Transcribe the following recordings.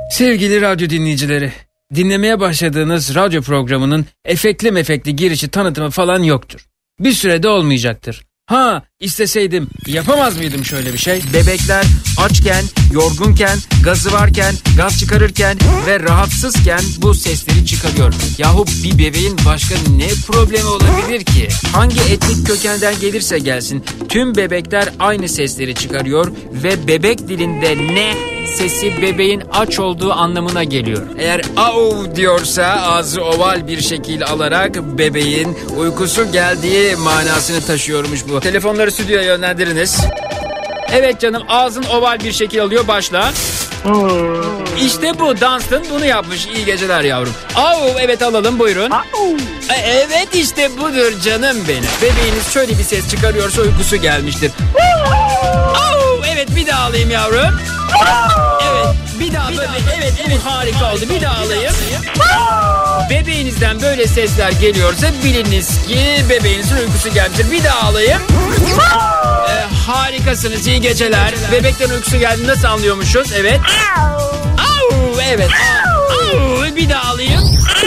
Sevgili radyo dinleyicileri, dinlemeye başladığınız radyo programının efektli girişi tanıtımı falan yoktur. Bir sürede olmayacaktır. Ha, isteseydim yapamaz mıydım şöyle bir şey? Bebekler açken, yorgunken, gazı varken, gaz çıkarırken ve rahatsızken bu sesleri çıkarıyor. Yahu bir bebeğin başka ne problemi olabilir ki? Hangi etnik kökenden gelirse gelsin tüm bebekler aynı sesleri çıkarıyor ve bebek dilinde ne sesi bebeğin aç olduğu anlamına geliyor. Eğer au diyorsa ağzı oval bir şekil alarak bebeğin uykusu geldiği manasını taşıyormuş bu. Telefonları stüdyoya yönlendiriniz. Evet canım, ağzın oval bir şekil alıyor, başla. İşte bu, Dunstan bunu yapmış. İyi geceler yavrum. Au, evet alalım, buyurun. Evet işte budur canım benim. Bebeğiniz şöyle bir ses çıkarıyorsa uykusu gelmiştir. Au, evet bir daha alayım yavrum. Evet bir daha böyle, evet harika oldu, bir daha alayım. Bebeğinizden böyle sesler geliyorsa biliniz ki bebeğinizin uykusu gelmiştir. Bir daha alayım. Harikasınız, iyi geceler. Bebekten uykusu geldi, nasıl anlıyormuşuz? Evet. Au, evet. Au, bir daha alayım.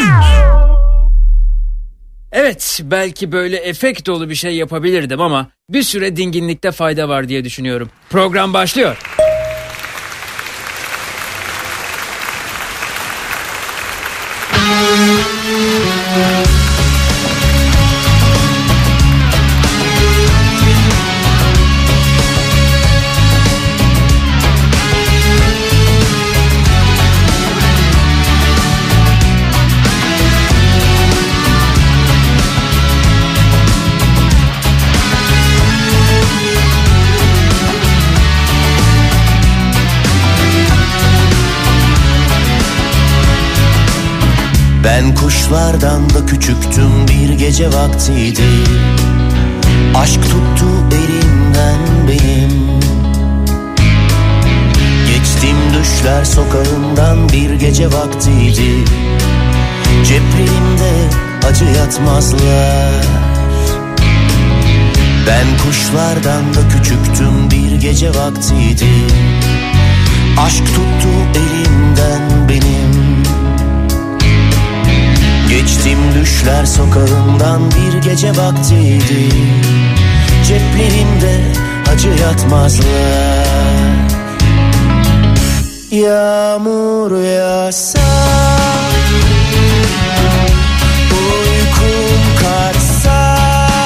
Evet, belki böyle efekt dolu bir şey yapabilirdim ama bir süre dinginlikte fayda var diye düşünüyorum. Program başlıyor. Ben kuşlardan da küçüktüm, bir gece vaktiydi. Aşk tuttu elimden benim. Geçtim düşler sokağından, bir gece vaktiydi. Ceplerimde acı yatmazlar. Ben kuşlardan da küçüktüm, bir gece vaktiydi. Aşk tuttu elimden benim. Geçtim düşler sokağından, bir gece vaktiydi. Ceplerimde acı yatmazlar. Yağmur yağsa, uykum kaçsa,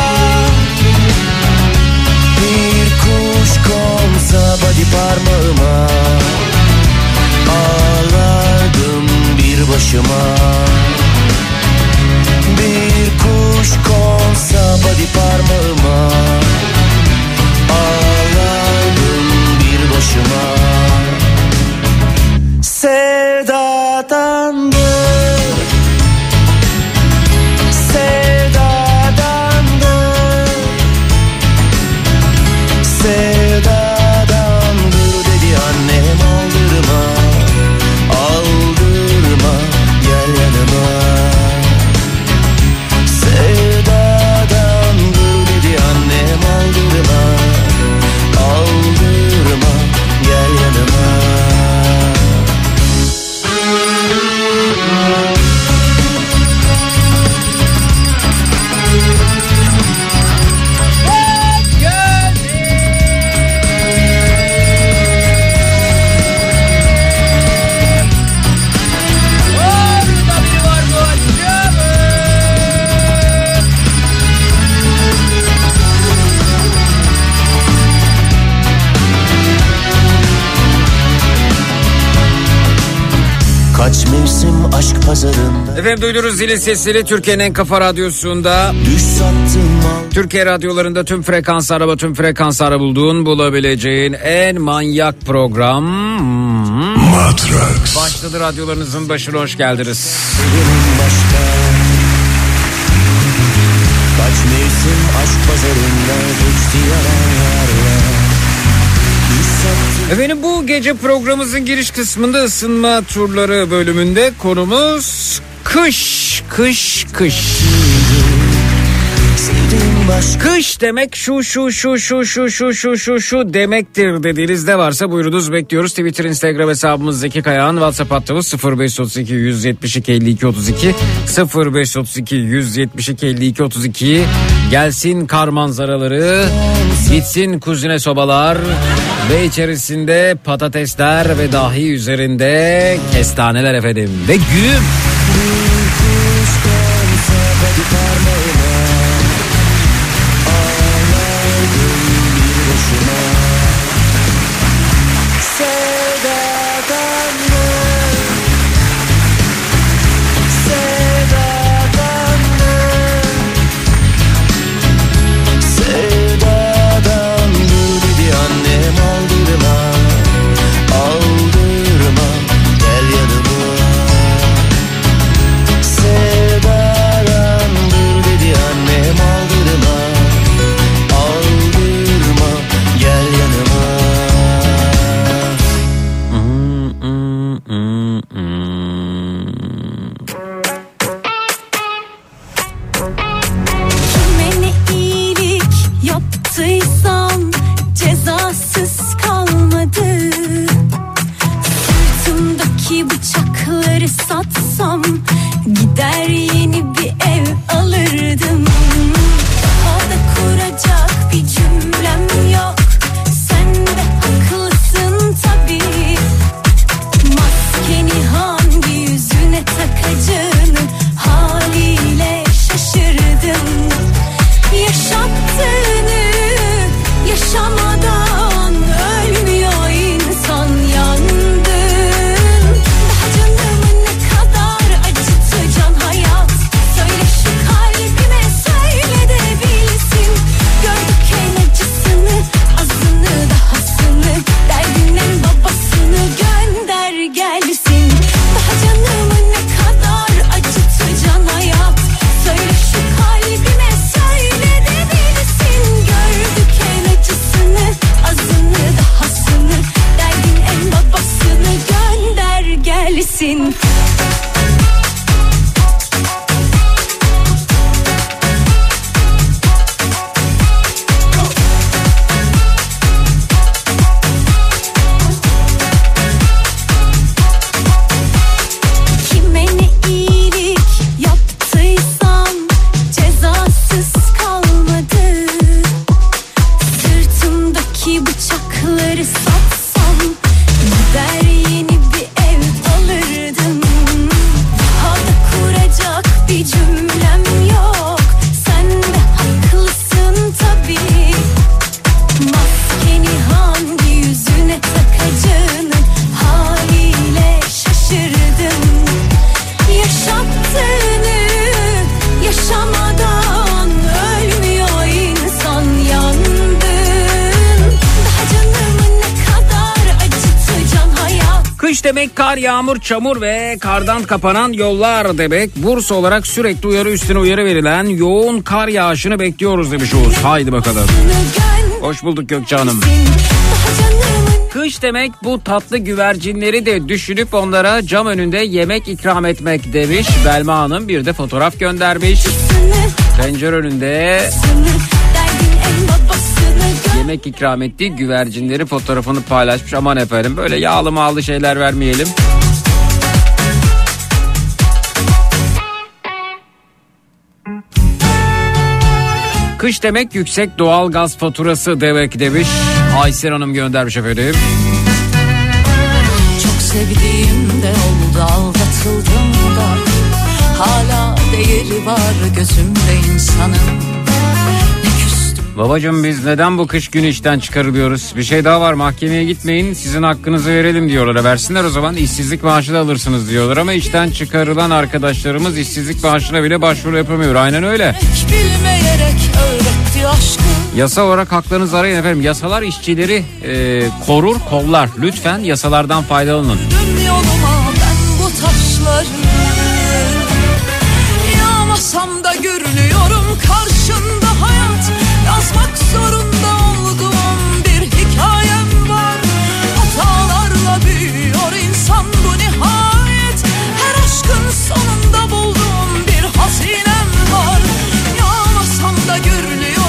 bir kuş konsa body parmağıma, ağlardım bir başıma. Bir kuş konsa body parmağıma, ağlardım bir başıma. Sevdadandır, sevdadandır, sevdadandır dedi annem. Aldırma, aldırma, gel yanıma. Sevdadandır dedi annem, aldırma, aldırma, gel yanıma. Kaç mevsim aşk pazarında. Efendim duydunuz zilin sesleri Türkiye'nin en kafa radyosunda. Türkiye radyolarında tüm frekanslara, tüm frekanslara bulabileceğin en manyak program Matrax. Başladı, radyolarınızın başına hoş geldiniz. Kaç mevsim aşk pazarında geçti yalanlarla. Efendim bu gece programımızın giriş kısmında ısınma turları bölümünde konumuz kış. Sevdiğim Kış demek şu demektir dediğiniz ne varsa buyurunuz, bekliyoruz. Twitter, Instagram hesabımız Zeki Kayağan, WhatsApp hattımız 0532 172 52 32 0532 172 52 32. Gelsin kar manzaraları, gitsin kuzine sobalar ve içerisinde patatesler ve dahi üzerinde kestaneler efendim ve güm. Demek kar, yağmur, çamur ve kardan kapanan yollar demek. Bursa olarak sürekli uyarı üstüne uyarı verilen yoğun kar yağışını bekliyoruz demiş Oğuz. Haydi bakalım. Hoş bulduk Gökçe Hanım. Kış demek bu tatlı güvercinleri de düşünüp onlara cam önünde yemek ikram etmek demiş. Belma Hanım bir de fotoğraf göndermiş. Pencere önünde yemek ikram ettiği güvercinleri fotoğrafını paylaşmış. Aman efendim, böyle yağlı mağlı şeyler vermeyelim. Kış demek yüksek doğal gaz faturası demek demiş. Aysel Hanım göndermiş efendim. Çok sevdiğim de oldu, aldatıldım da hala değeri var gözümde insanın. Babacığım biz neden bu kış günü işten çıkarılıyoruz? Bir şey daha var, mahkemeye gitmeyin, sizin hakkınızı verelim diyorlar. Versinler o zaman, işsizlik maaşı da alırsınız diyorlar. Ama işten çıkarılan arkadaşlarımız işsizlik maaşına bile başvuru yapamıyor. Aynen öyle. Yasa olarak haklarınızı arayın efendim. Yasalar işçileri korur, kollar. Lütfen yasalardan faydalanın. Yoluma ben bu taşları yağmasam da görünüyorum karşında hayat. Yazmak zorunda olduğum bir hikayem var. Hatalarla büyüyor insan bu nihayet. Her aşkın sonunda bulduğum bir hazinem var. Yağmasam da görünüyor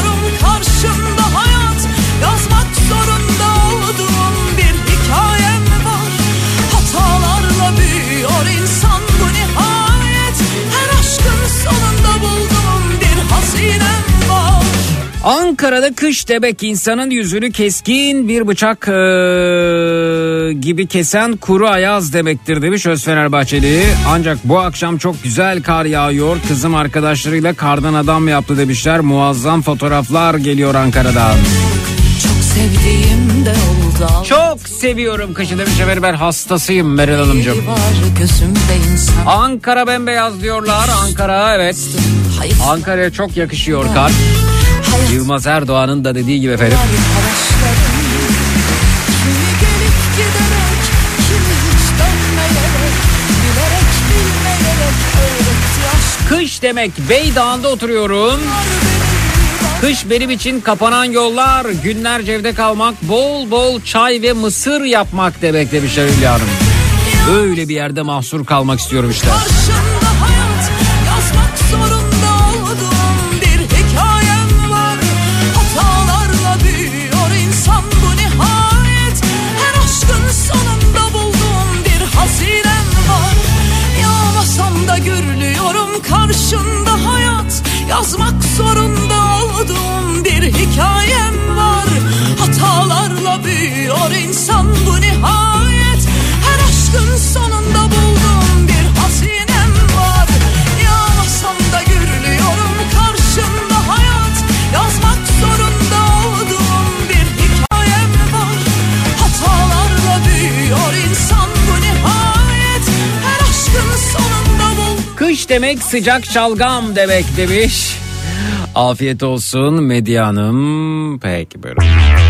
Ankara'da kış demek insanın yüzünü keskin bir bıçak gibi kesen kuru ayaz demektir demiş Öz Fenerbahçeli. Ancak bu akşam çok güzel kar yağıyor. Kızım arkadaşlarıyla kardan adam yaptı demişler. Muazzam fotoğraflar geliyor Ankara'dan. Çok sevdiğim de oldu. Çok seviyorum kışı demiş efendim, ben hastasıyım Meral Hanımcığım. Ankara bembeyaz diyorlar. Ankara, evet. Ankara'ya çok yakışıyor kar. Yılmaz Erdoğan'ın da dediği gibi efendim. Kış demek Beydağ'ında oturuyorum. Kış benim için kapanan yollar, günlerce evde kalmak, bol bol çay ve mısır yapmak demek demişler Hülya Hanım. Öyle bir yerde mahsur kalmak istiyorum işte. Karşımda hayat, yazmak zorunda olduğum bir hikayem var. Hatalarla büyüyor insan bu nihayet. Her aşkın sonunda bulduğum bir hazinem var. Yağmasam da gürlüyorum karşımda hayat. Yazmak zorunda olduğum bir hikayem var. Hatalarla büyüyor insan bu nihayet. Her aşkın sonunda bulduğum bir hazinem var. Yağmasam da gürlüyorum karşımda hayat. Yazmak zorunda olduğum bir hikayem var. Hatalarla büyüyor insan bu nihayet. Her aşkın sonunda bulduğum. Kış demek sıcak şalgam demek demiş. Afiyet olsun Medya Hanım. Peki buyurun.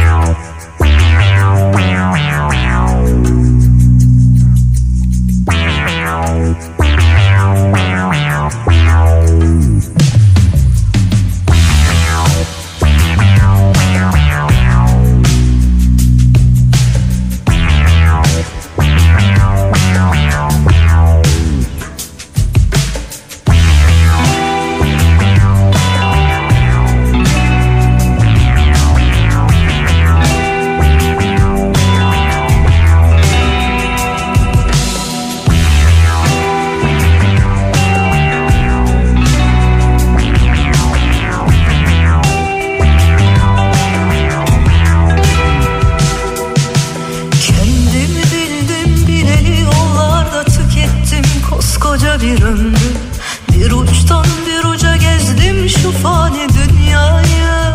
bir ömrüm, bir uçtan bir uca gezdim şu fani dünyayı.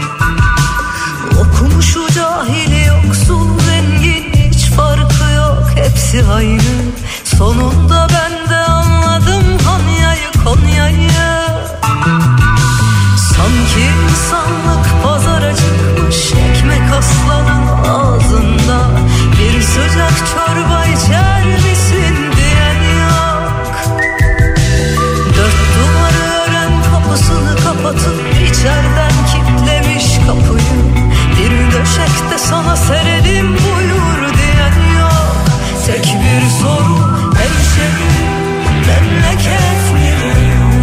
Okumuşu cahili yoksul zengin hiç farkı yok, hepsi aynı. Sonunda ben de anladım Hanya'yı Konya'yı. Sanki insanlık pazara çıkmış, ekmek aslanın ağzında. Bir sıcak çorba içer misin diyen yok. Dört duvarı ören kapısını kapatıp içeriden kilitlemiş kapıyı. Bir döşekte sana serelim buyur diyen yok. Tek bir soru, hemşerim, memleket mi?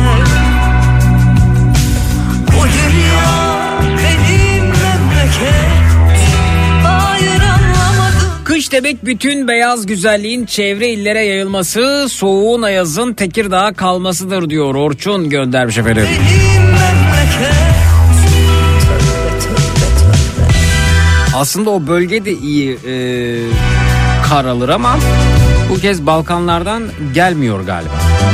Bu dünya benim memleket. Hayır anlamadım. Kış demek bütün beyaz güzelliğin çevre illere yayılması, soğuğun ayazın Tekirdağ'a kalmasıdır diyor Orçun göndermiş efendim. Benim memleket. Tövbe tövbe tövbe. Aslında o bölge de iyi kar alır ama bu kez Balkanlardan gelmiyor galiba.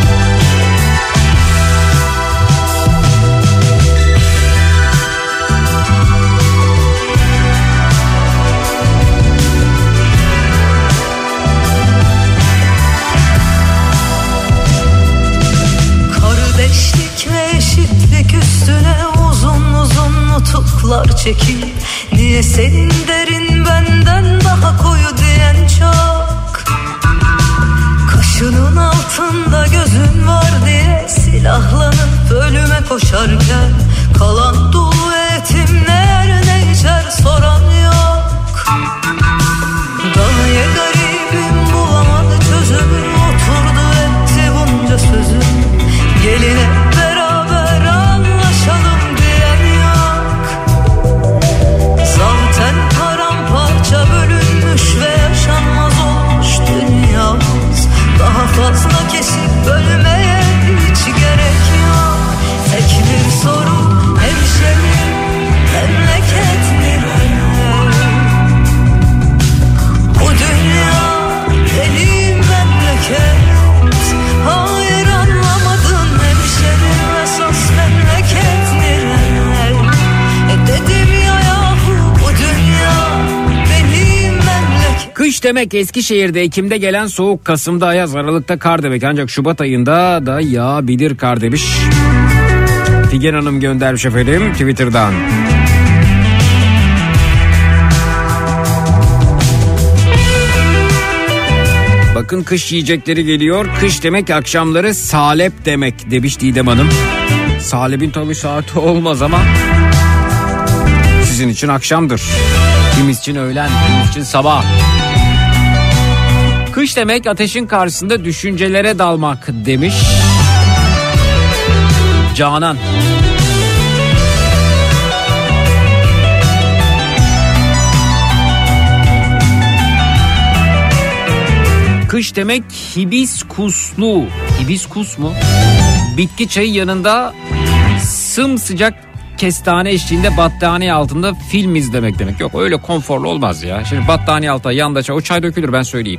Kardeşlik ve eşitlik üstüne uzun uzun nutuklar çekil. Niye senin derin benden daha koyu diyen çok. Kaşının altında gözün var diye silahlanıp ölüme koşarken kalan dolu etim ne yer ne içer soran yok. Gaye garibim bulamadı çözümü, oturdu etti bunca sözü. Gelin hep beraber anlaşalım diyen yok. Zaten paramparça bölünmüş ve yaşanmaz olmuş dünyamız. Daha fazla kesip bölmeye hiç gerek yok. Tek bir soru, hemşerim, demek Eskişehir'de Ekim'de gelen soğuk, Kasım'da ayaz, Aralık'ta kar demek. Ancak Şubat ayında da yağabilir kar demiş. Figen Hanım göndermiş efendim Twitter'dan. Bakın kış yiyecekleri geliyor. Kış demek akşamları salep demek demiş Didem Hanım. Salep'in tabii saati olmaz ama sizin için akşamdır. Kimiz için öğlen, kimiz için sabah. Kış demek ateşin karşısında düşüncelere dalmak demiş Canan. Kış demek hibiskuslu. Hibiskus mu? Bitki çayı yanında sımsıcak kestane eşliğinde battaniye altında film izlemek demek. Yok öyle konforlu olmaz ya. Şimdi battaniye altında yanında çay, o çay dökülür ben söyleyeyim.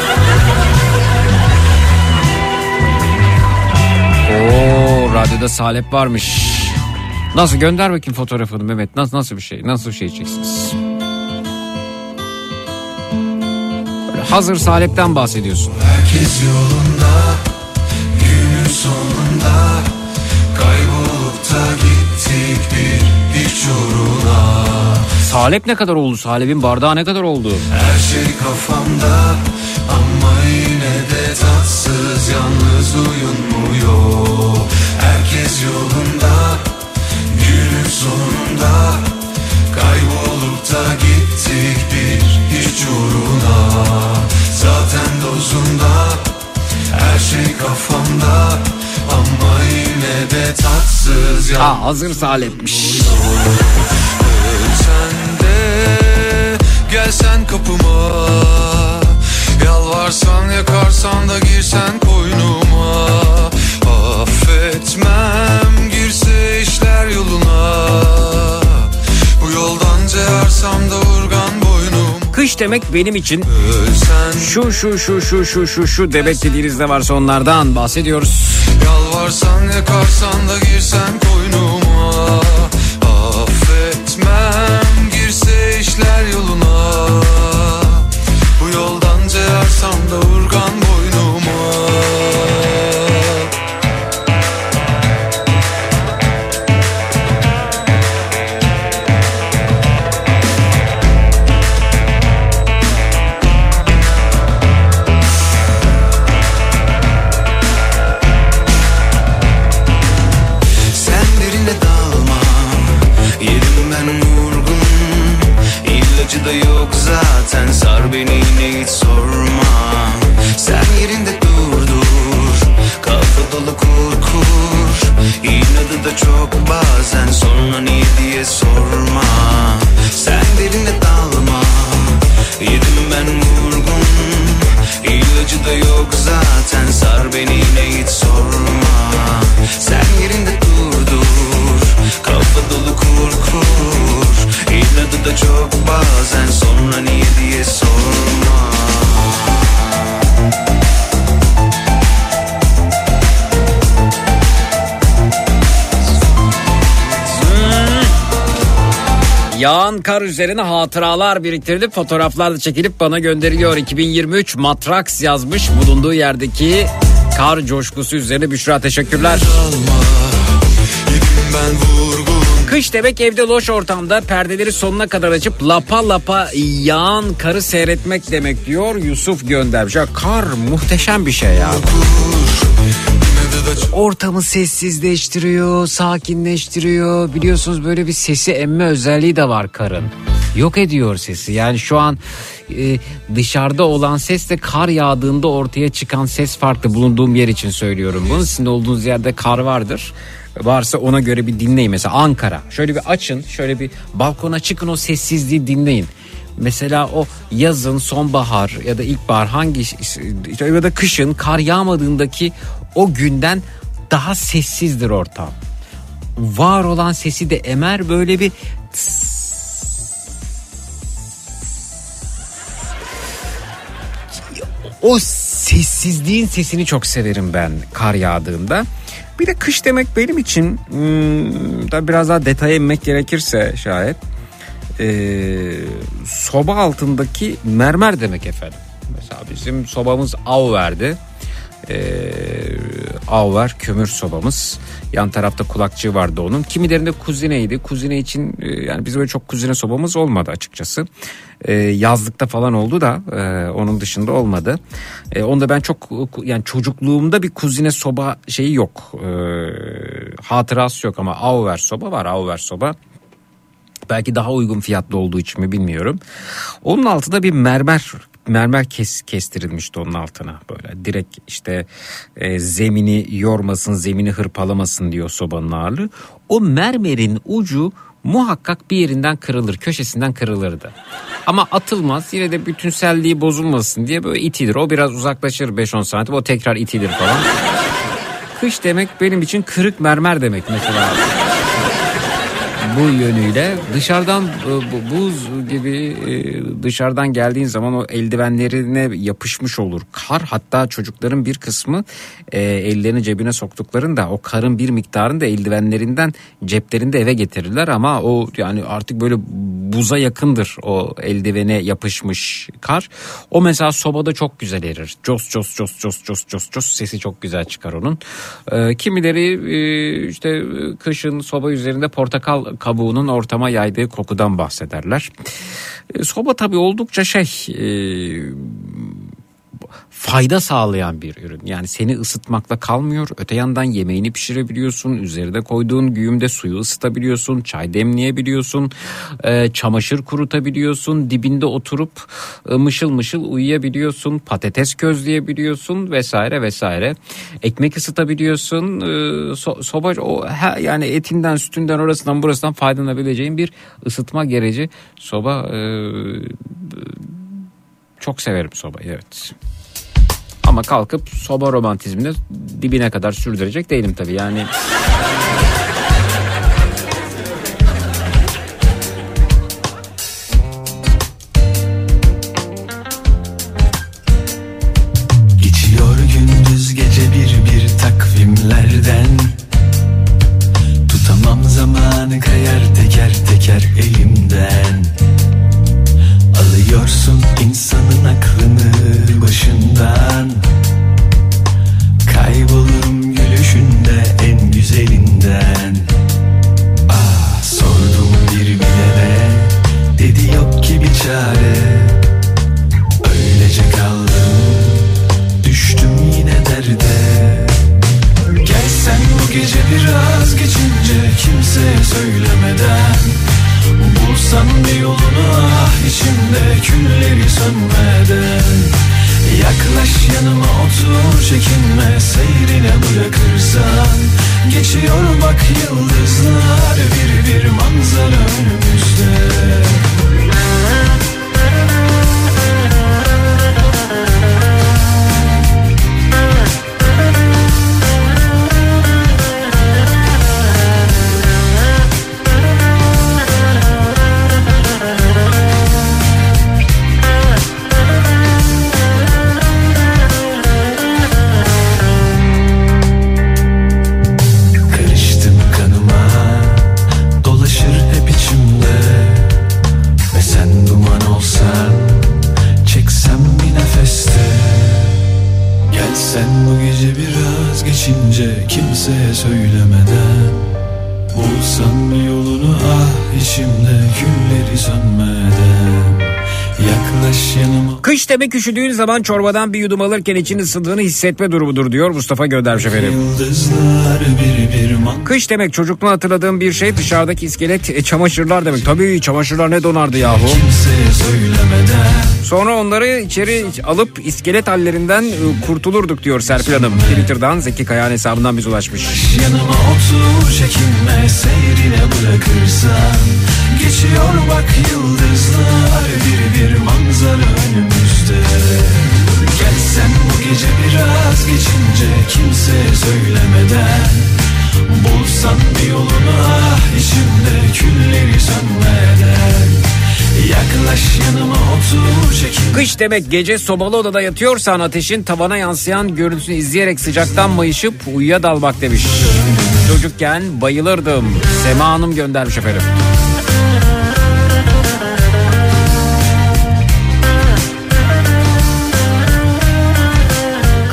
Oo, radyoda salep varmış. Nasıl, gönder bakayım fotoğrafını Mehmet. Nasıl bir şey? Nasıl bir şey yiyeceksiniz? Böyle hazır salepten bahsediyorsun. Herkes yolunda, günün sonunda kaybolup da gittik bir hiç uğruna. Salep ne kadar oldu? Salep'in bardağı ne kadar oldu? Her şey kafamda ama yine de tatsız, yalnız uyunmuyor. Herkes yolunda, günün sonunda kaybolup da gittik bir hiç uğruna. Zaten dozunda, her şey kafamda ama yine de tatsız. Ha, hazır salepmiş. Sen de gelsen kapıma, yalvarsan yakarsan da girsen koynuma. Affetmem girse işler yoluna, bu yoldan ceyarsam da urgan boynum. Kış demek benim için şu demek dediğiniz ne varsa onlardan bahsediyoruz. Yalvarsan yakarsan da girsen koynuma. Affetmem girse işler yoluna, bu yoldan ceyarsam da urgan boynuma. Da yok zaten, sar beni yine hiç sorma. Sen yerinde dur, kafa dolu kur. İnadı da çok bazen, sonra niye diye sorma. Sen derine dalma, yedim ben vurgun. İlacı da yok zaten, sar beni yine hiç sorma. Sen yerinde dur, kafa dolu kur. İnadı da çok bazen, sonra niye diye sorma. Yağan kar üzerine hatıralar biriktirilip fotoğraflarla çekilip bana gönderiliyor. 2023 Matrax yazmış, bulunduğu yerdeki kar coşkusu üzerine. Büşra teşekkürler. Kış demek evde loş ortamda perdeleri sonuna kadar açıp lapa lapa yağan karı seyretmek demek diyor. Yusuf göndermiş. Ya kar muhteşem bir şey ya. Ortamı sessizleştiriyor, sakinleştiriyor. Biliyorsunuz böyle bir sesi emme özelliği de var karın. Yok ediyor sesi. Yani şu an dışarıda olan sesle kar yağdığında ortaya çıkan ses farklı. Bulunduğum yer için söylüyorum bunu. Sizin olduğunuz yerde kar vardır. Varsa ona göre bir dinleyin. Mesela Ankara. Şöyle bir açın, şöyle bir balkona çıkın, o sessizliği dinleyin. Mesela o yazın, sonbahar ya da ilkbahar ya da kışın kar yağmadığındaki o günden daha sessizdir ortam. Var olan sesi de emer, böyle bir o sessizliğin sesini çok severim ben kar yağdığında. Bir de kış demek benim için da biraz daha detaya inmek gerekirse şayet soba altındaki mermer demek efendim. Mesela bizim sobamız Auver'di. Auver kömür sobamız. Yan tarafta kulakçığı vardı onun. Kimilerinde kuzineydi. Kuzine için yani bizim böyle çok kuzine sobamız olmadı açıkçası. Yazlıkta falan oldu da onun dışında olmadı. Onda ben çok yani çocukluğumda bir kuzine soba şeyi yok. Hatırası yok ama Auver soba var. Auver soba. Belki daha uygun fiyatlı olduğu için mi bilmiyorum. Onun altında bir mermer kestirilmişti onun altına, böyle direkt işte zemini yormasın, zemini hırpalamasın diyor sobanın ağırlığı. O mermerin ucu muhakkak bir yerinden kırılır, köşesinden kırılırdı. Ama atılmaz, yine de bütünselliği bozulmasın diye böyle itilir. O biraz uzaklaşır 5-10 santim, o tekrar itilir falan. Kış demek benim için kırık mermer demek mesela. Bu yönüyle dışarıdan buz gibi dışarıdan geldiğin zaman o eldivenlerine yapışmış olur kar. Hatta çocukların bir kısmı ellerini cebine soktuklarında o karın bir miktarını da eldivenlerinden ceplerinde eve getirirler. Ama o yani artık böyle buza yakındır o eldivene yapışmış kar. O mesela sobada çok güzel erir. Cos cos cos cos cos cos cos sesi çok güzel çıkar onun. Kimileri işte kışın soba üzerinde portakal kabuğunun ortama yaydığı kokudan bahsederler. Soba tabii oldukça fayda sağlayan bir ürün. Yani seni ısıtmakla kalmıyor. Öte yandan yemeğini pişirebiliyorsun. Üzerine koyduğun güğümde suyu ısıtabiliyorsun. Çay demleyebiliyorsun. Çamaşır kurutabiliyorsun. Dibinde oturup mışıl mışıl uyuyabiliyorsun. Patates közleyebiliyorsun vesaire vesaire. Ekmek ısıtabiliyorsun. Soba yani etinden, sütünden, orasından burasından faydalanabileceğin bir ısıtma gereci. Soba çok severim sobayı, evet. Ama kalkıp soba romantizmini dibine kadar sürdürecek değilim tabii yani. Geçiyor gündüz gece bir takvimlerden. Tutamam zamanı, kayar teker teker elimden. Alıyorsun insanın aklını başından. Kaybolurum gülüşünde en güzelinden. Sordum bir bilene, dedi yok ki bir çare. Öylece kaldım, düştüm yine derde. Gelsen bu gece biraz geçince, kimseye söylemeden. Bulsan bir yolunu içimde külleri sönmeden. Yaklaş yanıma otur, çekinme, seyrine bırakırsan. Geçiyor bak yıldızlar, bir manzara önümüzde. Kimseye söylemeden. Bulsan bir yolunu içimde külleri sönmeden. Yaklaş yanıma. Kış demek üşüdüğün zaman çorbadan bir yudum alırken için ısındığını hissetme durumudur diyor Mustafa Göndermiş efendim. Kış demek çocukluğunu hatırladığım bir şey, dışarıdaki iskelet çamaşırlar demek. Tabii çamaşırlar ne donardı yahu. Sonra onları içeri alıp iskelet hallerinden kurtulurduk diyor Serpil Hanım. Twitter'dan Zeki Kayağan hesabından biz ulaşmış. Yanıma otur, çekinme, seyrine bırakırsan. Geçiyor bak yıldızlar, bir manzara önümüzde. Gelsen bu gece biraz geçince, kimseye söylemeden. Bulsan bir yolunu içimde külleri sönmeden. Yaklaş yanıma otur, çekin. Kış demek gece sobalı odada yatıyorsan ateşin tavana yansıyan görüntüsünü izleyerek sıcaktan mayışıp uyuya dalmak demiş. Çocukken bayılırdım. Sema Hanım göndermiş efendim.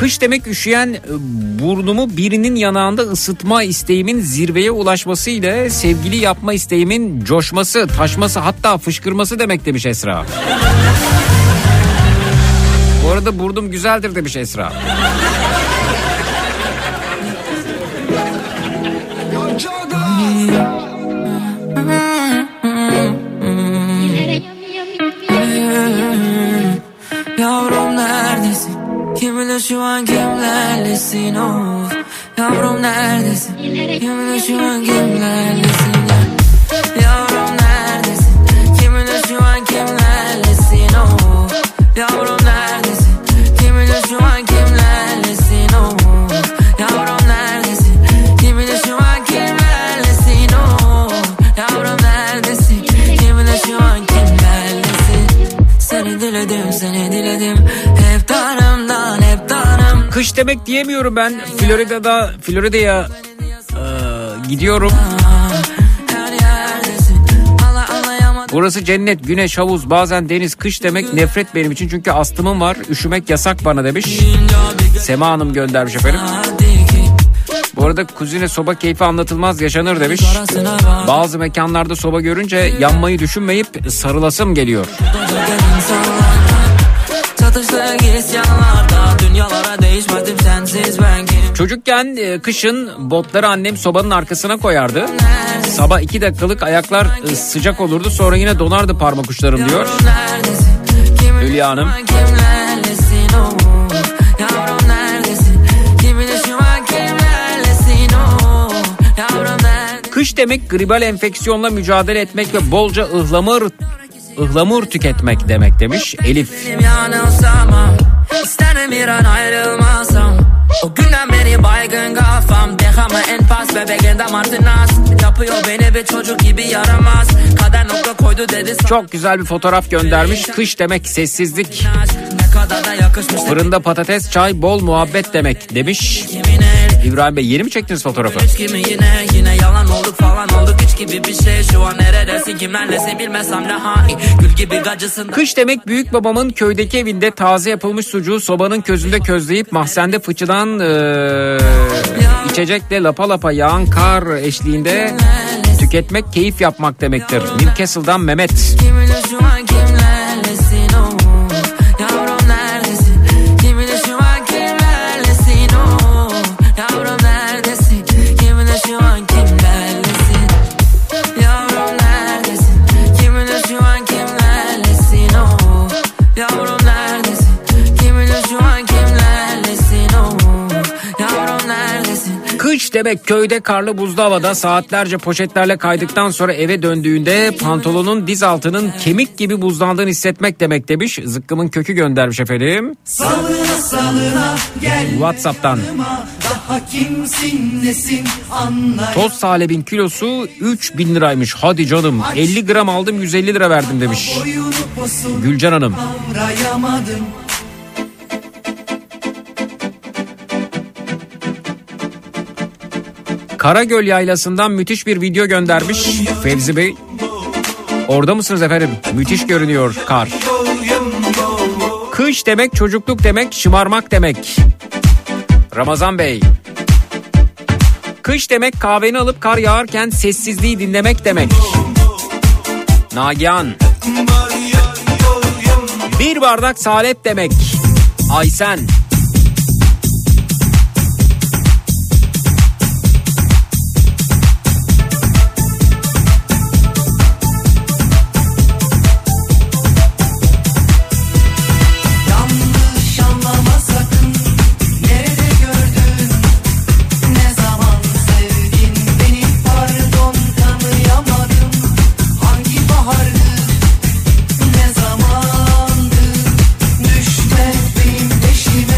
Kış demek üşüyen burnumu birinin yanağında ısıtma isteğimin zirveye ulaşması ile sevgili yapma isteğimin coşması, taşması, hatta fışkırması demek demiş Esra. Bu arada burnum güzeldir demiş Esra. Yavrum neredesin? Kim bilir şu an kimlerlesin of. Yavrum neredesin? Kim bilir şu an kimlerlesin Yavrum neredesin? Kim bilir şu an kimlerlesin of. Yavrum neredesin? Kim bilir şu an kimlerlesin of. Yavrum neredesin? Kim bilir şu an kimlerlesin of. Yavrum neredesin? Kim bilir şu an kimlerlesin. Seni diledim hep tanrımdan hep tanrım. Kış demek diyemiyorum ben. Florida'ya gidiyorum. Burası cennet, güneş, havuz, bazen deniz. Kış demek nefret benim için çünkü astımım var. Üşümek yasak bana demiş. Sema Hanım göndermiş efendim. Bu arada kuzine soba keyfi anlatılmaz yaşanır demiş. Bazı mekanlarda soba görünce yanmayı düşünmeyip sarılasım geliyor. Çocukken kışın botları annem sobanın arkasına koyardı. Sabah 2 dakikalık ayaklar sıcak olurdu, sonra yine donardı parmak uçlarım diyor Hülya Hanım. Kış demek gribal enfeksiyonla mücadele etmek ve bolca ıhlamur tüketmek demek demiş Elif. İsterim bir an ayrılmasam. O günden beri baygın kafam. Dekama en pas bebeğinde martinas. Yapıyor beni bir çocuk gibi yaramaz. Kader nokta koydu dedi. Çok güzel bir fotoğraf göndermiş. Kış demek sessizlik. Fırında patates, çay, bol muhabbet demek demiş. İbrahim Bey, yeni mi çektiniz fotoğrafı? Yine yalan olduk falan olduk hiç gibi bir şey. Şu an neredesin kimlerlesin bilmesem ne hain. Gül gibi gacısın. Kış demek büyük babamın köydeki evinde taze yapılmış sucuğu sobanın közünde közleyip mahzende fıçıdan içecekle lapa lapa yağan kar eşliğinde tüketmek, keyif yapmak demektir. Newcastle'dan Mehmet. Kış demek köyde karlı buzlu havada saatlerce poşetlerle kaydıktan sonra eve döndüğünde pantolonun diz altının kemik gibi buzlandığını hissetmek demek demiş. Zıkkımın kökü göndermiş efendim. Salına salına gel WhatsApp'tan. Daha kimsin nesin anla. Toz salebin kilosu 3.000 liraymış. Hadi canım, 50 gram aldım 150 lira verdim demiş Gülcan Hanım. Karagöl Yaylası'ndan müthiş bir video göndermiş Fevzi Bey. Orada mısınız efendim? Müthiş görünüyor kar. Kış demek çocukluk demek, şımarmak demek. Ramazan Bey. Kış demek kahveni alıp kar yağarken sessizliği dinlemek demek. Nagihan. Bir bardak salep demek. Aysen. Düşme benim peşime.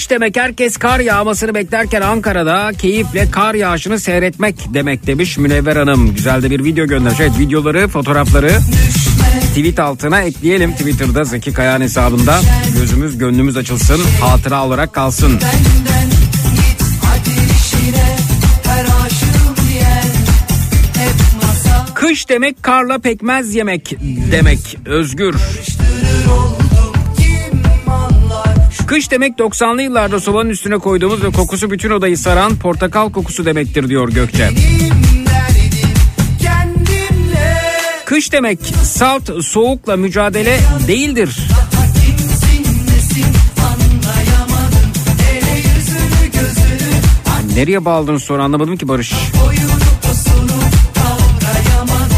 Kış demek herkes kar yağmasını beklerken Ankara'da keyifle kar yağışını seyretmek demek demiş Münevver Hanım. Güzel de bir video göndermiş. Evet, videoları, fotoğrafları tweet altına ekleyelim. Twitter'da Zeki Kayağan hesabında gözümüz gönlümüz açılsın, hatıra olarak kalsın. Benden git hadi işine, her aşığım diyen hep masal. Kış demek karla pekmez yemek demek. Özgür. Karıştırır oldum kim anlar. Kış demek 90'lı yıllarda sobanın üstüne koyduğumuz ve kokusu bütün odayı saran portakal kokusu demektir diyor Gökçe. Benim derdim kendimle. Kış demek salt soğukla mücadele değildir. Daha kimsin nesin anlayamadım. Hele yüzünü gözünü Nereye bağladınız sonra anlamadım ki Barış. boyunu posunu kavrayamadım.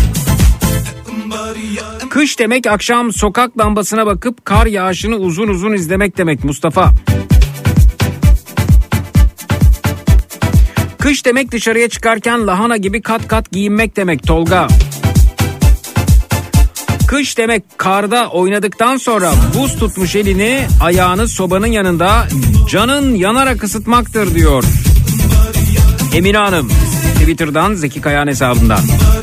Kış demek akşam sokak lambasına bakıp kar yağışını uzun uzun izlemek demek Mustafa. Kış demek dışarıya çıkarken lahana gibi kat kat giyinmek demek Tolga. Kış demek karda oynadıktan sonra buz tutmuş elini ayağını sobanın yanında canın yanarak ısıtmaktır diyor Emine Hanım. Twitter'dan Zeki Kayağan hesabından.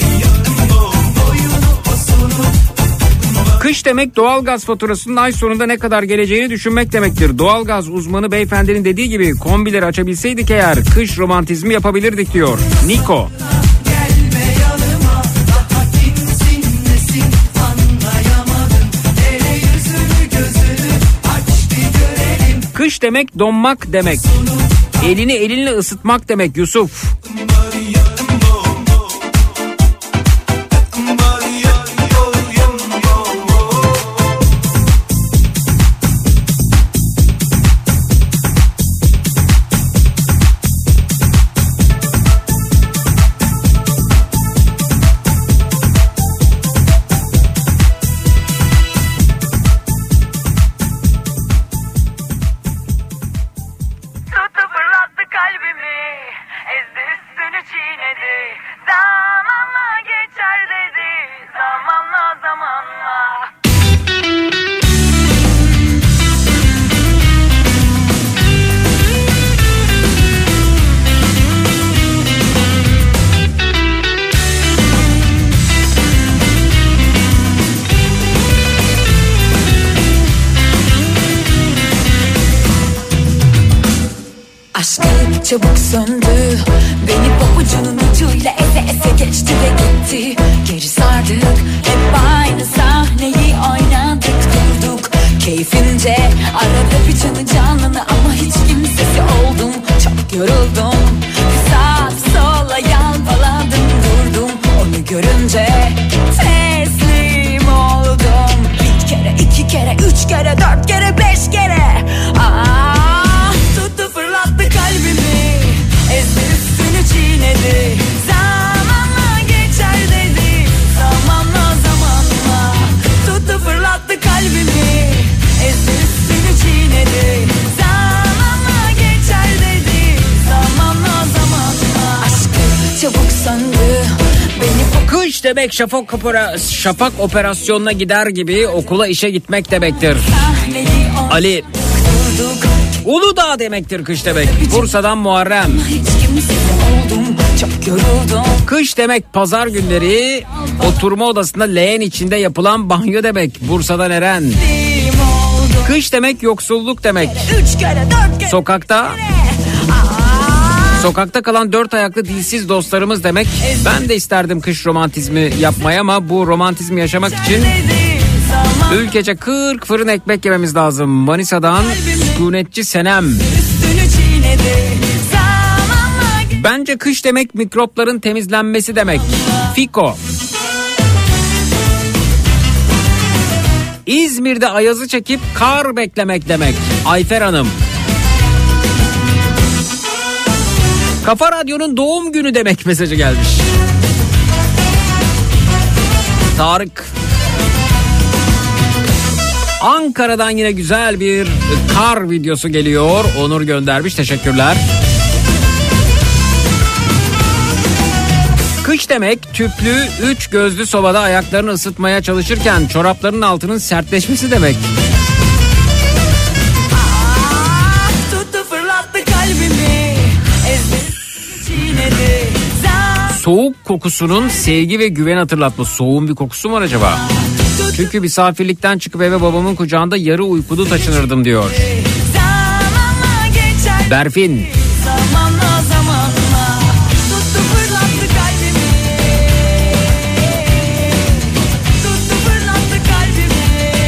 Kış demek doğalgaz faturasının ay sonunda ne kadar geleceğini düşünmek demektir. Doğalgaz uzmanı beyefendinin dediği gibi kombileri açabilseydik eğer kış romantizmi yapabilirdik diyor Niko. Gelme yanıma, daha kimsin nesin anlayamadım. Hele yüzünü gözünü aç bir görelim. Kış demek donmak demek. Elini elinle ısıtmak demek Yusuf. Tuttu fırlattı kalbimi, ezdi üstünü çiğnedi. Zamanla geçer dedi, zamanla zamanla. Aşkı çabuk söndü, beni pabucunun ucuyla eze eze geçti ve gitti. Geri sardık, hep aynı sahneyi oynadık durduk. Keyfince arada bir canı canını ama hiç kimsesi oldum. Çok yoruldum, sağa sola yalpaladım durdum. Onu görünce teslim oldum. Bir kere, iki kere, üç kere, dört kere, beş kere. Tuttu fırlattı kalbimi, ezdi üstünü çiğnedi. Zamanla geçer dedi, zamanla zamanla. Tuttu fırlattı kalbimi, ezdi üstünü çiğnedi. Zamanla geçer dedi, zamanla zamanla. Aşkı çabuk söndü, beni Kış demek şafak operasyonuna gider gibi okula işe gitmek demektir. Ali. Uludağ demektir kış demek. Bursa'dan Muharrem. hiç kimsesiz oldum, çok yoruldum. Kış demek pazar günleri oturma odasında leğen içinde yapılan banyo demek. Bursa'dan Eren. Kış demek yoksulluk demek. Üç kere, dört kere. Sokakta kalan dört ayaklı dilsiz dostlarımız demek. Ben de isterdim kış romantizmi yapmayı ama bu romantizmi yaşamak için ülkece 40 fırın ekmek yememiz lazım. Manisa'dan sükunetçi Senem. Bence kış demek mikropların temizlenmesi demek. Fiko. İzmir'de ayazı çekip kar beklemek demek. Ayfer Hanım. Kafa Radyo'nun doğum günü demek mesajı gelmiş. Tarık. Ankara'dan yine güzel bir kar videosu geliyor. Onur göndermiş, teşekkürler. Kış demek tüplü 3 gözlü sobada ayaklarını ısıtmaya çalışırken çoraplarının altının sertleşmesi demek. Tuttu soğuk kokusunun sevgi ve güven hatırlatması. Soğuğun bir kokusu mu var acaba? Çünkü misafirlikten çıkıp eve babamın kucağında yarı uykulu taşınırdım diyor. Zamanla geçer. Berfin. Zamanla zamanla tuttu fırlattı kalbimi. Tuttu fırlattı kalbimi.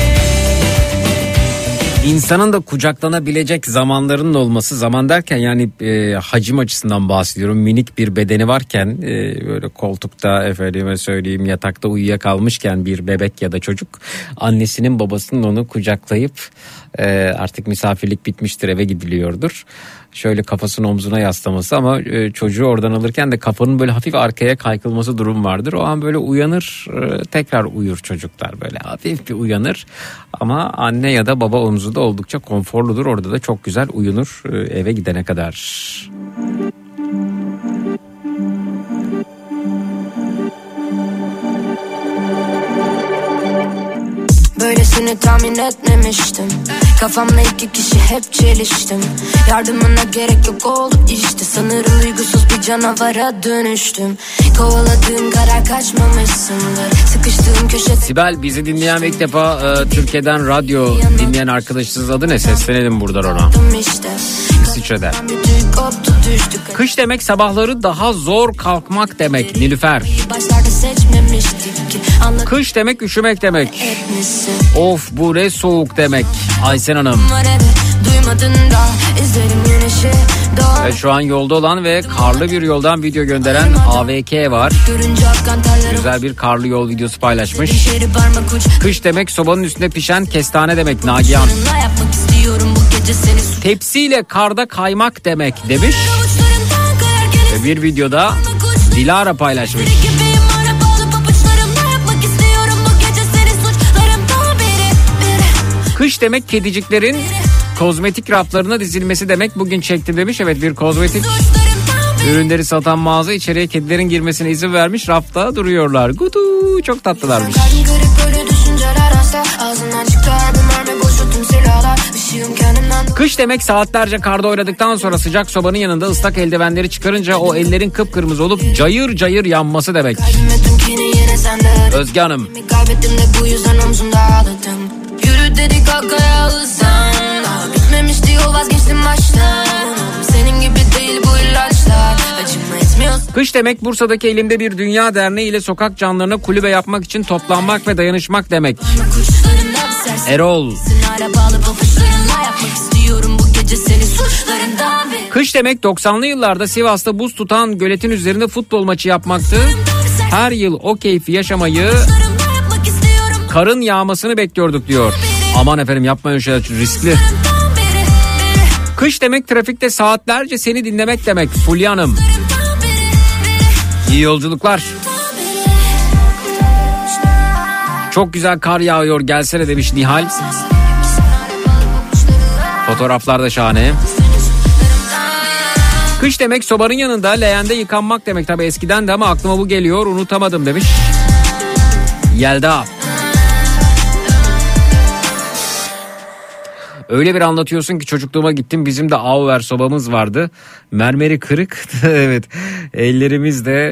İnsanın da kucaklanabilecek zamanlarının olması, zaman derken yani hacim açısından bahsediyorum. Minik bir bedeni varken böyle koltukta, efendime söyleyeyim, yatakta uyuyakalmışken bir bebek ya da çocuk annesinin babasının onu kucaklayıp artık misafirlik bitmiştir, eve gidiliyordur. Şöyle kafasını omzuna yaslaması ama çocuğu oradan alırken de kafanın böyle hafif arkaya kaykılması durum vardır. O an böyle uyanır, tekrar uyur çocuklar, böyle hafif bir uyanır. Ama anne ya da baba omzu da oldukça konforludur. Orada da çok güzel uyunur eve gidene kadar. Böylesini tahmin etmemiştim. Kafamla iki kişi hep çeliştim. Yardımına gerek yok oldu işte. Sanırım duygusuz bir canavara dönüştüm. Kovaladığım karar kaçmamışsındır. Sıkıştığım köşe. Sibel, bizi dinleyen ve ilk defa Türkiye'den radyo dinleyen arkadaşınız adı ne? Seslenelim buradan ona. İsviçre'den. Kış demek sabahları daha zor kalkmak demek. Nilüfer. Kış demek üşümek demek. Of bu ne soğuk demek. Aysen Hanım. Evet, şu an yolda olan ve karlı bir yoldan video gönderen AVK var. Güzel bir karlı yol videosu paylaşmış. Kış demek sobanın üstünde pişen kestane demek. Nagihan. Tepsiyle karda kaymak demek demiş. Ve bir videoda Dilara paylaşmış. Kış demek kediciklerin kozmetik raflarına dizilmesi demek. Bugün çektim demiş. Evet, bir kozmetik ürünleri satan mağaza içeriye kedilerin girmesine izin vermiş. Rafta duruyorlar. Gudu, çok tatlılarmış. Kış demek saatlerce karda oynadıktan sonra sıcak sobanın yanında ıslak eldivenleri çıkarınca o ellerin kıpkırmızı olup cayır cayır yanması demek. Özge Hanım. Yürü dedik kakaya alırsan. Bitmemişti yol, vazgeçtim baştan. Senin gibi değil bu ilaçlar. Acıma etmiyorsun. Kış demek Bursa'daki Elimde Bir Dünya Derneği ile sokak canlarına kulübe yapmak için toplanmak ve dayanışmak demek. Erol. Kış demek 90'lı yıllarda Sivas'ta buz tutan göletin üzerinde futbol maçı yapmaktı. Her yıl o keyfi yaşamayı, karın yağmasını bekliyorduk diyor. Aman efendim, yapmayın şeyler, riskli. Kış demek trafikte saatlerce seni dinlemek demek. Fulya Hanım. İyi yolculuklar. Çok güzel kar yağıyor, gelsene demiş Nihal. Fotoğraflar da şahane. Kış demek sobanın yanında leğende yıkanmak demek. Tabi eskiden de ama aklıma bu geliyor, unutamadım demiş Yelda. Öyle bir anlatıyorsun ki çocukluğuma gittim. Bizim de Auer sobamız vardı. Mermeri kırık. Evet. Ellerimiz de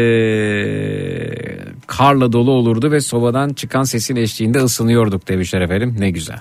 karla dolu olurdu ve sobadan çıkan sesin eşliğinde ısınıyorduk demişler efendim. Ne güzel.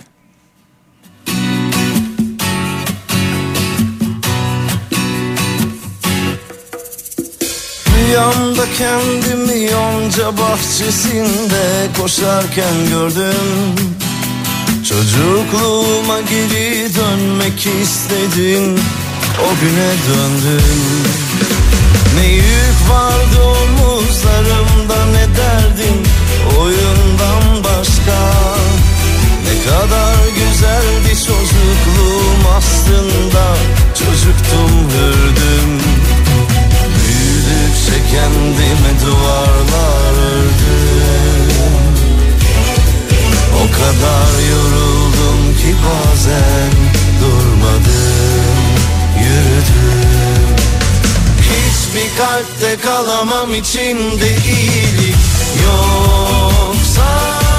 Rüyamda kendimi yonca bahçesinde koşarken gördüm. Çocukluğuma geri dönmek istedim. O güne döndüm. Ne yük vardı omuzlarımda, ne derdim oyundan başka. Ne kadar güzeldi çocukluğum aslında. Çocuktum, hürdüm. Büyüdükçe kendime duvarlar ördüm. O kadar yoruldum ki bazen durmadım, yürüdüm. Hiçbir kalpte kalamam, içinde iyilik yoksa.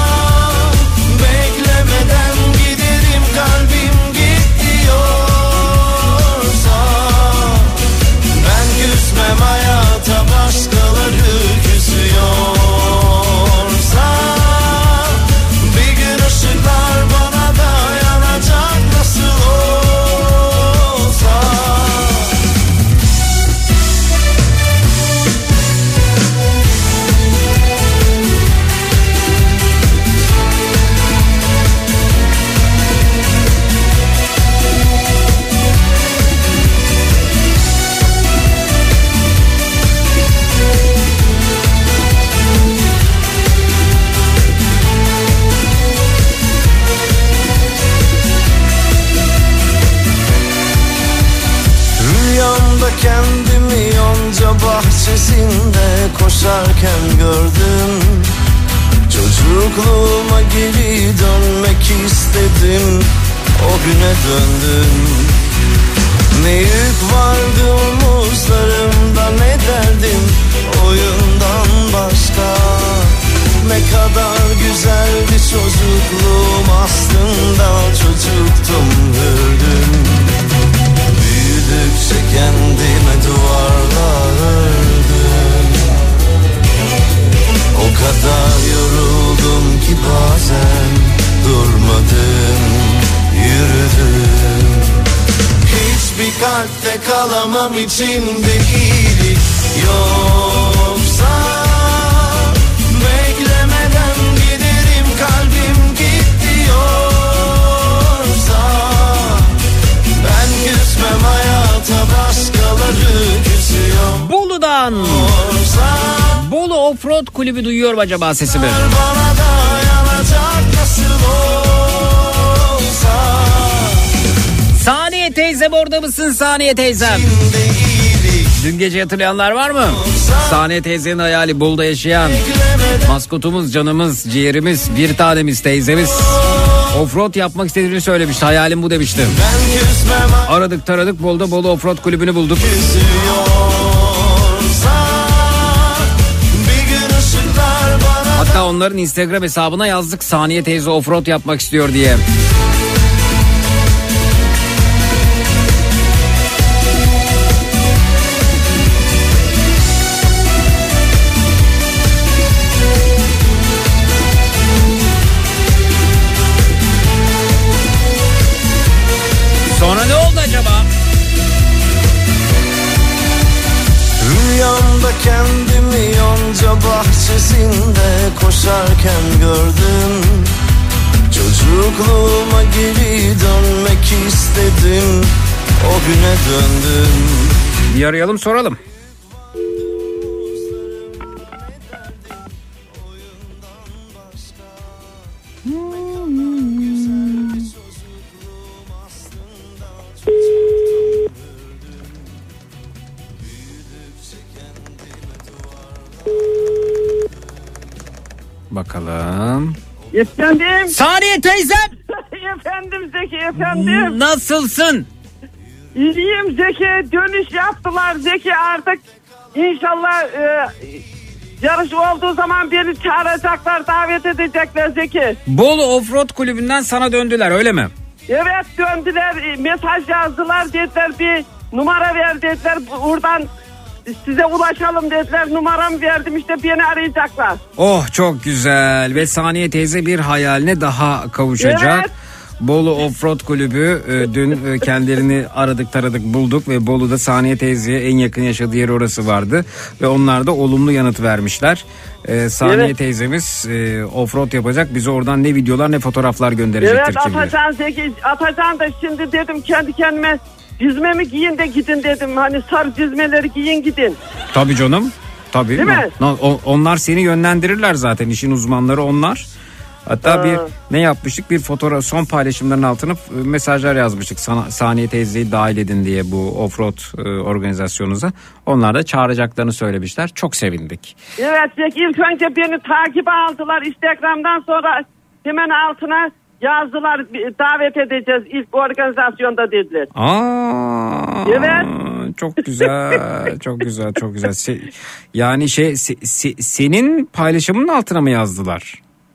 Beklemeden giderim, kalbim git diyorsa. Ben küsmem hayata, başkaları bahçesinde koşarken gördüm. Çocukluğuma geri dönmek istedim. O güne döndüm. Ne yük vardı omuzlarımda, ne derdim oyundan başka. Ne kadar güzeldi çocukluğum, aslında çocuktum, hürdüm. Büyüdükçe kendime duvarlar ördüm. O kadar yoruldum ki bazen durmadım, yürüdüm. Hiçbir kalpte kalamam içimde iyilik yoksa. Beklemeden giderim kalbim git diyorsa. Ben küsmem hayata, başkaları küsüyor. Bolu'dan Bolu Offroad Kulübü duyuyor mu acaba sesimi? Bana da yanacak nasıl olsa. Saniye teyzem orada mısın Saniye teyzem? Dün gece hatırlayanlar var mı? Saniye teyzenin hayali Bolu'da yaşayan maskotumuz, canımız, ciğerimiz, bir tanemiz teyzemiz. Offroad yapmak istediğini söylemişti. Hayalim bu demişti. Aradık taradık Bolu'da Bolu Offroad Kulübü'nü bulduk. Hatta onların Instagram hesabına yazdık Saniye teyze offroad yapmak istiyor diye. Sonra ne oldu acaba? Rüyamda kendimi yonca bahçesinde koşarken gördüm. Çocukluğuma geri dönmek istedim. O güne döndüm. Bir arayalım soralım. Bakalım. Efendim? Saniye teyzem. Efendim Zeki efendim. Nasılsın? İyiyim Zeki. Dönüş yaptılar Zeki artık. İnşallah yarış olduğu zaman beni çağıracaklar, davet edecekler Zeki. Bolu Offroad Kulübü'nden sana döndüler öyle mi? Evet döndüler. Mesaj yazdılar dediler, bir numara ver dediler. Buradan size ulaşalım dediler. Numaramı verdim, işte beni arayacaklar. Oh çok güzel ve Saniye teyze bir hayaline daha kavuşacak. Evet. Bolu Offroad Kulübü dün kendilerini aradık taradık bulduk ve Bolu'da Saniye teyzeye en yakın yaşadığı yer orası vardı ve onlar da olumlu yanıt vermişler. Saniye Evet. teyzemiz offroad yapacak, bize oradan ne videolar ne fotoğraflar gönderecektir. Evet atacağım Zeki, atacağım da şimdi dedim kendi kendime dizmemi giyin de gidin dedim. Hani sarı dizmeleri giyin gidin. Tabii canım. Tabii. Değil mi? Onlar seni yönlendirirler zaten, işin uzmanları onlar. Hatta bir ne yapmıştık, bir fotoğraf, son paylaşımların altına mesajlar yazmıştık. Saniye teyzeyi dahil edin diye bu offroad organizasyonunuza. Onlar da çağıracaklarını söylemişler. Çok sevindik. Evet Zeki, ilk önce beni takibe aldılar Instagram'dan, sonra hemen altına yazdılar davet edeceğiz ilk organizasyonda dediler. Evet. Çok güzel, çok güzel, çok güzel. Yani senin paylaşımının altına mı yazdılar?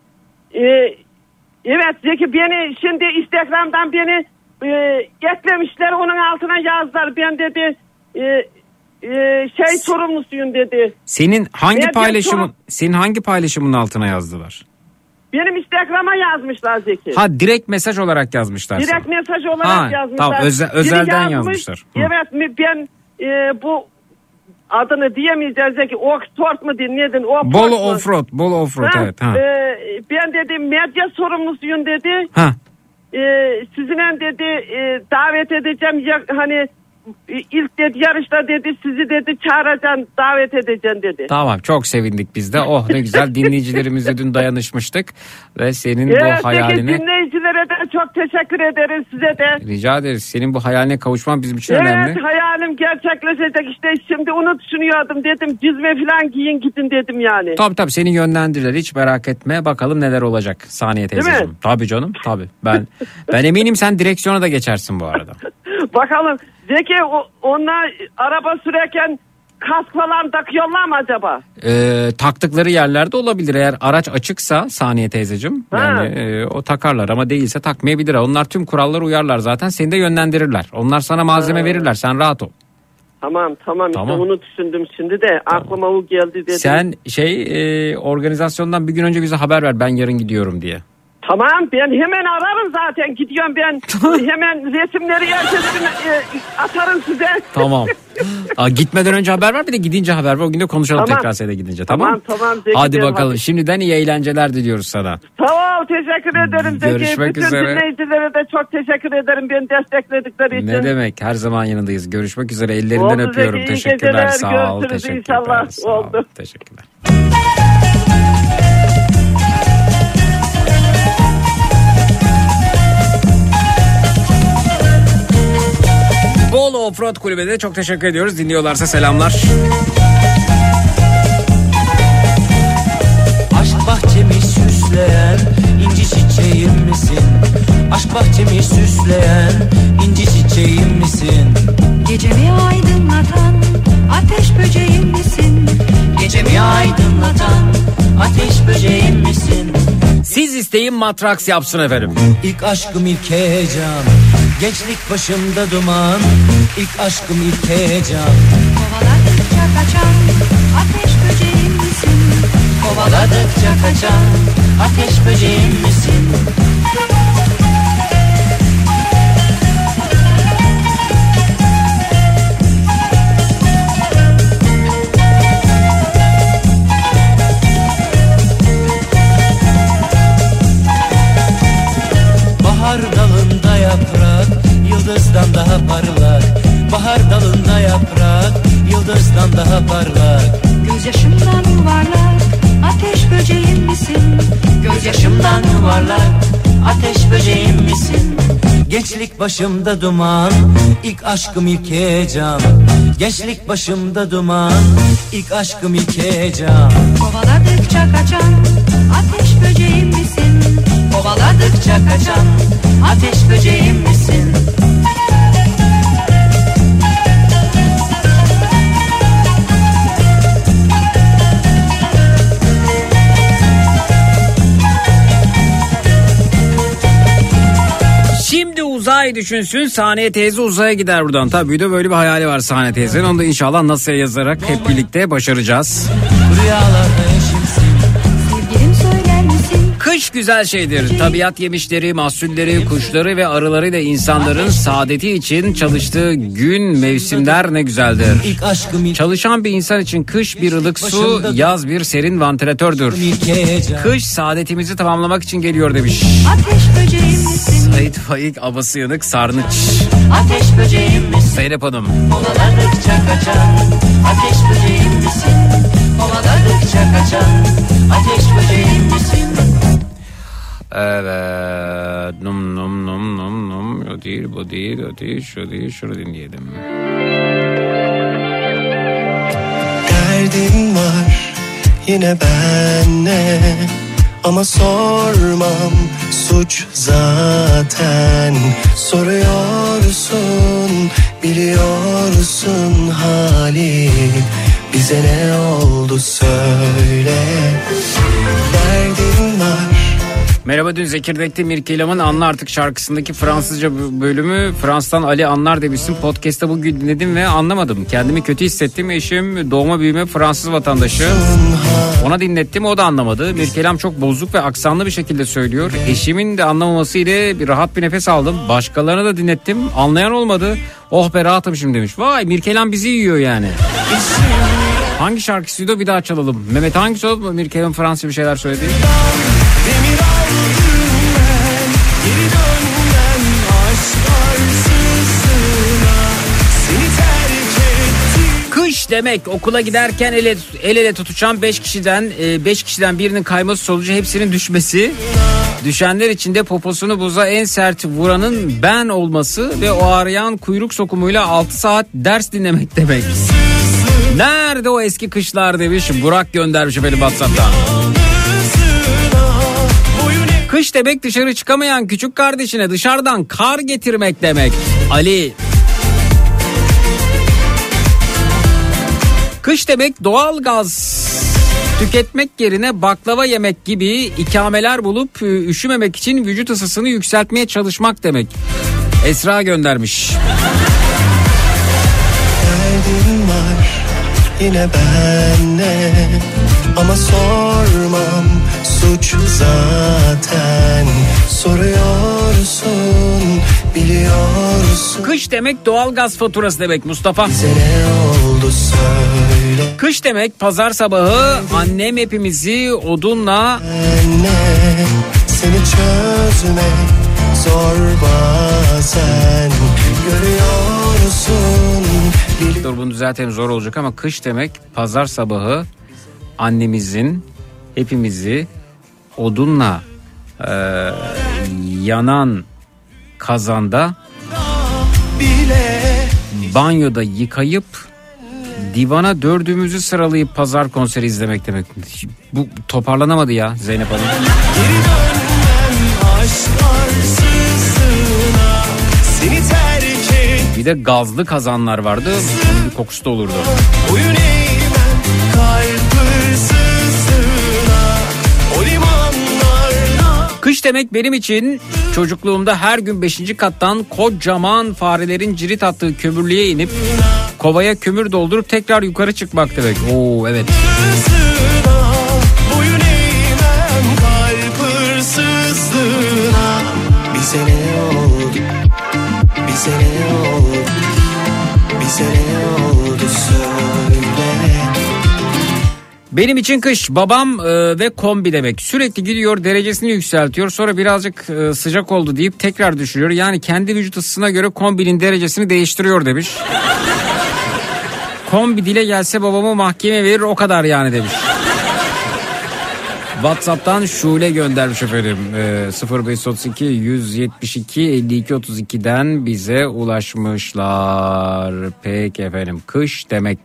Evet Zeki, beni şimdi Instagram'dan beni eklemişler, onun altına yazdılar. Ben dedi sorumlusuyum dedi. Senin hangi paylaşımın altına yazdılar? Benim Instagram'a yazmışlar Zeki. Ha, direkt mesaj olarak yazmışlar. Direkt mesaj olarak yazmışlar. Tamam, özelden yazmışlar. Evet, ben bu adını diyemeyeceğiz Zeki. Oxford mu dinledin? Bolu Offroad evet. Ha. Ben dedim medya sorumlusuyum dedi. Ha. Sizinle dedi davet edeceğim ya, hani ilk dedi yarışta dedi sizi dedi çağıracağım, davet edeceğim dedi. Tamam, çok sevindik biz de. Oh ne güzel, dinleyicilerimizle dün dayanışmıştık ve senin bu hayalini. Evet, dinleyiciler dinleyenlere de çok teşekkür ederiz, size de. Rica ederiz. Senin bu hayaline kavuşman bizim için Evet, önemli. hayalim gerçekleşecek işte, şimdi onu düşünüyordum, dedim cizme falan giyin gidin dedim yani. Tabii seni yönlendirirler, hiç merak etme, bakalım neler olacak Saniye teyzeciğim. Tabii canım, tabii. Ben eminim sen direksiyona da geçersin bu arada. Bakalım Zeki, onlar araba sürerken kask falan takıyorlar mı acaba? Taktıkları yerlerde olabilir eğer araç açıksa Saniye teyzeciğim. Yani o takarlar ama değilse takmayabilir. Onlar tüm kurallara uyarlar zaten, seni de yönlendirirler. Onlar sana malzeme verirler, sen rahat ol. Tamam işte onu düşündüm şimdi de aklıma o geldi dedim. Sen organizasyondan bir gün önce bize haber ver, ben yarın gidiyorum diye. Tamam, ben hemen ararım zaten, gidiyorum ben. Hemen resimleri atarım size. Tamam. Gitmeden önce haber ver, bir de gidince haber ver. O gün de konuşalım tekrar sene gidince, tamam? Tamam. Hadi bakalım. Hadi. Şimdiden iyi eğlenceler diliyoruz sana. Tamam, teşekkür ederim. Görüşmek üzere. Bütün dinleyicilere de çok teşekkür ederim beni destekledikleri için. Ne demek, her zaman yanındayız. Görüşmek üzere, ellerinden öpüyorum. Teşekkürler, geceler, sağ ol. Teşekkürler. İnşallah oldu. Teşekkürler. Bolu Offroad Kulübü'ne çok teşekkür ediyoruz. Dinliyorlarsa selamlar. Aşk bahçemi süsleyen inci çiçeğim misin? Aşk bahçemi süsleyen inci çiçeğim misin? Gecemi aydınlatan ateş böceğim misin? Gecemi aydınlatan ateş böceğim misin? Siz isteyin, Matrax yapsın efendim. İlk aşkım ilk heyecan, gençlik başımda duman. İlk aşkım ilk heyecan. Kovaladıkça kaçan ateş böceğim misin? Kovaladıkça kaçan ateş böceğim misin? Bahar dalında yaprak, yıldızdan daha parlak. Bahar dalında yaprak, yıldızdan daha parlak. Gözyaşımdan yuvarlak ateş böceğim misin? Gözyaşımdan yuvarlak ateş böceğim misin? Gençlik başımda duman, ilk aşkım ilk heyecan. Gençlik başımda duman, ilk aşkım ilk heyecan. Kovaladıkça kaçan ateş böceğim misin? Kovaladıkça kaçan ateş böceğim misin? Şimdi uzay düşünsün, Saniye teyze uzaya gider buradan. Tabii de böyle bir hayali var Saniye teyzenin. Onu da inşallah NASA'ya yazarak hep birlikte başaracağız. Rüyalarda eşimsin. Sevgilim söyler misin? Kış güzel şeydir. Tabiat yemişleri, mahsulleri, kuşları ve arılarıyla insanların saadeti için çalıştığı gün, mevsimler ne güzeldir. İlk aşkım ilk Çalışan bir insan için kış bir ılık su, yaz bir serin vantilatördür. heyecan. Kış saadetimizi tamamlamak için geliyor demiş. Ateş böceğim misin? Sait Faik abası yanık sarnıç. Ateş böceğim misin? Zeynep Hanım. Kovaladıkça kaçan ateş böceğim misin? Kovaladıkça kaçan ateş böceğim misin? Evet. Num num num num num. O değil, bu değil, o değil, şu değil, şunu dinleyelim. Derdim var yine benle, ama sormam suç zaten. Soruyorsun, biliyorsun hali, bize ne oldu söyle. Derdim var. Merhaba, dün Zekirdek'te Mirkelam'ın Anla Artık şarkısındaki Fransızca bölümü Fransa'dan Ali Anlar demişsin. Podcast'ta bugün dinledim ve anlamadım. Kendimi kötü hissettim. Eşim doğma büyüme Fransız vatandaşı. Ona dinlettim, o da anlamadı. Mirkelam çok bozuk ve aksanlı bir şekilde söylüyor. Eşimin de anlamaması ile bir rahat bir nefes aldım. Başkalarına da dinlettim. Anlayan olmadı. Oh be, rahatım şimdi demiş. Vay, Mirkelam bizi yiyor yani. Hangi şarkısıydı, bir daha çalalım. Mehmet, hangisi o? Mirkelam Fransızca bir şeyler söyledi. Demir aldım ben, geri dönden aşk arsızlığına, seni terk ettim. Kış Kış demek okula giderken el ele tutuşan 5 kişiden birinin kayması sonucu hepsinin düşmesi. Düşenler içinde poposunu buza en sert vuranın ben olması ve o arayan kuyruk sokumuyla 6 saat ders dinlemek demek. Nerede o eski kışlar demiş Burak göndermiş efendim WhatsApp'tan. Kış demek dışarı çıkamayan küçük kardeşine dışarıdan kar getirmek demek. Ali. Kış demek doğal gaz tüketmek yerine baklava yemek gibi ikameler bulup üşümemek için vücut ısısını yükseltmeye çalışmak demek. Esra göndermiş. Derdim var yine benle ama sormam suç zaten. Soruyorsun biliyorsun. Kış demek doğal gaz faturası demek Mustafa. Bize ne oldu söyle. Kış demek pazar sabahı annem hepimizi odunla Anne, seni çözmek zor bazen görüyorsun. Dur bunu zaten zor olacak ama kış demek pazar sabahı annemizin hepimizi odunla yanan kazanda banyoda yıkayıp divana dördümüzü sıralayıp pazar konseri izlemek demek. Bu toparlanamadı ya Zeynep Hanım. Geri dönmem aşk arsızlığına, seni terk et. Bir de gazlı kazanlar vardı. Onun bir kokusu da olurdu. Oyun eğmem kalp hırsızlığına, o limanlarına. Kış demek benim için çocukluğumda her gün 5. kattan kocaman farelerin cirit attığı kömürlüğe inip kovaya kömür doldurup tekrar yukarı çıkmak demek. Oo evet. Boyun eğmem kalp hırsızlığına. Bize ne oldu? Bize ne oldu? Bize ne oldu söyle. Benim için kış babam ve kombi demek. Sürekli gidiyor derecesini yükseltiyor sonra birazcık sıcak oldu deyip tekrar düşürüyor. Yani kendi vücut ısısına göre kombinin derecesini değiştiriyor demiş. Kombi dile gelse babamı mahkemeye verir o kadar yani demiş. WhatsApp'tan Şule göndermiş efendim. 0532 172 52 32'den bize ulaşmışlar. Peki efendim kış demek.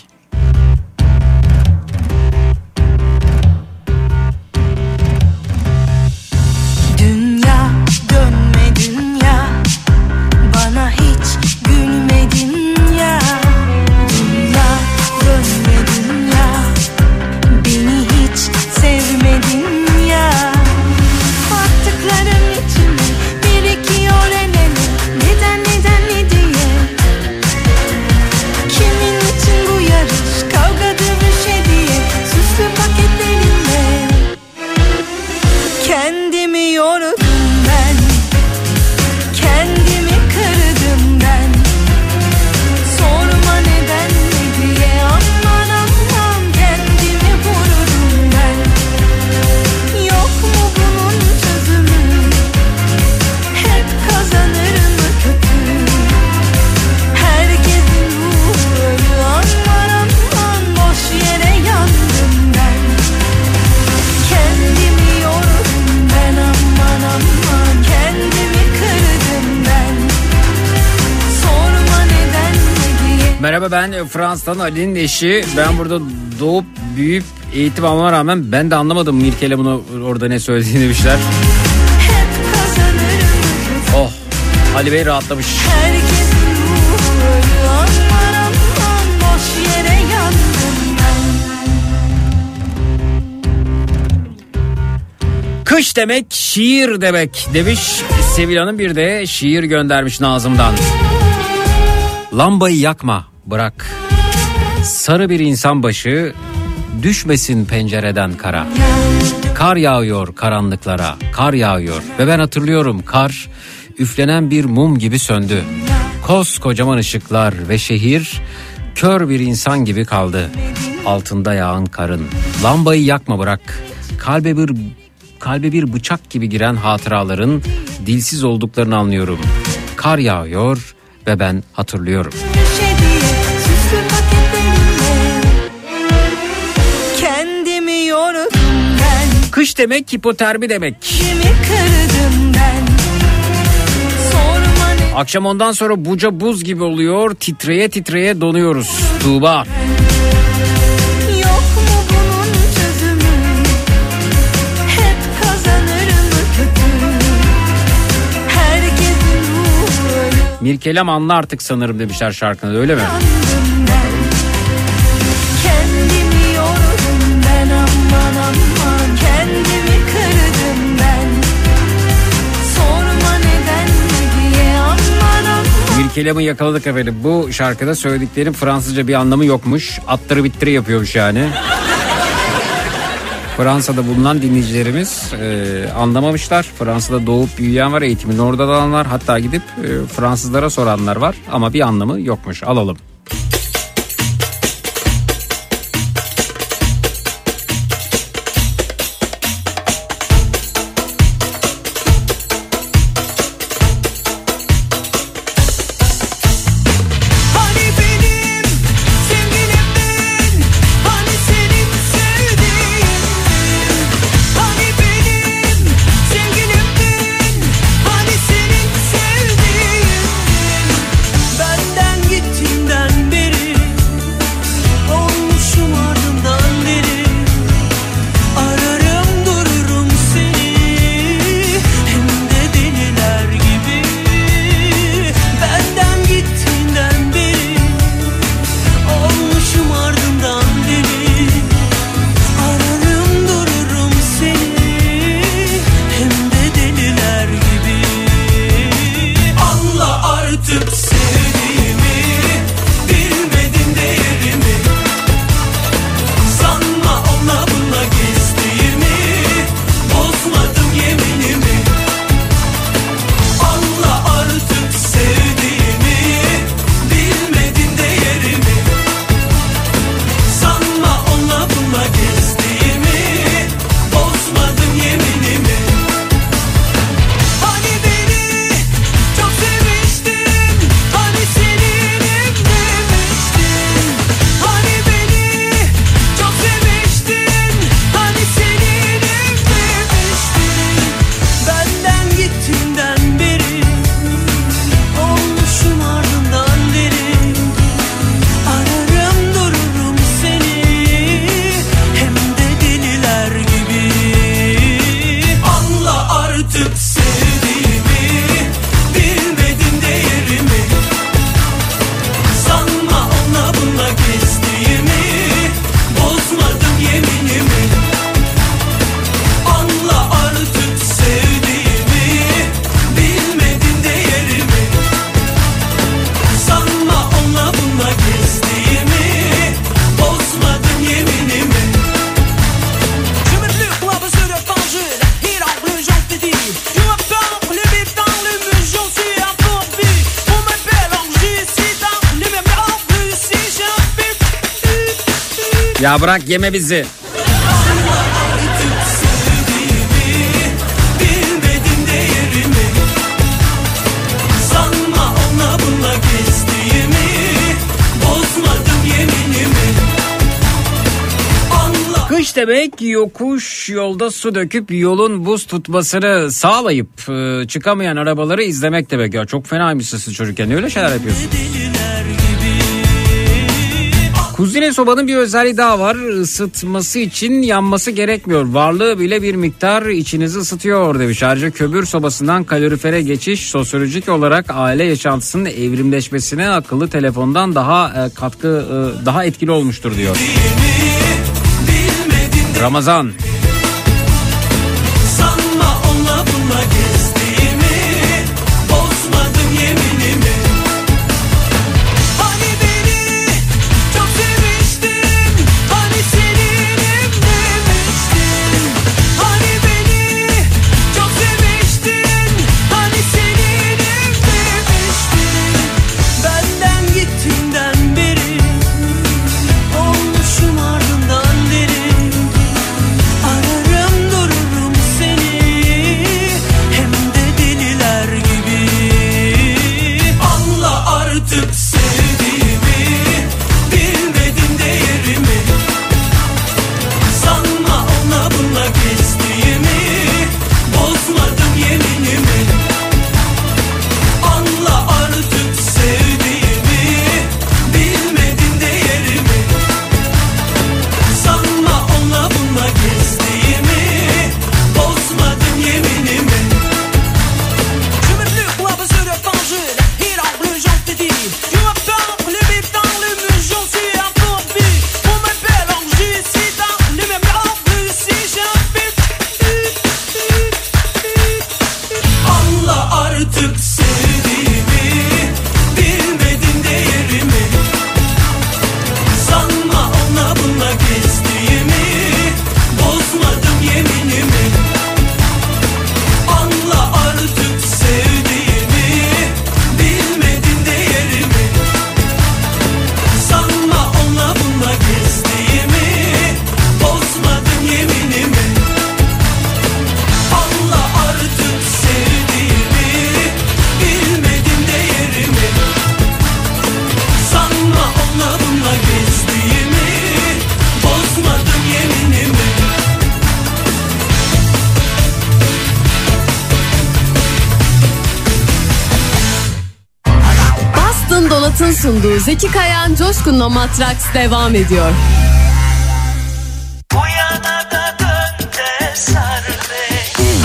Dünya dönmedin ya, bana hiç gülmedin ya. Dünya dönmedin ya, beni hiç sevmedin ya. Baktıkların içinde birikiyor el ele, neden ne diye. Kimin için bu yarış, kavga dövüş hediye, süslü paketlerinde. Kendimi yordum ben, kendimi kırdım ben. Sorma neden ne diye, aman aman kendimi vurdum ben. Yok mu bunun çözümü, hep kazanır mı kötü? Herkesin ruhu ölü, aman aman boş yere yandım ben. Kendimi yordum ben, aman aman kendimi kırdım ben. Sorma neden ne diye. Merhaba ben Fransa'dan Ali'nin eşi. Ben burada doğup büyüyüp eğitim almama rağmen ben de anlamadım Mirkel'e bunu orada ne söylediğini demişler. Hep kazanırım. Oh Ali Bey rahatlamış. Herkesin ruhu ölü, aman aman boş yere yandım ben. Kış demek şiir demek demiş. Sevil Hanım bir de şiir göndermiş Nazım'dan. Lambayı yakma bırak. Sarı bir insan başı düşmesin pencereden kara. Kar yağıyor karanlıklara, kar yağıyor ve ben hatırlıyorum kar üflenen bir mum gibi söndü. Koskocaman ışıklar ve şehir kör bir insan gibi kaldı. Altında yağan karın. Lambayı yakma bırak. Kalbe bir bıçak gibi giren hatıraların dilsiz olduklarını anlıyorum. Kar yağıyor ve ben hatırlıyorum. Süslü paketlerinde Kış demek hipotermi demek. Akşam ondan sonra buca buz gibi oluyor. Titreye titreye donuyoruz. Tuğba. Mirkelem anla artık sanırım demişler şarkında, öyle mi? Kendimi yordum ben, aman aman, kendimi kırdım ben. Sorma neden diye, aman aman. Mirkelem'i yakaladık efendim. Bu şarkıda söylediklerim Fransızca bir anlamı yokmuş. Attırı bittiri yapıyormuş yani. Fransa'da bulunan dinleyicilerimiz anlamamışlar. Fransa'da doğup büyüyen var, eğitimini orada alanlar, hatta gidip Fransızlara soranlar var ama bir anlamı yokmuş. Alalım. Ya bırak yeme bizi. Kış demek yokuş yolda su döküp yolun buz tutmasını sağlayıp çıkamayan arabaları izlemek demek. Ya çok fenaymışsın siz çocukken, ne öyle şeyler yapıyorsun? Kuzine sobanın bir özelliği daha var. Isıtması için yanması gerekmiyor. Varlığı bile bir miktar içinizi ısıtıyor demiş. Ayrıca kömür sobasından kalorifere geçiş sosyolojik olarak aile yaşantısının evrimleşmesine akıllı telefondan daha etkili olmuştur diyor. Ramazan. Polat'ın sunduğu Zeki Kayan Coşkun'la Matraks devam ediyor. Bu yana da dön de sar beni.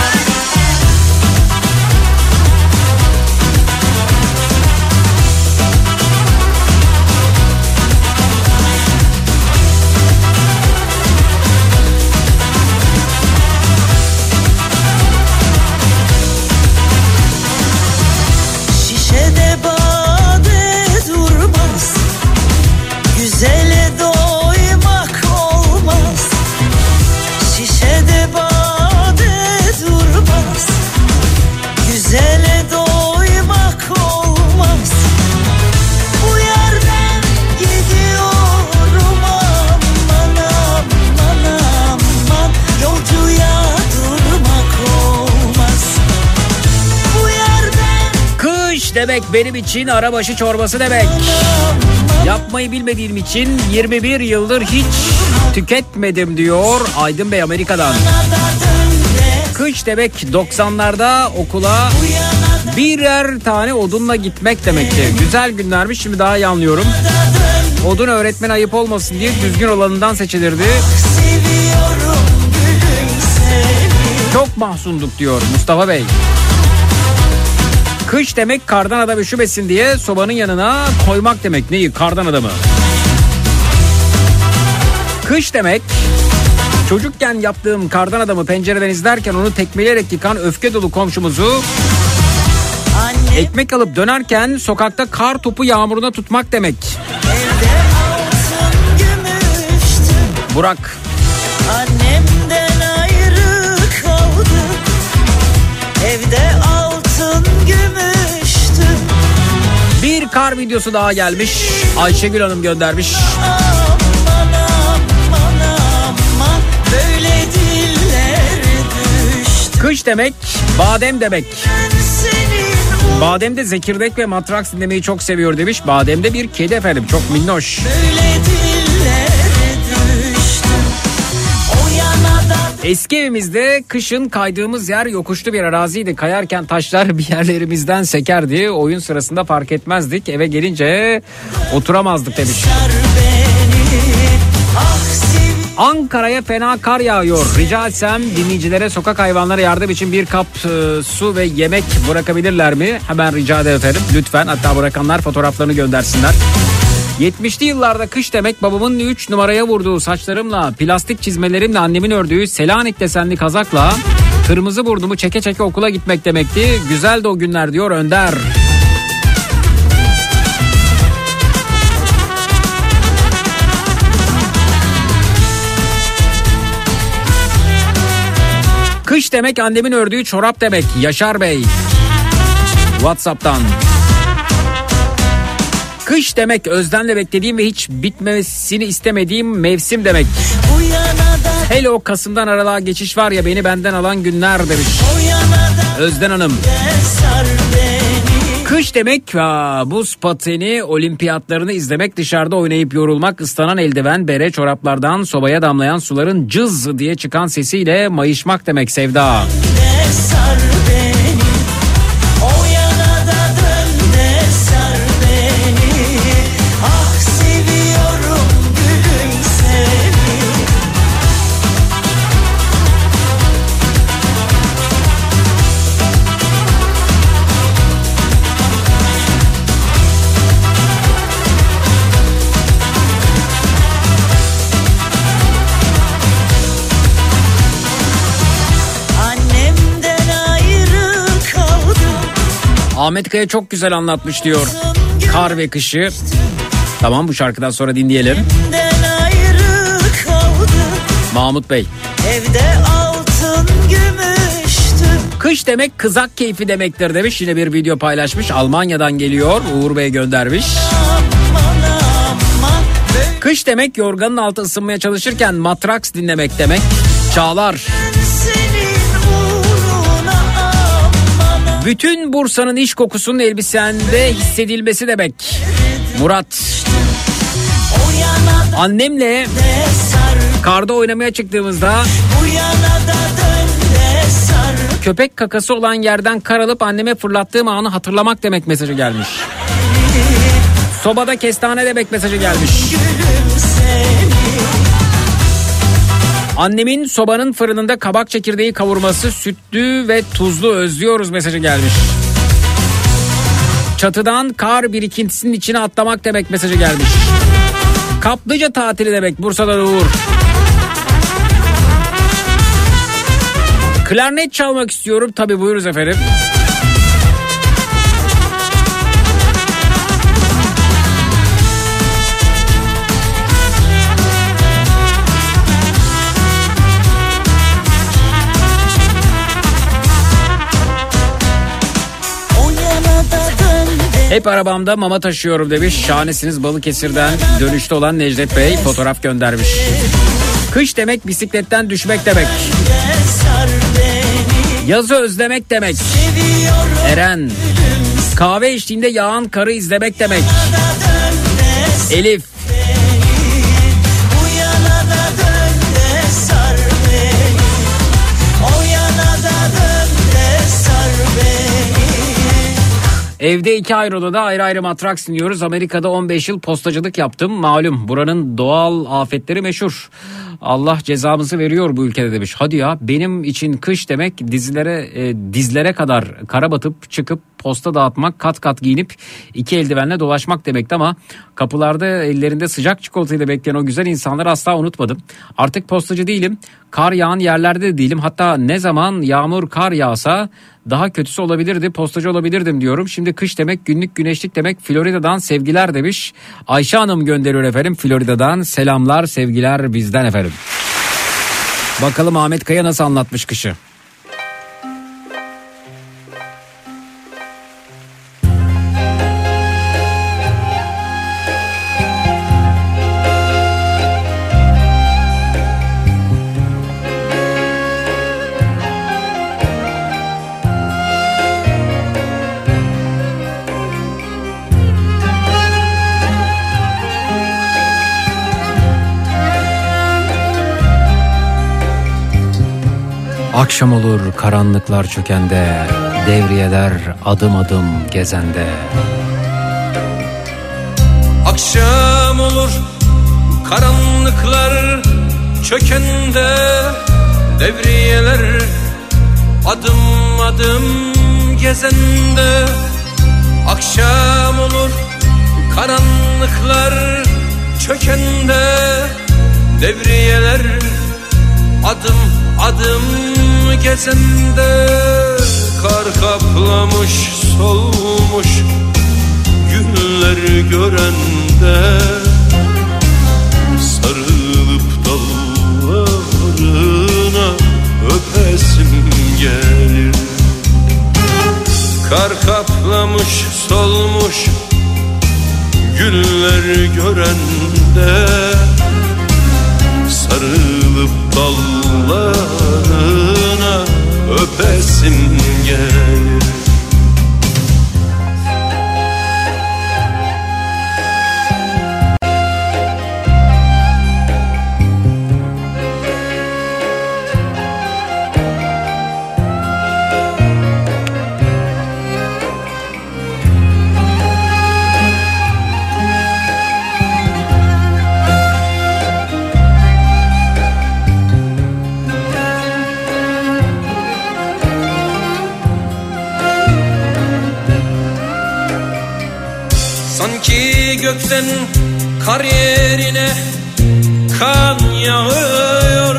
Şişede bade durmaz, güzele doymak olmaz. Şişede bade durmaz, güzele doymak olmaz. Bu yerden gidiyorum aman aman aman, yolcuya durmak olmaz. Bu yerden Kış demek benim için arabaşı çorbası demek. Yapmayı bilmediğim için 21 yıldır hiç tüketmedim diyor Aydın Bey Amerika'dan. Kış demek 90'larda okula birer tane odunla gitmek demekti. Güzel günlermiş, şimdi daha iyi anlıyorum. Odun öğretmen ayıp olmasın diye düzgün olanından seçilirdi. Çok mahzunduk diyor Mustafa Bey. Kış demek kardan adam üşümesin diye sobanın yanına koymak demek. Neyi? Kardan adamı. Kış demek çocukken yaptığım kardan adamı pencereden izlerken onu tekmeleyerek yıkan öfke dolu komşumuzu ekmek alıp dönerken sokakta kar topu yağmuruna tutmak demek. Burak. Annemden ayrı kaldım, evde altın gümüştü. Bir kar videosu daha gelmiş. Ayşegül Hanım göndermiş. Aman aman aman, böyle diller düştü. Kış demek badem demek. Badem'de zekirdek ve matraks dinlemeyi çok seviyor demiş. Badem'de bir kedi efendim, çok minnoş. Böyle diller düştü. O yanadan Eski evimizde kışın kaydığımız yer yokuşlu bir araziydi. Kayarken taşlar bir yerlerimizden sekerdi. Oyun sırasında fark etmezdik. Eve gelince oturamazdık demiş. Ankara'ya fena kar yağıyor. Rica etsem dinleyicilere sokak hayvanlara yardım için bir kap su ve yemek bırakabilirler mi? Hemen rica ederim efendim. Lütfen, hatta bırakanlar fotoğraflarını göndersinler. 70'li yıllarda kış demek babamın 3 numaraya vurduğu saçlarımla, plastik çizmelerimle annemin ördüğü Selanik desenli kazakla kırmızı burnumu çeke çeke okula gitmek demekti. Güzeldi o günler diyor Önder. Kış demek annemin ördüğü çorap demek. Yaşar Bey WhatsApp'tan. Kış demek özlemle beklediğim ve hiç bitmesini istemediğim mevsim demek. Hele o Kasım'dan aralığa geçiş var ya, beni benden alan günler demiş Özden Hanım. Kış demek buz pateni olimpiyatlarını izlemek, dışarıda oynayıp yorulmak, ıslanan eldiven, bere, çoraplardan sobaya damlayan suların cız diye çıkan sesiyle mayışmak demek Sevda. Ahmet Kaya çok güzel anlatmış diyor kar ve kışı. Tamam, bu şarkıdan sonra dinleyelim. Mahmut Bey. Evde altın gümüştü. Kış demek kızak keyfi demektir demiş. Yine bir video paylaşmış. Almanya'dan geliyor. Uğur Bey göndermiş. Kış demek yorganın altı ısınmaya çalışırken matraks dinlemek demek. Çağlar. Bütün Bursa'nın iş kokusunun elbisende hissedilmesi demek. Murat. Annemle karda oynamaya çıktığımızda köpek kakası olan yerden kar alıp anneme fırlattığım anı hatırlamak demek mesajı gelmiş. Sobada kestane demek mesajı gelmiş. Annemin sobanın fırınında kabak çekirdeği kavurması sütlü ve tuzlu özlüyoruz mesajı gelmiş. Çatıdan kar birikintisinin içine atlamak demek mesajı gelmiş. Kaplıca tatili demek Bursa'dan Uğur. Klarnet çalmak istiyorum. Tabii buyuruz efendim. Hep arabamda mama taşıyorum demiş. Şahanesiniz Balıkesir'den dönüşte olan Necdet Bey fotoğraf göndermiş. Kış demek bisikletten düşmek demek. Yazı özlemek demek. Eren. Kahve içtiğinde yağan karı izlemek demek. Elif. Evde 2 ayrı odada ayrı ayrı matraks dinliyoruz. Amerika'da 15 yıl postacılık yaptım. Malum buranın doğal afetleri meşhur. Allah cezamızı veriyor bu ülkede demiş. Hadi ya, benim için kış demek dizlere kadar kara batıp çıkıp posta dağıtmak, kat kat giyinip 2 eldivenle dolaşmak demekti ama kapılarda ellerinde sıcak çikolatayla bekleyen o güzel insanları asla unutmadım. Artık postacı değilim. Kar yağan yerlerde de değilim. Hatta ne zaman yağmur kar yağsa daha kötüsü olabilirdi, postacı olabilirdim diyorum. Şimdi kış demek, günlük güneşlik demek. Florida'dan sevgiler demiş. Ayşe Hanım gönderiyor efendim Florida'dan. Selamlar, sevgiler bizden efendim. Bakalım Ahmet Kaya nasıl anlatmış kışı. Akşam olur karanlıklar çökende, devriyeler adım adım gezende. Akşam olur karanlıklar çökende, devriyeler adım adım gezende. Akşam olur karanlıklar çökende, devriyeler adım adım gezende. Kar kaplamış solmuş günleri görende, sarılıp dallarına öpesim gelir. Kar kaplamış solmuş günleri görende, sarılıp dallarına öpesim gelir. Sanki gökten kar yerine kan yağıyor,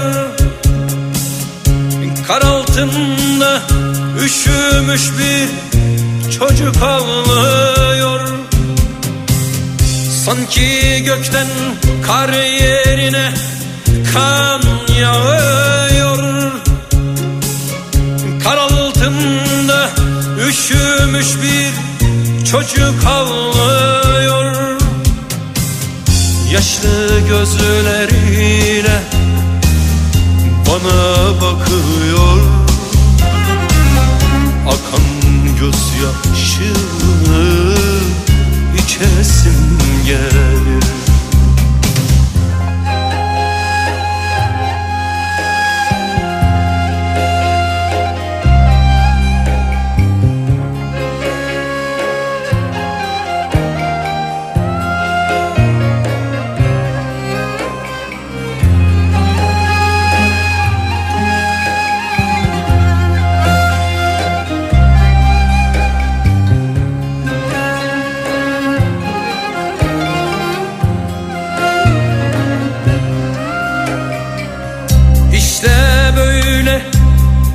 kar altında üşümüş bir çocuk ağlıyor. Sanki gökten kar yerine kan yağıyor, kar altında üşümüş bir çocuk ağlıyor. Yaşlı gözleriyle bana bakıyor, akan gözyaşını içesim gelir.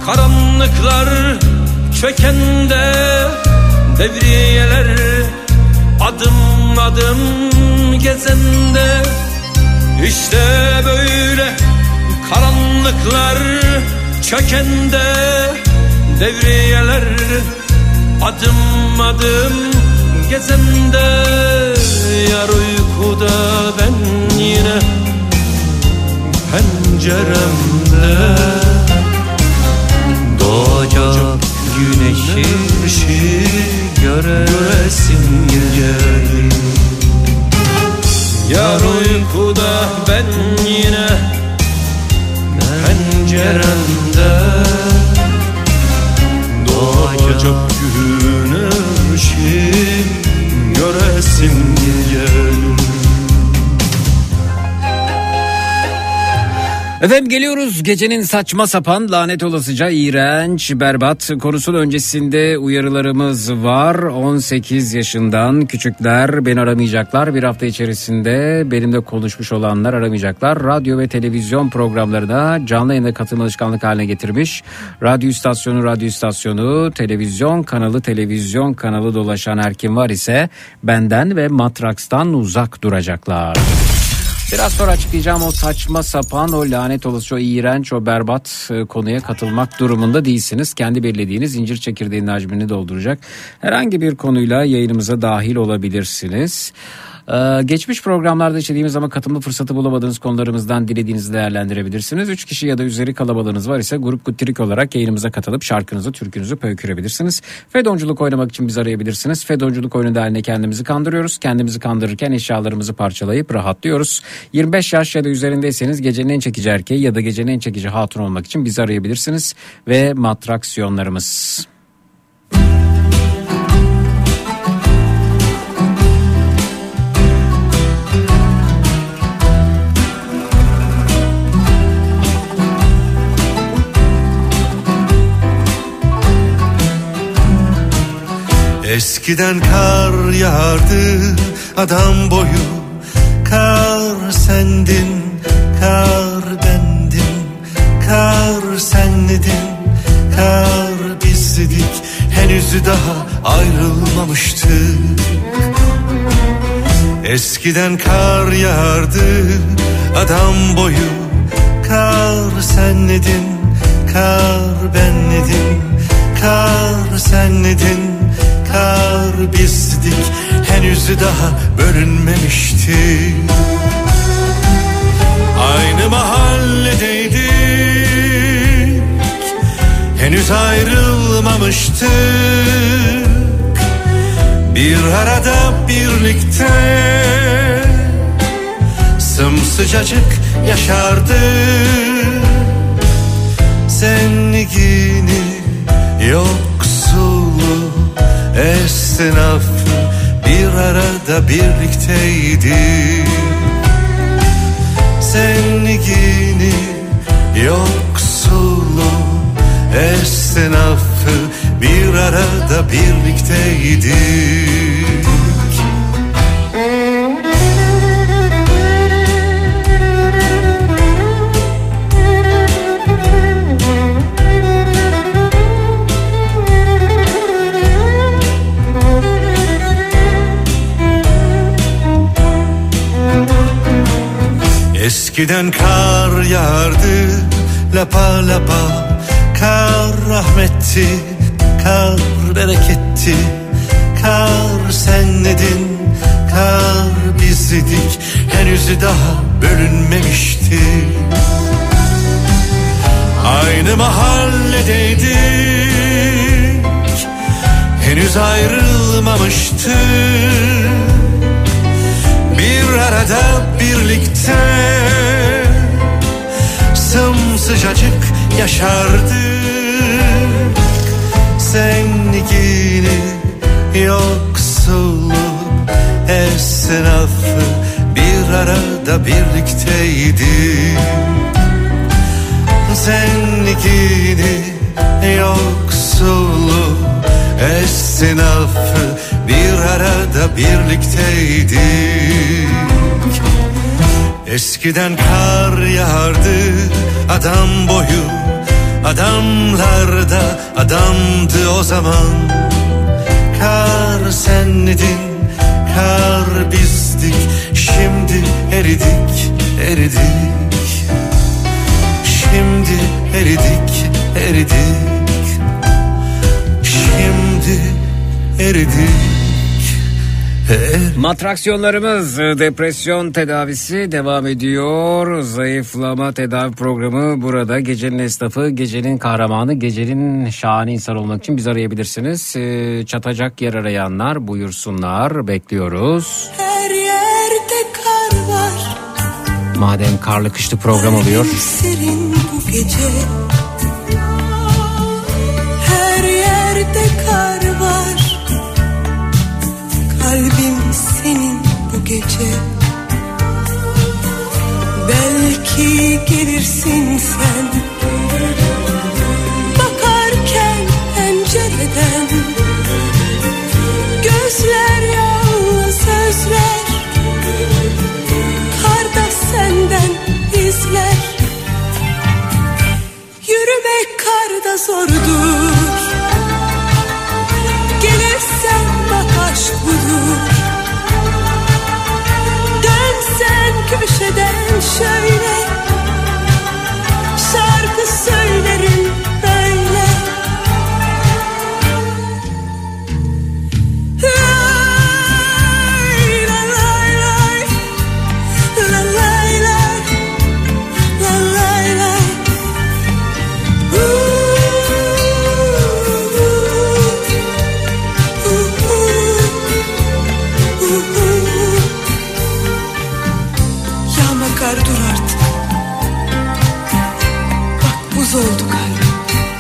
Karanlıklar çökende devriyeler adım adım gezende. İşte böyle karanlıklar çökende devriyeler adım adım gezende. Yar uykuda ben yine penceremde doğacak güneşi göresim gelir. Yar uykuda ben yine penceremde doğacak güneşi göresim gelir. Efendim geliyoruz gecenin saçma sapan, lanet olasıca, iğrenç, berbat konusunun öncesinde uyarılarımız var. 18 yaşından küçükler beni aramayacaklar. Bir hafta içerisinde benimle konuşmuş olanlar aramayacaklar. Radyo ve televizyon programlarına canlı yayına katılma alışkanlık haline getirmiş. Radyo istasyonu, televizyon kanalı dolaşan her kim var ise benden ve Matraks'tan uzak duracaklar. Biraz sonra açıklayacağım o saçma sapan, o lanet olası, o iğrenç, o berbat konuya katılmak durumunda değilsiniz. Kendi belirlediğiniz incir çekirdeğinin hacmini dolduracak herhangi bir konuyla yayınımıza dahil olabilirsiniz. Geçmiş programlarda işlediğimiz ama katılma fırsatı bulamadığınız konularımızdan dilediğinizi değerlendirebilirsiniz. 3 kişi ya da üzeri kalabalığınız var ise grup guttirik olarak yayınımıza katılıp şarkınızı, türkünüzü pöykürebilirsiniz. Fedonculuk oynamak için bizi arayabilirsiniz. Fedonculuk oyunu haline kendimizi kandırıyoruz. Kendimizi kandırırken eşyalarımızı parçalayıp rahatlıyoruz. 25 yaş ya da üzerindeyseniz gecenin en çekici erkeği ya da gecenin en çekici hatun olmak için bizi arayabilirsiniz. Ve matraksiyonlarımız. Eskiden kar yağardı adam boyu, kar sendin, kar bendim, kar senledin, kar bizdik, henüz daha ayrılmamıştık. Eskiden kar yağardı adam boyu, kar senledin, kar benledim, kar senledin, kar bizdik, henüz daha bölünmemiştik. Aynı mahalledeydik, henüz ayrılmamıştık. Bir arada birlikte sımsıcacık yaşardık. Zengini yoksulu esnafı bir arada birlikteydik. Zengini yoksulu esnafı bir arada birlikteydik. Eskiden kar yağardı lapa lapa, kar rahmetti, kar bereketti, kar senledin, kar bizdik, henüz daha bölünmemişti. Aynı mahalledeydik, henüz ayrılmamıştık. Bir arada birlikte sımsıcacık yaşardık. Zengini yoksulu esnafı bir arada birlikteydik. Zengini yoksulu esnafı bir arada birlikteydik. Eskiden kar yağardı adam boyu, Adamlar da adamdı o zaman. Kar sendin, kar bizdik. Şimdi eridik, eridik. Şimdi eridik, eridik. Şimdi eridik. Matraksiyonlarımız, depresyon tedavisi devam ediyor. Zayıflama tedavi programı burada. Gecenin esnafı, gecenin kahramanı, gecenin şahane insan olmak için bizi arayabilirsiniz. Çatacak yer arayanlar buyursunlar, bekliyoruz. Her yerde kar var. Madem karlı kışlı program oluyor. Serin bu gece. Her yerde kar var. Kalbim senin bu gece. Belki gelirsin sen. Bakarken pencereden. Gözler yalnız sözler. Karda senden izler. Yürümek karda zordur. Gelirsen bak aşk budur. Dönsen köşeden şöyle. Şarkı söylerim böyle. Lay lay lay lay. Lay lay lay. Lay lay lay. Yağma kar dur artık. Bak buz oldu kalbim.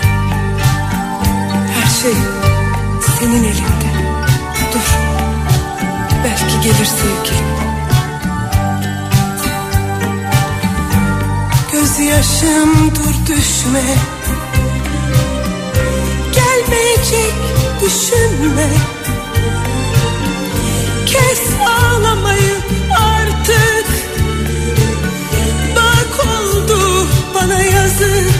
Her şey senin elinde. Dur. Belki gelir sevgilim. Gözyaşım dur düşme. Gelmeyecek düşünme. Kes ağlamayı artık. Bak oldu bana yazık.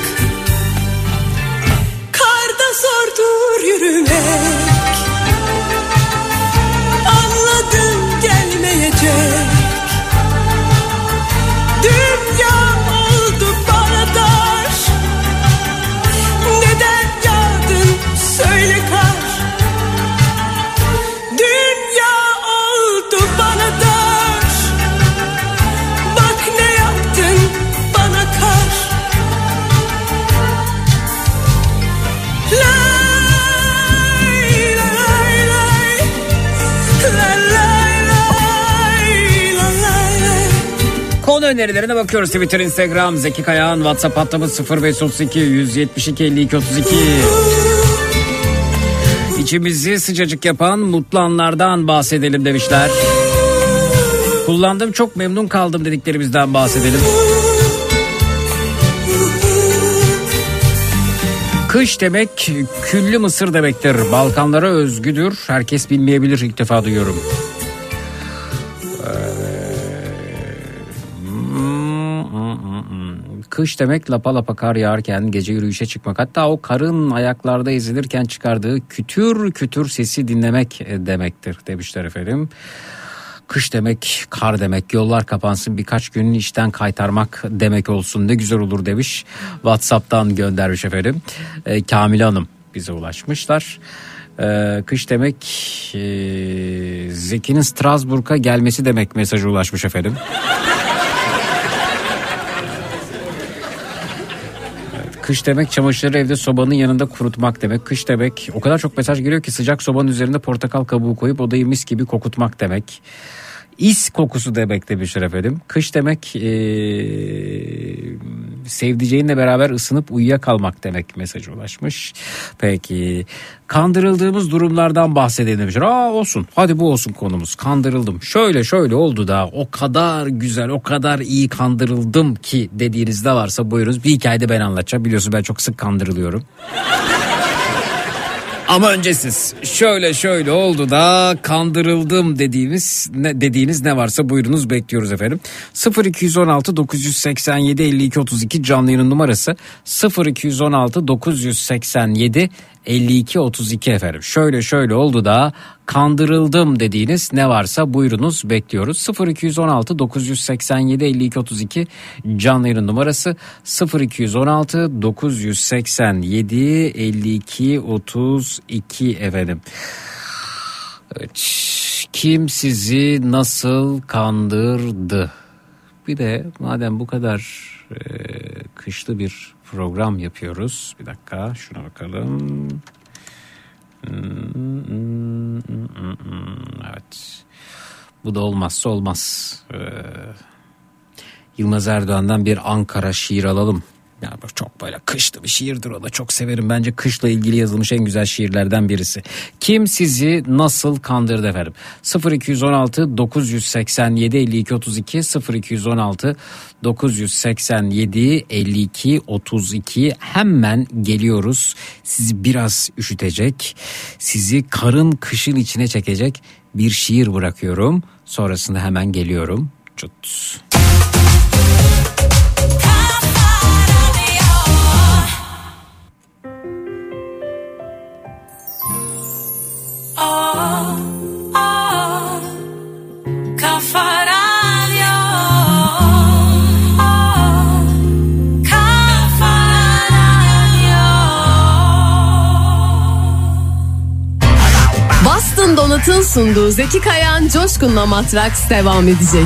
Karda zordur yürümek. Anladım gelmeyecek. Dünya oldu bana dar. Neden yağdın söyle kar. Dünya oldu bana dar. Bak ne yaptın bana kar. Lay lay lay. Lay lay lay. Lay lay lay. Konu önerilerine bakıyoruz. Twitter, Instagram, Zeki Kayağan, WhatsApp hattımız 0532 172 52 32. İçimizi sıcacık yapan mutlu anlardan bahsedelim demişler. Kullandım, çok memnun kaldım dediklerimizden bahsedelim. Kış demek küllü mısır demektir. Balkanlara özgüdür. Herkes bilmeyebilir, ilk defa duyuyorum. Kış demek lapa lapa kar yağarken gece yürüyüşe çıkmak, hatta o karın ayaklarda ezilirken çıkardığı kütür kütür sesi dinlemek demektir demişler efendim. Kış demek kar demek, yollar kapansın birkaç gün işten kaytarmak demek olsun, ne güzel olur demiş. WhatsApp'tan göndermiş efendim. Kamile Hanım bize ulaşmışlar. Kış demek Zeki'nin Strasbourg'a gelmesi demek mesajı ulaşmış efendim. Kış demek çamaşırları evde sobanın yanında kurutmak demek. Kış demek, o kadar çok mesaj geliyor ki, sıcak sobanın üzerinde portakal kabuğu koyup odayı mis gibi kokutmak demek. İs kokusu demek demişler efendim. Kış demek sevdiceğinle beraber ısınıp uyuyakalmak demek mesajı ulaşmış. Peki, kandırıldığımız durumlardan bahsedelim demişler. Olsun, hadi bu olsun konumuz. Kandırıldım, şöyle oldu da o kadar güzel, o kadar iyi kandırıldım ki dediğiniz de varsa buyurunuz. Bir hikayede ben anlatacağım, biliyorsunuz ben çok sık kandırılıyorum. Ama öncesiz şöyle oldu da kandırıldım dediğiniz ne varsa buyurunuz, bekliyoruz efendim. 0216 987 52 32 canlı yayın numarası 0216 987 52 32 efendim. Şöyle oldu da kandırıldım dediğiniz ne varsa buyurunuz, bekliyoruz. 0216 987 52 32 canlı yayın numarası 0216 987 52 32 efendim. Evet. Kim sizi nasıl kandırdı? Bir de madem bu kadar kışlı bir program yapıyoruz. Bir dakika şuna bakalım. Evet. Bu da olmazsa olmaz. Yılmaz Erdoğan'dan bir Ankara şiir alalım. Yani çok böyle kışlı bir şiirdir, o da çok severim. Bence kışla ilgili yazılmış en güzel şiirlerden birisi. Kim sizi nasıl kandırdı efendim? 0216 987 52 32 0216 987 52 32 hemen geliyoruz. Sizi biraz üşütecek, sizi karın kışın içine çekecek bir şiir bırakıyorum. Sonrasında hemen geliyorum. Çut. Kafa Radyo. Boston Donut'un sunduğu Zeki Kayan Coşkun'la Matraks devam edecek.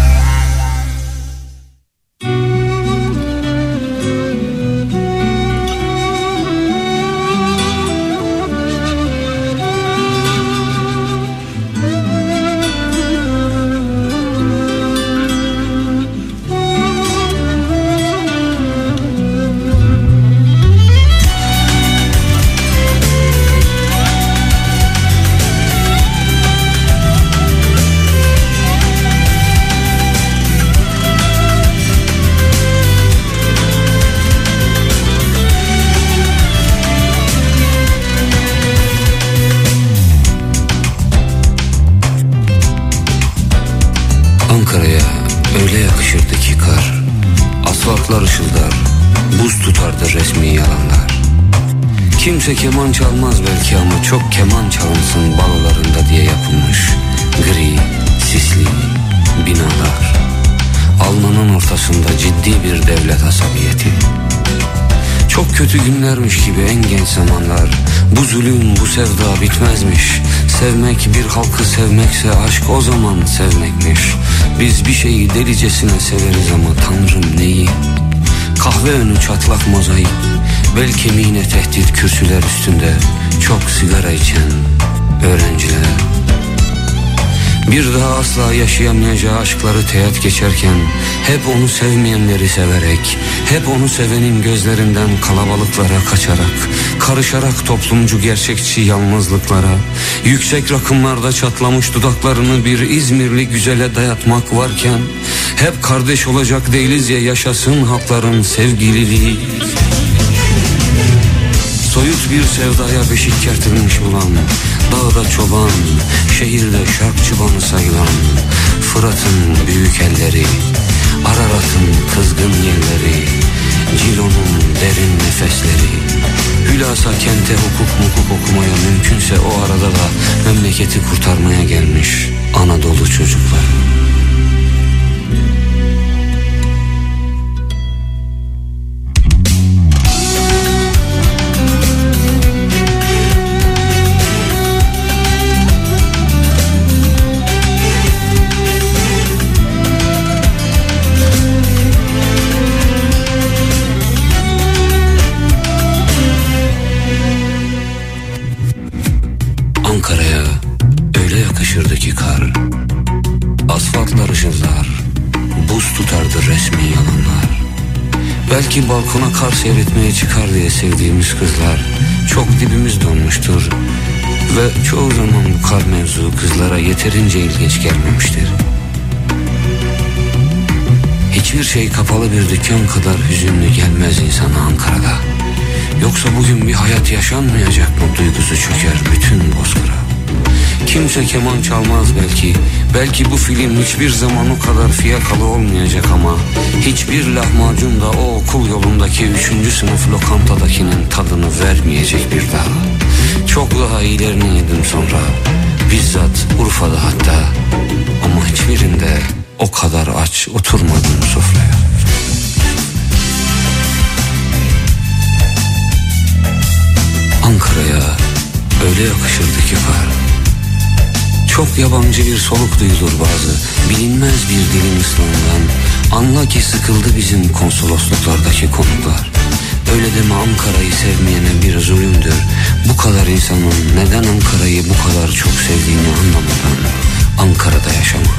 Ankara'ya öyle yakışırdı ki kar. Asfaltlar ışıldar, buz tutardı resmi yalanlar. Kimse keman çalmaz belki ama çok keman çalınsın balolarında diye yapılmış gri, sisli binalar. Alnının ortasında ciddi bir devlet asabiyeti. Çok kötü günlermiş gibi en genç zamanlar. Bu zulüm, bu sevda bitmezmiş. Sevmek bir halkı sevmekse aşk o zaman sevmekmiş. Biz bir şeyi delicesine severiz ama Tanrım neyi? Kahve önü çatlak mozaik, bel kemiğine tehdit kürsüler üstünde. Çok sigara içen öğrenciler. Bir daha asla yaşayamayacağı aşkları teğet geçerken hep onu sevmeyenleri severek, hep onu sevenin gözlerinden kalabalıklara kaçarak, karışarak toplumcu gerçekçi yalnızlıklara, yüksek rakımlarda çatlamış dudaklarını bir İzmirli güzele dayatmak varken, hep kardeş olacak değiliz ya yaşasın halkların sevgililiği. Soyut bir sevdaya beşik kertilmiş bulan, dağda çoban, şehirde şark çıbanı sayılan, Fırat'ın büyük elleri, Ararat'ın kızgın yerleri, Cilo'nun derin nefesleri. Hülasa kente hukuk okumaya, mümkünse o arada da memleketi kurtarmaya gelmiş Anadolu çocuklar. Ankara'ya öyle yakışırdı ki kar. Asfaltlar ışıldar, buz tutardı resmi yalanlar. Belki balkona kar seyretmeye çıkar diye sevdiğimiz kızlar çok dibimiz donmuştur. Ve çoğu zaman bu kar mevzu kızlara yeterince ilginç gelmemiştir. Hiçbir şey kapalı bir dükkan kadar hüzünlü gelmez insana Ankara'da. Yoksa bugün bir hayat yaşanmayacak mı duygusu çöker bütün bozkıra. Kimse keman çalmaz belki. Belki bu film hiçbir zaman o kadar fiyakalı olmayacak ama hiçbir lahmacun da o okul yolundaki 3. sınıf lokantadakinin tadını vermeyecek bir daha. Çok daha iyilerini yedim sonra, bizzat Urfa'da hatta, ama hiçbirinde o kadar aç oturmadım sofraya. Ankara'ya öyle yakışırdı ki kar. Çok yabancı bir soluk duyulur bazı, bilinmez bir dilin ıslahından. Anla ki sıkıldı bizim konsolosluklardaki konuklar. Öyle deme, Ankara'yı sevmeyene bir zulümdür. Bu kadar insanın neden Ankara'yı bu kadar çok sevdiğini anlamadan Ankara'da yaşamak.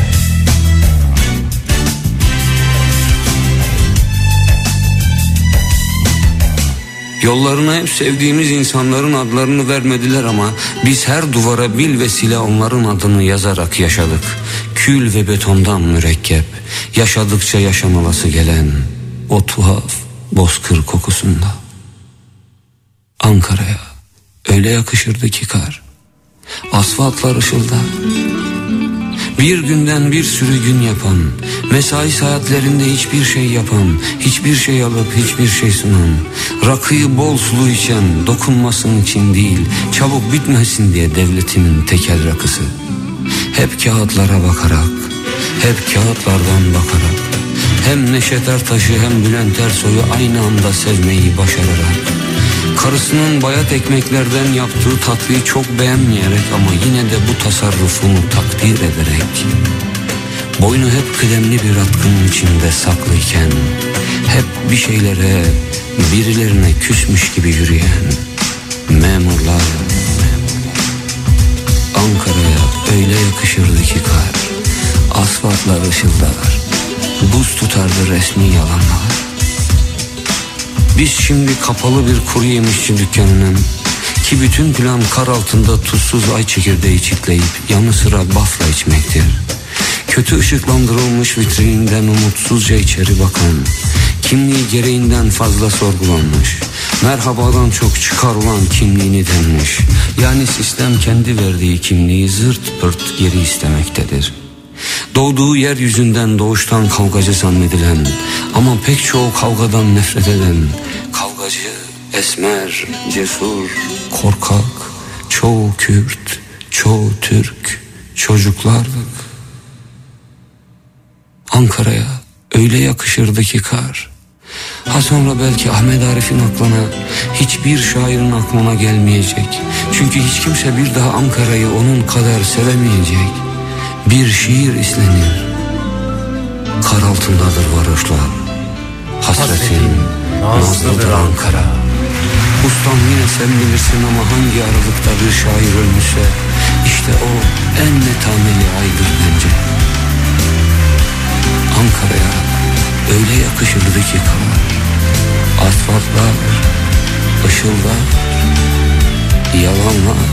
Yollarına hep sevdiğimiz insanların adlarını vermediler ama biz her duvara bilvesile onların adını yazarak yaşadık. Kül ve betondan mürekkep, yaşadıkça yaşanılası gelen o tuhaf bozkır kokusunda. Ankara'ya öyle yakışırdı ki kar. Asfaltlar ışıldar. Bir günden bir sürü gün yapan, mesai saatlerinde hiçbir şey yapan, hiçbir şey alıp hiçbir şey sunan, rakıyı bol sulu içen, dokunmasın için değil, çabuk bitmesin diye devletinin tekel rakısı. Hep kağıtlara bakarak, hep kağıtlardan bakarak, hem Neşet Ertaş'ı hem Bülent Ersoy'u aynı anda sevmeyi başararak, karısının bayat ekmeklerden yaptığı tatlıyı çok beğenmeyerek ama yine de bu tasarrufunu takdir ederek, boynu hep kıdemli bir atkının içinde saklıyken, hep bir şeylere, birilerine küsmüş gibi yürüyen memurlar. Ankara'ya öyle yakışırdı ki kar. Asfaltlar ışıldar, buz tutardı resmi yalanlar. Biz şimdi kapalı bir kuru yemişçi dükkanının, ki bütün plan kar altında tuzsuz ay çekirdeği çitleyip yanı sıra bafla içmektir. Kötü ışıklandırılmış vitrininden umutsuzca içeri bakan, kimliği gereğinden fazla sorgulanmış, merhabadan çok çıkarılan kimliğini denmiş. Yani sistem kendi verdiği kimliği zırt pırt geri istemektedir. Doğduğu yeryüzünden doğuştan kavgacı zannedilen ama pek çoğu kavgadan nefret eden, kavgacı, esmer, cesur, korkak, çoğu Kürt, çoğu Türk çocuklardık. Ankara'ya öyle yakışırdı ki kar. Ha sonra belki Ahmet Arif'in aklına, hiçbir şairin aklına gelmeyecek. Çünkü hiç kimse bir daha Ankara'yı onun kadar sevemeyecek. Bir şiir islenir, kar altındadır varoşlar, hasretin nazlıdır Ankara. Ustam yine sen bilirsin ama hangi aralıkta bir şair ölmüşse, işte o en netameli aydır bence. Ankara'ya öyle yakışırdı ki kar. Asfaltlar, ışıldar, yalanlar.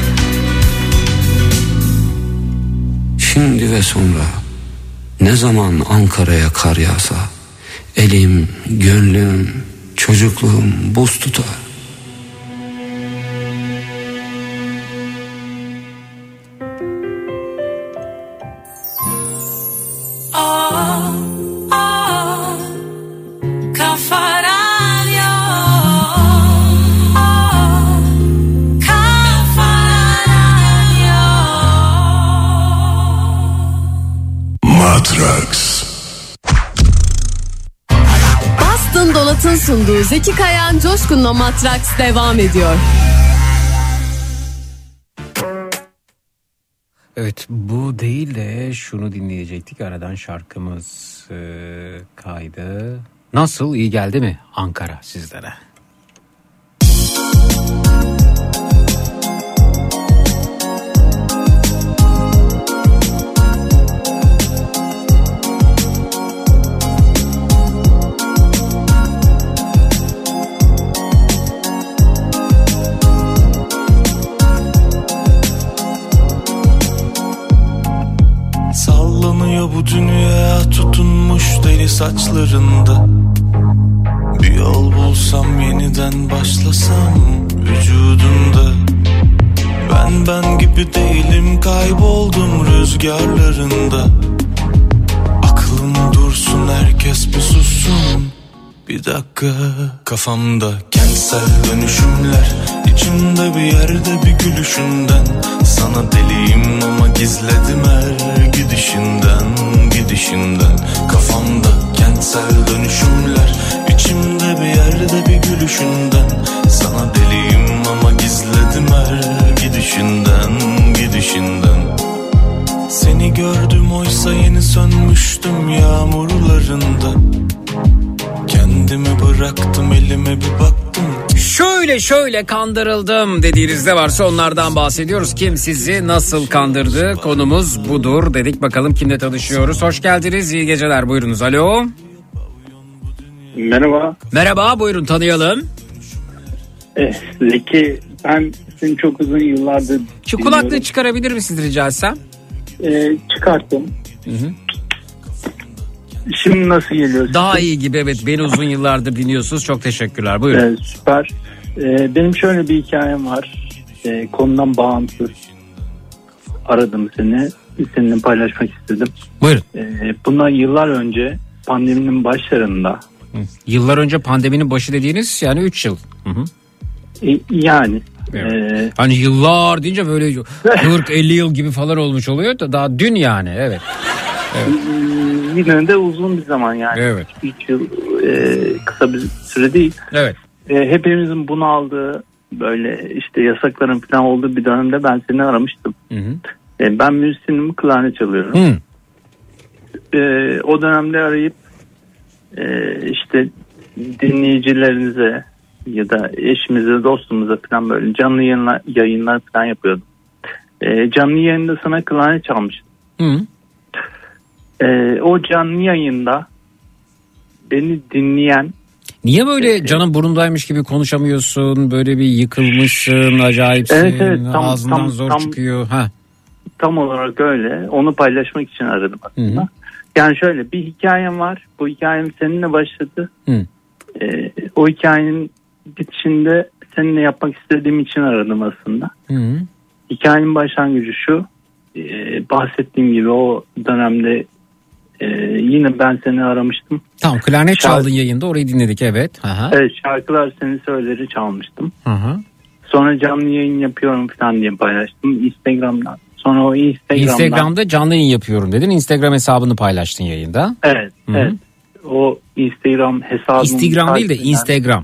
Şimdi ve sonra ne zaman Ankara'ya kar yağsa, elim, gönlüm, çocukluğum buz tutar. Boston Dolat'ın sunduğu Zeki Kayan Coşkun'la Matraks devam ediyor. Evet, bu değil de şunu dinleyecektik. Aradan şarkımız kaydı. Nasıl, iyi geldi mi Ankara sizlere? Sallanıyor bu dünya tutunmuş deli saçlarında. Bir yol bul olsam yeniden başlasam vücudunda. Ben gibi değilim, kayboldum rüzgarlarında. Aklım dursun, herkes bir sussun bir dakika. Kafamda kentsel dönüşümler, içimde bir yerde bir gülüşünden. Sana deliyim ama gizledim her gidişinden. Kafamda kentsel dönüşümler, içimde bir yerde bir gülüşünden. Sana deliyim ama gizledim her gidişinden. Seni gördüm oysa yeni sönmüştüm yağmurlarında. Kendimi bıraktım, elime bir baktım. Şöyle kandırıldım dediğinizde varsa onlardan bahsediyoruz. Kim sizi nasıl kandırdı, konumuz budur dedik. Bakalım kimle tanışıyoruz. Hoş geldiniz, iyi geceler, buyurunuz. Alo. Merhaba. Merhaba, buyurun, tanıyalım. Zeki, ben seni çok uzun yıllardır şu kulaklığı çıkarabilir misiniz rica etsem? Çıkarttım. Hı. Şimdi nasıl geliyor? Daha iyi gibi, evet. Beni uzun yıllardır dinliyorsunuz. Çok teşekkürler. Buyurun. Süper. Benim şöyle bir hikayem var. Konudan bağımsız aradım seni. Seninle paylaşmak istedim. Buyurun. Bundan yıllar önce pandeminin başlarında. Yıllar önce pandeminin başı dediğiniz yani 3 yıl. Hı. Yani. Evet. Hani yıllar deyince böyle 40-50 yıl gibi falan olmuş oluyor da daha dün yani. Evet. Yine de uzun bir zaman yani. Evet. 3 yıl kısa bir süre değil. Evet. Hepimizin bunu aldığı, böyle işte yasakların falan olduğu bir dönemde ben seni aramıştım. Hı. Ben müzisyenim, klarnet çalıyorum. O dönemde arayıp işte dinleyicilerinize ya da eşimize, dostumuza falan böyle canlı yayınlar falan yapıyordum. Canlı yayında sana klarnet çalmıştım. Hı. O canlı yayında beni dinleyen... Niye böyle canın burundaymış gibi konuşamıyorsun? Böyle bir yıkılmışsın, acayipsin. Evet, ağzından zor çıkıyor. Tam olarak öyle. Onu paylaşmak için aradım aslında. Hı. Yani şöyle bir hikayem var. Bu hikayem seninle başladı. O hikayenin bitişinde seninle yapmak istediğim için aradım aslında. Hı. Hikayenin başlangıcı şu. Bahsettiğim gibi o dönemde yine ben seni aramıştım. Tamam, klarnet çaldın yayında, orayı dinledik, evet. Aha. Evet, şarkılar seni söyleri çalmıştım. Aha. Sonra canlı yayın yapıyorum falan diye paylaştım Instagram'dan. Sonra o Instagram'da canlı yayın yapıyorum dedin. Instagram hesabını paylaştın yayında. Evet. Hı-hı. Evet. O Instagram hesabım. Instagram değil de Instagram.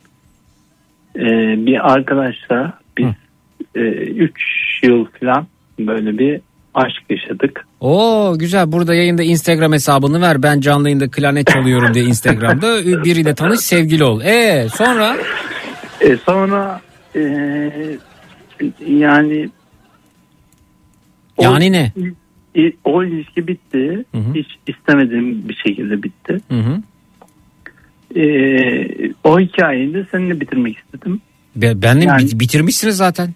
Bir arkadaşla biz 3 yıl falan böyle bir aşk yaşadık. Oo, güzel. Burada yayında Instagram hesabını ver. Ben canlı yayında klarnet çalıyorum diye Instagram'da biriyle tanış, sevgili ol. Sonra? Sonra yani ne? O ilişki bitti. Hı-hı. Hiç istemediğim bir şekilde bitti. Hı-hı. O hikayeyi de seninle bitirmek istedim. Benle bitirmişsiniz zaten.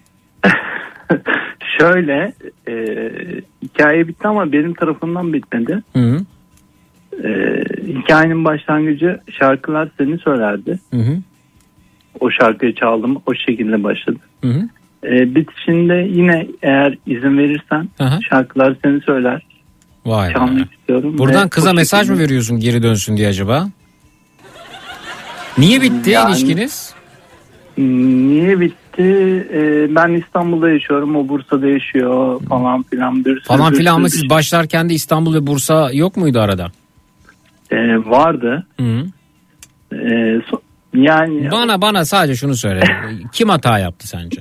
Şöyle hikaye bitti ama benim tarafımdan bitmedi. Hı-hı. Hikayenin başlangıcı şarkılar seni söylerdi. Hı-hı. O şarkıyı çaldım. O şekilde başladı. Hı-hı. Bitişinde yine eğer izin verirsen şarkılar seni söyler. Vay çalmak istiyorum. Buradan kıza mesaj mı veriyorsun geri dönsün diye acaba? Niye bitti ilişkiniz? Niye bitti? Ben İstanbul'da yaşıyorum, o Bursa'da yaşıyor falan filan. Falan filan mı? Siz başlarken de İstanbul ve Bursa yok muydu arada? Vardı. Hı. Yani bana sadece şunu söyle. Kim hata yaptı sence?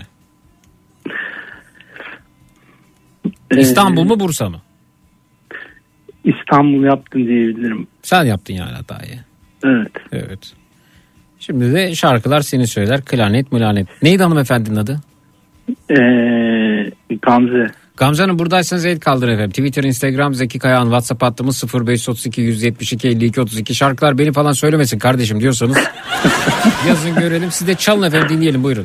İstanbul mu, Bursa mı? İstanbul yaptın diyebilirim. Sen yaptın yani hatayı. Evet. Şimdi de şarkılar seni söyler. Klarnet mülanet. Neydi hanımefendinin adı? Gamze. Gamze Hanım, buradaysanız el kaldırın efendim. Twitter, Instagram, Zeki Kayağan, WhatsApp hattımız 0532 172 52 32. Şarkılar beni falan söylemesin kardeşim diyorsanız yazın görelim. Siz de çalın efendim, dinleyelim, buyurun.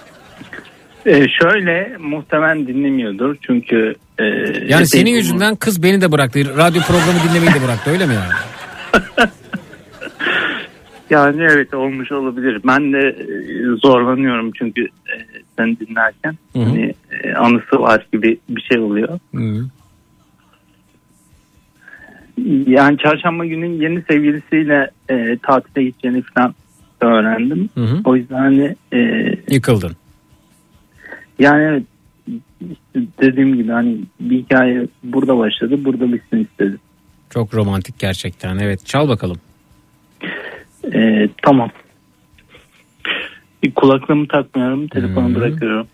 Şöyle, muhtemelen dinlemiyordur çünkü yani senin yüzünden kız beni de bıraktı. Radyo programı dinlemeyi de bıraktı, öyle mi yani? Yani evet, olmuş olabilir. Ben de zorlanıyorum çünkü seni dinlerken. Hani anısı var gibi bir şey oluyor. Yani çarşamba günü yeni sevgilisiyle tatile gideceğini falan öğrendim. O yüzden hani yıkıldın. Yani evet, dediğim gibi hani bir hikaye burada başladı, burada bitsin istedim. Çok romantik gerçekten. Evet, çal bakalım. Tamam. Kulaklığımı takmıyorum, telefonu bırakıyorum.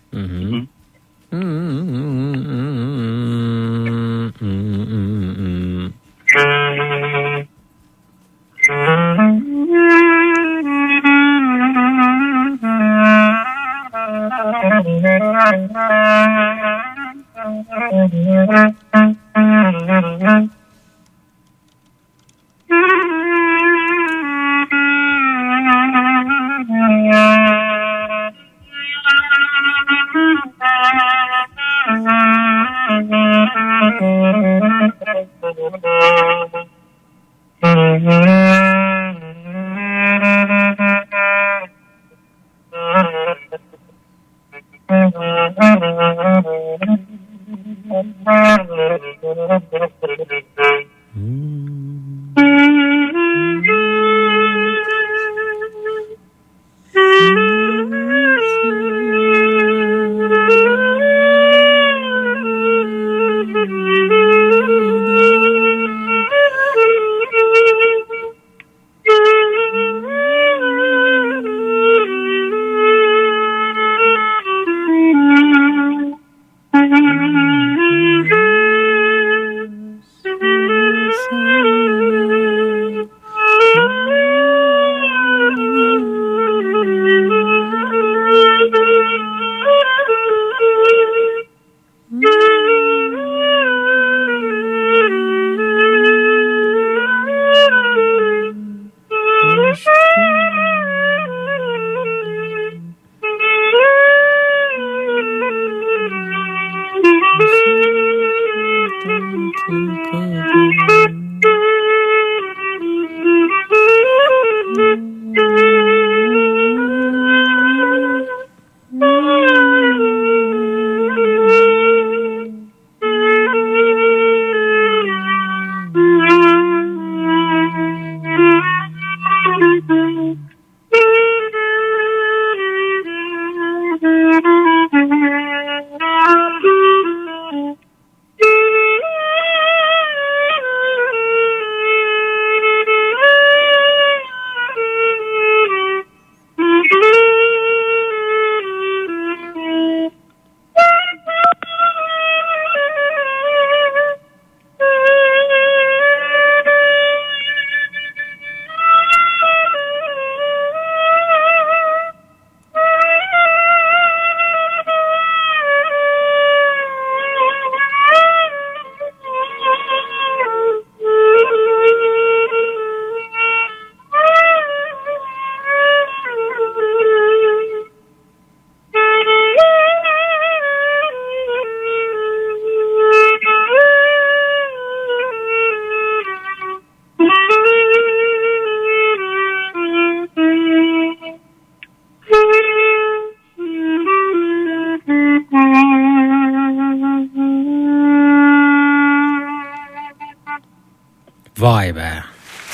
Vay be.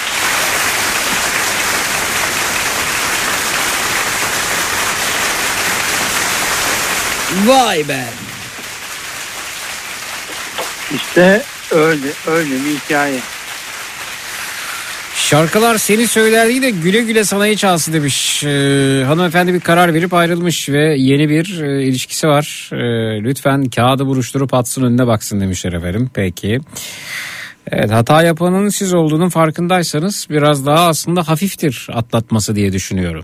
Vay be. İşte öyle bir hikaye. Şarkılar seni söyler değil de güle güle sanayı çalsın demiş. Hanımefendi bir karar verip ayrılmış ve yeni bir ilişkisi var. Lütfen kağıdı buruşturup atsın, önüne baksın demişler efendim. Peki. Evet, hata yapanın siz olduğunun farkındaysanız biraz daha aslında hafiftir atlatması diye düşünüyorum.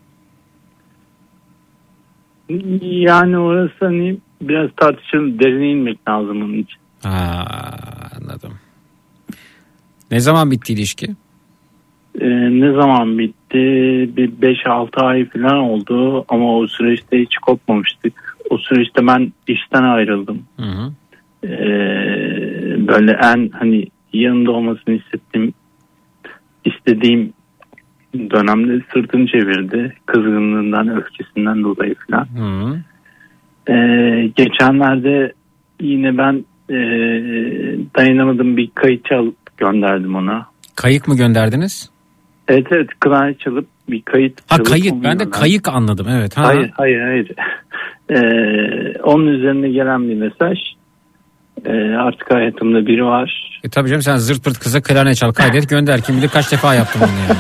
Yani orası hani biraz tartışılır, derine inmek lazım onun için. Anladım. Ne zaman bitti ilişki? Ne zaman bitti? Bir 5-6 ay falan oldu ama o süreçte hiç kopmamıştık. O süreçte ben işten ayrıldım. Hı. Böyle en hani yanında olmasını istediğim dönemde sırtını çevirdi. Kızgınlığından, öfkesinden dolayı falan. Geçenlerde yine ben dayanamadım, bir kayıt çalıp gönderdim ona. Kayık mı gönderdiniz? Evet, klavye çalıp bir kayıt çalıp. Kayıt, ben de kayık anladım, evet. Hayır. Onun üzerine gelen bir mesaj. Artık hayatımda biri var. Tabii canım, sen zırt pırt kıza klarne çal kaydet gönder. Kim bilir kaç defa yaptım onu yani.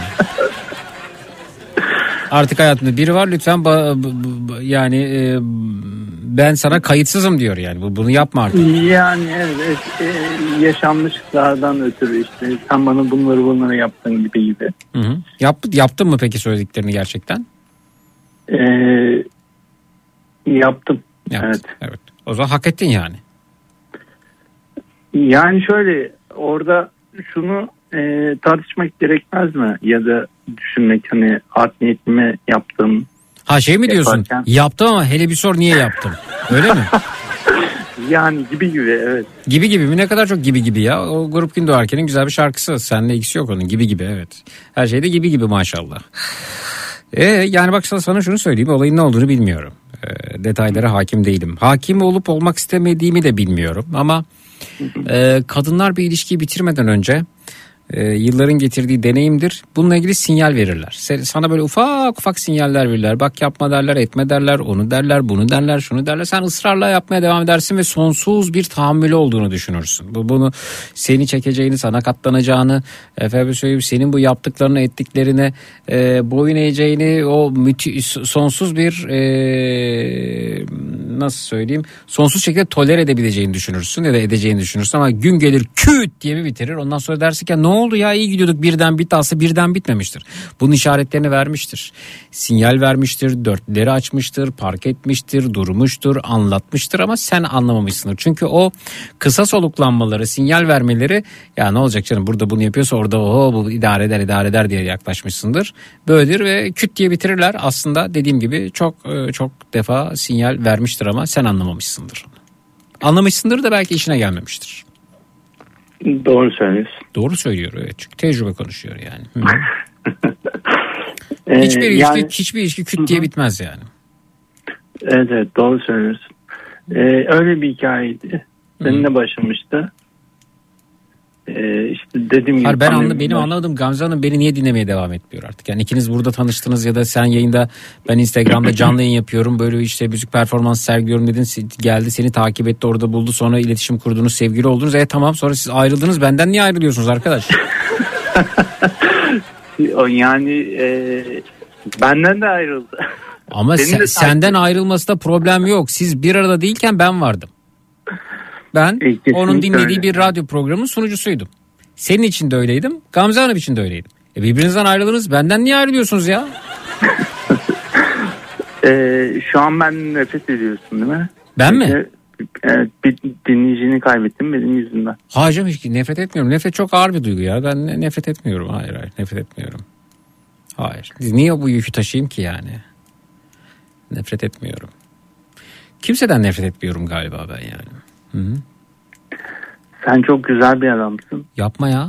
Artık hayatımda biri var, lütfen yani ben sana kayıtsızım diyor yani. Bunu yapma artık. Yani evet, yaşanmışlardan ötürü işte sen bana bunları yaptın gibi. Hı. Yaptın mı peki söylediklerini gerçekten? Yaptım. Evet. O zaman hak ettin yani. Yani şöyle, orada şunu tartışmak gerekmez mi? Ya da düşünmek, hani art niyetime yaptım. Şey mi diyorsun? Yaparken... Yaptım ama hele bir sor niye yaptım. Öyle mi? Yani gibi evet. Gibi mi? Ne kadar çok gibi ya. O Grup Gün Doğarken'in güzel bir şarkısı. Seninle ilgisi yok onun. Gibi evet. Her şeyde gibi maşallah. Yani bak sana şunu söyleyeyim. Olayın ne olduğunu bilmiyorum. Detaylara hakim değilim. Hakim olup olmak istemediğimi de bilmiyorum. Ama kadınlar bir ilişkiyi bitirmeden önce yılların getirdiği deneyimdir. Bununla ilgili sinyal verirler. Sana böyle ufak sinyaller verirler. Bak yapma derler, etme derler, onu derler, bunu derler, şunu derler. Sen ısrarla yapmaya devam edersin ve sonsuz bir tahammülü olduğunu düşünürsün. Bunu seni çekeceğini, sana katlanacağını, senin bu yaptıklarını, ettiklerine boyun eğeceğini, o sonsuz bir nasıl söyleyeyim, sonsuz şekilde tolere edebileceğini düşünürsün ya da edeceğini düşünürsün ama gün gelir küt diye bir bitirir. Ondan sonra dersin ki ne oldu ya, iyi gidiyorduk, birden bitti. Aslında birden bitmemiştir. Bunun işaretlerini vermiştir. Sinyal vermiştir, dörtleri açmıştır, park etmiştir, durmuştur, anlatmıştır ama sen anlamamışsındır. Çünkü o kısa soluklanmaları, sinyal vermeleri, ya ne olacak canım burada bunu yapıyorsa orada bu idare eder diye yaklaşmışsındır. Böyledir ve küt diye bitirirler. Aslında dediğim gibi çok defa sinyal vermiştir ama sen anlamamışsındır. Anlamışsındır da belki işine gelmemiştir. Doğru söylüyorsun. Doğru söylüyor, evet. Çünkü tecrübe konuşuyor yani. Hiçbir ilişki küt diye bitmez yani. Evet, doğru söylüyorsun. Öyle bir hikayeydi. Seninle başlamıştı. İşte dediğim gibi. Benim anladığım, Gamze Hanım beni niye dinlemeye devam etmiyor artık? Yani ikiniz burada tanıştınız ya da sen yayında, ben Instagram'da canlı yayın yapıyorum. Böyle işte müzik performansı sergiliyorum dedin. Geldi seni takip etti, orada buldu. Sonra iletişim kurdunuz, sevgili oldunuz. Tamam, sonra siz ayrıldınız. Benden niye ayrılıyorsunuz arkadaş? Yani benden de ayrıldı. Ama senden ayrılmasında problem yok. Siz bir arada değilken ben vardım. Ben onun dinlediği bir radyo programının sunucusuydum. Senin için de öyleydim. Gamze Hanım için de öyleydim. Birbirinizden ayrıldınız. Benden niye ayrılıyorsunuz ya? Şu an ben nefret ediyorsun değil mi? Ben mi? Evet, bir dinleyicini kaybettim benim yüzümden. Hacım hiç nefret etmiyorum. Nefret çok ağır bir duygu ya. Ben nefret etmiyorum. Hayır nefret etmiyorum. Hayır. Niye bu yükü taşıyayım ki yani? Nefret etmiyorum. Kimseden nefret etmiyorum galiba ben yani. Hı-hı. Sen çok güzel bir adamsın. Yapma ya.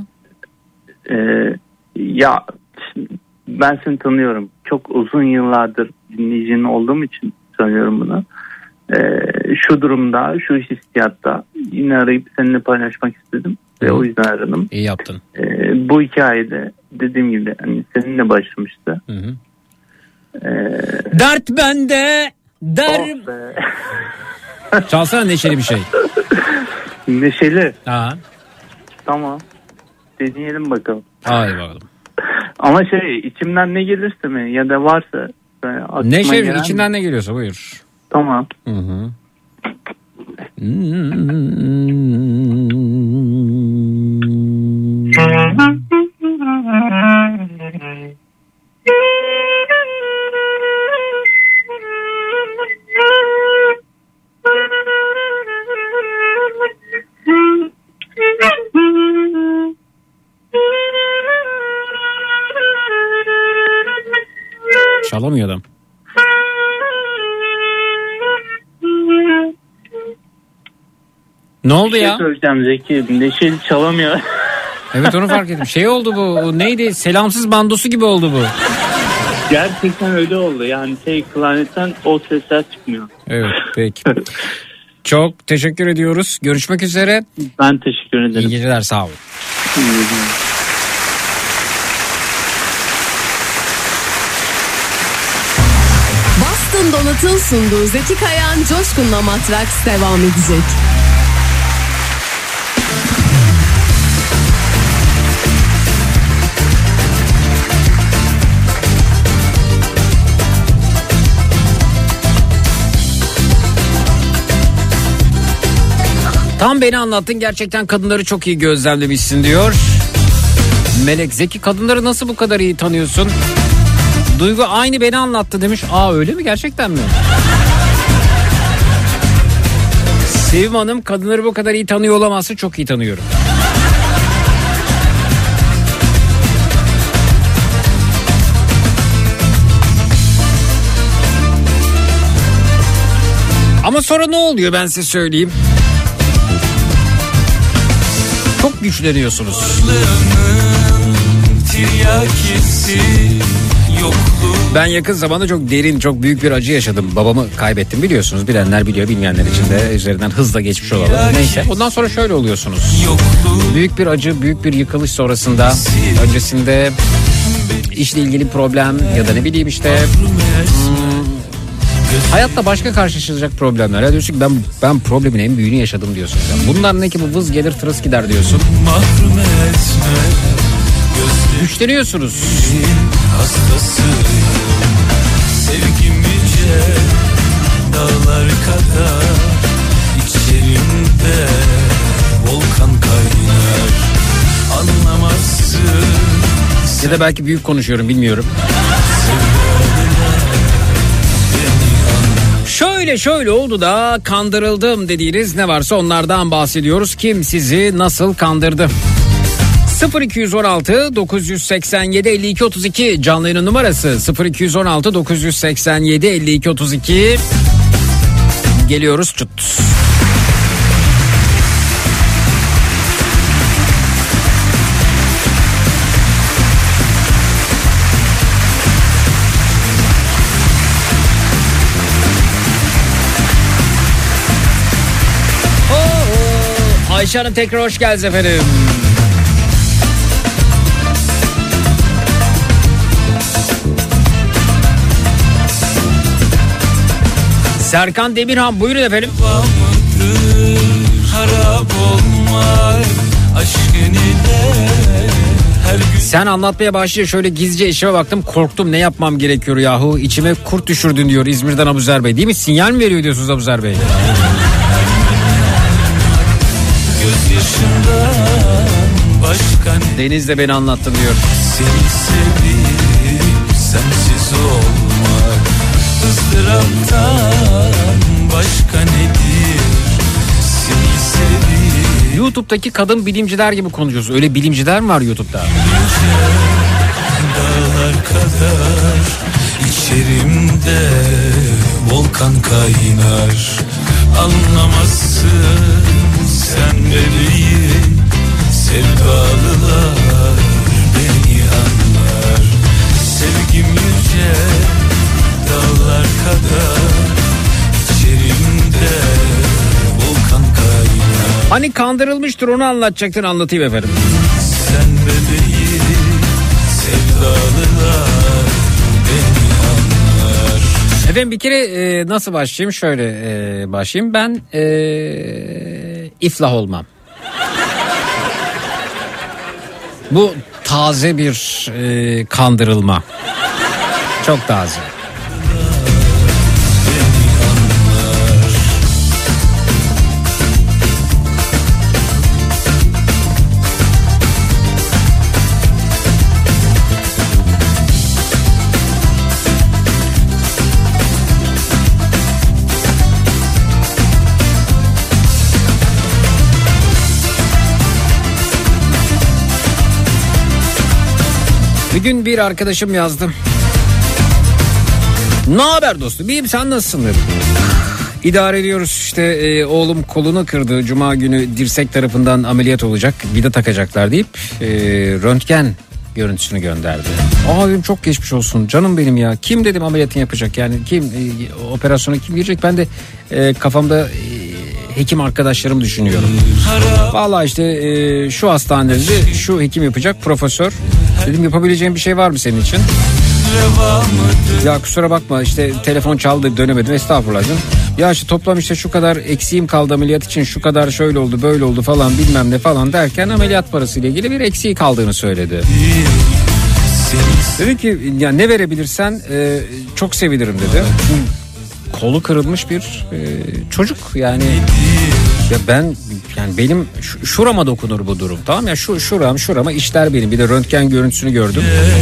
Ya ben seni tanıyorum. Çok uzun yıllardır dinleyicinin olduğum için söylüyorum bunu. Şu durumda, şu hissiyatta yine arayıp seninle paylaşmak istedim. Ve o yüzden aradım. İyi yaptın. Bu hikayede dediğim gibi hani seninle başlamıştı. Dert bende. Çalsana neşeli bir şey. Neşeli. Ha. Tamam. Deneyelim bakalım. Hadi bakalım. Ama içimden ne gelirse mi ya da varsa. Neşeli içinden ne geliyorsa buyur. Tamam. Hı. Çalamıyor adam. Ne oldu ya? Söyleyeceğim Zeki. Neşeli çalamıyor. Evet onu fark ettim. Şey oldu bu, neydi? Selamsız bandosu gibi oldu bu. Gerçekten öyle oldu. Yani klarnetten o sesler çıkmıyor. Evet peki. Çok teşekkür ediyoruz. Görüşmek üzere. Ben teşekkür ederim. İyi geceler, sağ olun. İyi geceler. Boston Donat'ın sunduğu Zeki Kayan Coşkun'la Matraks devam edecek. Tam beni anlattın, gerçekten kadınları çok iyi gözlemlemişsin diyor. Melek, Zeki kadınları nasıl bu kadar iyi tanıyorsun? Duygu aynı beni anlattı demiş. Aa öyle mi, gerçekten mi? Sevim Hanım, kadınları bu kadar iyi tanıyor olamazsa çok iyi tanıyorum. Ama sonra ne oluyor ben size söyleyeyim. Çok güçleniyorsunuz. Ben yakın zamanda çok derin, çok büyük bir acı yaşadım. Babamı kaybettim, biliyorsunuz. Bilenler biliyor, bilmeyenler için de üzerinden hızla geçmiş olalım. Neyse, ondan sonra şöyle oluyorsunuz. Büyük bir acı, büyük bir yıkılış sonrasında, öncesinde işle ilgili problem ya da ne bileyim işte hayatta başka karşılaşacak problemler. Ya diyorsun ki ben problemin en büyüğünü yaşadım diyorsun. Yani bunlar ne ki, bu vız gelir tırıs gider diyorsun. Güçleniyorsunuz. Hastası sevgim yüce dağlar kadar içerimde volkan kaynar anlamazsın. Ya da belki büyük konuşuyorum, bilmiyorum. Şöyle oldu da kandırıldım dediğiniz ne varsa onlardan bahsediyoruz. Kim sizi nasıl kandırdı? 0216 987 52 32 canlı yayın numarası 0216 987 52 32. Geliyoruz çut. Ayşe Hanım tekrar hoş geldiniz efendim. Serkan Demirhan buyurun efendim. Sen anlatmaya başlıyor, şöyle gizlice eşime baktım, korktum, ne yapmam gerekiyor yahu, içime kurt düşürdün diyor İzmir'den Abuzer Bey. Değil mi, sinyal mi veriyor diyorsunuz Abuzer Bey? Deniz de beni anlattın diyor. Seni sevip sensiz olmak ızdıraptan başka nedir? Seni sevip. YouTube'daki kadın bilimciler gibi konuşuyorsun. Öyle bilimciler mi var YouTube'da? Dağlar kadar içerimde volkan kaynar anlamazsın sen bebeğim. Sevdalılar beni anlar. Sevgim yüce dağlar kadar içerimde volkan kaynar. Hani kandırılmıştır, onu anlatacaktın, anlatayım efendim. Sen bebeğim sevdalılar beni anlar. Efendim bir kere nasıl başlayayım, şöyle başlayayım. Ben iflah olmam. Bu taze bir kandırılma. Çok taze. Bir gün bir arkadaşım yazdı. Ne haber dostum? İyiyim, sen nasılsın dedim. İdare ediyoruz işte oğlum kolunu kırdı. Cuma günü dirsek tarafından ameliyat olacak. Vida takacaklar deyip röntgen görüntüsünü gönderdi. Aa dedim çok geçmiş olsun canım benim ya. Kim dedim ameliyatını yapacak yani kim operasyona kim girecek? Ben de kafamda hekim arkadaşlarım düşünüyorum. Vallahi işte şu hastanede şu hekim yapacak profesör. Dedim yapabileceğim bir şey var mı senin için? Ya kusura bakma işte telefon çaldı dönemedim estağfurullah dedim. Ya işte toplam işte şu kadar eksiğim kaldı ameliyat için şu kadar şöyle oldu böyle oldu falan bilmem ne falan derken ameliyat parası ile ilgili bir eksiği kaldığını söyledi. Dedi ki ya ne verebilirsen çok sevinirim dedi. Kolu kırılmış bir çocuk yani ya ben yani benim şurama dokunur bu durum tamam ya şurama işler benim bir de röntgen görüntüsünü gördüm.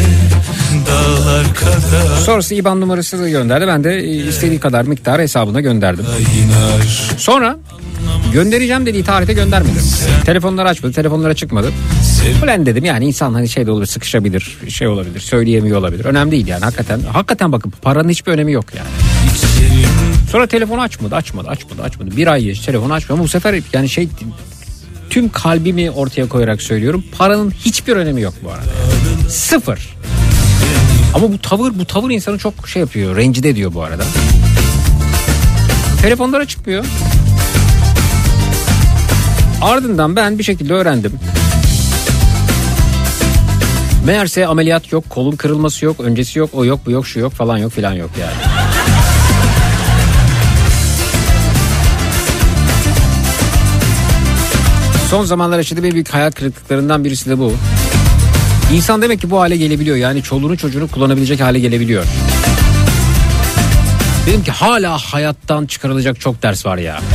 Sonrası IBAN numarası da gönderdi ben de istediği kadar miktar hesabına gönderdim. Sonra göndereceğim dediği tarihte göndermedim. Telefonları açmadı telefonlara çıkmadı. Ulan dedim yani insan hani şey de olur sıkışabilir şey olabilir söyleyemiyor olabilir önemli değil yani hakikaten bakın paranın hiçbir önemi yok yani. Sonra telefonu açmadı. Bir ay geçti telefonu açmadı ama bu sefer yani şey tüm kalbimi ortaya koyarak söylüyorum. Paranın hiçbir önemi yok bu arada. Sıfır. Ama bu tavır insanı çok şey yapıyor. Rencide ediyor bu arada. Telefonlara çıkmıyor. Ardından ben bir şekilde öğrendim. Meğerse ameliyat yok, kolun kırılması yok, öncesi yok, o yok, bu yok, şu yok falan yok filan yok yani. Son zamanlar yaşadığım en büyük hayal kırıklıklarından birisi de bu. İnsan demek ki bu hale gelebiliyor. Yani çoluğunu çocuğunu kullanabilecek hale gelebiliyor. Dedim ki hala hayattan çıkarılacak çok ders var ya.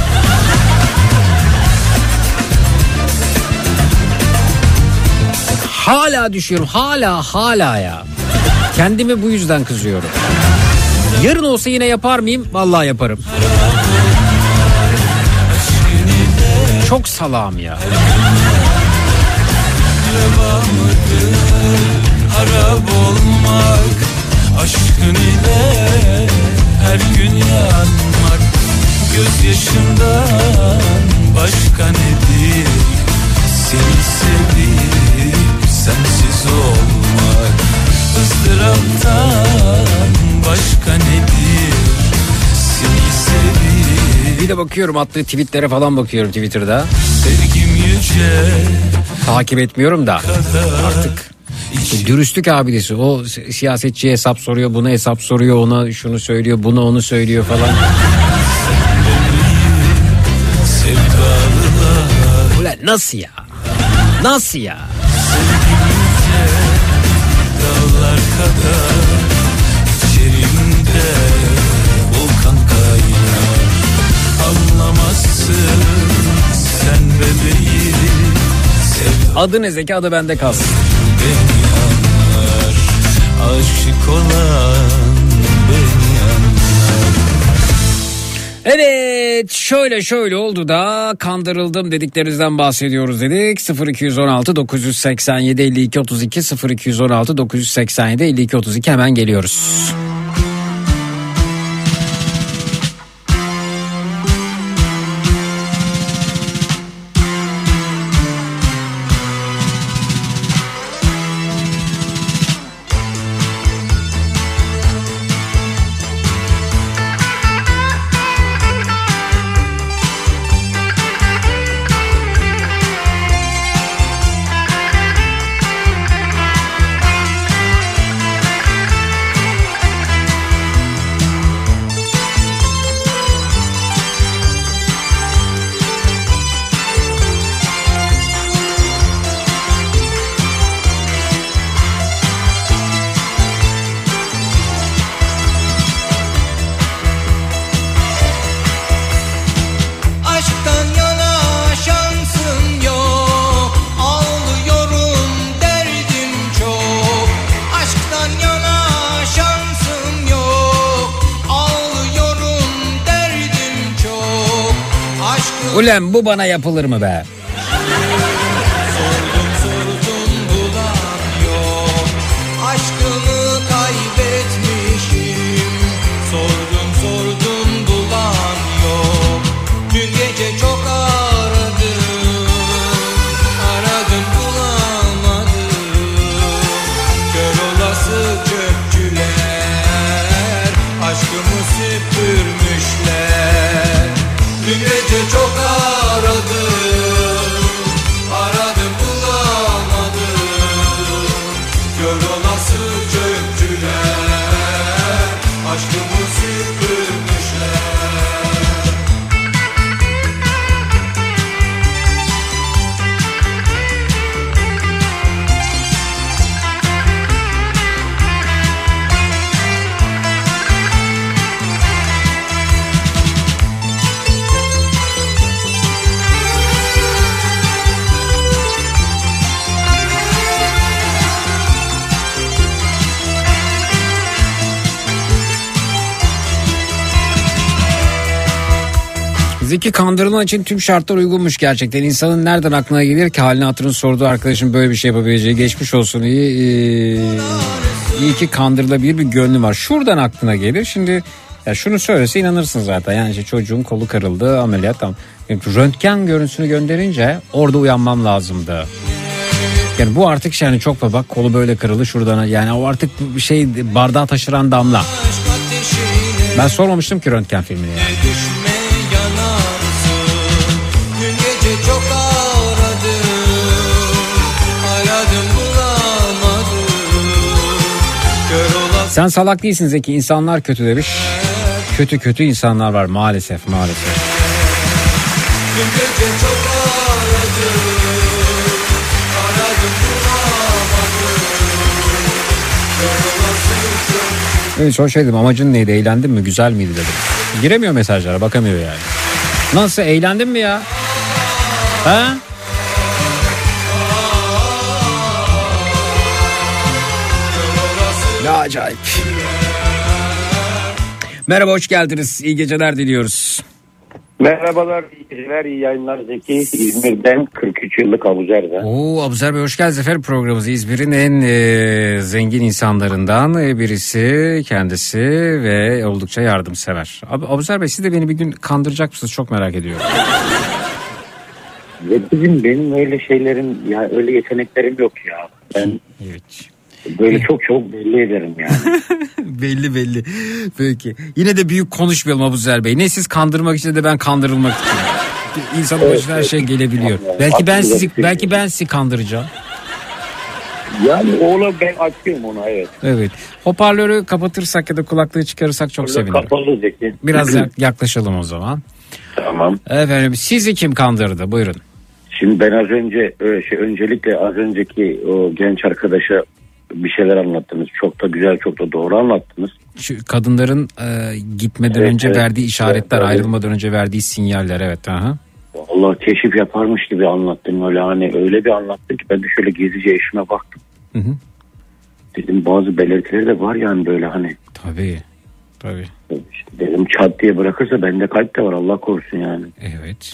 Hala düşüyorum. Hala ya. Kendime bu yüzden kızıyorum. Yarın olsa yine yapar mıyım? Vallahi yaparım. Çok salam ya. Harap olmak, aşkın ile her gün yanmak, gözyaşımdan başka nedir? Seni sevip sensiz olmak, ızdıraptan başka nedir? Seni sevip. Bir de bakıyorum attığı tweetlere falan bakıyorum Twitter'da. Sevgim yüce. Takip etmiyorum da artık dürüstlük abidesi. O siyasetçiye hesap soruyor, buna hesap soruyor, ona şunu söylüyor, buna onu söylüyor falan. Ulan nasıl ya? Nasıl ya? Dağlar kadar içerimde volkan kaynar. Anlamazsın sen bebeğim. Adı ne Zeki adı bende kalsın. Beni anlar, aşık olan beni anlar. Evet şöyle oldu da kandırıldım dediklerinizden bahsediyoruz dedik. 0216 987 52 32 0216 987 52 32 hemen geliyoruz. Ulan bu bana yapılır mı be? Aşkımı kaybetmişim. Sordum bulan yok. Zeki, kandırılma için tüm şartlar uygunmuş gerçekten. İnsanın nereden aklına gelir ki halini hatırını sorduğu arkadaşın böyle bir şey yapabileceği? Geçmiş olsun, iyi ki kandırılabilir bir gönlü var. Şuradan aklına gelir. Şimdi ya şunu söylese inanırsın zaten. Yani işte çocuğun kolu kırıldı, ameliyat. Tamam. Röntgen görüntüsünü gönderince orada uyanmam lazımdı. Yani bu artık yani çok bak kolu böyle kırıldı şuradan, yani o artık bir şey, bardağı taşıran damla. Ben sormamıştım ki röntgen filmini yani. Sen salak değilsin Zeki, insanlar kötü demiş. Kötü insanlar var maalesef. Evet, son şey dedim, amacın neydi, eğlendin mi, güzel miydi dedim. Giremiyor mesajlara, bakamıyor yani. Nasıl, eğlendin mi ya? Ha? Ne acayip. Merhaba, hoş geldiniz. İyi geceler diliyoruz. Merhabalar, iyi geceler, iyi yayınlar Zeki. İzmir'den 43 yıllık Abuzer ben. Oo, Abuzer Bey hoş geldiniz efendim programımız. İzmir'in en zengin insanlarından birisi kendisi ve oldukça yardımsever. Abuzer Bey, siz de beni bir gün kandıracak mısınız? Çok merak ediyorum. Zeki'cim, benim öyle şeylerim, ya öyle yeteneklerim yok ya. Ben böyle çok belli ederim yani. belli. Peki. Yine de büyük konuşmayalım Abuzer Bey. Ne siz kandırmak için de ben kandırılmak için. İnsanın başına her şey gelebiliyor. Belki ben sizi kandıracağım. Yani oğlum, ben açıyorum ona, evet. Evet. Hoparlörü kapatırsak ya da kulaklığı çıkarırsak çok sevinirim. Kapalı Zeki. Biraz yaklaşalım o zaman. Tamam. Efendim, sizi kim kandırdı? Buyurun. Şimdi ben öncelikle az önceki o genç arkadaşa bir şeyler anlattınız. Çok da güzel, çok da doğru anlattınız. Şu kadınların gitmeden önce verdiği işaretler, ayrılmadan önce verdiği sinyaller, evet. Aha. Vallahi keşif yaparmış gibi anlattın, öyle hani öyle bir anlattın ki ben de şöyle gizlice eşime baktım. Hı. Dedim bazı belirtileri de var yani böyle hani. Tabii. İşte dedim çat diye bırakırsa bende kalp de var, Allah korusun yani. Evet.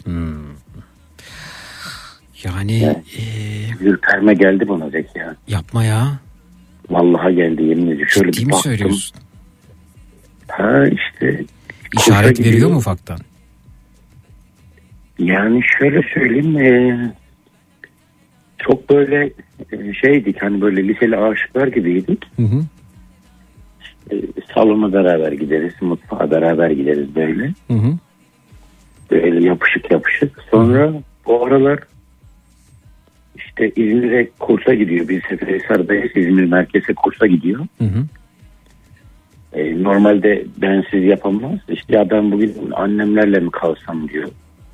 Yani ürperme geldi bana Zeki ya. Yapma ya. Vallahi geldi, yemin ediyorum. Şöyle ciddi mi baktım. Söylüyorsun? Ha işte. İşaret veriyor mu ufaktan? Yani şöyle söyleyeyim, çok böyle şeydik, hani böyle liseli aşıklar gibiydik. Hı. Salona beraber gideriz, mutfağa beraber gideriz böyle. Hı. Böyle yapışık. Sonra o aralar işte İzmir'e kursa gidiyor. Biz Seferihisar'dayız. İzmir merkeze kursa gidiyor. Hı. Normalde bensiz yapamaz. İşte ya ben bugün annemlerle mi kalsam diyor.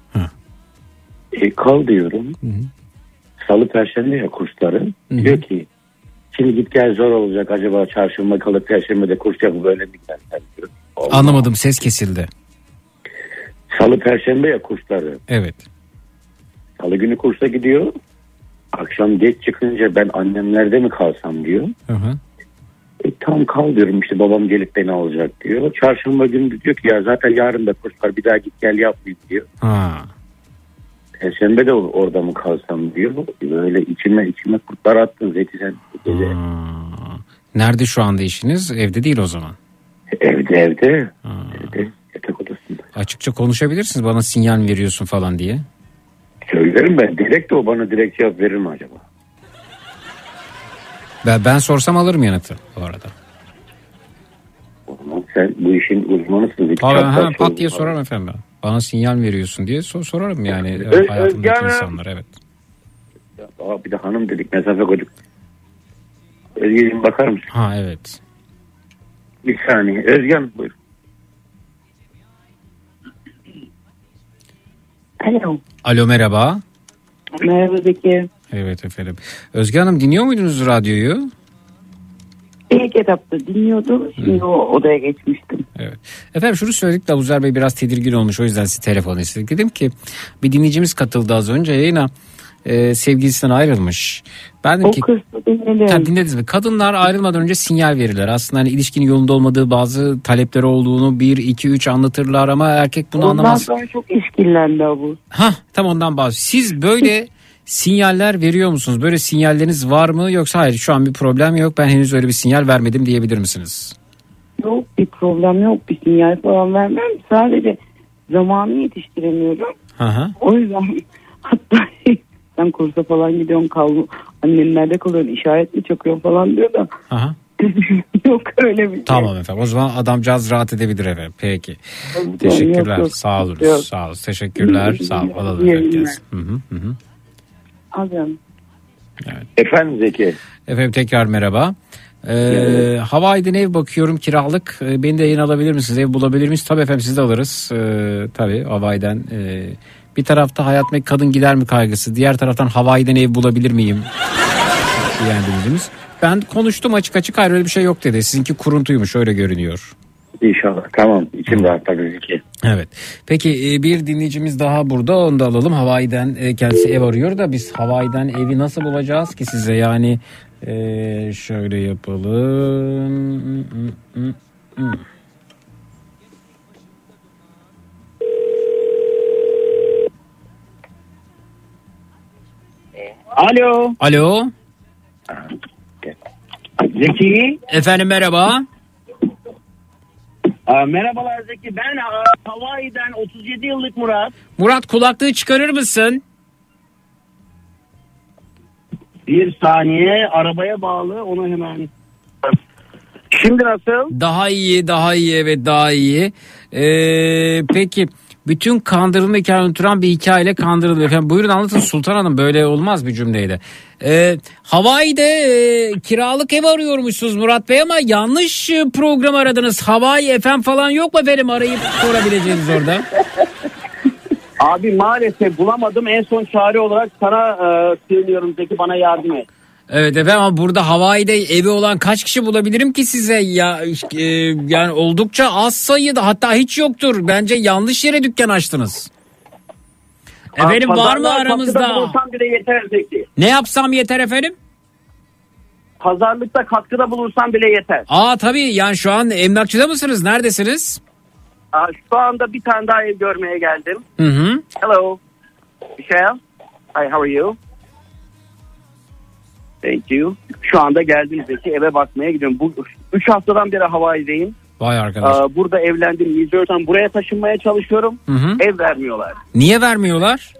Kal diyorum. Hı. Salı perşembe ya kursları. Hı. Diyor ki şimdi git gel zor olacak. Acaba çarşamba kalıp perşembede kurs yapıp böyle mi gelsen diyor. Anlamadım, ses kesildi. Salı perşembe ya kursları. Evet. Salı günü kursa gidiyor. Akşam geç çıkınca ben annemlerde mi kalsam diyor. Hı. Tam kal diyorum, işte babam gelip beni alacak diyor. Çarşamba günü diyor ki ya zaten yarın da kurs var, bir daha git gel yapmayayım diyor. Ha. Perşembe de orada mı kalsam diyor. Böyle içime kurtlar attın Zeki sen. Nerede şu anda işiniz? Evde değil o zaman. Evde. Evde yatak odasında. Açıkça konuşabilirsiniz, bana sinyal veriyorsun falan diye. Söylerim ben. Direkt o bana direkt cevap verir mi acaba? Ben sorsam alırım yanıtı bu arada. O zaman sen bu işin uzmanısın. Pat diye sorarım efendim ben. Bana sinyal veriyorsun diye sorarım yani hayatımdaki insanlar, evet. Bir de hanım dedik, mesafe koyduk. Özge'cim bakar mısın? Ha evet. Bir saniye. Özgen buyur. Alo merhaba. Merhaba Zeki. Evet efendim. Özge Hanım, dinliyor muydunuz radyoyu? İlk etapta dinliyordum. Şimdi o odaya geçmiştim. Evet. Efendim şunu söyledik de Abuzer Bey biraz tedirgin olmuş. O yüzden size telefon istedik. Dedim ki bir dinleyicimiz katıldı az önce yayına. sevgilisinden ayrılmış. Ben dedim ki dinlediniz mi? Kadınlar ayrılmadan önce sinyal verirler. Aslında hani ilişkinin yolunda olmadığı bazı talepleri olduğunu 1, 2, 3 anlatırlar ama erkek bunu anlamaz. Ondan sonra çok işkillendi bu. Tam ondan bahsediyorum. Siz böyle sinyaller veriyor musunuz? Böyle sinyalleriniz var mı? Yoksa hayır şu an bir problem yok. Ben henüz öyle bir sinyal vermedim diyebilir misiniz? Yok bir problem yok. Bir sinyal falan vermem. Sadece zamanı yetiştiremiyorum. O yüzden hatta sen kursa falan gidiyorsun annen nerede kalıyorsun işaret mi çakıyorsun falan diyor da. Yok öyle bir şey. Tamam efendim o zaman adamcağız rahat edebilir efendim. Peki. Teşekkürler. Yok. Sağ olun. Sağ olun. Teşekkürler. Sağ olun. Alalım efendim. Alacağım. Evet. Efendim Zeki. Efendim tekrar merhaba. Hawaii'den ev bakıyorum kiralık. Beni de yayın alabilir misiniz? Ev bulabilir miyiz? Tabii efendim siz de alırız. Tabii Hawaii'den. Bir tarafta hayat mı kadın gider mi kaygısı. Diğer taraftan Hawaii'den ev bulabilir miyim? Yani dinlediğimiz. Ben konuştum açık hayır öyle bir şey yok dedi. Sizinki kuruntuymuş öyle görünüyor. İnşallah tamam içim rahat tabii ki. Evet. Peki bir dinleyicimiz daha burada onu da alalım. Hawaii'den kendisi ev arıyor da biz Hawaii'den evi nasıl bulacağız ki size yani şöyle yapalım. Alo. Alo. Zeki. Efendim merhaba. Merhabalar Zeki. Ben Hawaii'den 37 yıllık Murat. Murat kulaklığı çıkarır mısın? Bir saniye arabaya bağlı onu hemen. Şimdi nasıl? Daha iyi evet daha iyi. Peki bütün kandırılma hikayeni unuturan bir hikayeyle kandırılıyor. Efendim buyurun anlatın Sultan Hanım böyle olmaz bir cümleyle. Hawaii'de kiralık ev arıyormuşsunuz Murat Bey ama yanlış program aradınız. Hawaii FM falan yok mu efendim arayıp sorabileceğiniz orada? Abi maalesef bulamadım. En son çare olarak sana söylüyorum Zeki bana yardım et. Evet efendim ama burada Hawaii'de evi olan kaç kişi bulabilirim ki size ya yani oldukça az sayıda hatta hiç yoktur. Bence yanlış yere dükkan açtınız. Efendim var mı aramızda? Katkıda bulursam bile yeter Zeki. Ne yapsam yeter efendim? Pazarlıkta katkıda bulursam bile yeter. Tabii yani şu an emlakçıda mısınız? Neredesiniz? Şu anda bir tane daha ev görmeye geldim. Hı. Hello. Michelle. Hi, how are you? Thank you. Şu anda geldim Zeki eve bakmaya gidiyorum. Bu 3 haftadan beri Hawaii'deyim. Vay arkadaş. Burada evlendim. New buraya taşınmaya çalışıyorum. Hı. Ev vermiyorlar. Niye vermiyorlar?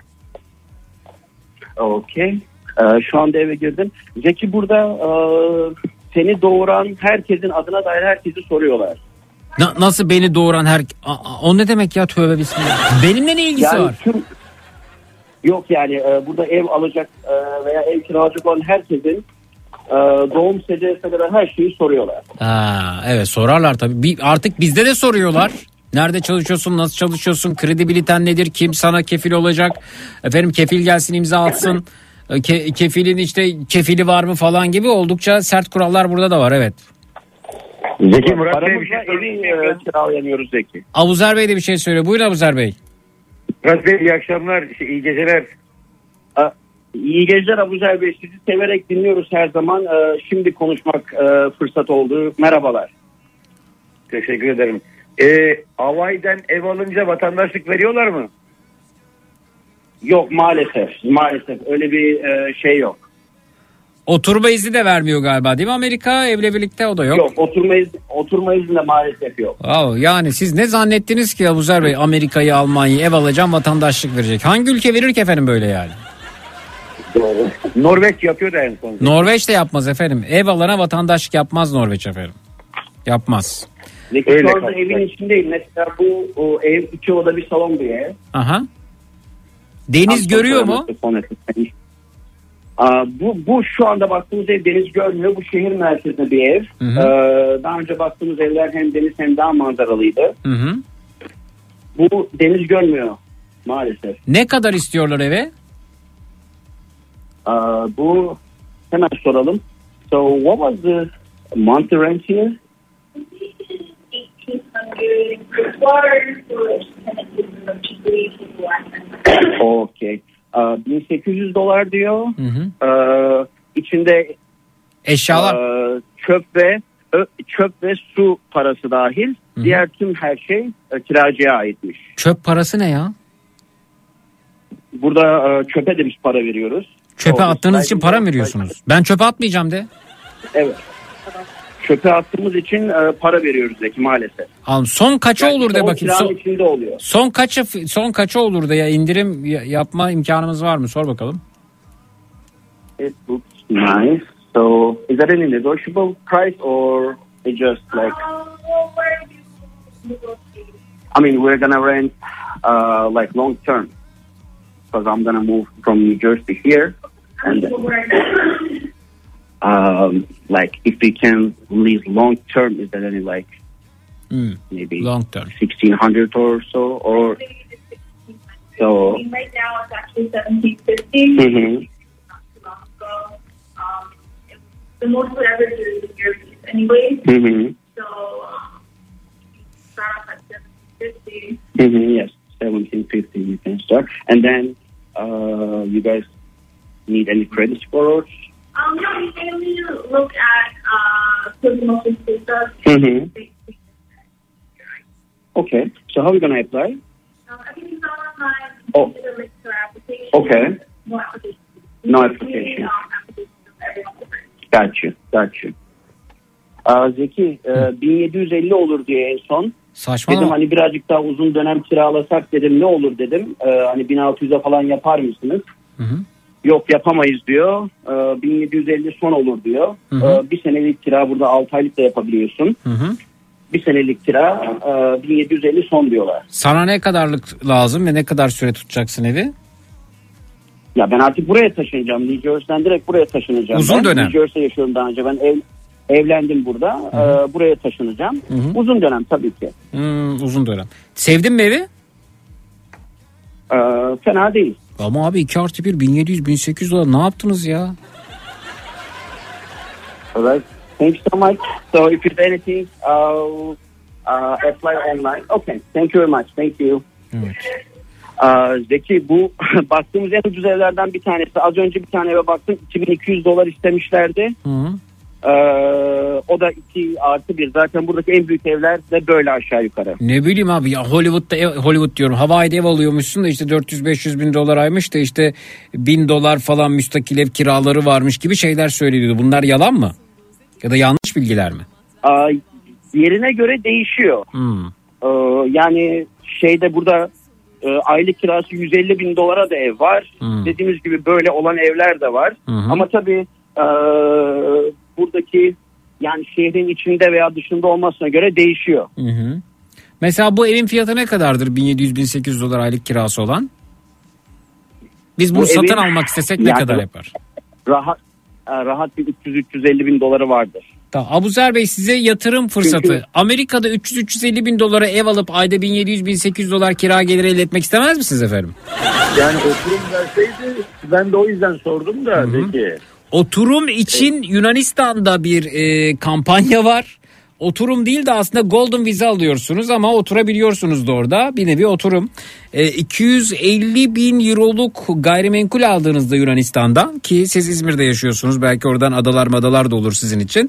Okay. Şu anda eve girdim. Zeki burada seni doğuran herkesin adına dair herkesi soruyorlar. Nasıl beni doğuran o ne demek ya tövbe bismillah. Benimle ne ilgisi var? Yok yani burada ev alacak veya ev kiralayacak olan herkesin doğum secdesine kadar her şeyi soruyorlar. Evet sorarlar tabii. Artık bizde de soruyorlar. Nerede çalışıyorsun, nasıl çalışıyorsun, kredibiliten nedir, kim sana kefil olacak, efendim kefil gelsin imza atsın, kefilin işte kefili var mı falan gibi oldukça sert kurallar burada da var evet. Zeki Murat Bey bir şey evi kiralayamıyoruz Zeki. Abuzer Bey de bir şey söylüyor. Buyurun Abuzer Bey. Murat Bey iyi akşamlar, iyi geceler. İyi geceler Abuzer Bey. Sizi severek dinliyoruz her zaman. Şimdi konuşmak fırsat oldu. Merhabalar. Teşekkür ederim. Hawaii'den ev alınca vatandaşlık veriyorlar mı? Yok maalesef. Maalesef öyle bir şey yok. Oturma izni de vermiyor galiba değil mi Amerika? Evle birlikte o da yok. Yok oturma izni de maalesef yok. Yani siz ne zannettiniz ki Abuzer Bey Amerika'yı Almanya'yı ev alacağım vatandaşlık verecek. Hangi ülke verir ki efendim böyle yani? Doğru. Norveç yapıyor da en son. Norveç de yapmaz efendim. Ev alana vatandaşlık yapmaz Norveç efendim. Yapmaz. Şu anda evin içindeyim. Mesela bu ev 2 oda bir salon bir ev. Aha. Deniz görüyor mu? Bu şu anda baktığımız ev deniz görmüyor. Bu şehir merkezinde bir ev. Daha önce baktığımız evler hem deniz hem daha manzaralıydı. Hı. Bu deniz görmüyor maalesef. Ne kadar istiyorlar eve? Bu hemen soralım. So what was the monthly rent here? Okay. $1.800 diyor. İçinde eşyalar, çöp ve su parası dahil. Diğer tüm her şey kiracıya aitmiş. Çöp parası ne ya? Burada çöpe de biz para veriyoruz. Çöpe attığınız için para mı veriyorsunuz? Ben çöpe atmayacağım de. Evet. Çöpe attığımız için para veriyoruz Zeki maalesef. Son kaça olur de bakayım. İçinde oluyor. Son kaça olur da ya indirim yapma imkanımız var mı? Sor bakalım. It looks nice. So is that any negotiable price or it just like? I mean, we're gonna rent like long term because I'm gonna move from New Jersey here, and like if we can lease long term, is there any like maybe long term 1,600 or so, or so? Right now it's actually $1,750. The most we ever do is a year lease anyway. So start off at $1,750. Yes, $1,750 you can start, and then you guys need any credit scores? No, we mainly look at promotion stuff. Okay, so how are we gonna apply? Everything's online. Oh. Application. Okay. No application. No application. Got you. Zeki, 1750 olur diye en son. Saçmalama. Dedim hani birazcık daha uzun dönem kiralasak dedim, ne olur dedim. Hani 1600'e falan yapar mısınız? Yok yapamayız diyor. 1750 son olur diyor. Bir senelik kira burada 6 aylık da yapabiliyorsun. Bir senelik kira 1750 son diyorlar. Sana ne kadarlık lazım ve ne kadar süre tutacaksın evi? Ya ben artık buraya taşınacağım. New Jersey'den direkt buraya taşınacağım. Uzun dönem. New Jersey'de yaşıyorum daha önce. Ben evlendim burada. Buraya taşınacağım. Uzun dönem tabii ki. Uzun dönem. Sevdin mi evi? Fena değil. Ama abi 2+1 $1,700-$1,800 ne yaptınız ya? Alright. Thank you so much. So if there's anything, I'll apply online. Okay. Thank you very much. Thank you. Evet. Zeki, bu baktığımız en ucuz evlerden bir tanesi. Az önce bir tane eve baktım. $2,200 istemişlerdi. O da 2+1. Zaten buradaki en büyük evler de böyle aşağı yukarı. Ne bileyim abi ya, Hollywood diyorum. Hawaii'de ev alıyormuşsun da işte $400-500 bin aymış da işte $1,000 falan müstakil ev kiraları varmış gibi şeyler söyleniyordu. Bunlar yalan mı? Ya da yanlış bilgiler mi? Yerine göre değişiyor. Yani şeyde burada aylık kirası $150,000 da ev var. Dediğimiz gibi böyle olan evler de var. Ama tabii buradaki yani şehrin içinde veya dışında olmasına göre değişiyor. Mesela bu evin fiyatı ne kadardır? $1,700-$1,800 aylık kirası olan. Biz bunu satın almak istesek ne kadar yapar? Rahat bir $300-350 bin vardır. Tamam. Abuzer Bey, size yatırım fırsatı. Çünkü Amerika'da $300-350 bin ev alıp ayda $1,700-$1,800 kira geliri elde etmek istemez misiniz efendim? Yani oturum verseydi, ben de o yüzden sordum da peki. Oturum için Yunanistan'da bir kampanya var. Oturum değil de aslında Golden Visa alıyorsunuz ama oturabiliyorsunuz da orada. Bir nevi oturum. 250 bin euroluk gayrimenkul aldığınızda Yunanistan'da, ki siz İzmir'de yaşıyorsunuz, belki oradan adalar da olur sizin için.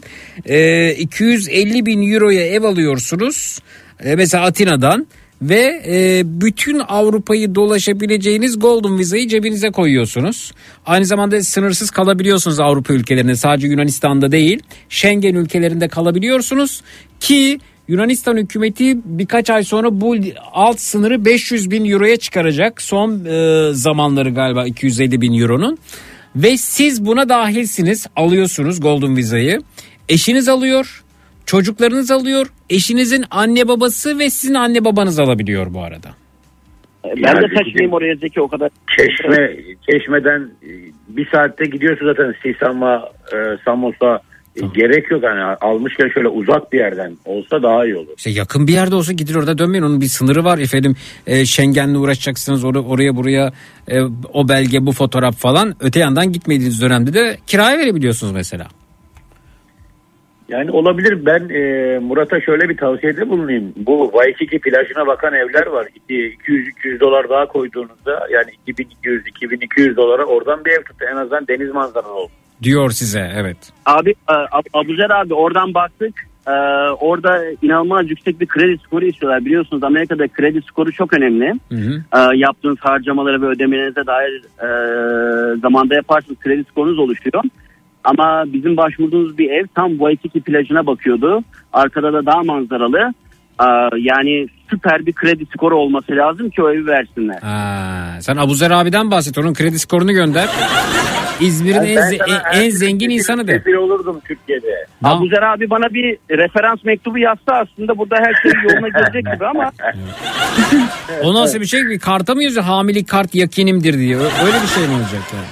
250 bin euroya ev alıyorsunuz. Mesela Atina'dan. Ve bütün Avrupa'yı dolaşabileceğiniz Golden Visa'yı cebinize koyuyorsunuz. Aynı zamanda sınırsız kalabiliyorsunuz Avrupa ülkelerinde, sadece Yunanistan'da değil, Schengen ülkelerinde kalabiliyorsunuz ki Yunanistan hükümeti birkaç ay sonra bu alt sınırı 500 bin euroya çıkaracak. Son zamanları galiba 250 bin euronun. Ve siz buna dahilsiniz, alıyorsunuz Golden Visa'yı. Eşiniz alıyor. Çocuklarınız alıyor, eşinizin anne babası ve sizin anne babanız alabiliyor bu arada. Ben de taşınayım oraya Zeki, o kadar. Çeşmeden bir saatte gidiyorsun zaten Samos'a. Gerek yok yani, almışken şöyle uzak bir yerden olsa daha iyi olur. İşte yakın bir yerde olsa gidir orada dönmeyin, onun bir sınırı var efendim. Schengen'le uğraşacaksınız, oraya buraya o belge, bu fotoğraf falan. Öte yandan gitmediğiniz dönemde de kiraya verebiliyorsunuz mesela. Yani olabilir. Ben Murat'a şöyle bir tavsiyede bulunayım. Bu Waikiki plajına bakan evler var. 200-300 dolar daha koyduğunuzda yani 2200-2200 dolara oradan bir ev tut. En azından deniz manzaralı olsun. Diyor size, evet. Abi Abuzer abi oradan baktık. Orada inanılmaz yüksek bir kredi skoru istiyorlar. Biliyorsunuz Amerika'da kredi skoru çok önemli. Yaptığınız harcamaları ve ödemelerinize dair zamanda yaparsanız kredi skorunuz oluşuyor. Ama bizim başvurduğumuz bir ev tam Waikiki plajına bakıyordu. Arkada da dağ manzaralı. Yani süper bir kredi skoru olması lazım ki o evi versinler. Sen Abuzer abiden bahset. Onun kredi skorunu gönder. İzmir'in en zengin insanı de. Bir olurdum Türkiye'de. Abuzer abi bana bir referans mektubu yazsa aslında burada her şey yoluna girecek gibi ama. O nasıl bir şey? Bir karta mı yazıyor? Hamilelik kart yakinimdir diye. Öyle bir şey mi olacak yani?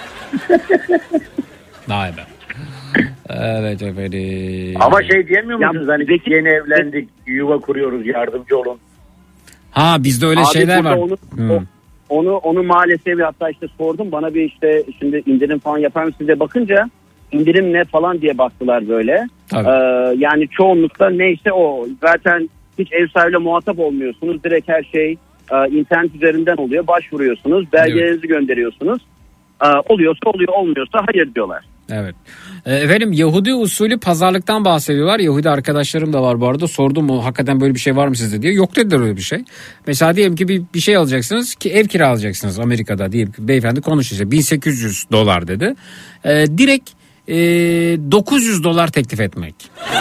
Vay be. Evet efendim. Ama şey diyemiyor musunuz? Hani yeni evlendik, yuva kuruyoruz, yardımcı olun. Bizde öyle abi şeyler var. Onu maalesef hatta işte sordum. Bana bir işte şimdi indirim falan yapar mısınız diye bakınca indirim ne falan diye baktılar böyle. Yani çoğunlukla neyse o. Zaten hiç ev sahibiyle muhatap olmuyorsunuz. Direkt her şey internet üzerinden oluyor. Başvuruyorsunuz. Belgelerinizi gönderiyorsunuz. Oluyorsa oluyor, olmuyorsa hayır diyorlar. Evet. Efendim Yahudi usulü pazarlıktan bahsediyorlar. Yahudi arkadaşlarım da var bu arada. Sordum o hakikaten böyle bir şey var mı sizde diye. Yok dediler öyle bir şey. Mesela diyelim ki bir şey alacaksınız ki ev kiralayacaksınız Amerika'da. Diyelim ki beyefendi konuşuyor. 1800 dolar dedi. Direkt 900 dolar teklif etmek.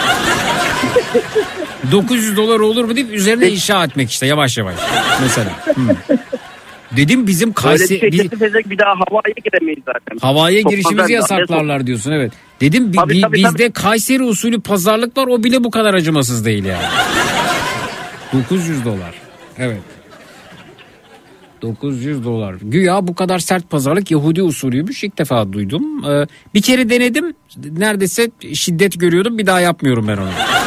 900 dolar olur mu deyip üzerine inşa etmek işte yavaş yavaş. Mesela. Dedim bizim Kayseri... bir daha havaya giremeyiz zaten. Havaya girişimizi yasaklarlar diyorsun, evet. Dedim bizde Kayseri usulü pazarlık var, o bile bu kadar acımasız değil yani. 900 dolar. Evet. 900 dolar. Güya bu kadar sert pazarlık Yahudi usulüymüş. İlk defa duydum. Bir kere denedim. Neredeyse şiddet görüyordum. Bir daha yapmıyorum ben onu.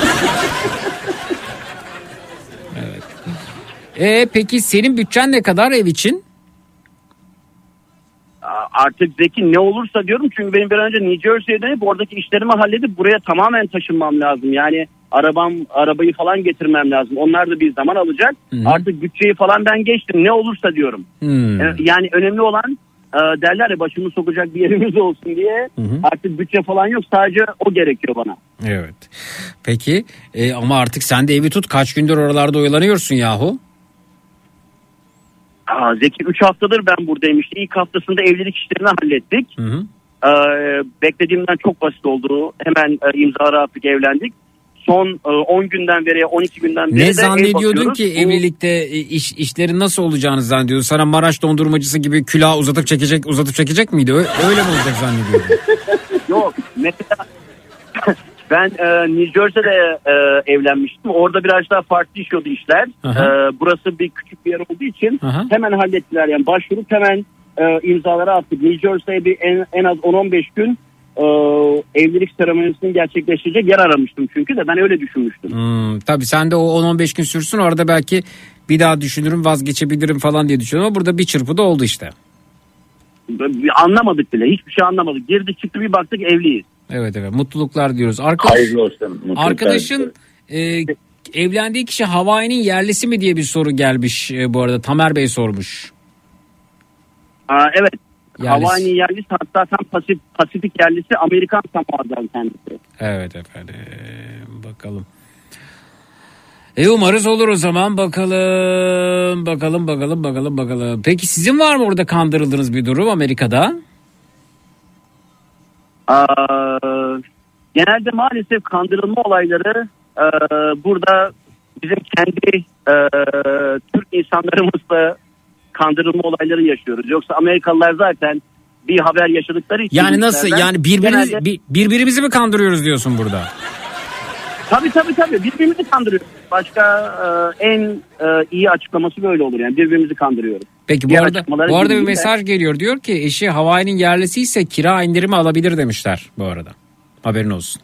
Evet. Peki senin bütçen ne kadar ev için? Artık Zeki ne olursa diyorum çünkü benim bir önce New Jersey'ye dönüp oradaki işlerimi halledip buraya tamamen taşınmam lazım. Yani arabayı falan getirmem lazım. Onlar da bir zaman alacak. Artık bütçeyi falan ben geçtim. Ne olursa diyorum. Yani önemli olan derler ya başımı sokacak bir yerimiz olsun diye. Artık bütçe falan yok. Sadece o gerekiyor bana. Evet. Peki ama artık sen de evi tut. Kaç gündür oralarda oyalanıyorsun yahu? Zeki 3 haftadır ben buradayım işte. İlk haftasında evlilik işlerini hallettik. Beklediğimden çok basit oldu. Hemen imzaları attık, evlendik. Son 10 günden beri 12 günden beri ne zannediyordun ki evlilikte işlerin nasıl olacağını zannediyordun? Sana Maraş dondurmacısı gibi külahı uzatıp çekecek miydi? Öyle mi olacak zannediyordun? Yok mesela ben New Jersey'de evlenmiştim. Orada biraz daha farklı işiyordu işler. Burası bir küçük bir yer olduğu için hemen hallettiler. Yani başvurup hemen imzaları attık. New Jersey'de bir en az 10-15 gün evlilik seremonisini gerçekleştirecek yer aramıştım çünkü de ben öyle düşünmüştüm. Tabii sen de o 10-15 gün sürsün, orada belki bir daha düşünürüm, vazgeçebilirim falan diye düşünüyorum ama burada bir çırpıda oldu işte. Anlamadık bile, hiçbir şey anlamadık. Girdik çıktı bir baktık evliyiz. Evet mutluluklar diyoruz. Hayırlı olsun. Arkadaşın evlendiği kişi Hawaii'nin yerlisi mi diye bir soru gelmiş bu arada. Tamer Bey sormuş. Evet. Hawaii'nin yerlisi, hatta tam Pasifik yerlisi, Amerikan Samoa'dan kendisi. Evet efendim. Bakalım. Umarız olur o zaman. Bakalım. Peki sizin var mı orada kandırıldığınız bir durum Amerika'da? Genelde maalesef kandırılma olayları burada bizim kendi Türk insanlarımızla kandırılma olayları yaşıyoruz. Yoksa Amerikalılar zaten bir haber yaşadıkları için... Yani nasıl? Yani birbirimizi mi kandırıyoruz diyorsun burada? Tabii. Birbirimizi kandırıyoruz. Başka en iyi açıklaması böyle olur. Yani birbirimizi kandırıyoruz. Peki bu arada bir mesaj geliyor. Diyor ki eşi Hawaii'nin yerlisi ise kira indirimi alabilir demişler bu arada. Haberin olsun.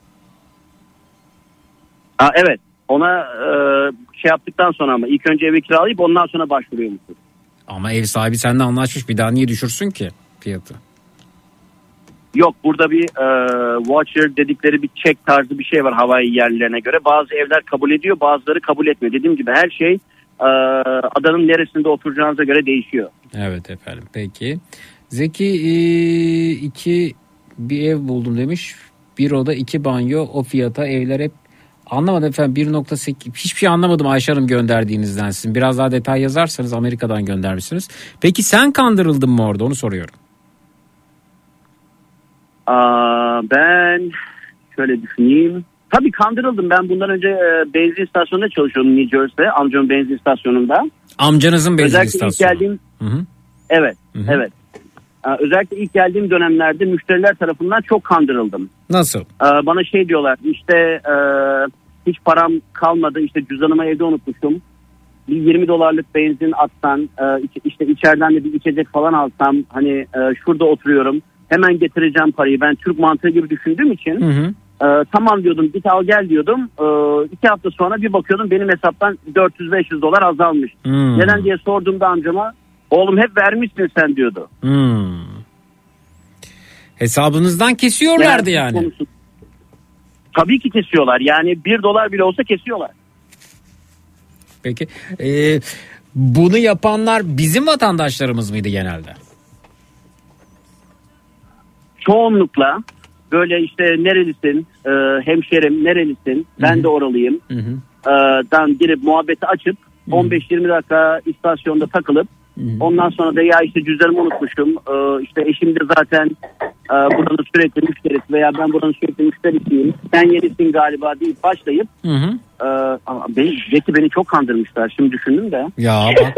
Evet. Ona şey yaptıktan sonra ama ilk önce evi kiralayıp ondan sonra başvuruyormuşsun. Ama ev sahibi seninle anlaşmış. Bir daha niye düşürsün ki fiyatı? Yok, burada bir voucher dedikleri bir check tarzı bir şey var Hawaii yerlilerine göre. Bazı evler kabul ediyor, bazıları kabul etmiyor. Dediğim gibi her şey adanın neresinde oturacağınıza göre değişiyor. Evet efendim, peki. Zeki bir ev buldum demiş. Bir oda 2 banyo, o fiyata evler hep. Anlamadım efendim, 1.8 hiçbir şey anlamadım Ayşe Hanım gönderdiğinizden sizin. Biraz daha detay yazarsanız, Amerika'dan göndermişsiniz. Peki sen kandırıldın mı orada, onu soruyorum. Ben şöyle düşüneyim. Tabii kandırıldım. Ben bundan önce benzin istasyonunda çalışıyordum New Jersey'de. Amcamın benzin istasyonunda. Amcanızın benzin özellikle istasyonu. Ilk geldiğim, Hı-hı. Evet. Hı-hı. Evet. Özellikle ilk geldiğim dönemlerde müşteriler tarafından çok kandırıldım. Nasıl? Bana şey diyorlar, işte hiç param kalmadı, işte cüzdanımı evde unutmuşum. Bir $20 benzin atsan, işte içeriden de bir içecek falan alsam, hani şurada oturuyorum, hemen getireceğim parayı. Ben Türk mantığı gibi düşündüğüm için tamam diyordum, git al gel diyordum. 2 hafta sonra bir bakıyordum benim hesaptan $400-500 azalmış. Neden diye sorduğumda amcama, oğlum hep vermişsin sen diyordu. Hesabınızdan kesiyorlardı yani. Konusu. Tabii ki kesiyorlar. Yani $1 bile olsa kesiyorlar. Peki bunu yapanlar bizim vatandaşlarımız mıydı genelde? Çoğunlukla böyle işte nerelisin, hemşerim nerelisin, ben de oralıyım. Dan girip muhabbeti açıp 15-20 dakika istasyonda takılıp ondan sonra da ya işte cüzdanımı unutmuşum, işte eşim de zaten buranın sürekli müşterisi veya ben buranın sürekli müşterisiyim, sen yenisin galiba deyip başlayıp Zeki beni çok kandırmışlar, şimdi düşündüm de. Ya bak.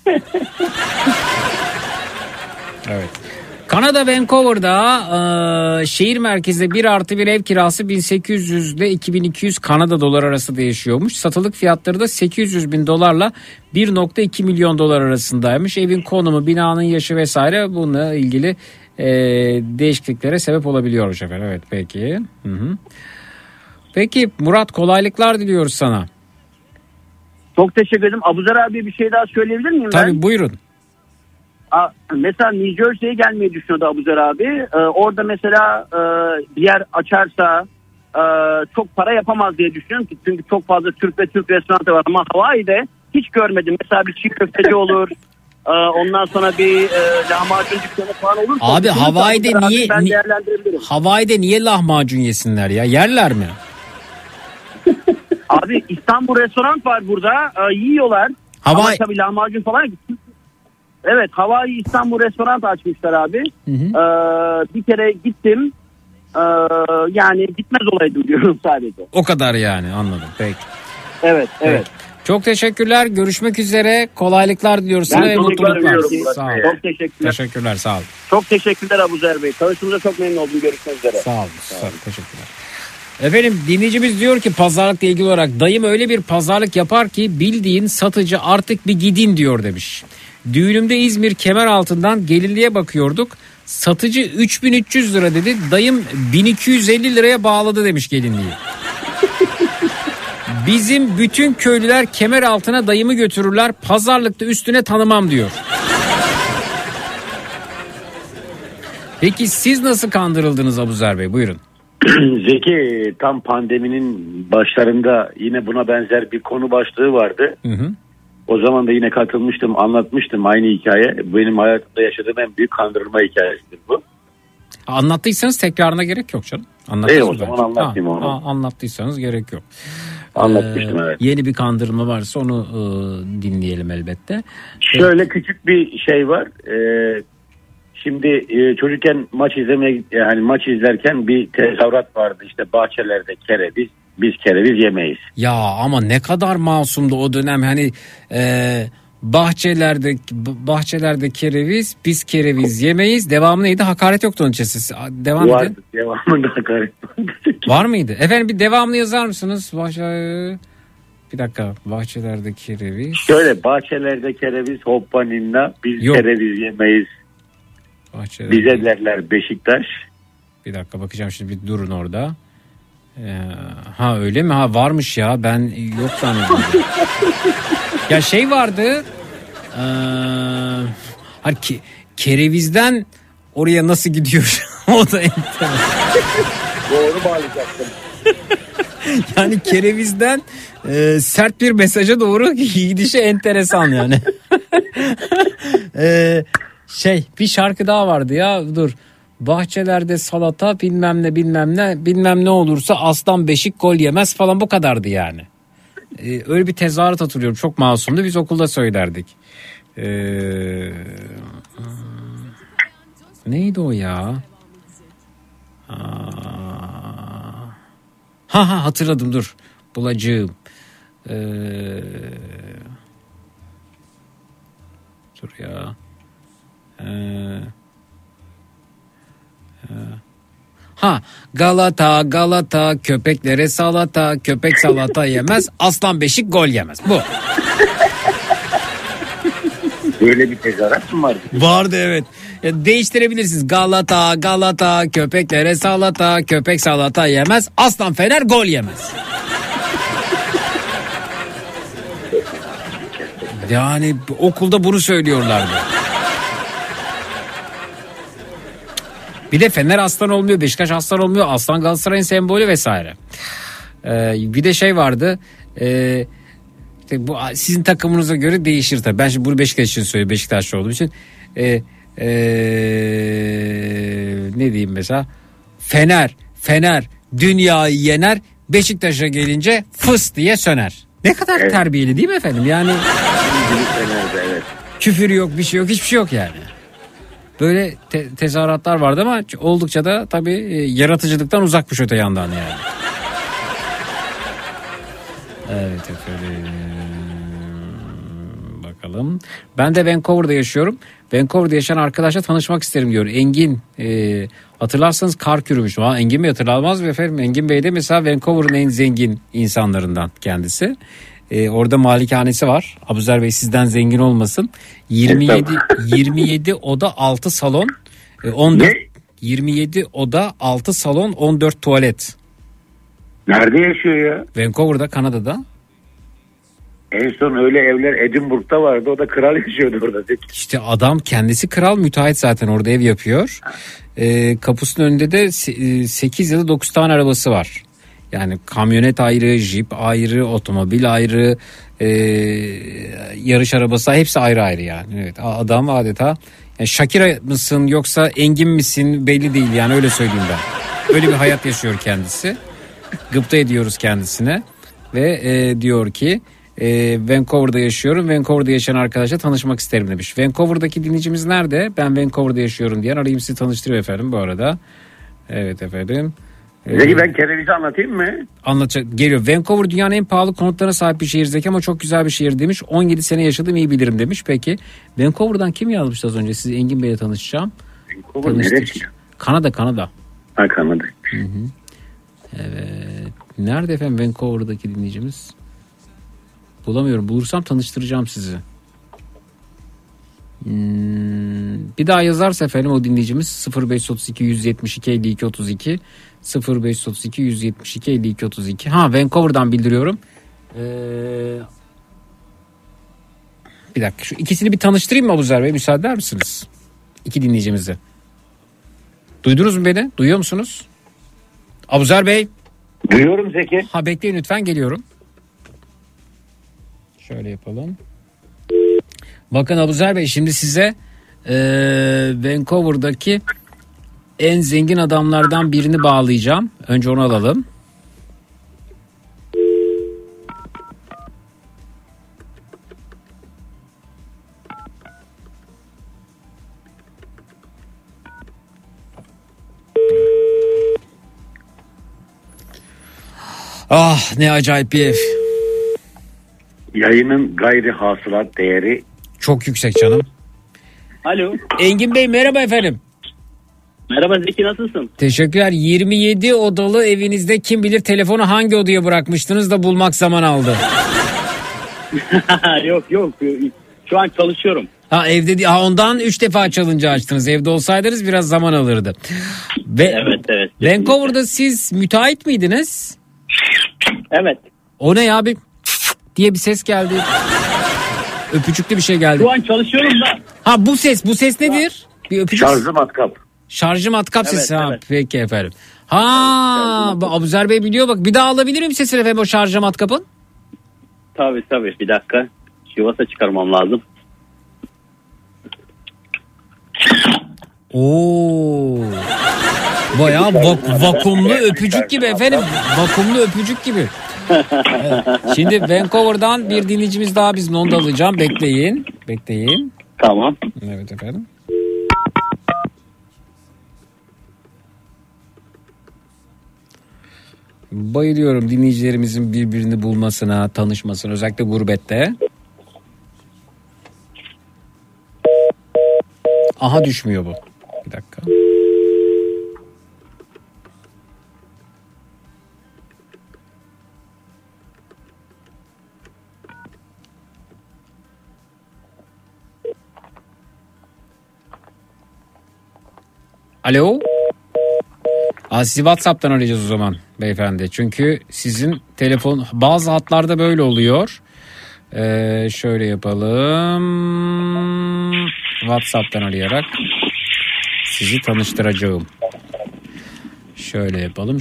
Evet. Kanada Vancouver'da şehir merkezinde 1+1 ev kirası 1800 ile 2200 Kanada dolar arası değişiyormuş. Satılık fiyatları da 800 bin dolarla 1.2 milyon dolar arasındaymış. Evin konumu, binanın yaşı vesaire bununla ilgili değişikliklere sebep olabiliyormuş efendim. Evet, peki. Peki Murat, kolaylıklar diliyoruz sana. Çok teşekkür ederim. Abuzer abi bir şey daha söyleyebilir miyim? Tabii buyurun. Mesela New Jersey'ye gelmeyi düşünüyordu Abuzer abi. Orada mesela bir yer açarsa çok para yapamaz diye düşünüyorum. Çünkü çok fazla Türk ve Türk restoranı var. Ama Hawaii'de hiç görmedim. Mesela bir çiğ köfteci olur. Ondan sonra bir lahmacun dükkanı falan olur. Abi Hawaii'de niye lahmacun yesinler ya? Yerler mi? Abi İstanbul restoran var burada. Yiyorlar. Ama tabii lahmacun falan. Evet, Hawaii İstanbul restoran açmışlar abi. Bir kere gittim. Yani gitmez olaydım diyorum sadece. O kadar yani, anladım. Peki. Evet. Çok teşekkürler. Görüşmek üzere. Kolaylıklar diliyoruz sana ve mutluluklar. Sağ ol. Çok teşekkürler. Teşekkürler, sağ olun. Çok teşekkürler Abuzer Bey. Tanıştığımıza çok memnun oldum. Görüşmek üzere. Sağ olun. Teşekkürler. Efendim, dinleyicimiz diyor ki pazarlıkla ilgili olarak dayım öyle bir pazarlık yapar ki bildiğin satıcı artık bir gidin diyor demiş. Düğünümde İzmir Kemeraltı'ndan gelinliğe bakıyorduk. Satıcı 3300 lira dedi. Dayım 1250 liraya bağladı demiş gelinliği. Bizim bütün köylüler Kemeraltı'na dayımı götürürler. Pazarlıkta üstüne tanımam diyor. Peki siz nasıl kandırıldınız Abuzer Bey? Buyurun. Zeki, tam pandeminin başlarında yine buna benzer bir konu başlığı vardı. O zaman da yine katılmıştım, anlatmıştım aynı hikaye. Benim hayatımda yaşadığım en büyük kandırılma hikayesidir bu. Anlattıysanız tekrarına gerek yok canım. O zaman anlatayım onu. Anlattıysanız gerek yok. Anlatmıştım, evet. Yeni bir kandırılma varsa onu dinleyelim elbette. Şöyle küçük bir şey var. Şimdi çocukken maç izlerken bir tezahürat vardı. İşte bahçelerde kereviz, biz kereviz yemeyiz. Ya ama ne kadar masumdu o dönem, hani bahçelerde kereviz, biz kereviz yemeyiz. Devamı neydi? Hakaret yoktu onun içerisinde. Devam vardı, edin. Devamında hakaret vardı. Var mıydı? Efendim bir devamlı yazar mısınız? Bir dakika. Bahçelerde kereviz. Şöyle, bahçelerde kereviz, hoppa ninna, biz kereviz yemeyiz. Bahçelerde. Bize derler Beşiktaş. Bir dakika bakacağım şimdi, bir durun orada. Öyle mi? Varmış ya, ben yok zannediyorum. Ya şey vardı. Kerevizden oraya nasıl gidiyor? O da enteresan. Doğru bağlayacaktım. Yani kerevizden sert bir mesaja doğru gidişi enteresan yani. Bir şarkı daha vardı ya, dur. Bahçelerde salata bilmem ne olursa aslan beşik gol yemez falan, bu kadardı yani. Öyle bir tezahürat hatırlıyorum, çok masumdu, biz okulda söylerdik. Neydi o ya? Hatırladım, dur bulacağım. Dur ya. Galata köpeklere salata, köpek salata yemez, aslan beşik gol yemez. Bu. Böyle bir tezahürat mı vardı? Vardı, evet. Değiştirebilirsiniz. Galata köpeklere salata, köpek salata yemez, aslan Fener gol yemez. Yani okulda bunu söylüyorlardı. Bir de Fener aslan olmuyor, Beşiktaş aslan olmuyor, aslan Galatasaray'ın sembolü vesaire. Bir de vardı. Bu sizin takımınıza göre değişir tabii. Ben şimdi bunu Beşiktaş için söylüyorum, Beşiktaşlı olduğum için. Ne diyeyim mesela? Fener dünyayı yener, Beşiktaş'a gelince fıs diye söner. Ne kadar evet. Terbiyeli değil mi efendim? Yani evet. Küfür yok, bir şey yok, hiçbir şey yok yani. Böyle tezahüratlar vardı ama oldukça da tabii yaratıcılıktan uzakmış öte yandan yani. Evet efendim. Bakalım. Ben de Vancouver'da yaşıyorum. Vancouver'da yaşayan arkadaşla tanışmak isterim diyor. Engin. Hatırlarsanız kar kürümüş. Engin Bey hatırlamaz mı efendim? Engin Bey de mesela Vancouver'ın en zengin insanlarından kendisi. Orada malikanesi var. Abuzer Bey sizden zengin olmasın. 27 oda 6 salon 14 27 oda 6 salon 14 tuvalet. Nerede yaşıyor ya? Vancouver'da, Kanada'da. En son öyle evler Edinburgh'da vardı. O da kral yaşıyordu orada. İşte adam kendisi kral, müteahhit zaten, orada ev yapıyor. Kapısının önünde de 8 ya da 9 tane arabası var. Yani kamyonet ayrı, jip ayrı, otomobil ayrı, yarış arabası hepsi ayrı ayrı yani. Evet, adam adeta yani Shakira mısın yoksa Engin misin belli değil yani, öyle söyleyeyim ben. Öyle bir hayat yaşıyor kendisi. Gıpta ediyoruz kendisine ve diyor ki Vancouver'da yaşıyorum. Vancouver'da yaşayan arkadaşla tanışmak isterim demiş. Vancouver'daki dinleyicimiz nerede? Ben Vancouver'da yaşıyorum diyen arayayım, sizi tanıştırayım efendim bu arada. Evet efendim. Peki ben kerevizi anlatayım mı? Geliyor. Vancouver dünyanın en pahalı konutlarına sahip bir şehir Zeki ama çok güzel bir şehir demiş. 17 sene yaşadım, iyi bilirim demiş. Peki Vancouver'dan kim yazmıştı az önce? Sizi Engin Bey'le tanışacağım. Vancouver neresi? Kanada. Ha, Kanada. Hı. Evet. Nerede efendim Vancouver'daki dinleyicimiz? Bulamıyorum. Bulursam tanıştıracağım sizi. Bir daha yazarsa efendim o dinleyicimiz 0532 172 52 32 0532 172 52 32. Vancouver'dan bildiriyorum. Bir dakika, şu ikisini bir tanıştırayım mı Abuzer Bey, müsaade eder misiniz? İki dinleyicimizi. Duydunuz mu beni? Duyuyor musunuz? Abuzer Bey. Duyuyorum Zeki. Bekleyin lütfen, geliyorum. Şöyle yapalım. Bakın Abuzer Bey, şimdi size Vancouver'daki en zengin adamlardan birini bağlayacağım. Önce onu alalım. Ne acayip bir ev. Yayının gayri hasılat değeri çok yüksek canım. Alo. Engin Bey merhaba efendim. Merhaba Zeki, nasılsın? Teşekkürler. 27 odalı evinizde kim bilir telefonu hangi odaya bırakmıştınız da bulmak zaman aldı. Yok. Şu an çalışıyorum. Evde değil. Ondan 3 defa çalınca açtınız. Evde olsaydınız biraz zaman alırdı. Evet. Vancouver'da siz müteahhit miydiniz? Evet. O ne ya, bir diye bir ses geldi. Öpücüklü bir şey geldi. Şu an çalışıyorum da. Bu ses nedir? Bir öpücük. Şarjlı matkap. Şarjı matkap sesi. Evet, ha, evet. peki efendim. Ha, Abuzer Bey biliyor bak. Bir daha alabilir miyim sesini efendim o şarjı matkapın? Tabii bir dakika. Şivasa çıkarmam lazım. Oo. Bayağı vakumlu öpücük gibi efendim. Vakumlu öpücük gibi. Evet. Şimdi Vancouver'dan bir dinleyicimiz daha, biz onu da alacağım. Bekleyin. Tamam. Evet efendim. Bayılıyorum dinleyicilerimizin birbirini bulmasına, tanışmasına, özellikle gurbette. Aha, düşmüyor bu. Bir dakika. Alo. Sizi WhatsApp'tan arayacağız o zaman beyefendi. Çünkü sizin telefon, bazı hatlarda böyle oluyor. Şöyle yapalım. WhatsApp'tan arayarak sizi tanıştıracağım. Şöyle yapalım.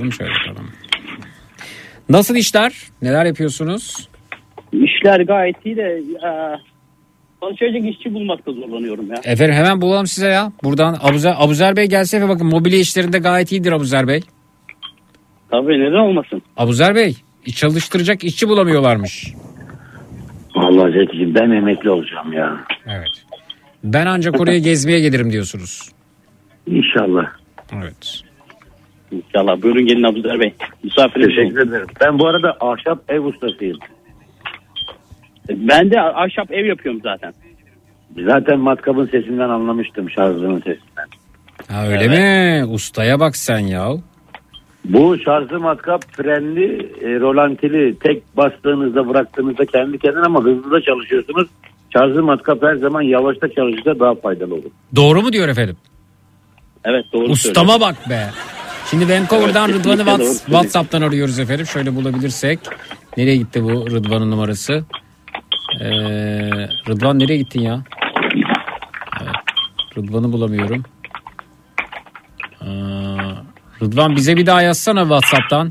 Nasıl işler? Neler yapıyorsunuz? İşler gayet iyi de çalışacak işçi bulmakta zorlanıyorum ya. Efendim hemen bulalım size ya. Buradan Abuzer Bey gelse ve bakın mobilya işlerinde gayet iyidir Abuzer Bey. Tabii, neden olmasın? Abuzer Bey, çalıştıracak işçi bulamıyorlarmış. Vallahi Zeki'ciğim ben emekli olacağım ya. Evet. Ben ancak oraya gezmeye gelirim diyorsunuz. İnşallah. Evet. İnşallah. Buyurun gelin Abuzer Bey. Misafiriniz olun. Teşekkür ederim. Ben bu arada ahşap ev ustasıyım. Ben de ahşap ev yapıyorum zaten. Zaten matkabın sesinden anlamıştım, şarjının sesinden. Ha öyle mi? Ustaya bak sen ya. Bu şarjlı matkap frenli, rolantili, tek bastığınızda bıraktığınızda kendi kendine ama hızlı da çalışıyorsunuz. Şarjlı matkap her zaman yavaşta çalışırsa daha faydalı olur. Doğru mu diyor efendim? Evet, doğru. Ustama söylüyorum. bak be. Şimdi Vancouver'dan Evet, Rıdvan'ı doğru WhatsApp'tan arıyoruz efendim. Şöyle bulabilirsek. Nereye gitti bu Rıdvan'ın numarası? Rıdvan nereye gittin ya? Evet. Rıdvan'ı bulamıyorum. Rıdvan bize bir daha yazsana WhatsApp'tan.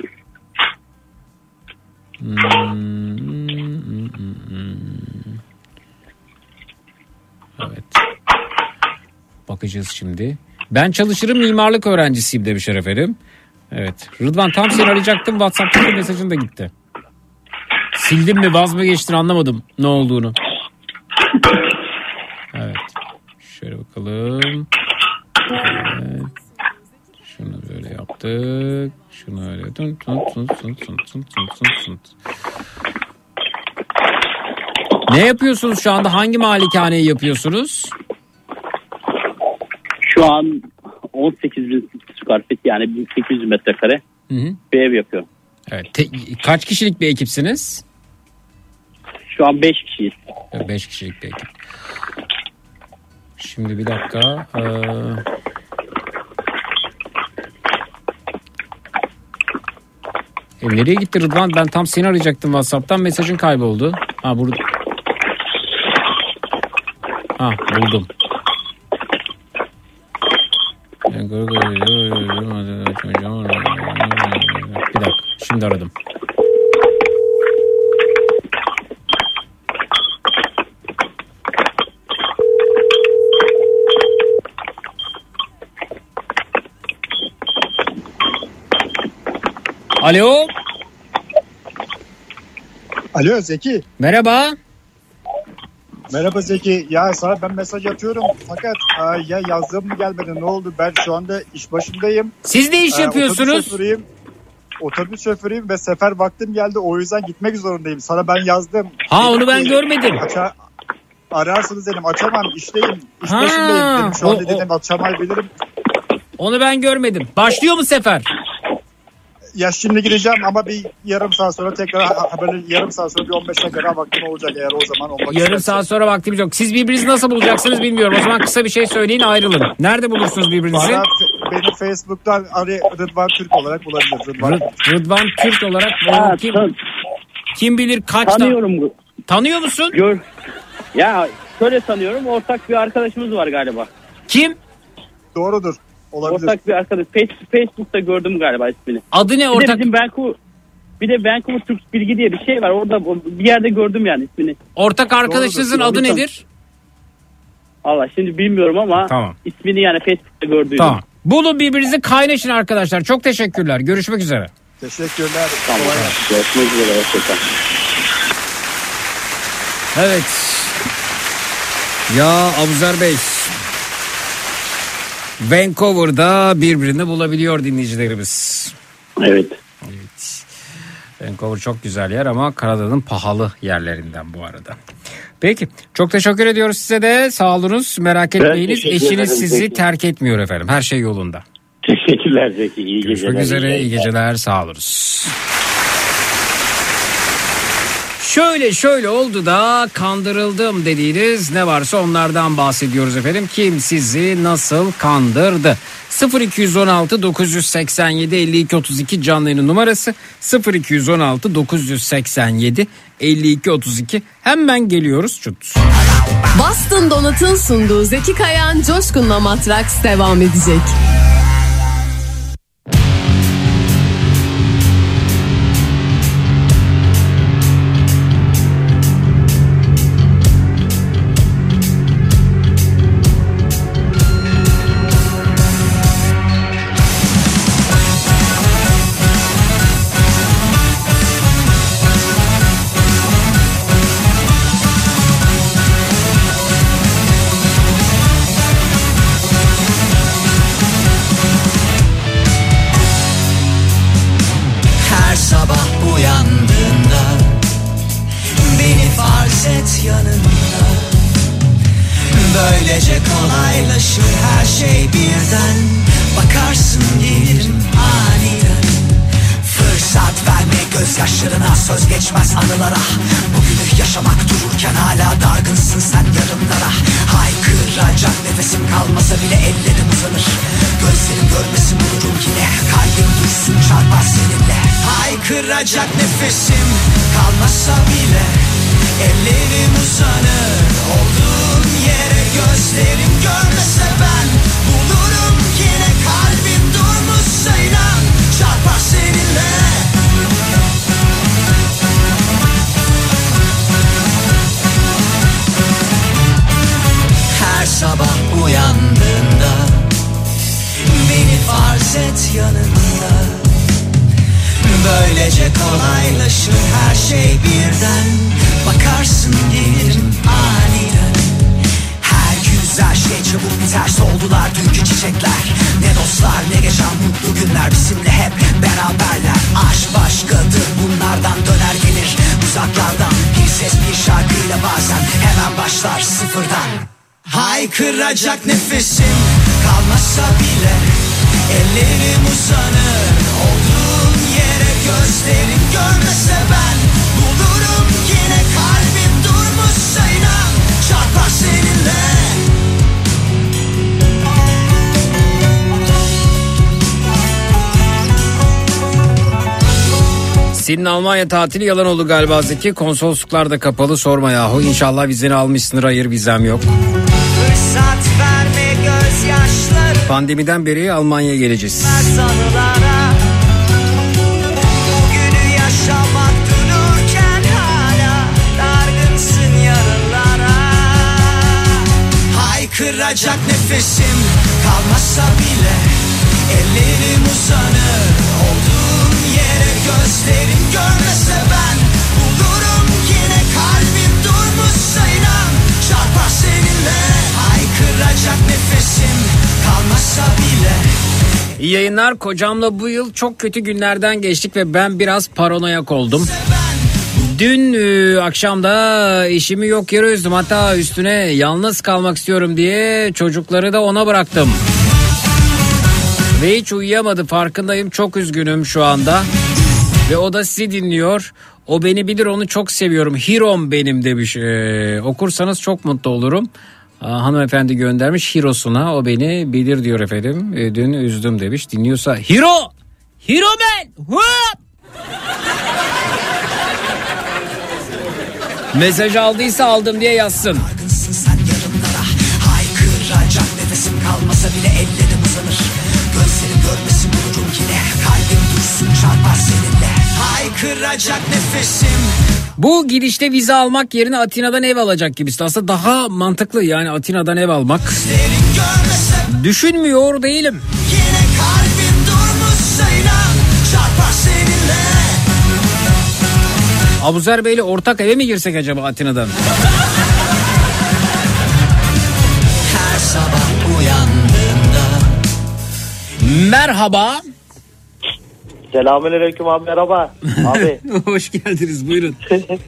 Evet. Bakacağız şimdi. Ben çalışırım, mimarlık öğrencisiyim demiş efendim. Evet. Rıdvan tam seni arayacaktım. WhatsApp'taki mesajın da gitti. Sildin mi, vaz mı geçtin, anlamadım ne olduğunu. Evet. Şöyle bakalım. Evet. Şunu böyle yaptık. Şunu öyle. Ne yapıyorsunuz şu anda? Hangi malikaneyi yapıyorsunuz? Şu an 18.000 square feet, yani 1800 metrekare bir ev yapıyorum. Evet. Kaç kişilik bir ekipsiniz? Şu an 5 kişiyiz. 5 kişilik bir ekip. Şimdi bir dakika. Nereye gitti Rıdvan? Ben tam seni arayacaktım WhatsApp'tan. Mesajın kayboldu. Ha burada. Ha buldum. Bir dakika. Şimdi aradım. Alo. Alo Zeki. Merhaba. Merhaba Zeki. Ya sana ben mesaj atıyorum fakat ya yazdığım mı gelmedi, ne oldu? Ben şu anda iş başındayım. Siz ne iş yapıyorsunuz? Otobüs şoförüyüm ve sefer vaktim geldi, o yüzden gitmek zorundayım. Sana ben yazdım. Ha onu ben görmedim. Ararsınız dedim, açamam, işteyim. İş başındayım dedim. Şu anda dedim açamayabilirim. Onu ben görmedim. Başlıyor mu sefer? Ya şimdi gireceğim ama bir yarım saat sonra tekrar, böyle yarım saat sonra bir 15 dakika vaktim olacak eğer o zaman olmak istersen. Yarım saat sonra vaktimiz yok. Siz birbirinizi nasıl bulacaksınız bilmiyorum. O zaman kısa bir şey söyleyin, ayrılın. Nerede bulursunuz birbirinizi? Beni Facebook'tan Rıdvan Türk olarak bulabilir. Rıdvan Türk olarak kim bilir kaçta? Tanıyorum. Tanıyor musun? Ya şöyle tanıyorum, ortak bir arkadaşımız var galiba. Kim? doğrudur. Olabilir. Ortak bir arkadaş. Facebook'ta gördüm galiba ismini. Adı ne ortak? Bir de Vancouver Türk Bilgi diye bir şey var. Orada bir yerde gördüm yani ismini. Ortak arkadaşınızın adı nedir? Allah şimdi bilmiyorum ama tamam. İsmini yani Facebook'ta gördüm. Tamam. Bulun birbirinizi, kaynaşın arkadaşlar. Çok teşekkürler. Görüşmek üzere. Teşekkürler. Tamam. Görüşmek üzere. Hoşçakalın. Evet. Ya Abuzer Bey. Vancouver'da birbirini bulabiliyor dinleyicilerimiz. Evet. Vancouver çok güzel yer ama Kanada'nın pahalı yerlerinden bu arada. Peki. Çok teşekkür ediyoruz size de. Sağ olunuz. Merak etmeyiniz. Eşiniz sizi terk etmiyor efendim. Her şey yolunda. Teşekkürler Zeki. İyi geceler. Görüşmek üzere. İyi geceler. Sağ olunuz. Şöyle oldu da kandırıldım dediğiniz ne varsa onlardan bahsediyoruz efendim. Kim sizi nasıl kandırdı? 0216 987 52 32 canlı yayın numarası 0216 987 52 32. Hemen geliyoruz. Boston Donut'un sunduğu Zeki Kayan Coşkun'la Matraks devam edecek. Böylece kolaylaşır her şey birden. Bakarsın gelirim aniden. Fırsat verme gözyaşlarına, söz geçmez anılara. Bugünü yaşamak dururken hala dargınsın sen yarınlara. Haykıracak nefesim kalmasa bile ellerim uzanır. Gözlerim görmesin bulurum yine, kalbim dursun çarpar seninle. Haykıracak nefesim kalmasa bile ellerim uzanır. Olduğum yere gözlerim görmese ben bulurum yine, kalbim durmuşsa inan çarpar seninle. Her sabah uyandığında beni farz et yanında. Böylece kolaylaşır her şey birden. Bakarsın gelirim aniden. Her güzel şey çabuk biter, soldular dünkü çiçekler. Ne dostlar ne geçen mutlu günler, bizimle hep beraberler. Aşk başkadır, bunlardan döner gelir uzaklardan. Bir ses bir şarkıyla bazen hemen başlar sıfırdan. Haykıracak nefesim kalmasa bile ellerim uzanır. Olduğum yere gözlerim görmese ben bulurum yine, kalbim durmuşsa inan çarpar seninle. Senin Almanya tatili yalan oldu galiba Zeki. Konsolosluklar da kapalı, sorma yahu. İnşallah vizeni almışsındır. Hayır, vizem yok. Fırsat verme gözyaşları. Pandemiden beri Almanya'ya geleceğiz. Bugünü yaşamak dururken hala dargınsın yarınlara. Haykıracak nefesim kalmasa bile ellerim uzanır. Olduğum yere gözlerim görmese ben bulurum yine, kalbim durmuşsa inan çarpar seninle. Haykıracak nefesim kalmasa bile. İyi yayınlar. Kocamla bu yıl çok kötü günlerden geçtik ve ben biraz paranoyak oldum. Dün akşamda eşimi yok yere üzdüm. Hatta üstüne yalnız kalmak istiyorum diye çocukları da ona bıraktım. Ve hiç uyuyamadı, farkındayım. Çok üzgünüm şu anda. Ve o da sizi dinliyor. O beni bilir, onu çok seviyorum. Hirom benim demiş. Okursanız çok mutlu olurum. Hanımefendi göndermiş Hirosuna. O beni bilir diyor efendim. Dün üzdüm demiş. Dinliyorsa Hiro ben. Hop! Mesaj aldıysa aldım diye yazsın. mısın sen yarınlara? Haykıracak nefesim kalmasa bile ellerim uzanır. Gözlerim görmesin bulurum yine, kalbim dursun çarpar seninle. Haykıracak nefesim. Bu gidişte vize almak yerine Atina'dan ev alacak gibisi. Aslında daha mantıklı yani Atina'dan ev almak. Düşünmüyor değilim. Yine kalbim durmuşsa inan çarpar seninle. Abuzer Bey'le ortak eve mi girsek acaba Atina'dan? Her sabah uyandığımda. Merhaba. Selamünaleyküm abi, merhaba. Abi. Hoş geldiniz, buyurun.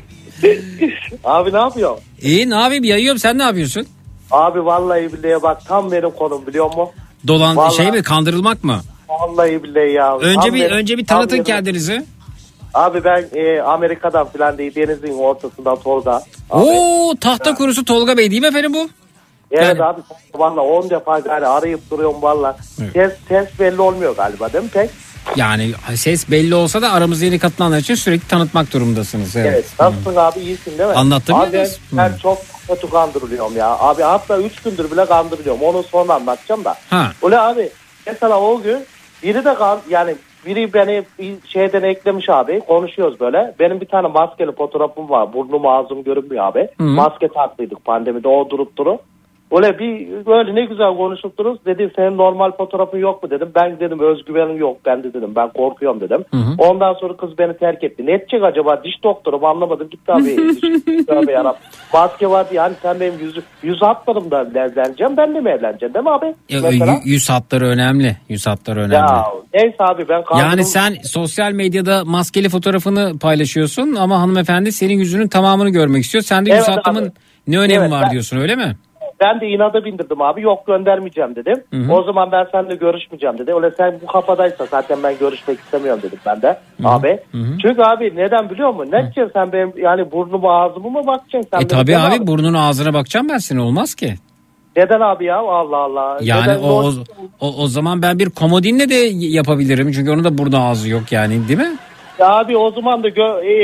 Abi ne yapıyorsun? İyi, ne yapayım, yayıyorum, sen ne yapıyorsun? Abi vallahi billahi bak tam benim konum biliyor musun? Vallahi, şey mi, kandırılmak mı? Vallahi billahi ya. Önce bir tanıtın kendinizi. Abi ben Amerika'dan falan değil, denizin ortasından Tolga. Oo, tahta kurusu Tolga Bey değil mi efendim bu? Evet yani... abi valla 10 defa galiba arayıp duruyorum valla. Evet. Ses belli olmuyor galiba değil mi pek? Yani ses belli olsa da aramızda yeni katılanlar için sürekli tanıtmak durumundasınız. Evet. Nasılsın abi, iyisin değil mi? Anlattın mı? Abi ben çok kötü kandırılıyorum ya. Abi hatta 3 gündür bile kandırılıyorum. Onu sonra anlatacağım da. Öyle abi mesela o gün biri de biri beni şeyden eklemiş abi. Konuşuyoruz böyle. Benim bir tane maskeli fotoğrafım var. Burnum ağzım görünmüyor abi. Maske taktıydık pandemide, o durup duru. Öyle böyle ne güzel konuşup dururuz. Dedi senin normal fotoğrafın yok mu dedim. Ben dedim özgüvenim yok ben de dedim. Ben korkuyorum dedim. Ondan sonra kız beni terk etti. Ne edecek acaba? Diş doktorum anlamadım. Gitti abi. Tövbe yarabbim. Maske vardı yani sen benim yüz hatlarım da evleneceğim. Ben de mi evleneceğim değil mi abi? Yüz hatları önemli. Yüz hatları önemli. Ya neyse abi ben kaldım. Yani sen sosyal medyada maskeli fotoğrafını paylaşıyorsun ama hanımefendi senin yüzünün tamamını görmek istiyor. Sen de yüz hattımın ne önemi var diyorsun, öyle mi? Ben de inada bindirdim abi. Yok göndermeyeceğim dedim. Hı-hı. O zaman ben seninle görüşmeyeceğim dedi. Öyle sen bu kafadaysa zaten ben görüşmek istemiyorum dedim ben de. Hı-hı. Abi. Hı-hı. Çünkü abi neden biliyor musun? Ne diyeceksin sen benim yani burnumu ağzımı mı bakacaksın? Sen tabii abi burnunu ağzına bakacağım ben senin, olmaz ki. Neden abi ya? Allah Allah. Yani o zaman ben bir komodinle de yapabilirim. Çünkü onun da burnu ağzı yok yani, değil mi? Ya abi o zaman da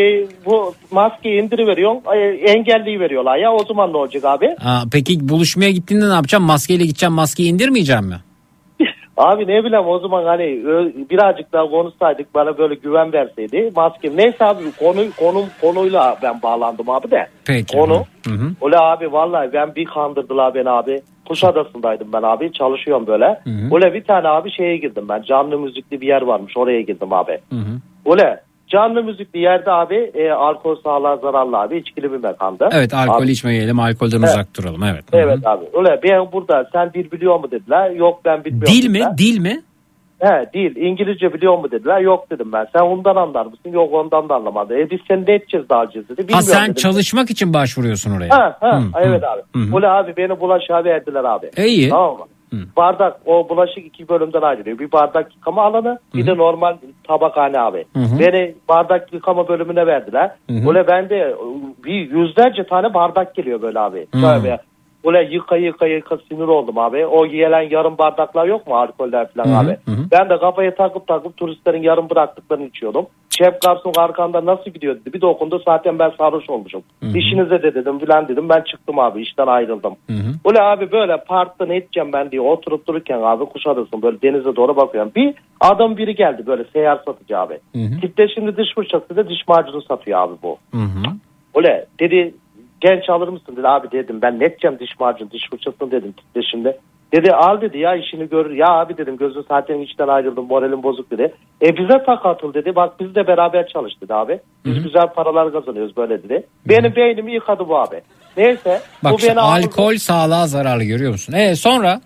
bu maskeyi indiriveriyorsun, engelliyi veriyorlar ya, o zaman ne olacak abi? Peki buluşmaya gittiğinde ne yapacağım? Maskeyle gideceğim, maskeyi indirmeyeceğim mi? Abi ne bileyim o zaman hani birazcık daha konuşsaydık, bana böyle güven verseydi maske. Neyse abi konuyla ben bağlandım abi de. Peki. Konu. Öyle abi vallahi ben bir kandırdılar beni abi. Kuşadası'ndaydım ben abi, çalışıyorum böyle. Öyle bir tane abi şeye girdim ben, canlı müzikli bir yer varmış, oraya girdim abi. Öyle canlı müzikli yerde abi alkol sağlığa zararlı abi, içkili bir mekanda. Evet, alkol içmeyelim, alkolden uzak duralım, evet. Evet abi öyle ben burada sen dil biliyor mu dediler, yok ben bilmiyorum dil dediler. Dil mi? He, dil, İngilizce biliyor mu dediler, yok dedim ben. Sen ondan anlar mısın, yok ondan da anlamadı. Biz seni ne edeceğiz daha önce dedi. Sen dedim. Çalışmak için başvuruyorsun oraya. Evet abi. Öyle abi beni bulaşığa verdiler abi. İyi. Tamam mı? Bardak, o bulaşık 2 bölümden ayrılıyor. Bir bardak yıkama alanı, bir de normal tabakhane abi. Beni bardak yıkama bölümüne verdiler. Öyle bende bir yüzlerce tane bardak geliyor böyle abi. Şöyle öyle yıka sinir oldum abi. O gelen yarım bardaklar yok mu, alkoller falan abi. Ben de kafaya takıp turistlerin yarım bıraktıklarını içiyordum. Şef garson arkanda nasıl gidiyor dedi. Bir dokundu, zaten ben sarhoş olmuşum. İşinize de dedim filan dedim. Ben çıktım abi, işten ayrıldım. Öyle abi böyle parkta ne edeceğim ben diye oturup dururken abi Kuşadası'nın böyle denize doğru bakıyorum. Biri geldi böyle seyyar satıcı abi. Tipte şimdi diş fırçası da diş macunu satıyor abi bu. Öyle dedi, genç alır mısın dedi. Abi dedim ben ne edeceğim diş macunu diş fırçasını dedim tipte şimdi. Dedi al dedi ya, işini görür. Ya abi dedim gözün zaten içten ayrıldım, moralim bozuk dedi. Bize takatıl dedi, bak biz de beraber çalış dedi abi. Biz güzel paralar kazanıyoruz böyle dedi. Benim beynimi yıkadı bu abi. Neyse. Bak bu beni alkol aldı. Sağlığa zararlı, görüyor musun? Sonra?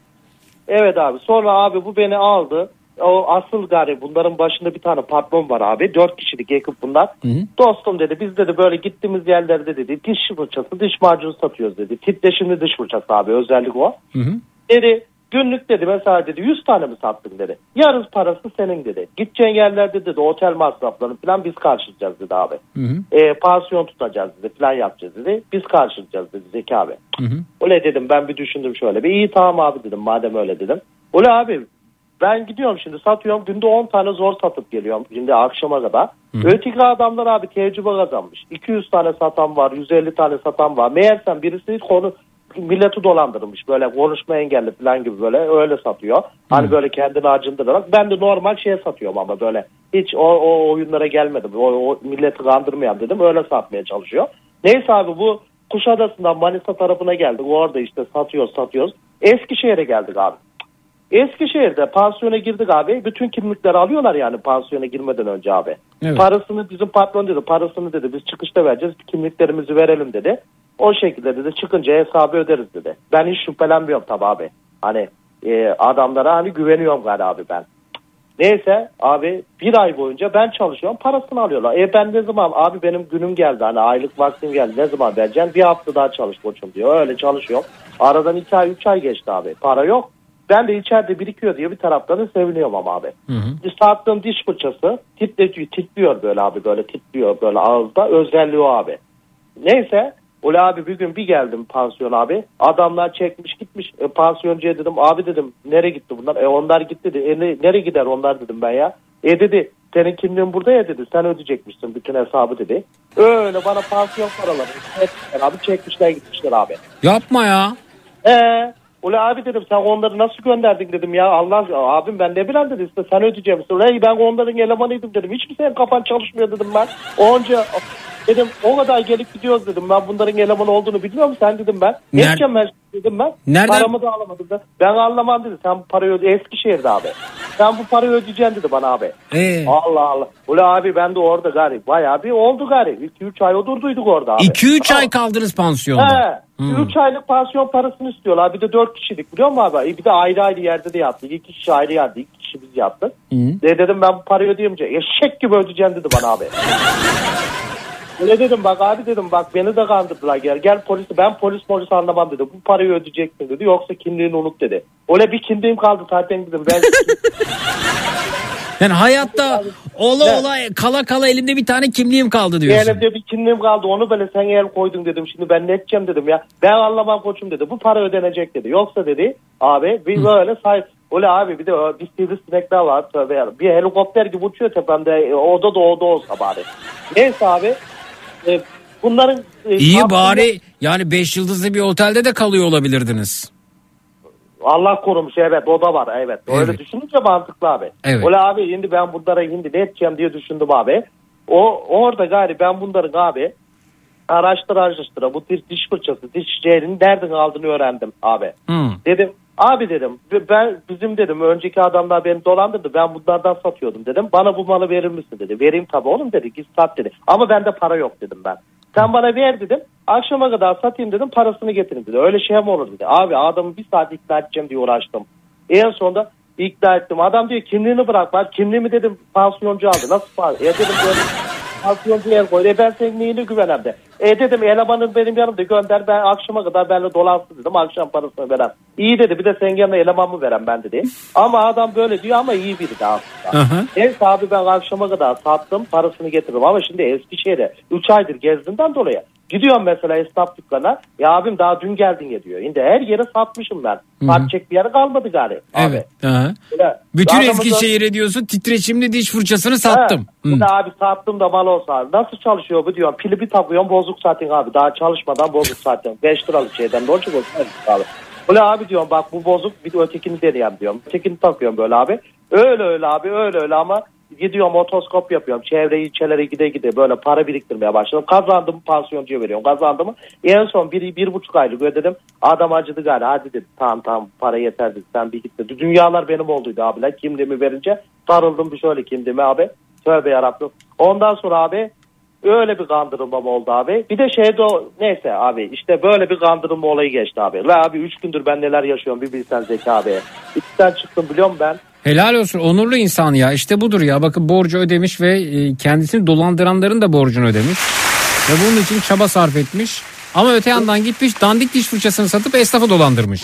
Evet abi sonra abi bu beni aldı. O asıl gari bunların başında bir tane patron var abi. 4 kişilik ekip bunlar. Dostum dedi biz dedi böyle gittiğimiz yerlerde dedi diş fırçası diş macunu satıyoruz dedi. Titreşimli diş fırçası abi, özellik o. Dedi günlük dedi mesela dedi 100 tane mi sattın dedi. Yarısı parası senin dedi. Gideceğin yerlerde dedi otel masraflarını falan biz karşılayacağız dedi abi. Pansiyon tutacağız dedi falan yapacağız dedi. Biz karşılayacağız dedi Zeki abi. Öyle dedim ben, bir düşündüm şöyle. İyi tamam abi dedim madem öyle dedim. Öyle abi ben gidiyorum şimdi satıyorum. Günde 10 tane zor satıp geliyorum. Şimdi akşama kadar. Öteki adamlar abi tecrübe kazanmış. 200 tane satan var. 150 tane satan var. Meğersem birisi konu milleti dolandırmış. Böyle konuşma engelli falan gibi böyle öyle satıyor. Hani böyle kendini acındırarak. Ben de normal şeye satıyorum ama böyle. Hiç o oyunlara gelmedim. O milleti kandırmayayım dedim. Öyle satmaya çalışıyor. Neyse abi bu Kuşadası'ndan Manisa tarafına geldik. Orada işte satıyoruz. Eskişehir'e geldik abi. Eskişehir'de pansiyona girdik abi. Bütün kimlikleri alıyorlar yani pansiyona girmeden önce abi. Evet. Parasını bizim patron dedi. Parasını dedi biz çıkışta vereceğiz. Kimliklerimizi verelim dedi. O şekilde dedi çıkınca hesabı öderiz dedi. Ben hiç şüphelenmiyorum tabii abi. Hani adamlara hani güveniyorum galiba abi ben. Neyse abi bir ay boyunca ben çalışıyorum parasını alıyorlar. Ben ne zaman abi benim günüm geldi hani aylık vaktim geldi ne zaman vereceğim bir hafta daha çalış koçum diyor. Öyle çalışıyorum. Aradan 2 ay 3 ay geçti abi para yok. Ben de içeride birikiyor diye bir taraftan da seviniyorum ama abi. Sattığım diş fırçası titriyor böyle abi böyle titriyor böyle ağızda özelliği o abi. Neyse Ula abi bir gün bir geldim pansiyon abi. Adamlar çekmiş gitmiş. Pansiyoncuya dedim abi dedim nereye gitti bunlar? Onlar gitti dedi. Nereye gider onlar dedim ben ya. Dedi senin kimliğin burada ya dedi. Sen ödeyecekmişsin bütün hesabı dedi. Öyle bana pansiyon paraları abi çekmişler gitmişler abi. Yapma ya. Ula abi dedim sen onları nasıl gönderdin dedim ya Allah abim ben ne bileyim dedi işte sen ödeyeceksin. Ula ben onların elemanıydım dedim. Hiç mi senin kafan çalışmıyor dedim ben. Onca dedim o kadar gelip gidiyoruz dedim. Ben bunların elemanı olduğunu bilmiyorum sen dedim ben. Ne yapacağım ben dedim ben. Nereden? Paramı da alamadım da. Ben anlamam dedi. Sen bu parayı Eskişehir'de abi. Sen bu parayı ödeyeceksin dedi bana abi. Allah. Ula abi ben de orada gari. Bayağı bir oldu gari. 2-3 ay odurduyduk orada abi. 2-3 ay kaldınız pansiyonda. 3 aylık pansiyon parasını istiyorlar. Bir de 4 kişilik biliyor musun abi? Bir de ayrı yerde de yattık. 2 kişi ayrı yerde. 2 kişi biz yattık. Dedim ben bu parayı ödeyemeyeceğim. Eşek gibi ödeyeceğim dedi bana abi. Ne dedim bak abi dedim bak beni de kandırdılar gel polisi ben polis anlamam dedi. Bu parayı ödeyeceksin dedi yoksa kimliğini unut dedi. Öyle bir kimliğim kaldı zaten dedim. Yani hayatta ola kala elimde bir tane kimliğim kaldı diyorsun. Elimde bir kimliğim kaldı onu böyle sen el koydun dedim şimdi ben ne edeceğim dedim ya. Ben anlamam koçum dedi bu para ödenecek dedi. Yoksa dedi abi biz böyle öyle abi bir de bir sivrisinekler var bir helikopter gibi uçuyor tepemde oda olsa bari. Neyse abi. Bunların İyi bari yani 5 yıldızlı bir otelde de kalıyor olabilirdiniz. Allah korumuş evet o da var evet. Öyle düşününce mantıklı abi. Evet. Öyle abi şimdi ben bunlara şimdi ne edeceğim diye düşündüm abi. Orada gari ben bunların abi araştıra bu diş fırçası diş jelinin nereden aldığını öğrendim abi. Dedim abi dedim bizim dedim önceki adamlar beni dolandırdı ben bunlardan satıyordum dedim. Bana bu malı verir misin dedi. Vereyim tabii oğlum dedi git sat dedi. Ama bende para yok dedim ben. Sen bana ver dedim. Akşama kadar satayım dedim parasını getirin dedi. Öyle şey mi olur dedi. Abi adamı bir saat ikna edeceğim diye uğraştım. En sonunda ikna ettim. Adam diyor kimliğini bırak var. Kimliğimi dedim pansiyoncu aldı. Nasıl pansiyoncu? Dedim böyle pansiyoncu el koydu. Ben senin neyine güvenem de. Dedim elemanın benim yanımda gönder ben akşama kadar benimle dolansın dedim. Akşam parasını veren. İyi dedi bir de sen yanına elemanımı veren ben dedi. Ama adam böyle diyor ama iyi biri de aslında. Neyse abi ben akşama kadar sattım parasını getirdim. Ama şimdi Eskişehir'e 3 aydır gezdiğimden dolayı. Gidiyorum mesela esnaf dükkana. Ya abim daha dün geldin ya diyor. Şimdi her yere satmışım ben. Satacak bir yer kalmadı gari. Evet. Bütün Eskişehir'e diyorsun titreşimli diş fırçasını sattım. Abi sattım da mal olsa. Nasıl çalışıyor bu diyorum. Pili bir takıyorum bozuk zaten abi. Daha çalışmadan bozuk zaten. 5 liralık şeyden. Ne olacak bozuk? Öyle abi diyorum bak bu bozuk bir de ötekini deneyeyim diyorum. Ötekini takıyorum böyle abi. Öyle abi öyle ama gidiyorum otoskop yapıyorum. Çevre ilçelere gide böyle para biriktirmeye başladım. Kazandım pansiyoncuya veriyorum. Kazandım. En son 1,5 aylık ödedim. Adam acıdı galiba. Hadi dedi tamam para yeter dedi. Sen bir git dedi. Dünyalar benim olduydu abiler. Kimliğimi verince sarıldım bir şöyle kimliğime abi. Tövbe yarabbim. Ondan sonra abi öyle bir kandırılmam oldu abi. Bir de neyse abi işte böyle bir kandırılma olayı geçti abi. Ve abi 3 gündür ben neler yaşıyorum bir bilsen Zeki abi. İçten çıktım biliyor musun ben? Helal olsun onurlu insan ya işte budur ya bakın borcu ödemiş ve kendisini dolandıranların da borcunu ödemiş. Ve bunun için çaba sarf etmiş. Ama öte yandan gitmiş dandik diş fırçasını satıp esnafı dolandırmış.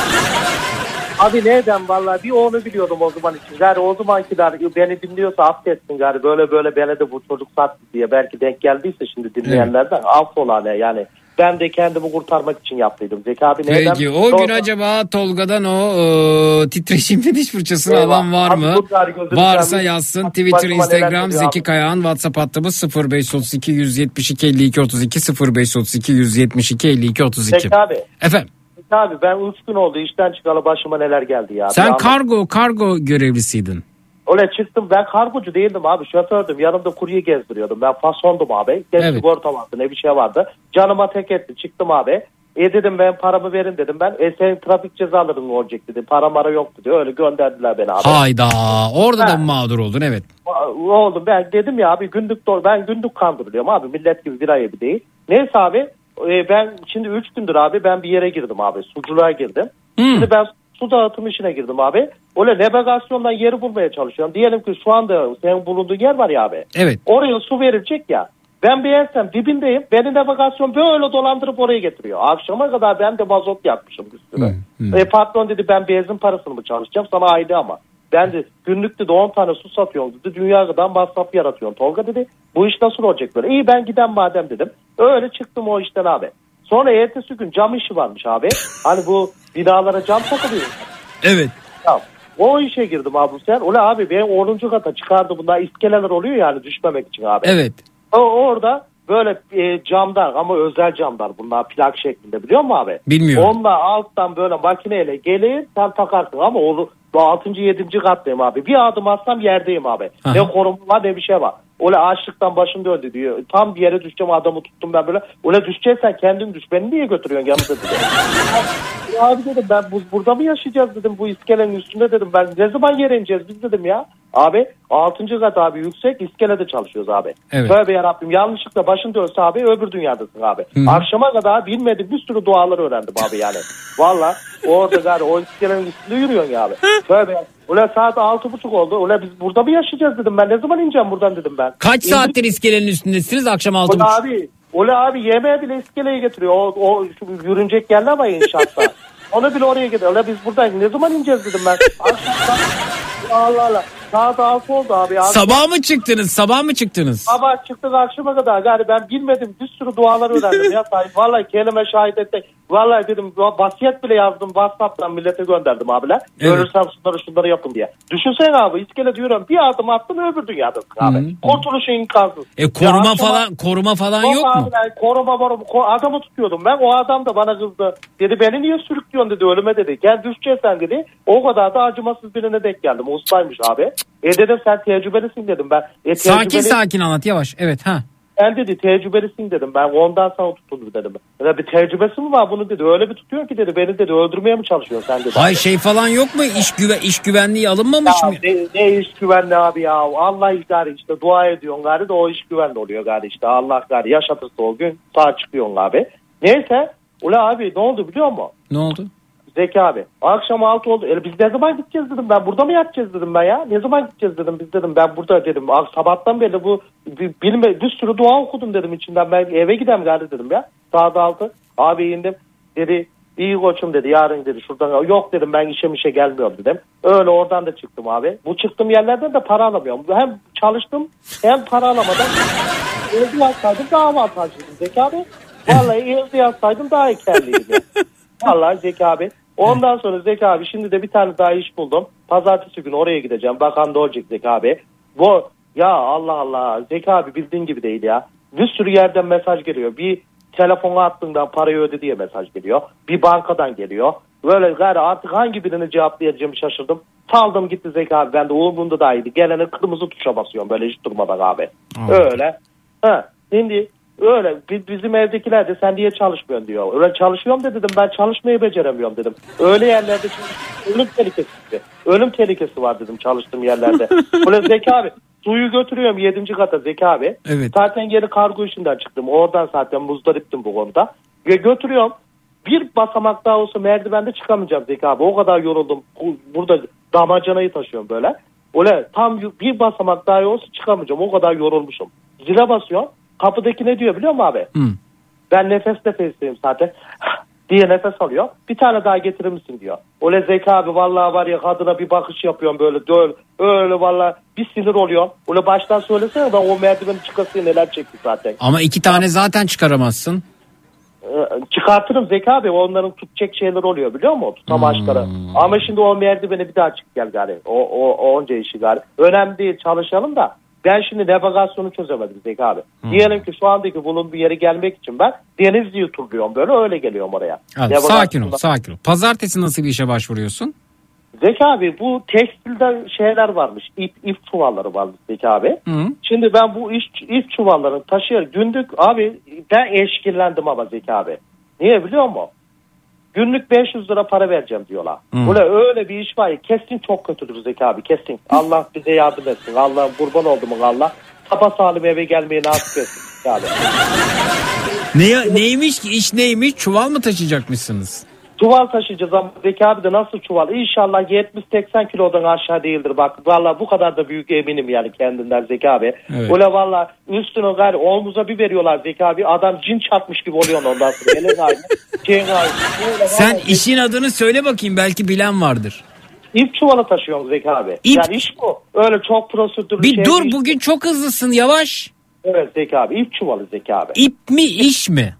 Abi neden vallahi bir onu biliyordum o zaman için. Yani o zamankiler beni dinliyorsa affetsin gari böyle bana de bu çocuk sattı diye belki denk geldiyse şimdi dinleyenlerden affola ne yani. Ben de kendimi kurtarmak için yaptıydım Zeki abi. Neden? Peki o gün acaba Tolga'dan o titreşimli diş fırçasını alan var mı? Varsa yazsın. Twitter, Instagram, Zeki Kayağan, WhatsApp hattımız 0532 172 52 32 0532 172 52 32. Zeki abi. Efendim? Zeki abi ben 3 gün oldu işten çıkalı başıma neler geldi ya. Sen kargo görevlisiydin. Öyle çıktım, ben kargocu değildim abi, şofördüm, yanımda kurye gezdiriyordum, ben fasondum abi, sigorta vardı, ne bir şey vardı, canıma tek etti, çıktım abi, dedim ben paramı verin dedim, ben senin trafik cezaların olacak dedim, para yok dedi, öyle gönderdiler beni abi. Hayda, orada da mağdur oldun, evet. Oldum, ben dedim ya abi ben günlük kandırılıyorum abi, millet gibi bir ay değil. Neyse abi ben şimdi 3 gündür abi ben bir yere girdim abi, suculuğa girdim. Şimdi ben su dağıtım işine girdim abi. Öyle navigasyondan yeri bulmaya çalışıyorum. Diyelim ki şu anda senin bulunduğun yer var ya abi. Evet. Oraya su verilecek ya. Ben bir yersem dibindeyim. Beni navigasyon böyle dolandırıp oraya getiriyor. Akşama kadar ben de mazot yakmışım üstüne. Patron dedi ben benzin parasını mı çalışacağım sana ayrı ama. Ben de günlük dedi 10 tane su satıyorum dedi. Dünya kadar masraf yaratıyorsun Tolga dedi. Bu iş nasıl olacak böyle? İyi ben giden madem dedim. Öyle çıktım o işten abi. Sonra ertesi gün cam işi varmış abi. Hani bu binalara cam takılıyor. Evet. Tamam. O işe girdim abi sen. Ola abi ben 10. kata çıkardı bunlar iskeleler oluyor yani düşmemek için abi. Evet. Orada böyle camlar ama özel camlar bunlar plak şeklinde biliyor musun abi? Bilmiyorum. Onunla alttan böyle makineyle gelir sen takarsın ama onu 6. 7. kattayım abi. Bir adım atsam yerdeyim abi. Aha. Ne koruma var ne bir şey var. Öyle açlıktan başım döndü diyor. Tam bir yere düşeceğim adamı tuttum ben böyle. Öyle düşeceksen kendin düş. Beni niye götürüyorsun yanımda dedi. Abi dedim ben burada mı yaşayacağız dedim. Bu iskelenin üstünde dedim. Ben ne zaman yere ineceğiz biz dedim ya. Abi 6. kat abi yüksek iskelede çalışıyoruz abi. Evet. Tövbe yarabbim yanlışlıkla başın dönse abi öbür dünyadasın abi. Hı-hı. Akşama kadar bilmedim bir sürü dualar öğrendim abi yani. Valla orada gari o iskelenin üstünde yürüyorsun ya abi. Tövbe Ulan saat 6.30 oldu. Ulan biz burada mı yaşayacağız dedim ben. Ne zaman ineceğim buradan dedim ben. Kaç saattir iskelenin üstündesiniz akşam 6.30? Ulan abi yemeğe bile iskeleye getiriyor. O yürünecek yerler var inşaatta. Onu bile oraya gidiyor. Ulan biz buradayız. Ne zaman ineceğiz dedim ben. Akşam Allah Allah. Saat 6 oldu abi. Sabah mı çıktınız? Sabah çıktık akşama kadar. Gari ben bilmedim. Bir sürü dualar öğrendim ya sahip. Vallahi kelime şahit ettik. Vallahi dedim vasiyet bile yazdım. WhatsApp'tan millete gönderdim abiler. Evet. Ölürsem şunları yapın diye. Düşünsene abi iskele diyorum. Bir adım attım öbür dünyada abi. Kurtuluşu imkansız. Koruma falan yok mu? Abi, koruma var. Adamı tutuyordum ben. O adam da bana kızdı. Dedi beni niye sürüklüyorsun dedi. Ölüme dedi. Gel düşeceksen dedi. O kadar da acımasız birine denk geldim. Ustaymış abi. Dedim sen tecrübelisin dedim ben. Sakin anlat yavaş. Evet ha. Sen dedi tecrübelisin dedim. Ben ondan sana tutuldu dedim. Ya bir tecrübesi mi var bunu dedi. Öyle bir tutuyor ki dedi. Beni dedi öldürmeye mi çalışıyorsun sen dedi. Hayır şey falan yok mu? İş güvenliği alınmamış ya, mı? Ne iş güvenliği abi ya. Allah gari işte dua ediyorsun gari de o iş güvenli oluyor gari işte. Allah gari yaşatırsa o gün sağ çıkıyorsun abi. Neyse. Ula abi ne oldu biliyor musun? Ne oldu? Zeki abi akşam 6 oldu. Biz ne zaman gideceğiz dedim ben. Burada mı yatacağız dedim ben ya. Ne zaman gideceğiz dedim. Biz dedim ben burada dedim. Sabahtan beri bu bir sürü dua okudum dedim içinden. Ben eve gidem gari dedim ya. Saat 6. Abi indim. Dedi iyi koçum dedi. Yarın dedi şuradan. Yok dedim ben işe gelmiyorum dedim. Öyle oradan da çıktım abi. Bu çıktığım yerlerden de para alamıyorum. Hem çalıştım hem para alamadan. Evde yatsaydım daha avantajlıydım Zeki abi. Vallahi evde yatsaydım daha ekerliydim. Vallahi Zeki abi. Ondan sonra Zeki abi şimdi de bir tane daha iş buldum. Pazartesi günü oraya gideceğim. Bakan da olacak Zeki abi. Bu ya Allah Allah Zeki abi bildiğin gibi değil ya. Bir sürü yerden mesaj geliyor. Bir telefona attığından parayı öde diye mesaj geliyor. Bir bankadan geliyor. Böyle gari artık hangi birini cevaplayacağımı şaşırdım. Saldım gitti Zeki abi. Ben de umurumda da iyiydi. Gelene kırmızı tuşa basıyorum böyle hiç durmadan abi. Öyle. Şimdi öyle bizim evdekiler de sen niye çalışmıyorsun diyor. Öyle çalışıyorum da dedim ben çalışmayı beceremiyorum dedim. Öyle yerlerde ölüm tehlikesi var dedim çalıştığım yerlerde. Böyle Zeki abi suyu götürüyorum 7. kata Zeki abi. Evet. Zaten yeni kargo işinden çıktım. Oradan zaten muzdariptim bu konuda. Ve götürüyorum. Bir basamak daha olsa merdivende çıkamayacağım Zeki abi. O kadar yoruldum. Burada damacanayı taşıyorum böyle. Öyle tam bir basamak daha olsa çıkamayacağım. O kadar yorulmuşum. Zile basıyorum. Kapıdaki ne diyor biliyor musun abi? Ben nefesteyim zaten diye nefes alıyor. Bir tane daha getirir misin diyor. Öyle Zeki abi vallahi var ya kadına bir bakış yapıyorum böyle öyle vallahi bir sinir oluyor. Öyle baştan söylesene ben o merdiveni çıkasıya neler çekti zaten. Ama 2 tane zaten çıkaramazsın. çıkartırım Zeki abi. Onların tutacak şeyler oluyor biliyor musun? Tutamaçları. Ama şimdi o merdiveni bir daha çık gel gari. O onca işi gari. Önemli değil, çalışalım da. Ben şimdi navigasyonu çözemedim Zeki abi. Diyelim ki şu andaki bulunduğu yere gelmek için ben Denizli'yi turluyorum böyle, öyle geliyorum oraya. Abi, sakin ol. Pazartesi nasıl bir işe başvuruyorsun? Zeki abi bu tekstilde şeyler varmış. İp çuvalları varmış Zeki abi. Şimdi ben bu ip çuvallarını taşıyarak günlük abi ben eşkillendim ama Zeki abi. Niye biliyor musun? Günlük 500 lira para vereceğim diyorlar. Öyle bir iş var ya, kesin çok kötüdür Zeki abi, kesin. Allah bize yardım etsin. Allah'ım kurban oldum Allah. Sapasağlam eve gelmeyi nasip etsin Zeki abi. Neymiş ki iş, neymiş? Çuval mı taşıyacakmışsınız? Çuval taşıyacağız ama Zeki abi de nasıl çuval? İnşallah 70-80 kilodan aşağı değildir bak. Vallahi bu kadar da büyük eminim yani kendinden Zeki abi. Evet. Öyle vallahi üstüne gari omuza bir veriyorlar Zeki abi. Adam cin çarpmış gibi oluyor ondan sonra. Elin aynı. Sen işin adını söyle bakayım, belki bilen vardır. İp çuvalı taşıyorsun Zeki abi. Yani iş bu. Öyle çok prosedürlü bir şey. Dur bugün çok hızlısın, yavaş. Evet Zeki abi, ip çuvalı Zeki abi. İp mi iş mi?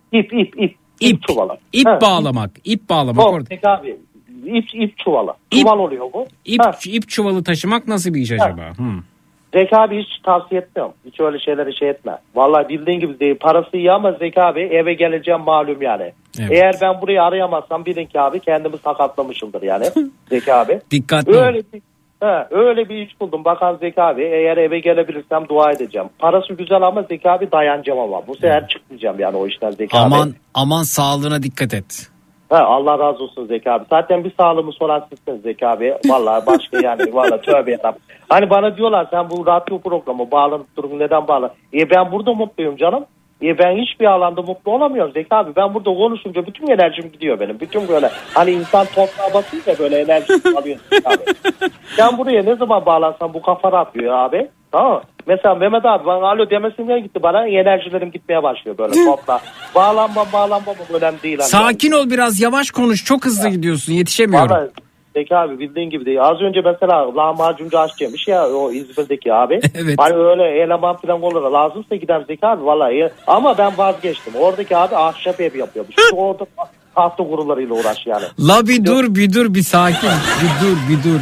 İp çuvalı. İp bağlamak. İp bağlamak orada. Zeki abi. İp çuvalı. Çuval oluyor bu. İp çuvalı taşımak nasıl bir iş acaba? Zeki abi hiç tavsiye etmiyorum. Hiç öyle şeyleri etme. Vallahi bildiğin gibi değil. Parası iyi ama Zeki abi eve geleceğim malum yani. Evet. Eğer ben burayı arayamazsam bilin ki abi kendimi sakatlamışımdır yani. Zeki abi. Dikkatli ol. Öyle bir iş buldum. Bakan Zeki abi, eğer eve gelebilirsem dua edeceğim. Parası güzel ama Zeki abi dayanacağım ama. Bu sefer çıkmayacağım yani o işten Zeki abi. Aman sağlığına dikkat et. Allah razı olsun Zeki abi. Zaten bir sağlığımı soran sizsiniz Zeki abi. Vallahi başka yani vallahi tövbe yarabbim. Hani bana diyorlar sen bu radyo programı bağlanıp durumu neden bağlı? Ben burada mutluyum canım. Ben hiçbir alanda mutlu olamıyorum Zeki abi. Ben burada konuşunca bütün enerjim gidiyor benim. Bütün böyle hani insan toprağa basınca böyle enerji alıyor Zeki abi. Ben buraya ne zaman bağlansam bu kafa rahatlıyor abi. Tamam. Mesela Mehmet abi bana alo demesinden gitti, bana enerjilerim gitmeye başlıyor böyle topla. Bağlanmam önemli değil. Sakin ol biraz, yavaş konuş, çok hızlı gidiyorsun, yetişemiyorum. Vallahi Zeki abi bildiğin gibi değil. Az önce mesela lahmacuncu aşçıymış ya o İzmir'deki abi. Evet. Hani öyle eleman falan olur lazımsa gider Zeki abi vallahi. Ama ben vazgeçtim. Oradaki abi ahşap ev yapıyormuş. Orada tahta kurularıyla uğraş yani. La bir dur bir sakin. Bir dur.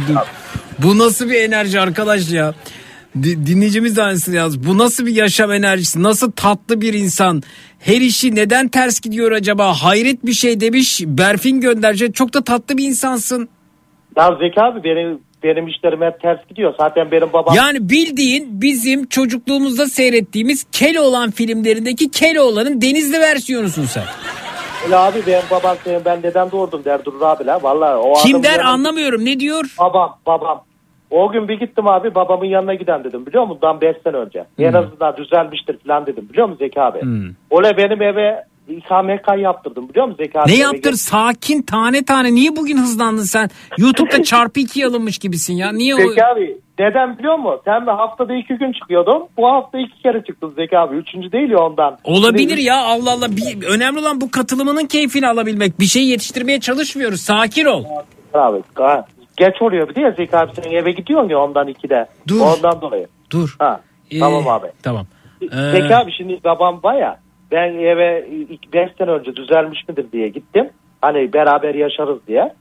Bu nasıl bir enerji arkadaş ya? Dinleyicimiz de aynısını yaz. Bu nasıl bir yaşam enerjisi? Nasıl tatlı bir insan? Her işi neden ters gidiyor acaba? Hayret bir şey demiş Berfin gönderce. Çok da tatlı bir insansın. Ya Zeki abi benim işlerim hep ters gidiyor. Zaten benim babam... Yani bildiğin bizim çocukluğumuzda seyrettiğimiz Keloğlan filmlerindeki Keloğlan'ın Denizli versiyonusun sen. Öyle abi benim babam ben neden doğurdum der durur abiler. Vallahi o kim der anlamıyorum, ne diyor? Babam. O gün bir gittim abi, babamın yanına giden dedim biliyor musun? Bundan 5 sene önce. En azından düzelmiştir falan dedim biliyor musun Zeki abi? Öyle benim eve İKMK yaptırdım biliyor musun Zeki abi? Ne yaptır? Sakin tane. Niye bugün hızlandın sen? YouTube'da çarpı 2'ye alınmış gibisin ya. Niye Zeki abi neden biliyor musun? Sen de haftada 2 gün çıkıyordun. Bu hafta 2 kere çıktın Zeki abi. 3. değil ya ondan. Olabilir ya, Allah. Önemli olan bu katılımının keyfini alabilmek. Bir şey yetiştirmeye çalışmıyoruz. Sakin ol. Abi geç oluyor bir de ya Zeki abi, sen eve gidiyorsun ya ondan 2'de. Dur. Ondan dolayı. Dur. Tamam abi. Tamam. Zeki abi şimdi babam baya ben eve 5 sene önce düzelmiş midir diye gittim. Hani beraber yaşarız diye.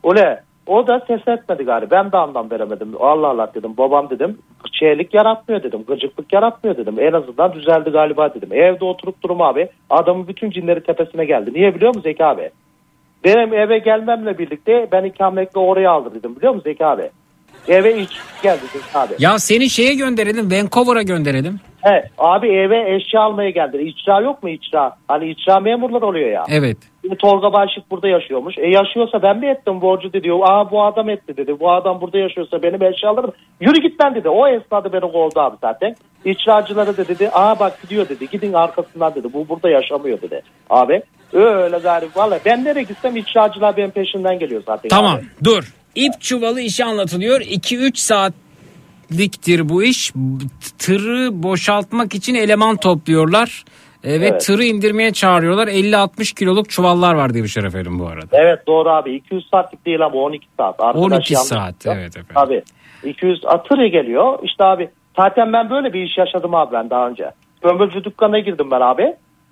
O da ses etmedi galiba. Ben de anlam veremedim. Allah dedim. Babam dedim şeylik yaratmıyor dedim. Gıcıklık yaratmıyor dedim. En azından düzeldi galiba dedim. Evde oturup durum abi. Adamın bütün cinleri tepesine geldi. Niye biliyor musun Zeki abi? Benim eve gelmemle birlikte ben ikametli oraya aldırdım biliyor musun Zeki abi? Eve hiç geldi Zeki abi. Ya seni şeye gönderelim, Vancouver'a gönderelim. He abi eve eşya almaya geldi. İcra yok mu icra? Hani icra memurlar oluyor ya. Evet. Tolga Başlık burada yaşıyormuş. Yaşıyorsa ben mi ettim borcu dedi. Bu adam etti dedi. Bu adam burada yaşıyorsa benim eşyalarım. Yürü git ben dedi. O esnada beni kovdu abi zaten. İcracıları da dedi. Bak gidiyor dedi. Gidin arkasından dedi. Bu burada yaşamıyor dedi. Abi öyle galiba. Vallahi ben nereye gitsem icracılar benim peşinden geliyor zaten. Tamam abi. Dur. İp çuvalı işi anlatılıyor. 2-3 saatliktir bu iş. Tırı boşaltmak için eleman topluyorlar. Ve tırı indirmeye çağırıyorlar. 50-60 kiloluk çuvallar var demiş efendim bu arada. Evet doğru abi. 200 saatlik değil ama 12 saat. 12 saat evet efendim. Abi 200 tırı geliyor. İşte abi zaten ben böyle bir iş yaşadım abi ben daha önce. Kömürcü dükkanına girdim ben abi.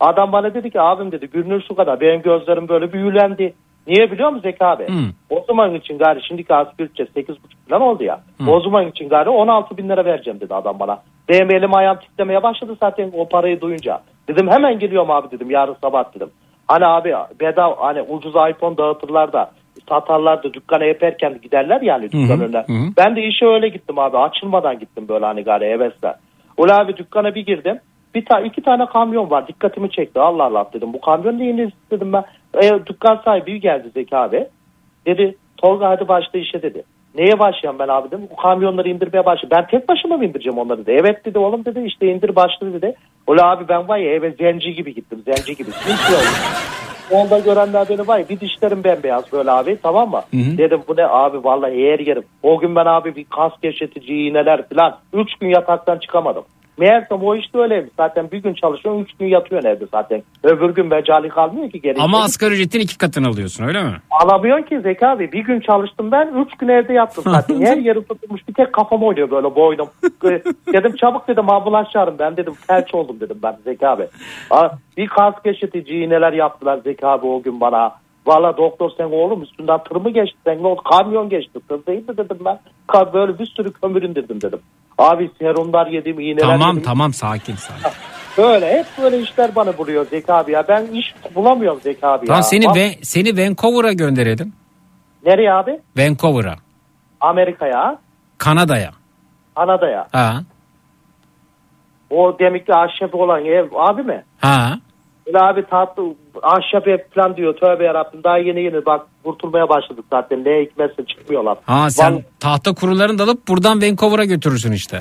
Adam bana dedi ki abim dedi Gülnur şu kadar. Benim gözlerim böyle büyülendi. Niye biliyor musun Zeki abi? O zaman için gari şimdiki asgari ücret 8,5 falan oldu ya. O zaman için gari 16 bin lira vereceğim dedi adam bana. Benim elim ayağım titremeye başladı zaten o parayı duyunca. Dedim hemen geliyorum abi dedim yarın sabah dedim. Hani abi bedava hani ucuz iPhone dağıtırlar da satarlar da dükkana yaparken giderler yani dükkan önüne. Ben de işe öyle gittim abi açılmadan gittim böyle hani gari hevesle. Ula abi dükkana bir girdim. İki tane kamyon var dikkatimi çekti Allah Allah dedim bu kamyon neyini dedim ben. Dükkan sahibi geldi Zeki abi. Dedi Tolga hadi başla işe dedi. Neye başlayayım ben abi dedim. Bu kamyonları indirmeye başladım. Ben tek başıma mı indireceğim onları dedi. Evet dedi oğlum dedi işte indir başla dedi. Ola abi ben var ya eve zenci gibi gittim zenci gibi. Onda görenler beni var ya bir dişlerim bembeyaz böyle abi tamam mı? Dedim bu ne abi vallahi eğer yerim. O gün ben abi bir kas gevşetici iğneler falan 3 gün yataktan çıkamadım. Meğersem o işte öyleymiş. Zaten bir gün çalışıyorsun 3 gün yatıyorsun evde zaten. Öbür gün mecali kalmıyor ki. Ama asgari ücretin 2 katını alıyorsun öyle mi? Alamıyorsun ki Zeki abi. Bir gün çalıştım ben 3 gün evde yattım zaten. Her yeri tutulmuş bir tek kafam oynuyor böyle boynum. Dedim çabuk dedim ambulans çağırın ben dedim felç oldum dedim ben Zeki abi. Bir kas gevşetici iğneler yaptılar Zeki abi o gün bana. Valla doktor sen oğlum üstünden tır mı geçti sen ne oldu kamyon geçti tır değil mi dedim ben. Böyle bir sürü kömür indirdim dedim. Abi serumlar yedim iğneler yedim. Tamam sakin. Böyle hep böyle işler bana vuruyor Zeki abi ya. Ben iş bulamıyorum Zeki abi tamam, ya. Seni Vancouver'a gönderelim. Nereye abi? Vancouver'a. Amerika'ya. Kanada'ya. Ha. O demek ki ahşap olan ev abi mi? Ha. Öyle abi tatlı ahşap ev falan diyor tövbe yarabbim daha yeni bak kurtulmaya başladık zaten ne hikmetse çıkmıyorlar. Ha sen tahta kurularını da alıp buradan Vancouver'a götürürsün işte.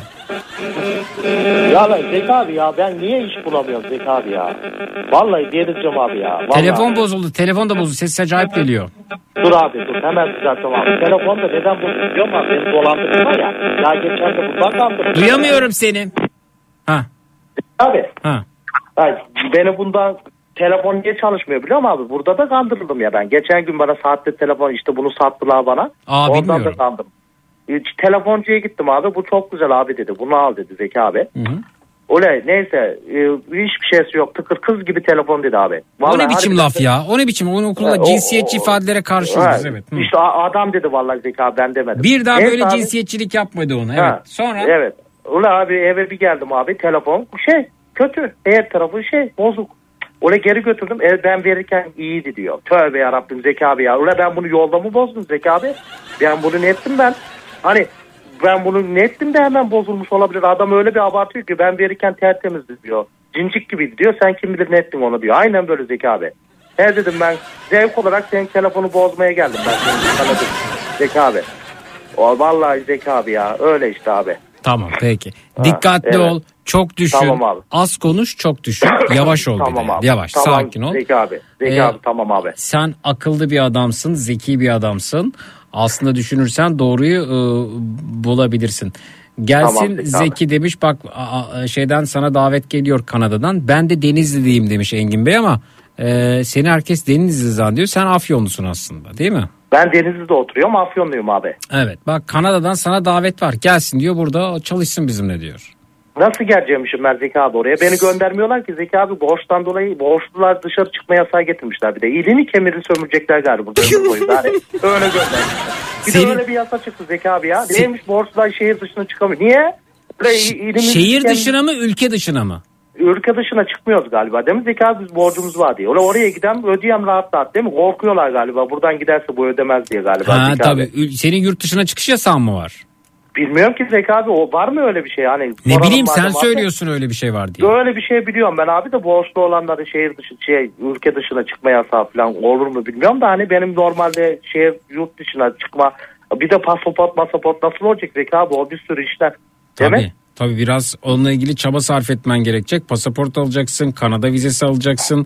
Ya Zeki abi ya ben niye iş bulamıyorum Zeki abi ya. Vallahi delireceğim abi ya. Vallahi. Telefon bozuldu ses acayip geliyor. Dur abi dur hemen düzelteceğim abi. Telefonda neden bozuldu biliyor musun abi beni dolandırma ya. Ya geçen de buradan kandırdım. Duyamıyorum seni. Ha. Abi. Ha. Beni bundan telefon niye çalışmıyor biliyor musun abi? Burada da kandırıldım ya ben. Geçen gün bana saatte telefon işte bunu sattılar bana. Ondan bilmiyorum. da kandım. Telefoncuya gittim abi. Bu çok güzel abi dedi. Bunu al dedi Zeki abi. Olay neyse hiçbir şeysi yok. Tıkır kız gibi telefon dedi abi. Vallahi, o ne biçim laf ya? O ne biçim? Onun okulda cinsiyetçi ifadelere karşıyız evet. İşte adam dedi vallahi Zeki abi ben demedim. Bir daha böyle cinsiyetçilik yapmadı ona. Evet. Sonra? Evet. Olay abi eve bir geldim abi. Telefon kötü. Her tarafı bozuk. Öyle geri götürdüm. Ben verirken iyiydi diyor. Tövbe yarabbim Zeki abi ya. Öyle ben bunu yolda mı bozdum Zeki abi? Ben bunu ne ettim ben? Hani ben bunu ne ettim de hemen bozulmuş olabilir. Adam öyle bir abartıyor ki ben verirken tertemizdi diyor. Cincik gibiydi diyor. Sen kim bilir ne ettin onu diyor. Aynen böyle Zeki abi. Dedim ben zevk olarak senin telefonu bozmaya geldim. Ben sana Zeki abi. Vallahi Zeki abi ya. Öyle işte abi. Tamam peki. Dikkatli ol. Çok düşün. Tamam abi. Az konuş çok düşün. Yavaş ol. Tamam abi. Yavaş tamam, sakin ol. Zeki abi tamam abi. Sen akıllı bir adamsın. Zeki bir adamsın. Aslında düşünürsen doğruyu bulabilirsin. Gelsin tamam, Zeki abi. Demiş bak şeyden sana davet geliyor Kanada'dan. Ben de Denizli'deyim demiş Engin Bey ama seni herkes Denizli zannediyor. Sen Afyonlusun aslında değil mi? Ben Denizli'de oturuyorum Afyonluyum abi. Evet bak Kanada'dan sana davet var. Gelsin diyor burada çalışsın bizimle diyor. Nasıl geleceğimmişim ben Zeki abi oraya? Beni göndermiyorlar ki Zeki abi borçtan dolayı borçlular dışarı çıkma yasağı getirmişler bir de. İlini kemirini sömürecekler galiba burada. Yani öyle göndermişler. Bir de öyle bir yasa çıktı Zeki abi ya. Neymiş borçlular şehir dışına çıkamıyor. Niye? Şehir dışına mı ülke dışına mı? Ülke dışına çıkmıyoruz galiba değil mi Zeki abi biz borcumuz var diye. Oraya giden ödeyem rahat değil mi? Korkuyorlar galiba buradan giderse bu ödemez diye galiba. Ha tabii senin yurt dışına çıkış yasağın mı var? Bilmiyorum ki Zeki abi o var mı öyle bir şey hani? Ne bileyim sen söylüyorsun öyle bir şey var diye. Öyle bir şey biliyorum ben abi de borçlu olanları şehir dışı ülke dışına çıkma yasağı falan olur mu bilmiyorum da hani benim normalde yurt dışına çıkma bir de pasaport nasıl olacak Zeki abi o bir sürü işler değil mi? Tabii biraz onunla ilgili çaba sarf etmen gerekecek. Pasaport alacaksın, Kanada vizesi alacaksın.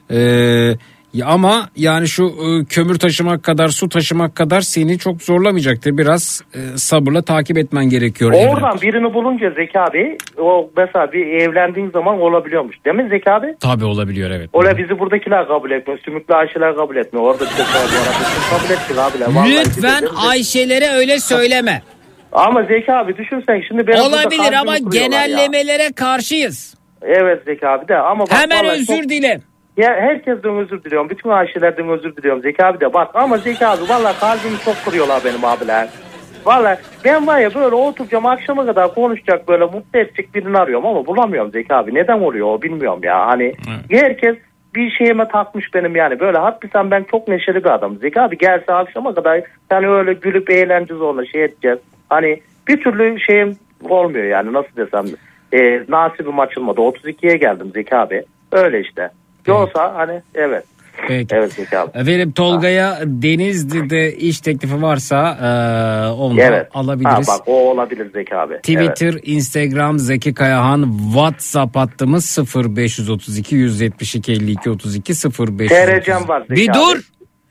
Ama yani şu kömür taşımak kadar, su taşımak kadar seni çok zorlamayacaktır. Biraz sabırla takip etmen gerekiyor. Oradan birini bulunca Zeki abi o mesela bir evlendiğin zaman olabiliyormuş. Değil mi Zeki abi? Tabii olabiliyor evet. Öyle bizi buradakiler kabul etmiyor. Sümüklü Ayşeler kabul etmiyor. Orada bir de kabul ettik abiler. Lütfen Ayşelere öyle söyleme. Ama Zeki abi düşünsen şimdi olabilir ama genellemelere karşıyız. Evet Zeki abi de ama bak, hemen özür dile. Ya herkesten özür diliyorum. Bütün Ayşelerden özür diliyorum Zeki abi de. Bak ama Zeki abi vallahi kalbimi çok kırıyorlar benim abiler. Vallahi ben var ya böyle oturacağım akşama kadar konuşacak böyle mutlu edecek birini arıyorum ama bulamıyorum Zeki abi. Neden oluyor o bilmiyorum ya. Hani herkes bir şeyime takmış benim yani. Böyle haklısam ben çok neşeli bir adamım. Zeki abi gelse akşama kadar yani öyle gülüp eğleneceğiz onunla şey edeceğiz. Hani bir türlü şeyim olmuyor yani nasıl desem. Nasibim açılmadı. 32'ye geldim Zeki abi. Öyle işte. Yoksa hani evet. Peki. Evet Zeki abi. Efendim Tolga'ya Denizli'de iş teklifi varsa onu alabiliriz. Bak o olabilir Zeki abi. Twitter, evet. Instagram Zeki Kayahan, WhatsApp hattımız 0532 172 52 32 0532. TRC'm var Zeki bir abi. Dur.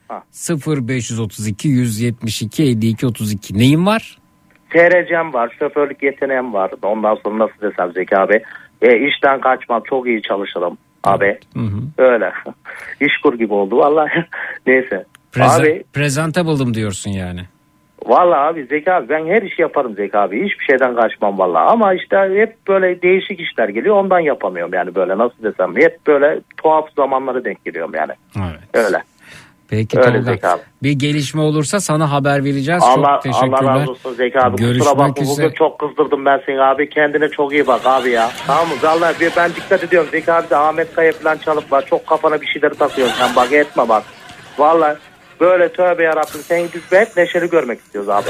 0532 172 52 32. Neyin var? TRC'm var, şoförlük yeteneğim var. Ondan sonra nasıl desem Zeki abi. İşten kaçmam, çok iyi çalışırım abi. Öyle. İşkur gibi oldu vallahi. Neyse. Abi presentable'ım diyorsun yani. Vallahi abi Zeki abi ben her işi yaparım Zeki abi. Hiçbir şeyden kaçmam vallahi. Ama işte hep böyle değişik işler geliyor. Ondan yapamıyorum yani böyle nasıl desem. Hep böyle tuhaf zamanlara denk geliyorum yani. Evet. Öyle. Peki öyle Tolga. Bir gelişme olursa sana haber vereceğiz. Allah, çok teşekkürler. Allah razı olsun Zeki abi. Kusura bakma bugün çok kızdırdım ben seni abi. Kendine çok iyi bak abi ya. Tamam mı? Vallahi ben dikkat ediyorum. Zeki abi de Ahmet Kaya falan çalıp var. Çok kafana bir şeyleri takıyorsun sen bak etme bak. Vallahi böyle tövbe yarabbim seni biz hep neşeli görmek istiyoruz abi.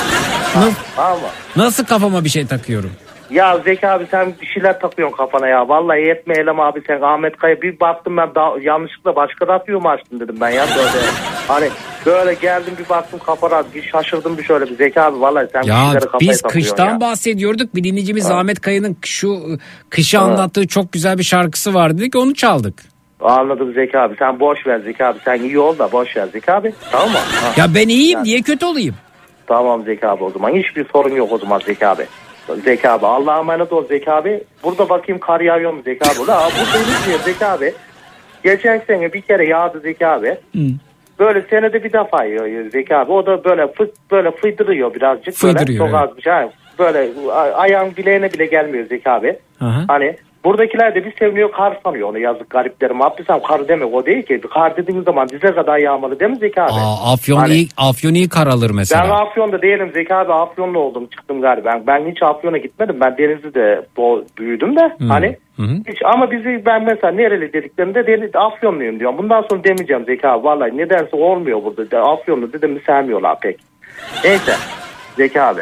Tamam mı? Nasıl kafama bir şey takıyorum? Ya Zeki abi sen bir şeyler takıyorsun kafana ya. Vallahi etme eylem abi sen Ahmet Kaya bir baktım ben yanlışlıkla başka radyo mu açtın dedim ben ya böyle. Hani böyle geldim bir baktım kafana bir şaşırdım bir şöyle bir Zeki abi vallahi sen ya bir şeyleri kafaya biz kıştan ya. bahsediyorduk. Bir dinleyicimiz Ahmet Kaya'nın şu kışı anlattığı çok güzel bir şarkısı vardı dedik onu çaldık. Anladım Zeki abi sen boş ver Zeki abi sen iyi ol da boş ver Zeki abi tamam mı? Ya ben iyiyim niye kötü olayım? Tamam Zeki abi o zaman hiçbir sorun yok o zaman Zeki abi. Zeki abi Allah'a emanet ol Zeki abi. Burada bakayım kar yağıyor mu Zeki abi? La bu deniz Zeki abi. Geçen sene bir kere yağdı Zeki abi. Böyle senede bir defa yağıyor Zeki abi. O da böyle fıydırıyor birazcık. Fıydırıyor. Böyle, çok az bir şey. Böyle ayağın bileğine bile gelmiyor Zeki abi. Aha. Hani buradakiler de bir seviniyor kar sanıyor onu yazık gariplerim. Abdüsem kar demek o değil ki. Kar dediğiniz zaman dize kadar yağmalı değil mi Zeki abi? Afyon iyi kar alır mesela. Ben Afyon'da değilim Zeki abi. Afyonlu oldum çıktım galiba. Ben hiç Afyon'a gitmedim. Ben Denizli'de büyüdüm de. Hani hiç ama ben mesela nereli dediklerinde Afyonluyum diyorum. Bundan sonra demeyeceğim Zeki abi. Vallahi nedense olmuyor burada. Afyonlu dedim sevmiyorlar pek. Neyse Zeki abi.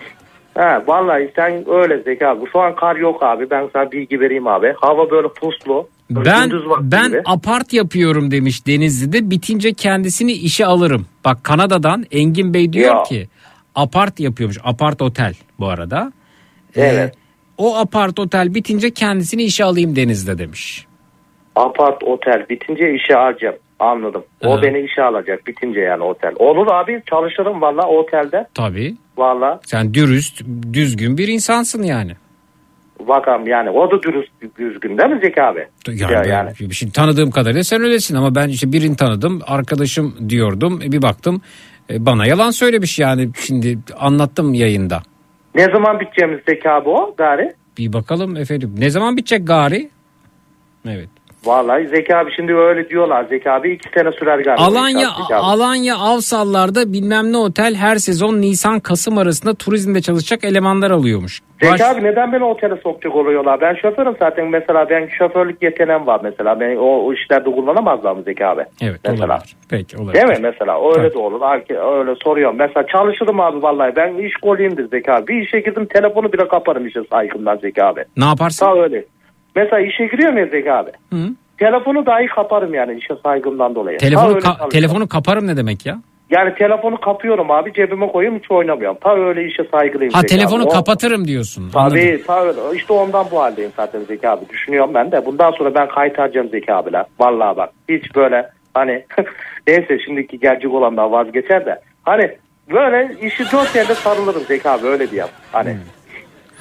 Vallahi sen öyle Zeki abi. Şu an kar yok abi. Ben sana bilgi vereyim abi. Hava böyle puslu. Ben apart yapıyorum demiş Denizli'de. Bitince kendisini işe alırım. Bak Kanada'dan Engin Bey diyor ki apart yapıyormuş. Apart otel bu arada. Evet. O apart otel bitince kendisini işe alayım Denizli'de demiş. Apart otel bitince işe alacağım. Anladım. O beni işe alacak bitince yani otel. Olur abi çalışırım valla otelde. Tabii. Valla. Sen dürüst, düzgün bir insansın yani. Bakalım yani o da düzgün değil mi Zeki abi? Yani. Şimdi tanıdığım kadarıyla sen öylesin ama ben işte birini tanıdım arkadaşım diyordum bir baktım bana yalan söylemiş yani şimdi anlattım yayında. Ne zaman biteceğimiz Zeki abi o gari? Bir bakalım efendim ne zaman bitecek gari? Evet. Vallahi Zeki abi şimdi öyle diyorlar Zeki abi 2 sene sürer galiba. Alanya Avsallar'da bilmem ne otel her sezon Nisan-Kasım arasında turizmde çalışacak elemanlar alıyormuş. Zeki abi neden beni otele sokacak oluyorlar? Ben şoförüm zaten mesela ben şoförlük yeteneğim var mesela. Ben o işlerde kullanamazlar mı Zeki abi? Evet mesela. Olabilir. Peki olabilir. Değil mi mesela öyle de olur. Öyle soruyorum. Mesela çalışırım abi vallahi ben iş golüyümdür Zeki abi. Bir işe girdim telefonu bile kaparım işe saygımdan Zeki abi. Ne yaparsın? Sağ öyle. Mesela işe giriyor muyum Zeki abi? Telefonu dahi kaparım yani işe saygımdan dolayı. Telefonu kaparım ne demek ya? Yani telefonu kapıyorum abi cebime koyuyorum hiç oynamıyorum. Ta öyle işe saygılıyım. Telefonu kapatırım diyorsun. Tabii işte ondan bu haldeyim zaten Zeki abi. Düşünüyorum ben de. Bundan sonra ben kaytaracağım Zeki abiler. Vallahi bak hiç böyle hani neyse şimdiki gelecek olandan vazgeçer de. Hani böyle işi 4 yerde sarılırım Zeki abi öyle diyeyim. Hani.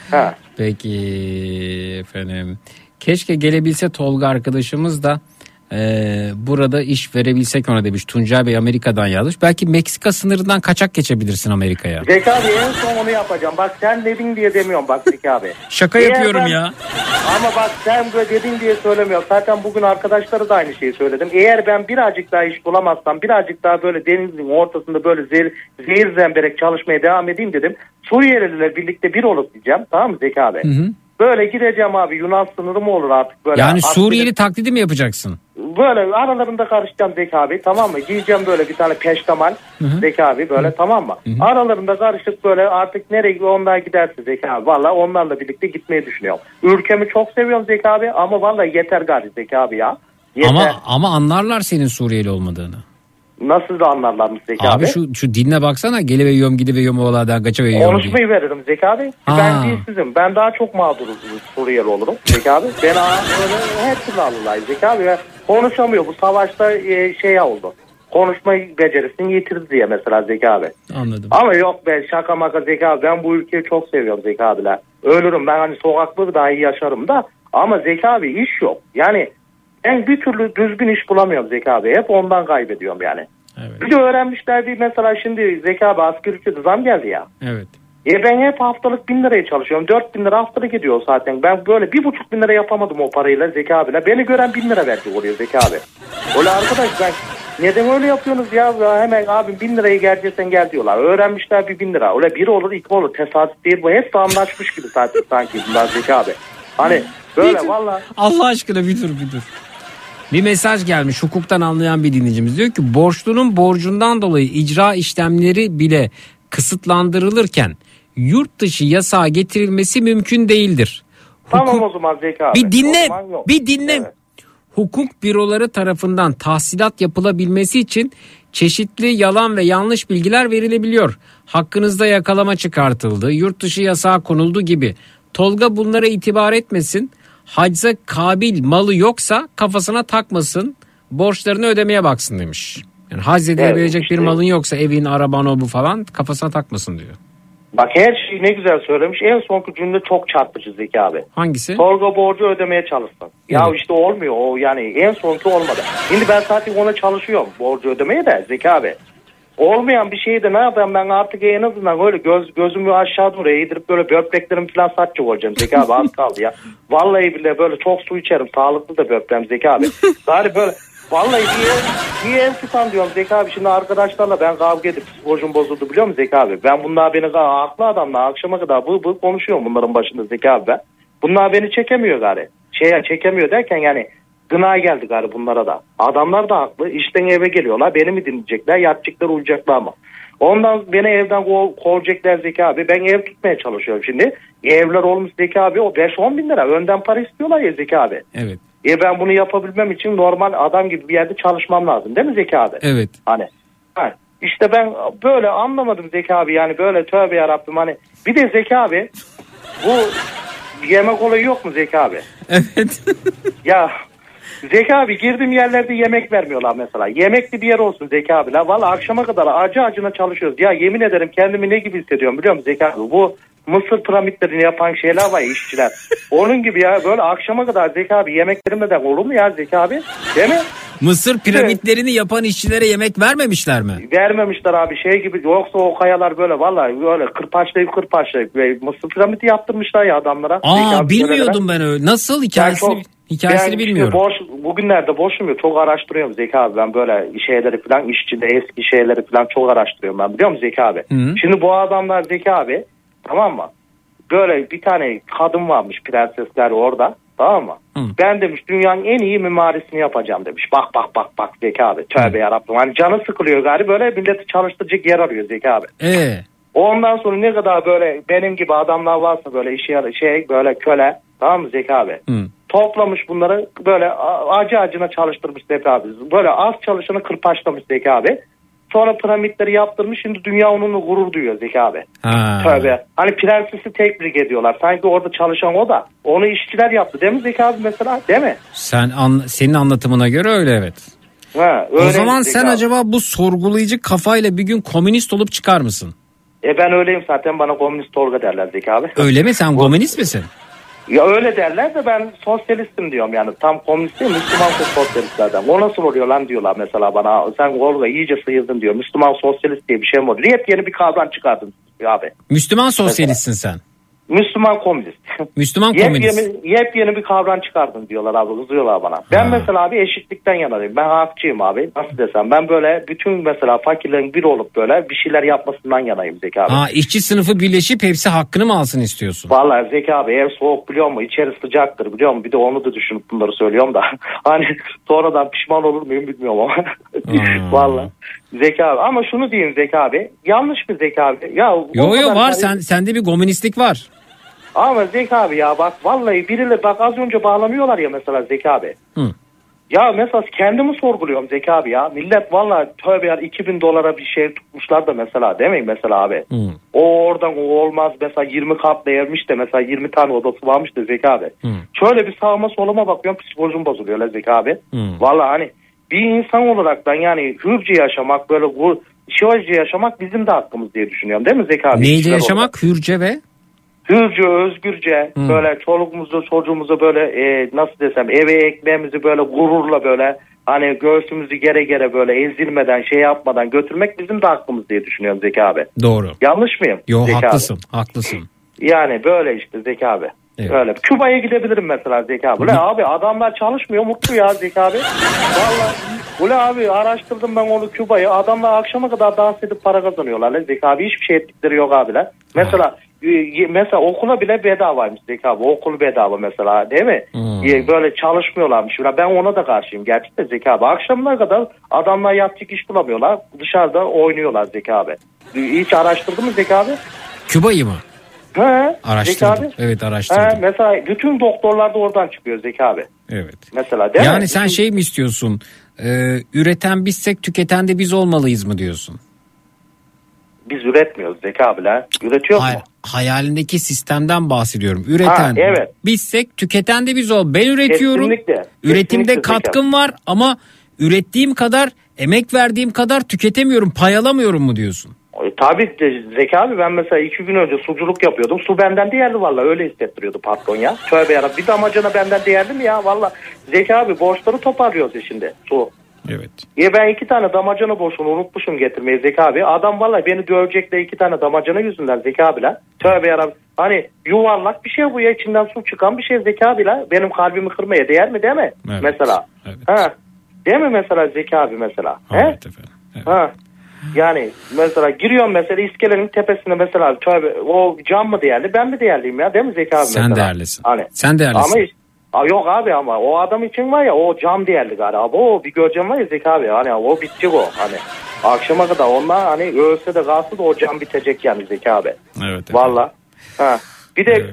Peki efendim. Keşke gelebilse Tolga arkadaşımız da Burada iş verebilsek ona demiş. Tuncay Bey Amerika'dan yazmış. Belki Meksika sınırından kaçak geçebilirsin Amerika'ya. Zeki abi en son onu yapacağım. Bak sen dedin diye demiyorum bak Zeki abi. Şaka yapıyorum ya. Ama bak sen böyle dedin diye söylemiyorum. Zaten bugün arkadaşlara da aynı şeyi söyledim. Eğer ben birazcık daha iş bulamazsam, birazcık daha böyle denizin ortasında böyle zehir zemberek çalışmaya devam edeyim dedim. Suriyelilerle birlikte bir olup diyeceğim. Tamam mı Zeki abi? Hı. Böyle gideceğim abi, Yunan sınırı mı olur artık böyle. Yani Suriyeli taklidi mi yapacaksın? Böyle aralarında karışacağım Zeki abi, tamam mı? Giyeceğim böyle bir tane peştemal Zeki abi böyle, tamam mı? Aralarında karışıp böyle artık nereye onlar giderse Zeki abi. Valla onlarla birlikte gitmeyi düşünüyorum. Ülkemi çok seviyorum Zeki abi ama valla yeter gari Zeki abi ya. Yeter. Ama anlarlar senin Suriyeli olmadığını. Nasıl da anlarlarmış Zeki abi? Abi şu diline baksana, geliveyom gidiveyom oğladan kaçıveyom. Konuşmayı veririm Zeki abi. Ben dilsizim. Ben daha çok mağdurum, Suriyeli olurum Zeki abi. Ben öyle her türlü alırlar Zeki abi. Konuşamıyor. Bu savaşta şey oldu. Konuşma becerisini yitirdi diye mesela Zeki abi. Anladım. Ama yok be, şaka maka Zeki abi. Ben bu ülkeyi çok seviyorum Zeki abiler. Ölürüm ben, hani sokakta daha iyi yaşarım da. Ama Zeki abi iş yok. Yani ben bir türlü düzgün iş bulamıyorum Zeki abi. Hep ondan kaybediyorum yani. Evet. Bir de öğrenmişler değil mesela, şimdi Zeki abi asgari ücrete zam geldi ya. Evet. Ben hep haftalık 1000 liraya çalışıyorum. 4000 lira haftalık gidiyor zaten. Ben böyle 1,5 bin lira yapamadım o parayla Zeki abiyle. Beni gören 1000 lira verecek oluyor Zeki abi. Öyle arkadaş, ben neden öyle yapıyorsunuz ya? Hemen abim 1000 lirayı geleceksen gel diyorlar. Öğrenmişler bir 1000 lira. Öyle bir olur iki olur. Tesadüf değil bu. Hepsi anlaşmış gibi zaten sanki bunlar Zeki abi. Hani böyle valla. Allah aşkına bir dur. Bir mesaj gelmiş hukuktan anlayan bir dinleyicimiz. Diyor ki borçlunun borcundan dolayı icra işlemleri bile kısıtlandırılırken yurt dışı yasağa getirilmesi mümkün değildir. Tamam o zaman Zeki abi. Bir dinle. Evet. Hukuk büroları tarafından tahsilat yapılabilmesi için çeşitli yalan ve yanlış bilgiler verilebiliyor. Hakkınızda yakalama çıkartıldı, yurt dışı yasağı konuldu gibi. Tolga bunlara itibar etmesin. Hacza kabil malı yoksa kafasına takmasın, borçlarını ödemeye baksın demiş. Yani hac edilebilecek bir malın yoksa, evin, araban, o bu falan, kafasına takmasın diyor. Bak her şeyi ne güzel söylemiş. En sonki cümle çok çarpıcı Zeki abi. Hangisi? Tolga borcu ödemeye çalışsın. Evet. Ya işte olmuyor o, yani en sonki olmadı. Şimdi ben zaten ona çalışıyorum borcu ödemeye de Zeki abi. Olmayan bir şeyi de ne yapayım ben artık, en azından öyle gözümü aşağı doğru eğdirip böyle böbreklerim falan satacak olacağım Zeki abi, az kaldı ya. Vallahi bile böyle çok su içerim, sağlıklı da böbreğim Zeki abi. Bari böyle vallahi bir ev tutan diyorum Zeki abi. Şimdi arkadaşlarla ben kavga edip psikolojim bozuldu biliyor musun Zeki abi? Ben bunlar beni haklı adamla akşama kadar bı konuşuyorum bunların başında Zeki abi ben. Bunlar beni çekemiyor gari. Çekemiyor derken yani gına geldi gari bunlara da. Adamlar da haklı. İşten eve geliyorlar. Beni mi dinleyecekler? Yatacaklar, uyuyacaklar ama. Ondan beni evden kovacaklar Zeki abi. Ben ev tutmaya çalışıyorum şimdi. Evler olmuş Zeki abi, o 5-10 bin lira. Önden para istiyorlar ya Zeki abi. Evet. Ben bunu yapabilmem için normal adam gibi bir yerde çalışmam lazım değil mi Zeki abi? Evet. Hani işte ben böyle anlamadım Zeki abi, yani böyle tövbe yarabbim hani. Bir de Zeki abi bu yemek olayı yok mu Zeki abi? Evet. Ya Zeki abi girdiğim yerlerde yemek vermiyorlar mesela. Yemekli bir yer olsun Zeki abi. Valla akşama kadar acına çalışıyoruz. Ya yemin ederim kendimi ne gibi hissediyorum biliyor musun Zeki abi? Bu Mısır piramitlerini yapan şeyler var ya, işçiler. Onun gibi ya, böyle akşama kadar Zeki abi yemek verilmeden olur mu ya Zeki abi? Değil mi? Mısır piramitlerini yapan işçilere yemek vermemişler mi? Vermemişler abi, şey gibi. Yoksa o kayalar böyle vallahi böyle kırpaçlayıp Mısır piramidi yaptırmışlar ya adamlara. Aa, bilmiyordum ben öyle. Nasıl hikayesini bilmiyorum. Bugünlerde boşum ya, çok araştırıyorum Zeki abi ben böyle şeyleri falan, işçide eski şeyleri falan çok araştırıyorum ben, biliyor musun Zeki abi? Hı. Şimdi bu adamlar Zeki abi, tamam mı? Böyle bir tane kadın varmış, prensesler orada, tamam mı? Hı. Ben demiş dünyanın en iyi mimarisini yapacağım demiş. Bak Zeki abi, tövbe yarabbim. Hani canı sıkılıyor galiba, böyle milleti çalıştıracak yer arıyor Zeki abi. Ondan sonra ne kadar böyle benim gibi adamlar varsa böyle böyle köle, tamam mı Zeki abi? Hı. Toplamış bunları böyle acına çalıştırmış Zeki abi. Böyle az çalışanı kırpaçlamış Zeki abi. Sonra piramitleri yaptırmış. Şimdi dünya onunla gurur duyuyor Zeki abi. Tövbe. Hani prensesi tebrik ediyorlar. Sanki orada çalışan o da. Onu işçiler yaptı değil mi Zeki abi mesela? Değil mi? Senin anlatımına göre öyle, evet. Öyle o zaman sen acaba bu sorgulayıcı kafayla bir gün komünist olup çıkar mısın? Ben öyleyim zaten, bana komünist Tolga derler Zeki abi. Öyle mi? Sen komünist misin? Ya öyle derler de ben sosyalistim diyorum yani. Tam komünist değil, Müslüman sosyalistlerden. O nasıl oluyor lan diyorlar mesela bana. Sen orada iyice sıyırdın diyor. Müslüman sosyalist diye bir şey mi oluyor? Yepyeni bir kavram çıkardın abi. Müslüman sosyalistsin sen. Müslüman komünist. Müslüman komünist. Yepyeni bir kavram çıkardın diyorlar abi, kızıyorlar bana. Ben mesela abi eşitlikten yanayım. Ben hakçıyım abi. Nasıl desem, ben böyle bütün mesela fakirlerin bir olup böyle bir şeyler yapmasından yanayım Zeki abi. İşçi sınıfı birleşip hepsi hakkını mı alsın istiyorsun? Vallahi Zeki abi, ev soğuk biliyor musun? İçeri sıcaktır biliyor musun? Bir de onu da düşünüp bunları söylüyorum da. Hani sonradan pişman olur muyum bilmiyorum ama. Vallahi Zeki abi, ama şunu diyeyim Zeki abi. Yanlış mı Zeki abi? Ya yo var, sende bir komünistlik var. Ama Zeki abi ya bak vallahi biriyle bak az önce bağlanıyorlar ya mesela Zeki abi. Hı. Ya mesela kendimi sorguluyorum Zeki abi ya. Millet vallahi tövbe ya $2.000 bir şey tutmuşlar da mesela, değil mi mesela abi? Hı. O oradan o olmaz mesela 20 kat değermiş de mesela 20 tane odası varmış da Zeki abi. Hı. Şöyle bir sağıma soluma bakıyorum, psikolojim bozuluyor la Zeki abi. Hı. Vallahi hani bir insan olarak ben yani hürce yaşamak, böyle şöyce yaşamak bizim de hakkımız diye düşünüyorum, değil mi Zeki abi? Neyce yaşamak? Hürce ve? Hürce, özgürce, böyle çoluğumuzu çocuğumuzu böyle nasıl desem eve ekmeğimizi böyle gururla böyle hani göğsümüzü gere gere böyle ezilmeden şey yapmadan götürmek bizim de hakkımız diye düşünüyorum Zeki abi. Doğru. Yanlış mıyım? Yo, Zeki haklısın abi? Haklısın. Yani böyle işte Zeki abi. Evet. Öyle. Küba'ya gidebilirim mesela Zeki abi. Ula abi adamlar çalışmıyor, mutlu ya Zeki abi. Vallahi ula abi araştırdım ben onu Küba'yı. Adamlar akşama kadar dans edip para kazanıyorlar Zeki abi. Hiçbir şey ettikleri yok abiler. Mesela okula bile bedavaymış Zeki abi. Okul bedava mesela, değil mi? Böyle çalışmıyorlarmış. Ben ona da karşıyım gerçekten Zeki abi. Akşamlara kadar adamlar yapacak iş bulamıyorlar. Dışarıda oynuyorlar Zeki abi. Hiç araştırdın mı Zeki abi? Küba'yı mı? He, araştırdım. Zeki abi. Evet araştırdım. Mesela bütün doktorlar da oradan çıkıyor Zeki abi. Evet. Mesela değil yani mi? sen şey mi istiyorsun? Üreten bizsek tüketen de biz olmalıyız mı diyorsun? Biz üretmiyoruz Zeki abiler. Üretiyor mu? Hayalindeki sistemden bahsediyorum. Üreten evet. bizsek tüketen de biz ol. Ben üretiyorum. Kesinlikle. Üretimde Kesinlikle katkım var ama ürettiğim kadar, emek verdiğim kadar tüketemiyorum, pay alamıyorum mu diyorsun? Tabii Zeki abi, ben mesela 2 gün önce suculuk yapıyordum. Su benden değerli valla, öyle hissettiriyordu patron ya. Tövbe yarabbim, bir damacana benden değerli mi ya valla. Zeki abi borçları toparlıyoruz şimdi su. Evet. Ben 2 tane damacana borçunu unutmuşum getirmeyi Zeki abi. Adam valla beni dövecek de 2 tane damacana yüzünden Zeki abiler. Tövbe yarabbim. Hani yuvarlak bir şey bu ya, içinden su çıkan bir şey Zeki abiler. Benim kalbimi kırmaya değer mi, değil mi? Evet. Mesela. Evet. Ha. Değil mi mesela Zeki abi mesela? Evet efendim. Evet. Ha. Yani mesela giriyorum mesela iskelenin tepesine mesela, tövbe, o cam mı değerli, ben mi değerliyim ya, değil mi Zeki abi? Sen mesela? değerlisin. Hani, sen değerlisin. Ama yok abi, ama o adam için var ya, o cam değerli galiba. O bir göreceğim var ya Zeki abi, hani o bitecek o, hani akşama kadar onlar hani ölse de kalsa da o cam bitecek yani Zeki abi. Evet. Valla. Ha. Bir de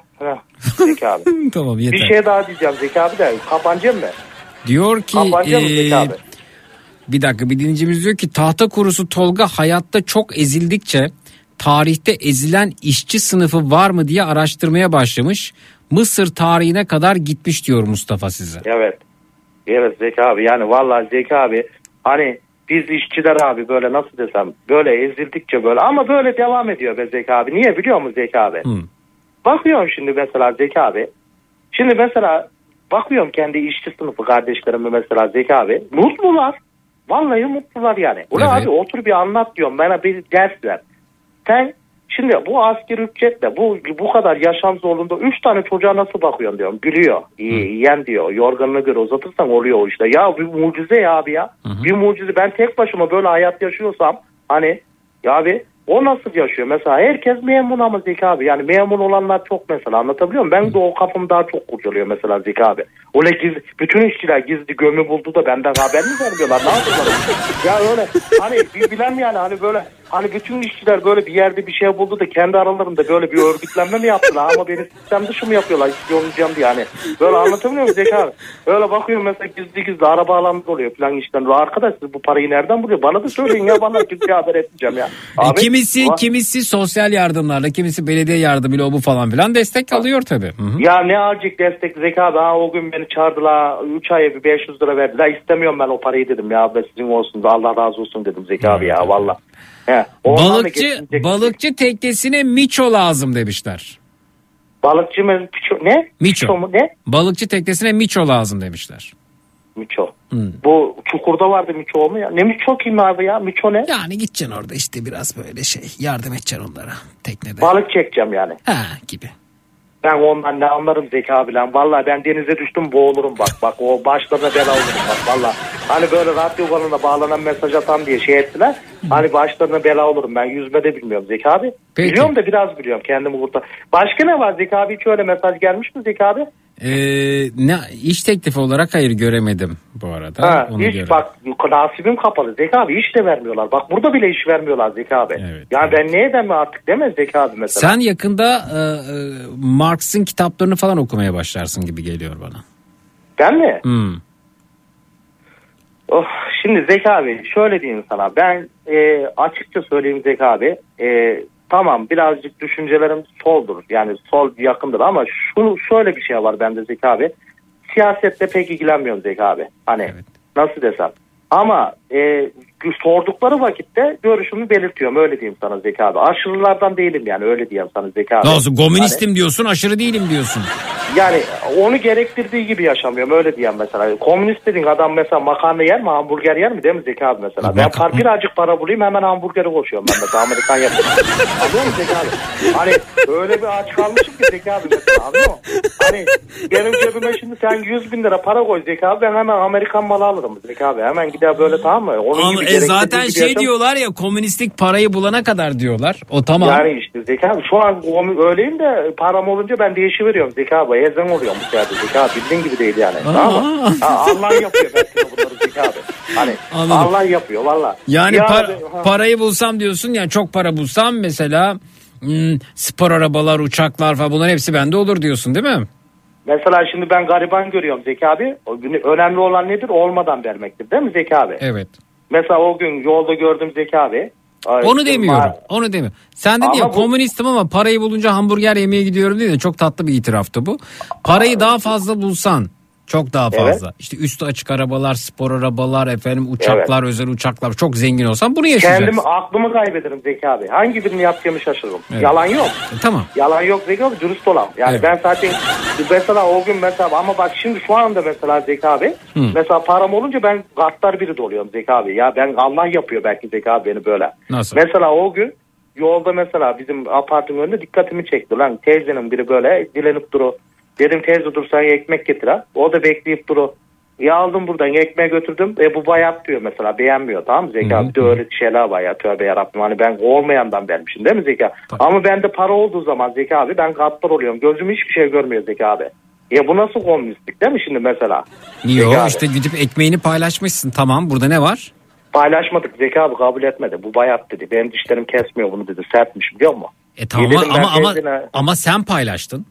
Zeki abi. Tamam yeter. Bir şey daha diyeceğim Zeki abi de, kapanacağım mı? Diyor ki Zeki abi? Bir dakika, bir dinleyicimiz diyor ki tahta kurusu Tolga hayatta çok ezildikçe tarihte ezilen işçi sınıfı var mı diye araştırmaya başlamış. Mısır tarihine kadar gitmiş diyor Mustafa size. Evet. Evet Zeki abi, yani vallahi Zeki abi hani biz işçiler abi böyle nasıl desem böyle ezildikçe böyle, ama böyle devam ediyor be Zeki abi. Niye biliyor musun Zeki abi? Bakıyorum şimdi mesela Zeki abi. Şimdi mesela bakıyorum kendi işçi sınıfı kardeşlerime mesela Zeki abi. Mutlular. Vallahi mutlular yani. Ulan evet. Abi otur bir anlat diyorum. Bana bir ders ver. Sen şimdi bu asgari ücretle bu kadar yaşam zorluğunda 3 tane çocuğa nasıl bakıyorsun diyorum. Gülüyor. Yiyen diyor. Yorganına göre uzatırsan oluyor o işte. Ya bir mucize ya abi ya. Hı-hı. Bir mucize. Ben tek başıma böyle hayat yaşıyorsam hani ya abi o nasıl yaşıyor? Mesela herkes memnun ama Zeki abi. Yani memnun olanlar çok mesela, anlatabiliyor muyum? Ben de o kafamı daha çok kurcalıyor mesela Zeki abi. Öyle bütün işçiler gizli gömü buldu da benden haber mi vermiyorlar? Ne yapıyorlar? Ya öyle hani bilmem yani hani böyle hani bütün işçiler böyle bir yerde bir şey buldu da kendi aralarında böyle bir örgütlenme mi yaptılar? Ama beni sistem dışı mı yapıyorlar? Yollayacağım diye hani. Böyle anlatamıyor muyum Zeki abi? Öyle bakıyorum mesela gizli araba alanı oluyor falan işten. Arkadaş siz bu parayı nereden buluyor? Bana da söyleyin ya, bana kimseye haber etmeyeceğim ya. Abi, kimisi sosyal yardımlarla, kimisi belediye yardımıyla o bu falan filan destek alıyor tabii. Hı-hı. Ya ne alacak destek Zeki abi? O gün beni çağırdılar 3 aya bir 500 lira verdiler. İstemiyorum ben o parayı dedim ya. Sizin olsun da Allah razı olsun dedim Zeki abi ya valla. Balıkçı teknesine miço lazım demişler. Balıkçı mı? Ne? Miço mu? Ne? Balıkçı teknesine miço lazım demişler. Miço. Bu çukurda vardı Miço mu ya? Ne Miço kim abi ya? Miço ne? Yani gideceksin orada işte biraz böyle yardım edeceksin onlara teknede. Balık çekeceğim yani. Gibi. Ben ondan ne anlarım Zeki abi lan. Vallahi ben denize düştüm boğulurum bak. O başlarına bela olurum bak vallahi. Hani böyle radyo kanalına bağlanan mesaj atan diye ettiler. Hani başlarına bela olurum. Ben yüzme de bilmiyorum Zeki abi. Peki. Biliyorum da biraz biliyorum kendimi burada. Başka ne var Zeki abi? Hiç öyle mesaj gelmiş mi Zeki abi? İş teklifi olarak hayır göremedim bu arada. Hiç bak nasibim kapalı Zeki abi, iş de vermiyorlar. Bak burada bile iş vermiyorlar Zeki abi. Evet, yani ben neye demem artık demez Zeki abi mesela. Sen yakında Marx'ın kitaplarını falan okumaya başlarsın gibi geliyor bana. Ben mi? Şimdi Zeki abi şöyle diyeyim sana. Ben açıkça söyleyeyim Zeki abi. Tamam birazcık düşüncelerim soldur. Yani sol yakındır ama şöyle bir şey var bende Zeki abi. Siyasette pek ilgilenmiyorum Zeki abi. Hani nasıl desem. Ama sordukları vakitte görüşümü belirtiyorum. Öyle diyeyim sana Zeki abi. Aşırılardan değilim yani öyle diyeyim sana Zeki abi. Nasıl komünistim diyorsun, aşırı değilim diyorsun. Yani onu gerektirdiği gibi yaşamıyorum öyle diyeyim mesela. Komünist dediğin adam mesela makarna yer mi, hamburger yer mi değil mi Zeki abi mesela? Ben birazcık para bulayım hemen hamburgere koşuyorum ben mesela Amerikan yapıyorum. Anlıyor musun Zeki abi? Hani öyle bir aç kalmışım ki Zeki abi mesela anlıyor musun? Hani benim cebime şimdi sen 100.000 lira para koy Zeki abi ben hemen Amerikan malı alırım Zeki abi. Hemen gider böyle tamam mı? Onun gibi zaten diyorlar ya komünistlik parayı bulana kadar diyorlar. O tamam. Yani işte Zeki abi şu an öyleyim de param olunca ben değişiveriyorum Zeki abi. Ezen oluyorum bu yerde Zeki abi. Bildiğin gibi değil yani. Tamam mı? Allah yapıyor belki bunları Zeki abi. Hani anladım. Allah yapıyor valla. Yani parayı bulsam diyorsun yani çok para bulsam mesela spor arabalar, uçaklar falan bunların hepsi bende olur diyorsun değil mi? Mesela şimdi ben gariban görüyorum Zeki abi. Önemli olan nedir? Olmadan vermektir değil mi Zeki abi? Evet. Mesela o gün yolda gördüm Zeki abi. Onu demiyorum. Onu demiyorum. Sen dedin ya komünistim ama parayı bulunca hamburger yemeye gidiyorum diye de çok tatlı bir itiraftı bu. Parayı daha fazla bulsan çok daha fazla. Evet. İşte üstü açık arabalar, spor arabalar, uçaklar, özel uçaklar çok zengin olsan bunu yaşayacaksın. Kendimi aklımı kaybederim Zeki abi. Hangi birini yapacağımı şaşırırım. Evet. Yalan yok. Tamam. Yalan yok Zeki abi dürüst olan. Yani ben zaten mesela o gün mesela ama bak şimdi şu anda mesela Zeki abi mesela param olunca ben gaddar biri de oluyorum Zeki abi. Ya ben Allah yapıyor belki Zeki abi beni böyle. Nasıl? Mesela o gün yolda mesela bizim apartmanın önünde dikkatimi çekti. Lan teyzenin biri böyle dilenip duru. Dedim teyze dur sen ekmek getir ha. O da bekleyip duru. Ya aldım buradan ekmeği götürdüm. Bu bayat diyor mesela beğenmiyor tamam mı Zeki abi? Bir de öyle şeyler var ya tövbe yarabbim. Hani ben olmayandan vermişim değil mi Zeki abi? Ama bende para olduğu zaman Zeki abi ben gaddar oluyorum. Gözüm hiçbir şey görmüyor Zeki abi. Bu nasıl komünistlik değil mi şimdi mesela? Yok işte gidip ekmeğini paylaşmışsın tamam burada ne var? Paylaşmadık Zeki abi kabul etmedi. Bu bayat dedi. Benim dişlerim kesmiyor bunu dedi. Sertmiş biliyor musun? Tamam ama sen paylaştın.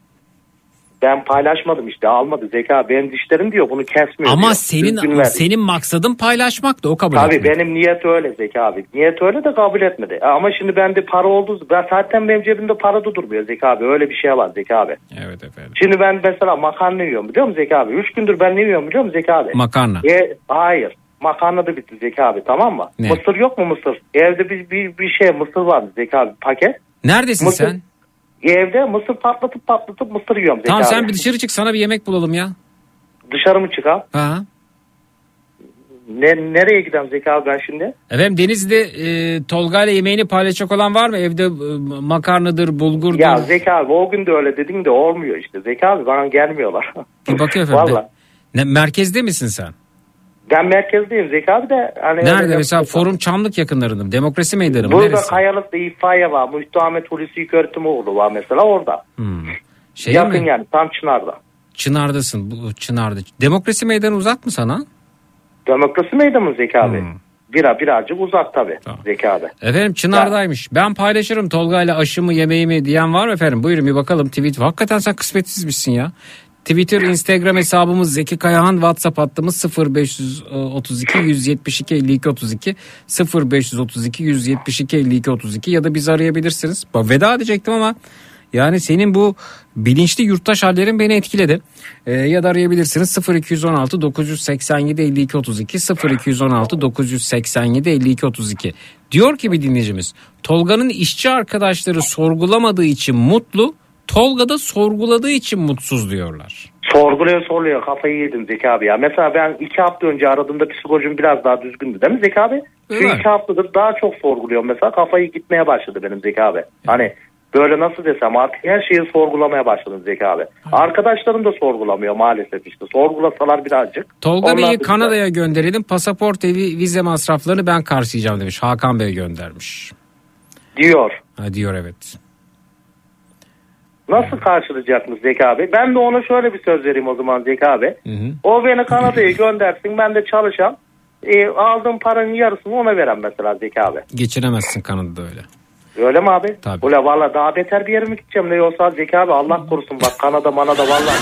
Ben paylaşmadım işte almadı Zeki abi benim dişlerim diyor bunu kesmiyor. Ama diyor. senin maksadın paylaşmaktı o kabul etmedi. Tabii benim niyet öyle Zeki abi. Niyet öyle de kabul etmedi. Ama şimdi bende para olduğu zaten benim cebimde para da durmuyor Zeki abi. Öyle bir şey var Zeki abi. Evet efendim. Şimdi ben mesela makarna yiyorum biliyor musun Zeki abi? 3 gündür ben ne yiyorum biliyor musun Zeki abi? Makarna. Hayır. Makarna da bitti Zeki abi tamam mı? Ne? Mısır yok mu mısır? Evde bir şey mısır vardı Zeki abi paket. Neredesin mısır, sen? Evde mısır patlatıp mısır yiyorum Zeki tamam, abi. sen bir dışarı çık sana bir yemek bulalım ya. Dışarı mı çıkalım? Ha. Nereye gidelim Zeki abi ben şimdi? Efendim Denizli'de Tolga ile yemeğini paylaşacak olan var mı? Evde makarnadır, bulgurdur. Ya Zeki abi o gün de öyle dedin de olmuyor işte. Zeki abi bana gelmiyorlar. Bakıyor efendim. Valla. Merkezde misin sen? Ben merkezdeyim Zeki abi de. Hani nerede mesela Forum Çamlık yakınlarında mı? Demokrasi Meydanı mı? Burada neresi? Kayalık'ta İtfaiye var. Müftü Ahmet Hulusi İlköğretimoğlu var mesela orada. Yakın mi? Yani tam Çınar'da. Çınar'dasın bu Çınar'da. Demokrasi Meydanı uzak mı sana? Demokrasi Meydanı mı Zeki abi? Birazcık uzak tabii tamam. Zeki abi. Efendim Çınar'daymış. Ben paylaşırım Tolga ile aşımı yemeğimi diyen var mı efendim? Buyurun bir bakalım tweet. Hakikaten sen kısmetsizmişsin ya. Twitter, Instagram hesabımız Zeki Kayahan, WhatsApp hattımız 0532 172 52 32 0532 172 52 32 ya da bizi arayabilirsiniz. Veda edecektim ama yani senin bu bilinçli yurttaş hallerin beni etkiledi. Ya da arayabilirsiniz 0216 987 52 32 0216 987 52 32. Diyor ki bir dinleyicimiz Tolga'nın işçi arkadaşları sorgulamadığı için mutlu. Tolga'da sorguladığı için mutsuz diyorlar. Sorguluyor kafayı yedim Zeki abi ya. Mesela ben 2 hafta önce aradığımda psikolojim biraz daha düzgündü değil mi Zeki abi? Şu 2 haftadır daha çok sorguluyorum mesela, kafayı gitmeye başladı benim Zeki abi. Hani böyle nasıl desem, artık her şeyi sorgulamaya başladım Zeki abi. Arkadaşlarım da sorgulamıyor maalesef işte. Sorgulasalar birazcık. Tolga Bey'i Kanada'ya gönderelim, pasaport, vize masraflarını ben karşılayacağım demiş. Hakan Bey göndermiş. Diyor. Diyor evet. Nasıl karşılayacakmış Zeki abi? Ben de ona şöyle bir söz vereyim o zaman Zeki abi. Hı. O beni Kanada'ya göndersin, ben de çalışam. Aldığım paranın yarısını ona verem mesela Zeki abi. Geçiremezsin Kanada'da öyle. Öyle mi abi? Tabii. Ula valla daha beter bir yere mi gideceğim ne yoksa Zeki abi, Allah korusun bak Kanada manada valla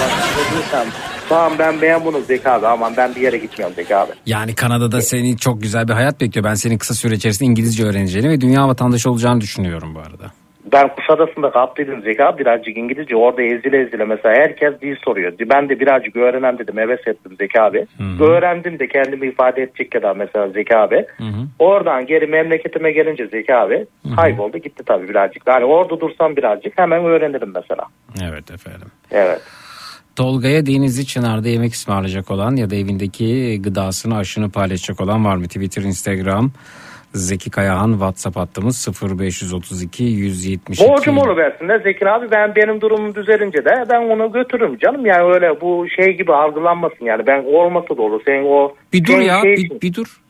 tamam ben bunu Zeki abi, aman ben bir yere gitmiyorum Zeki abi. Yani Kanada'da seni çok güzel bir hayat bekliyor. Ben senin kısa süre içerisinde İngilizce öğreneceğini ve dünya vatandaşı olacağını düşünüyorum bu arada. Ben Kuşadası'nda kaptıydım Zeki abi birazcık İngilizce, orada ezile mesela herkes dil soruyor. Ben de birazcık öğrenem dedim, heves ettim Zeki abi. Hı-hı. Öğrendim de kendimi ifade edecek kadar mesela Zeki abi. Hı-hı. Oradan geri memleketime gelince Zeki abi kayboldu gitti tabii birazcık. Yani orada dursam birazcık hemen öğrenirim mesela. Evet efendim. Evet. Tolga'ya Denizli Çınar'da yemek ısmarlayacak olan ya da evindeki gıdasını aşını paylaşacak olan var mı? Twitter, Instagram... Zeki Kayahan, WhatsApp hattımız 0532 172. Borcum oluversin de Zeki abi, benim durumum düzelince de ben onu götürürüm canım. Yani öyle bu şey gibi algılanmasın yani, ben olmasa da olur. Sen o bir dur ya bir dur.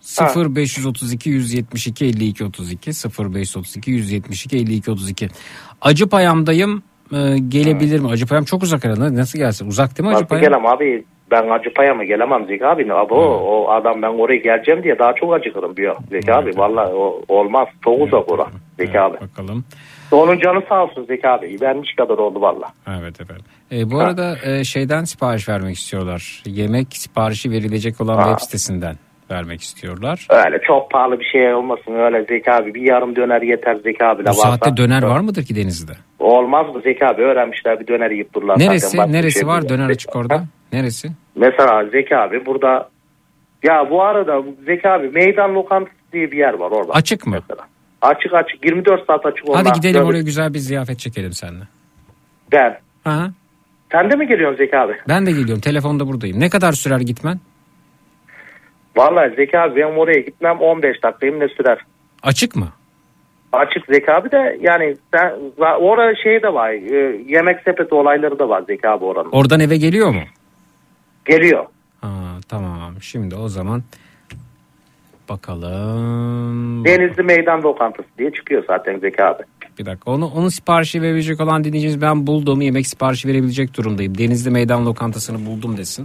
0532 172 52 32 0532 172 52 32. Acıpayam'dayım, gelebilir mi? Acıpayam çok uzak herhalde. Nasıl gelsin? Uzak değil mi Acıpayam? Nasıl gelem abi? Ben Acıpayam'a gelemem Zeki abi. O adam ben oraya geleceğim diye daha çok acıkırım diyor Zeki abi. Vallahi olmaz. Çok uzak orası Zeki abi. Bakalım. Onun canı sağ olsun Zeki abi. Vermiş kadar oldu vallahi. Evet efendim. Bu arada şeyden sipariş vermek istiyorlar. Yemek siparişi verilecek olan web sitesinden vermek istiyorlar. Öyle çok pahalı bir şey olmasın öyle Zeki abi. Bir yarım döner yeter Zeki abi. Bu saatte döner var mıdır ki Denizli'de? Olmaz mı Zeki abi? Öğrenmişler bir döner yiyip dururlar. Neresi var döner açık orada? Neresi? Mesela Zeki abi burada, ya bu arada Zeki abi meydan lokantası diye bir yer var orada. Açık mı? Mesela. Açık 24 saat açık. Hadi gidelim oraya, güzel bir ziyafet çekelim seninle. Ben. Aha. Sen de mi geliyorsun Zeki abi? Ben de geliyorum, telefonda buradayım. Ne kadar sürer gitmen? Vallahi Zeki abi benim oraya gitmem 15 dakikayım ne sürer. Açık mı? Açık Zeki abi de yani orada şey de var, yemek sepeti olayları da var Zeki abi oranın. Oradan eve geliyor mu? Geliyor. Tamam şimdi o zaman bakalım. Denizli Meydan Lokantası diye çıkıyor zaten Zeki abi. Bir dakika, onun siparişi verebilecek olan dinleyicimiz, ben bulduğum yemek siparişi verebilecek durumdayım. Denizli Meydan Lokantası'nı buldum desin.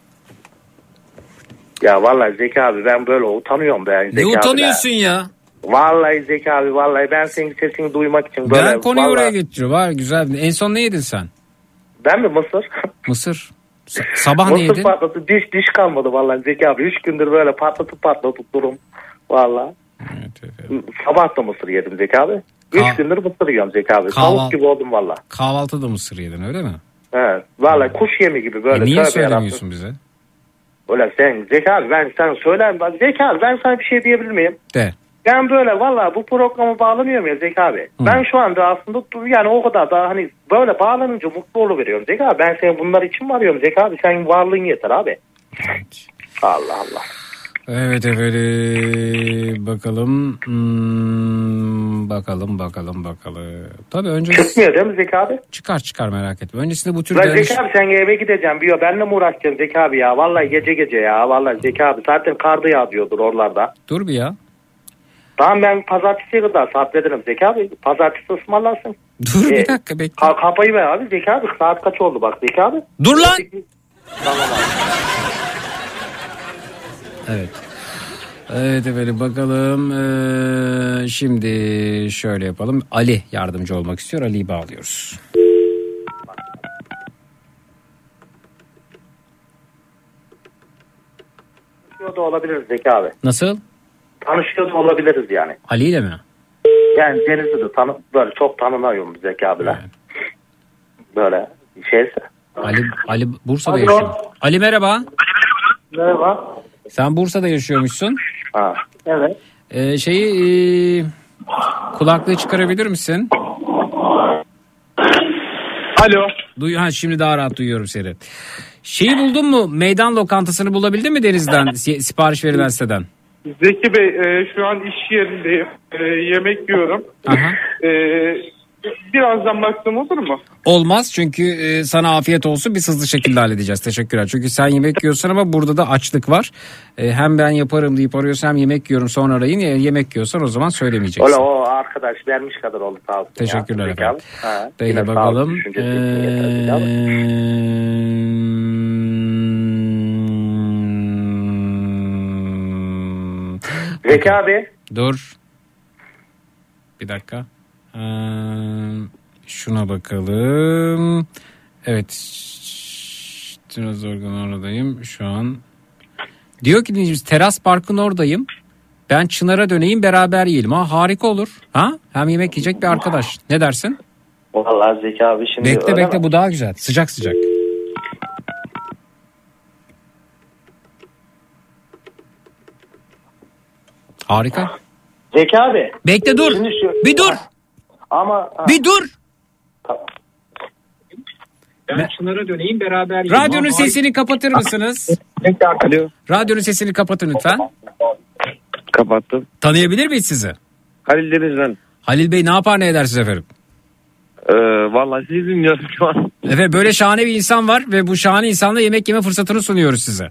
Ya vallahi Zeki abi ben böyle utanıyorum ben Zeki abi. Ne utanıyorsun ya? Vallahi Zeki abi vallahi ben senin sesini duymak için böyle. Ben konuyu oraya getiriyorum. Var güzel. En son ne yedin sen? Ben mi? Mısır. Mısır. Sabah ne yedin? Mısır patladı. Diş kalmadı vallahi Zeki abi. 3 gündür böyle patlatıp durum. Vallahi. Evet. Sabah da mısır yedim Zeki abi. 3 gündür mısır yiyorum Zeki abi. Tavuk gibi oldum vallahi. Kahvaltıda mısır yedin öyle mi? Evet. Vallahi kuş yemi gibi böyle. Niye söylemiyorsun bize? Öyle sen Zeki abi ben sana söylerim. Zeki abi ben sana bir şey diyebilir miyim? De. Ben böyle valla bu programa bağlanıyorum ya Zeki abi. Ben şu anda aslında yani o kadar da hani böyle bağlanınca mutlu oluveriyorum Zeki abi. Ben seni bunlar için mi arıyorum Zeki abi? Senin varlığın yeter abi. Evet. Allah Allah. Evet efendim bakalım. Bakalım. Tabii önce çıkmıyor değil mi Zeki abi? Çıkar merak etme. Öncesinde bu tür Zeki abi sen eve gideceğim diyor. Benle mi uğraşacaksın Zeki abi ya? Vallahi gece ya. Vallahi Zeki abi zaten kar da yağıyordur oralarda. Dur bir ya. Tamam ben pazartesiye kadar sabrederim Zeki abi. Pazartesi ısmarlarsın. Dur bir dakika bekle. Kafayı ver abi Zeki abi. Saat kaç oldu bak Zeki abi? Dur lan. Tamam abi. Evet efendim bakalım. Şimdi şöyle yapalım. Ali yardımcı olmak istiyor. Ali'yi bağlıyoruz. Tanışıyor da olabiliriz Zeki abi. Nasıl? Tanışıyor da olabiliriz yani. Ali ile mi? Yani Denizli'de böyle çok tanınıyorum Zeki abiler. Evet. Böyle şeyse. Ali Bursa'da yaşıyor. Ali merhaba. Merhaba. Sen Bursa'da yaşıyormuşsun. Evet. Kulaklığı çıkarabilir misin? Alo. Şimdi daha rahat duyuyorum seni. Şeyi buldun mu? Meydan lokantasını bulabildin mi Deniz'den sipariş verilen siteden? Zeki Bey şu an iş yerindeyim. Yemek yiyorum. Birazdan baksam olur mu? Olmaz çünkü sana afiyet olsun, biz hızlı şekilde halledeceğiz. Teşekkürler. Çünkü sen yemek yiyorsun ama burada da açlık var. Hem ben yaparım deyip arıyorsun, hem yemek yiyorum sonra arayın. Yemek yiyorsan o zaman söylemeyeceksin. Öyle o arkadaş vermiş kadar oldu sağ olsun. Teşekkürler efendim. Peki bakalım. Zeki abi. Dur. Bir dakika. Şuna bakalım. Evet. Dinozor'un oradayım şu an. Diyor ki dinleyicimiz, Teras Park'ın oradayım. Ben Çınar'a döneyim, beraber yiyelim. Harika olur. Hem yemek yiyecek bir arkadaş. Ne dersin? Vallahi Zeki abi şimdi... Bekle bu daha güzel. Sıcak sıcak. Harika. Zeki abi. Bekle dur. Bir dur. Ama... Bir dur. Tamam. Ben Çınar'a döneyim, beraber yiyelim. Radyonun sesini kapatır mısınız? Alo. Radyonun sesini kapatın lütfen. Kapattım. Tanıyabilir miyiz sizi? Halil Deniz'den. Halil Bey ne yapar ne edersiniz efendim? Vallahi sizi dinliyorum şu an. Evet, böyle şahane bir insan var ve bu şahane insanla yemek yeme fırsatını sunuyoruz size.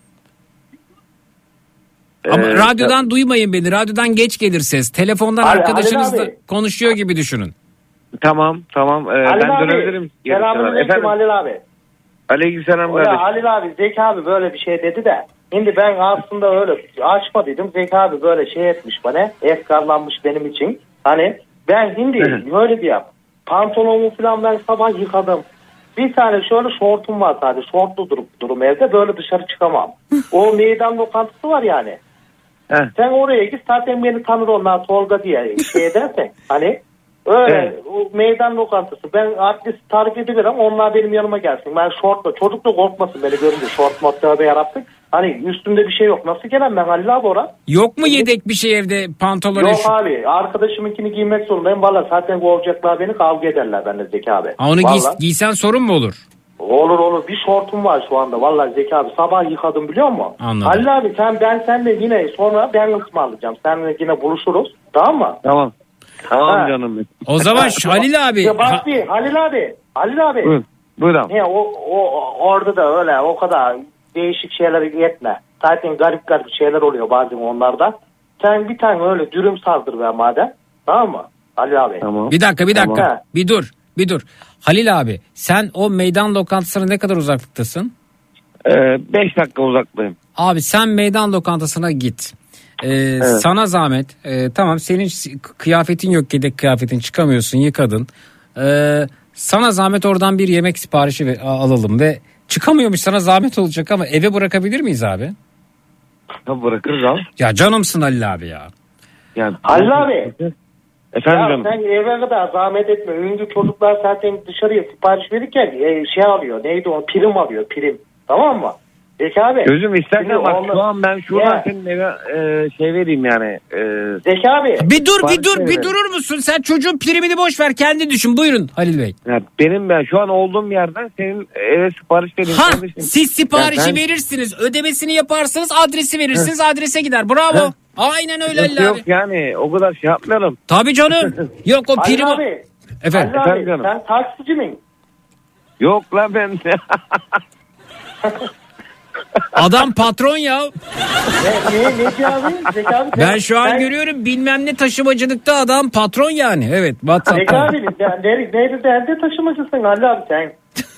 Ama radyodan duymayın beni. Radyodan geç gelir ses. Telefondan arkadaşınızla konuşuyor gibi düşünün. Tamam. Ben dönebilirim. Selamünaleyküm Halil abi. Aleykümselam kardeşim. Halil abi, Zeki abi böyle bir şey dedi de. Şimdi ben aslında öyle açmadıydım. Zeki abi böyle şey etmiş bana. Efkarlanmış benim için. Hani ben şimdi böyle diyeyim. Pantolonumu falan ben sabah yıkadım. Bir tane şöyle şortum var sadece. Şortlu durum evde. Böyle dışarı çıkamam. O meydan lokantası var yani. Sen oraya git, zaten beni tanır onlar Tolga diye şey edersen. Hani öyle o meydan lokantası. Ben adresi tarif edebilirim. Onlar benim yanıma gelsin. Ben şortla, çocuk da korkmasın beni görünce. Şort modda yarattık. Hani üstümde bir şey yok. Nasıl gelen ben Halil abi oraya? Yok mu yedek bir şey evde, pantolon? Yok abi. Arkadaşımınkini giymek zorundayım. Valla zaten kovacaklar beni, kavga ederler benimle Zeki abi. Onu giysen sorun mu olur? Olur. Bir şortum var şu anda. Vallahi Zeki abi sabah yıkadım biliyor musun? Anladım. Halil abi senle yine sonra ben ısmarlayacağım. Seninle yine buluşuruz. Tamam mı? Tamam canım benim. O zaman Halil abi. Ya bak bir Halil abi. Buyur abi. Orada da öyle o kadar değişik şeyler yetme. Zaten garip şeyler oluyor bazen onlarda. Sen bir tane öyle dürüm sardır ver madem. Tamam mı Halil abi? Tamam. Bir dakika. Tamam. Bir dur. Halil abi, sen o meydan lokantasına ne kadar uzaklıktasın? 5 dakika uzaktayım. Abi sen meydan lokantasına git. Sana zahmet. Tamam, senin kıyafetin yok, yedek kıyafetin, çıkamıyorsun, yıkadın. Sana zahmet oradan bir yemek siparişi alalım ve çıkamıyormuş, sana zahmet olacak ama eve bırakabilir miyiz abi? Tabii bırakırız abi. Ya canımsın Halil abi ya. Yani, Halil abi. Efendim. Sen eve kadar zahmet etme. Ünlü çocuklar zaten dışarıya sipariş verirken şey alıyor. Neydi o? Prim alıyor. Prim. Tamam mı? Zeki abi. Gözüm istersen bak şu an ben şuradan senin eve şey vereyim yani. Zeki abi. Bir durur musun? Sen çocuğun primini boş ver, kendi düşün. Buyurun Halil Bey. Ya ben şu an olduğum yerden senin eve sipariş vereyim. Siz siparişi verirsiniz, ödemesini yaparsınız, adresi verirsiniz, adrese gider. Bravo. Aynen öyle Halil abi. Yok yani o kadar şey yapmayalım. Tabii canım. Yok o prim. Halil abi. Efendim canım. Sen taksici mi? Yok lan ben. Adam patron ya. Ne abi? Zeki abi. Ben şu an görüyorum, bilmem ne taşımacılıkta adam patron yani. Evet. Zeki abi nerede taşımacısın Halil abi sen?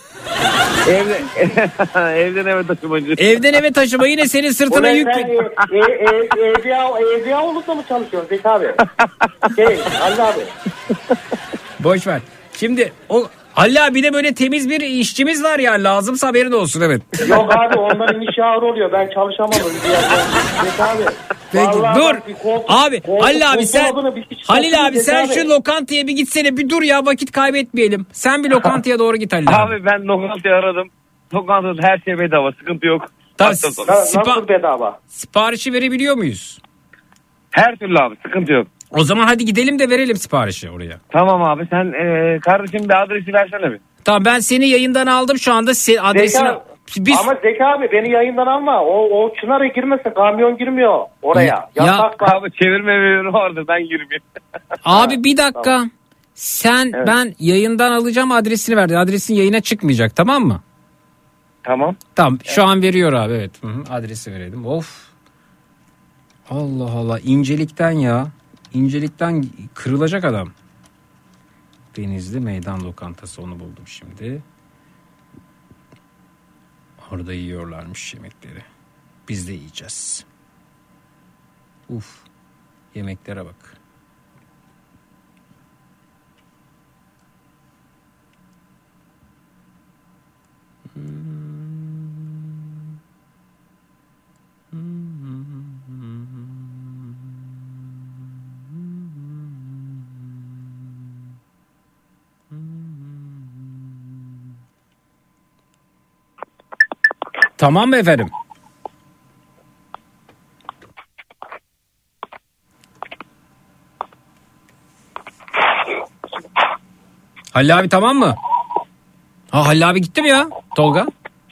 Evden eve taşımacı. Evden eve taşıma, yine senin sırtına yük. Evliyaoğlu'da mı çalışıyorsun Zeki abi? Halil abi. Boş ver. Şimdi o Halil abi de böyle temiz bir işçimiz var ya, lazımsa haberin olsun, evet. Yok abi, onların işi ağır oluyor, ben çalışamam. Abi. Peki dur. Abi Halil abi sen şu lokantaya bir gitsene, bir dur ya, vakit kaybetmeyelim. Sen bir lokantaya doğru git Halil abi. Abi ben lokantayı aradım. Lokantada her şey bedava, sıkıntı yok. Nasıl bedava? Siparişi verebiliyor muyuz? Her türlü abi, sıkıntı yok. O zaman hadi gidelim de verelim siparişi oraya. Tamam abi, sen kardeşim bir adresi versene bir. Tamam ben seni yayından aldım şu anda adresini. Ama Zeki abi beni yayından alma. O Çınar'a girmesin, kamyon girmiyor oraya. Yasak var. Abi çevirme orada, ben girmeyeyim. Abi bir dakika. Tamam. Ben yayından alacağım, adresini verdi. Adresin yayına çıkmayacak, tamam mı? Tamam. Tamam şu an veriyor abi, evet. Hı-hı, adresi verelim. Of. Allah Allah, incelikten ya. İncelikten kırılacak adam. Denizli Meydan Lokantası, onu buldum şimdi. Orada yiyorlarmış yemekleri. Biz de yiyeceğiz. Uf. Yemeklere bak. Tamam mı efendim? Halil abi tamam mı? Halil abi gitti mi ya Tolga?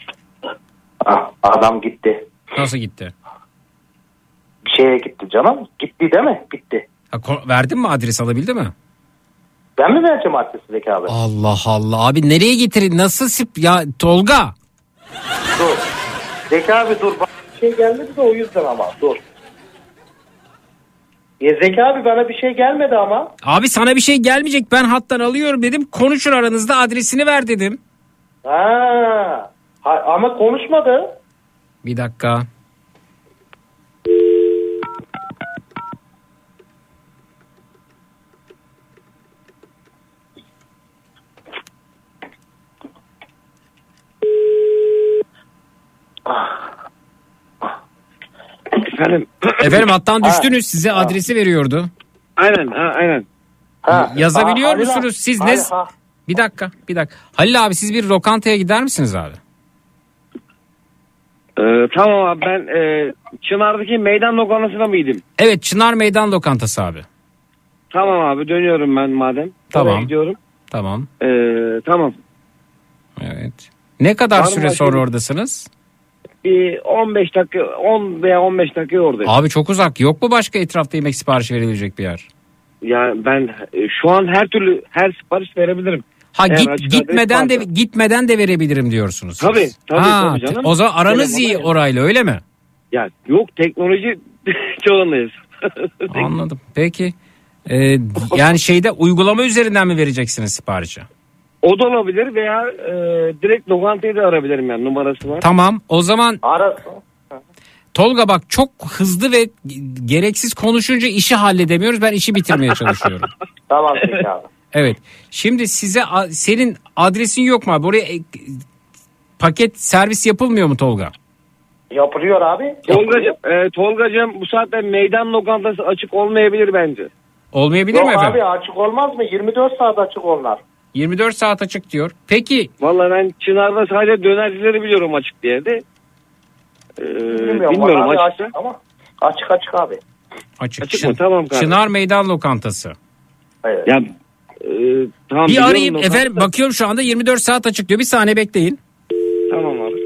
Adam gitti. Nasıl gitti? Bir şeye gitti canım. Gitti değil mi? Gitti. Verdin mi, adres alabildi mi? Ben mi vereceğim adresi Zeki abi? Allah Allah abi, nereye getirin, nasıl ya Tolga? Dur. Zeki abi dur. Bir şey gelmedi de o yüzden ama dur. Zeki abi bana bir şey gelmedi ama. Abi sana bir şey gelmeyecek, ben hattan alıyorum dedim. Konuşun aranızda, adresini ver dedim. Ama konuşmadı. Bir dakika. Efendim hattan düştünüz, size adresi veriyordu. Aynen. Yazabiliyor musunuz siz? Bir dakika. Halil abi siz bir lokantaya gider misiniz abi? Tamam abi, ben Çınar'daki meydan lokantasına mıydım? Evet, Çınar Meydan Lokantası abi. Tamam abi, dönüyorum ben madem. Tamam. Oraya gidiyorum. Tamam. Tamam. Evet. Ne kadar süre sonra oradasınız? Bir 15 dakika, 10 veya 15 dakika oradayım. Abi çok uzak. Yok mu başka etrafta yemek siparişi verilecek bir yer? Yani ben şu an her sipariş verebilirim. Gitmeden de verebilirim diyorsunuz siz. Tabii canım. O zaman aranız iyi orayla, öyle mi? Ya yok, teknoloji çağındayız. Anladım. Peki. Yani uygulama üzerinden mi vereceksiniz siparişi? O da olabilir veya direkt lokantayı da arabilirim, yani numarası var. Tamam, o zaman arasın. Tolga bak, çok hızlı ve gereksiz konuşunca işi halledemiyoruz. Ben işi bitirmeye çalışıyorum. Tamam peki abi. Evet. Şimdi senin adresin yok mu abi? Oraya paket servis yapılmıyor mu Tolga? Yapılıyor abi. Tolgacığım bu saatte meydan lokantası açık olmayabilir bence. Olmayabilir mi efendim? Yok abi, açık olmaz mı? 24 saat açık onlar. 24 saat açık diyor. Peki. Vallahi ben Çınar'da sadece dönercileri biliyorum açık diye de. Bilmiyorum açık ama açık abi. Açık mı? Tamam kardeşim. Çınar Meydan Lokantası. Evet. Ya, tamam, bir arayayım efendim, bakıyorum şu anda 24 saat açık diyor. Bir saniye bekleyin. Tamam abi.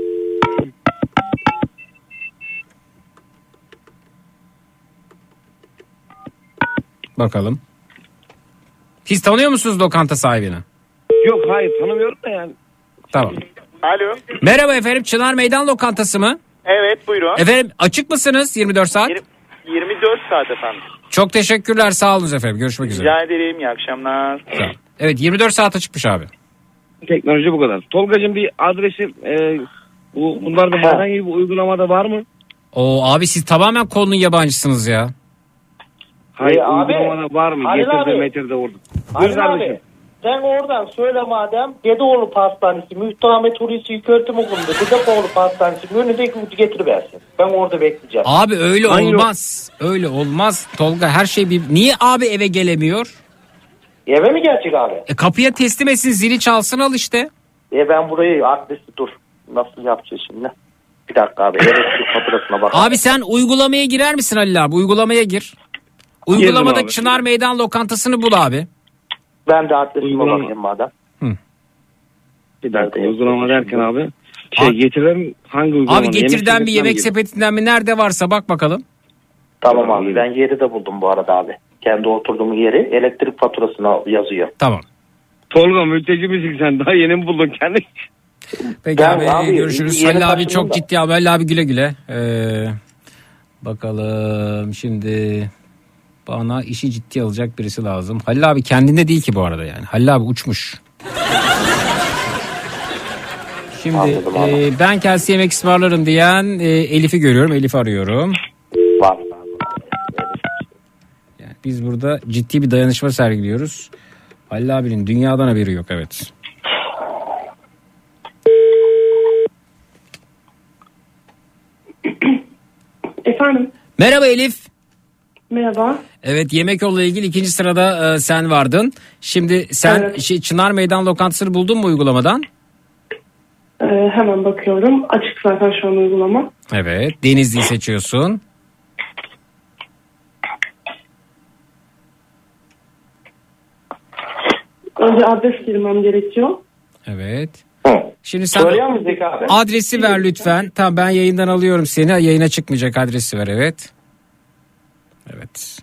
Bakalım. Siz tanıyor musunuz lokanta sahibini? Yok, hayır tanımıyorum da yani. Tamam. Alo. Merhaba efendim, Çınar Meydan Lokantası mı? Evet, buyurun. Efendim açık mısınız 24 saat? 24 saat efendim. Çok teşekkürler, sağ olun efendim, görüşmek üzere. Rica ederim, iyi akşamlar. Evet, 24 saat açıkmış abi. Teknoloji bu kadar. Tolgacığım bir adresi bunlarda herhangi bir uygulamada var mı? Abi siz tamamen konunun yabancısınız ya. Hayır, uygulamada var mı? Getirde orada. Halil abi, sen oradan söyle madem, Dedeoğlu Pastanesi, Müftüahmet Hulusi Yükörtüm Okulu'nda Dedeoğlu Pastanesi önünde getiriversin. Ben orada bekleyeceğim. Abi öyle olmaz. Öyle olmaz Tolga, her şey Niye abi eve gelemiyor? Eve mi gelecek abi? Kapıya teslim etsin, zili çalsın, al işte. Ben burayı adresi dur. Nasıl yapacağız şimdi? Bir dakika abi. Elektrik faturasına bak. Abi sen uygulamaya girer misin Halil abi? Uygulamaya gir. Uygulamada Çınar Meydan Lokantası'nı bul abi. Ben de adresime bakayım madem. Bir dakika uygulama derken abi. Getirden hangi uygulama? Abi Getir'den bir yemek sepetinden mi nerede varsa bak bakalım. Tamam abi ben yeri de buldum bu arada abi. Kendi oturduğum yeri elektrik faturasına yazıyor. Tamam. Tolga mülteci misin sen? Daha yeni mi buldun kendini? Peki abi görüşürüz. Halil abi çok ciddi abi. Halil abi güle güle. Bakalım şimdi bana işi ciddiye alacak birisi lazım. Halil abi kendinde değil ki bu arada yani. Halil abi uçmuş. Şimdi ben kendisi yemek ısmarlarım diyen Elif'i görüyorum. Elif'i arıyorum. Var. Yani biz burada ciddi bir dayanışma sergiliyoruz. Halil abinin dünyadan haberi yok, evet. Efendim? Merhaba Elif. Merhaba. Evet, Yemekyolu'yla ilgili 2. sırada sen vardın. Şimdi sen evet. Çınar Meydan Lokantası'nı buldun mu uygulamadan? Hemen bakıyorum. Açık zaten şu an uygulama. Evet, Denizli'yi seçiyorsun. Önce adres girmem gerekiyor. Evet. Şimdi sen adresi ver lütfen. Tamam, ben yayından alıyorum seni. Yayına çıkmayacak adresi ver, evet. Evet.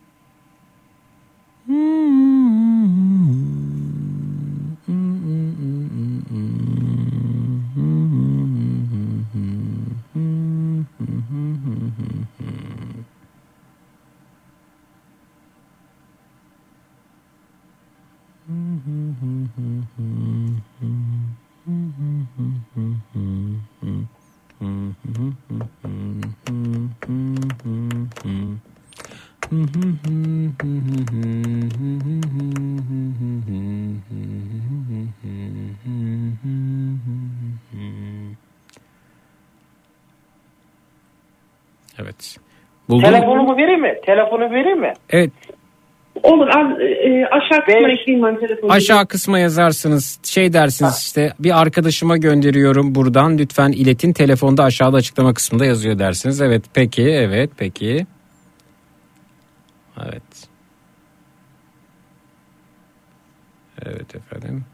Evet. Buldun Telefonumu vereyim mi? Telefonu vereyim mi? Evet. Olur. Aşağı kısma ekleyeyim ben telefonu. Aşağı kısma yazarsınız. Şey dersiniz işte, bir arkadaşıma gönderiyorum buradan. Lütfen iletin. Telefonda aşağıda açıklama kısmında yazıyor dersiniz. Evet peki. Evet peki. Evet. Evet efendim.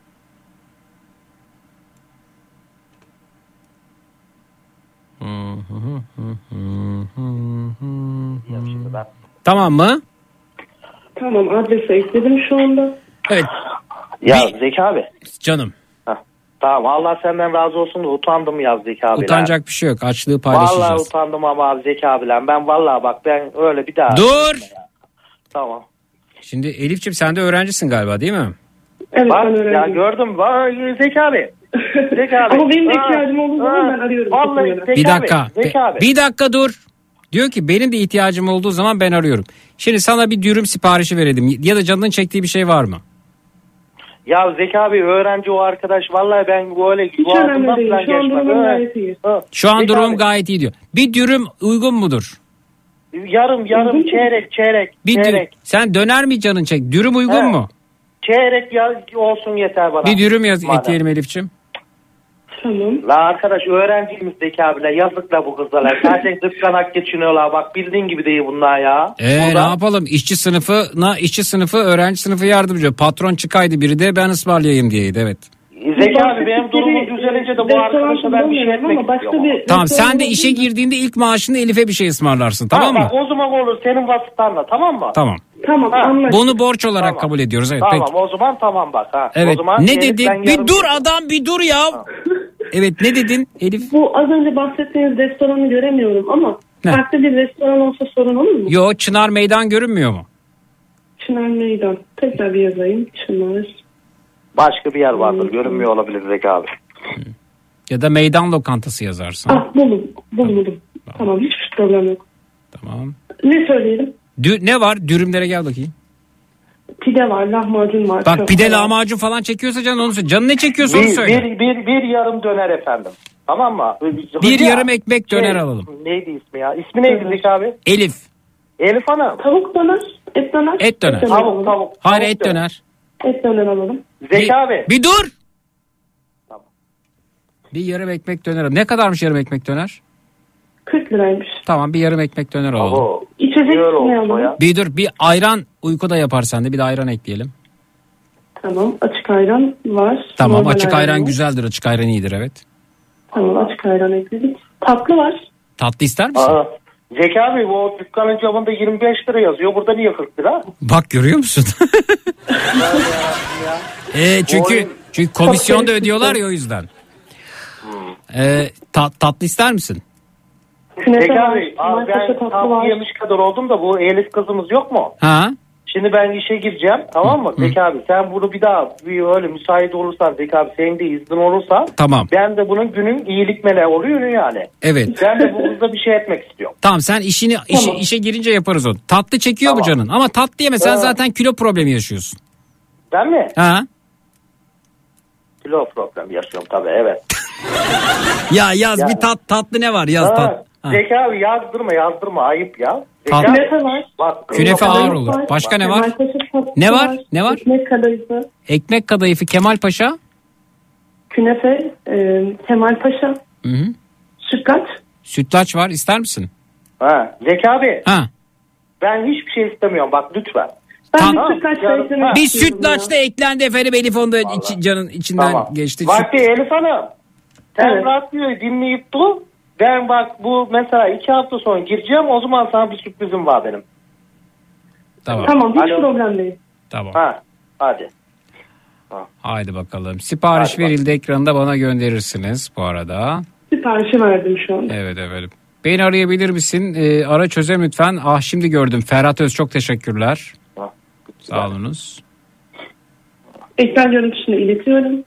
Tamam mı? Tamam, adresi ekledim şu anda. Evet. Ya Zeki abi. Canım. Tamam, Allah senden razı olsun da utandım ya Zeki abi. Utanacak bir şey yok. Açlığı paylaşacağız. Vallahi utandım ama abi Zeki abiler. Ben vallahi bak ben öyle bir daha. Dur. Tamam. Şimdi Elif'ciğim sen de öğrencisin galiba değil mi? Evet, bak ya gördüm. Zeki abi. Zeki abi. Ama benim de ihtiyacım olduğu zaman ben arıyorum. Vallahi Zeki bir dakika. Zeki abi. Bir dakika dur. Diyor ki benim de ihtiyacım olduğu zaman ben arıyorum. Şimdi sana bir dürüm siparişi verelim. Ya da canının çektiği bir şey var mı? Ya Zeki abi öğrenci o arkadaş. Vallahi ben böyle hiç önemli değil. Şu an durumum gayet iyi. Şu an durum gayet iyi diyor. Bir dürüm uygun mudur? Yarım çeyrek. Sen döner mi canın çek? Dürüm uygun mu? Çeyrek olsun yeter bana. Bir dürüm ekleyelim Elif'ciğim. Tamam. La arkadaş öğrenciymiş Zeki abiler, yazıkla bu kızlar. Zaten kıskanak geçiniyorlar, bak bildiğin gibi değil bunlar ya. Ne yapalım, işçi sınıfı öğrenci sınıfı yardımcı. Patron çıkaydı biri de ben ısmarlayayım diyeydi, evet. Zeki abi benim durumum düzelince de bu arkadaşa ben bir şey etmek istiyorum. Tamam, sen de işe girdiğinde ilk maaşını Elif'e bir şey ısmarlarsın, tamam mı? Bak, o zaman olur senin vasıtanla, tamam mı? Tamam. Tamam, anlaştık. Bunu borç olarak kabul ediyoruz, evet. Tamam peki. O zaman tamam bak. Evet. O zaman ne dedin? Bir dur adam, bir dur ya. Evet, ne dedin Elif? Bu az önce bahsettiğiniz restoranı göremiyorum ama farklı bir restoran olsa sorun olur mu? Yo, Çınar Meydan görünmüyor mu? Çınar Meydan. Tekrar bir yazayım. Çınar. Başka bir yer vardır. Görünmüyor olabilir Zeki abi. Ya da meydan lokantası yazarsın. Buldum. Tamam, hiçbir problem yok. Tamam. Ne söyleyelim? Ne var? Dürümlere gel bakayım. Pide var, lahmacun var. Bak pide lahmacun falan çekiyorsa canın onu söyle. Canın ne çekiyorsa onu söyle. Bir yarım döner efendim. Tamam mı? Bir yarım ekmek döner alalım. Neydi ismi ya? İsmi neydi Zeki abi? Elif. Elif Hanım. Tavuk döner. Et döner. Et döner. Tavuk. Hayır, et döner. Et döner alalım. Zeki abi. Bir dur. Tamam. Bir yarım ekmek döner. Ne kadarmış yarım ekmek döner? 40 liraymış. Tamam, bir yarım ekmek döner alalım. İçecek ne alalım? Bir dur, bir ayran uykuda yapar sende. Bir de ayran ekleyelim. Tamam, açık açık ayran var. Tamam, normal açık ayran var. güzeldir. Açık ayran iyidir, evet. Tamam, açık ayran ekledik. Tatlı var. Tatlı ister misin? Aa, Zeki abi o dükkanın camında 25 lira yazıyor. Burada niye 40 lira? Bak görüyor musun? Çünkü komisyon da ödüyorlar ya, o yüzden. Tatlı ister misin? Zeki abi ben tatlı yemiş kadar oldum da bu Elif kızımız yok mu? Ha? Şimdi ben işe gireceğim, tamam mı Zeki abi? Sen bunu bir daha öyle müsait olursan Zeki abi, senin de iznin olursa, tamam. Ben de bunun günün iyilik meleği oluyor yani. Evet. Ben de bu kızda bir şey etmek istiyorum. Tamam, sen işe girince yaparız onu. Tatlı çekiyor mu canın? Ama tatlı yeme, sen zaten kilo problemi yaşıyorsun. Ben mi? Ha? Kilo problemi yaşıyorum tabii, evet. Ya yaz bir tatlı ne var, yaz tat. Zeki abi yazdırma ayıp ya. Künefe var. Bak, künefe ağır olur. Başka ne var? Ne var? Ne var? Ekmek kadayıfı. Ekmek kadayıfı, Kemal Paşa. Künefe, Kemal Paşa. Hı-hı. Sütlaç. Sütlaç var, ister misin? Ha, Zeki abi. Ha. Ben hiçbir şey istemiyorum bak lütfen. Bir sütlaç da eklendi efendim, Elif onda canın içinden geçti. Vakti Elif Hanım. Sen radyoyu dinleyip dur. Ben bak bu mesela 2 hafta sonra gireceğim, o zaman sana bir sürprizim var benim. Tamam hiç problem değil. Tamam. Ha, hadi. Haydi bakalım. Sipariş verildi, ekranda bana gönderirsiniz bu arada. Siparişi verdim şu an. Evet efendim. Beni arayabilir misin? Ara çözem lütfen. Şimdi gördüm. Ferhat Öz, çok teşekkürler. Sağ olunuz. Ekran görüntüsünü iletiyorum.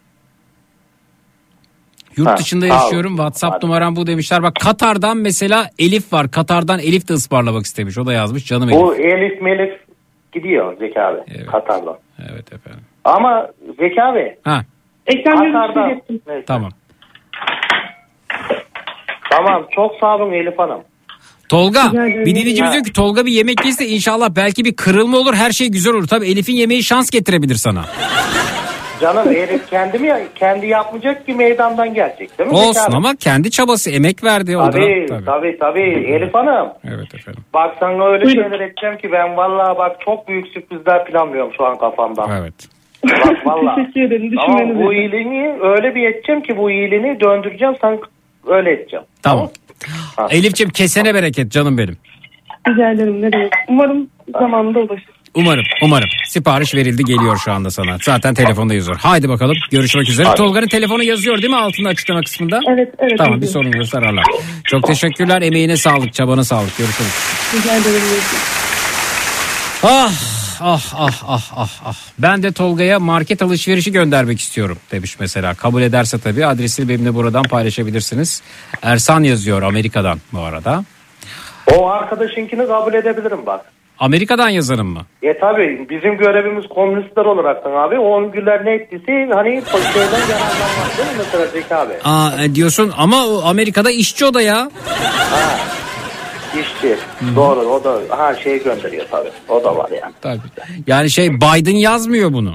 Yurt dışında yaşıyorum. WhatsApp numaram bu demişler. Bak Katar'dan mesela Elif var. Katar'dan Elif de ısmarlamak istemiş. O da yazmış, canım Elif. Bu Elif Melif gidiyor Zeki abi. Evet. Katar'dan. Evet efendim. Ama Zeki abi. Ha. Ekran görüntüsünü ilettim. Tamam. Tamam, çok sağ olun Elif Hanım. Tolga, bir dinleyicimiz diyor ki Tolga bir yemek yese inşallah belki bir kırılma olur, her şey güzel olur. Tabii Elif'in yemeği şans getirebilir sana. Canım Elif kendi yapmayacak ki, meydandan gelecek değil mi? Olsun ama kendi çabası, emek verdi o da. Tabii Elif Hanım. Evet efendim. Bak sana öyle şeyler edeceğim ki ben vallahi bak çok büyük sürprizler planlıyorum şu an kafamda. Evet. Bak vallahi. Teşekkür ederim. Tamam, bu iyiliğini öyle bir edeceğim ki, bu iyiliğini döndüreceğim, sen öyle edeceğim. Tamam. Elif'ciğim kesene bereket canım benim. Rica ederim, ne demek. Umarım zamanında ulaşır. Umarım. Sipariş verildi, geliyor şu anda sana. Zaten telefonda yazıyor. Haydi bakalım, görüşmek üzere. Tolga'nın telefonu yazıyor değil mi altında, açıklama kısmında? Evet. Tamam, bir sorun olursa ararlar. Çok teşekkürler, emeğine sağlık, çabana sağlık. Görüşürüz. Rica ederim. Ben de Tolga'ya market alışverişi göndermek istiyorum demiş mesela. Kabul ederse tabii adresini benimle buradan paylaşabilirsiniz. Ersan yazıyor Amerika'dan bu arada. O arkadaşınkini kabul edebilirim bak. Amerika'dan yazarım mı? Tabii bizim görevimiz komünistler olaraktan abi. O ongüller ne ettiyse hani şeyden yararlanmak değil mi mesela Zeki abi? Diyorsun ama o Amerika'da işçi o da ya. Ha. İşçi. Doğru, o da şey gönderiyor tabii. O da var yani. Tabii. Yani Biden yazmıyor bunu.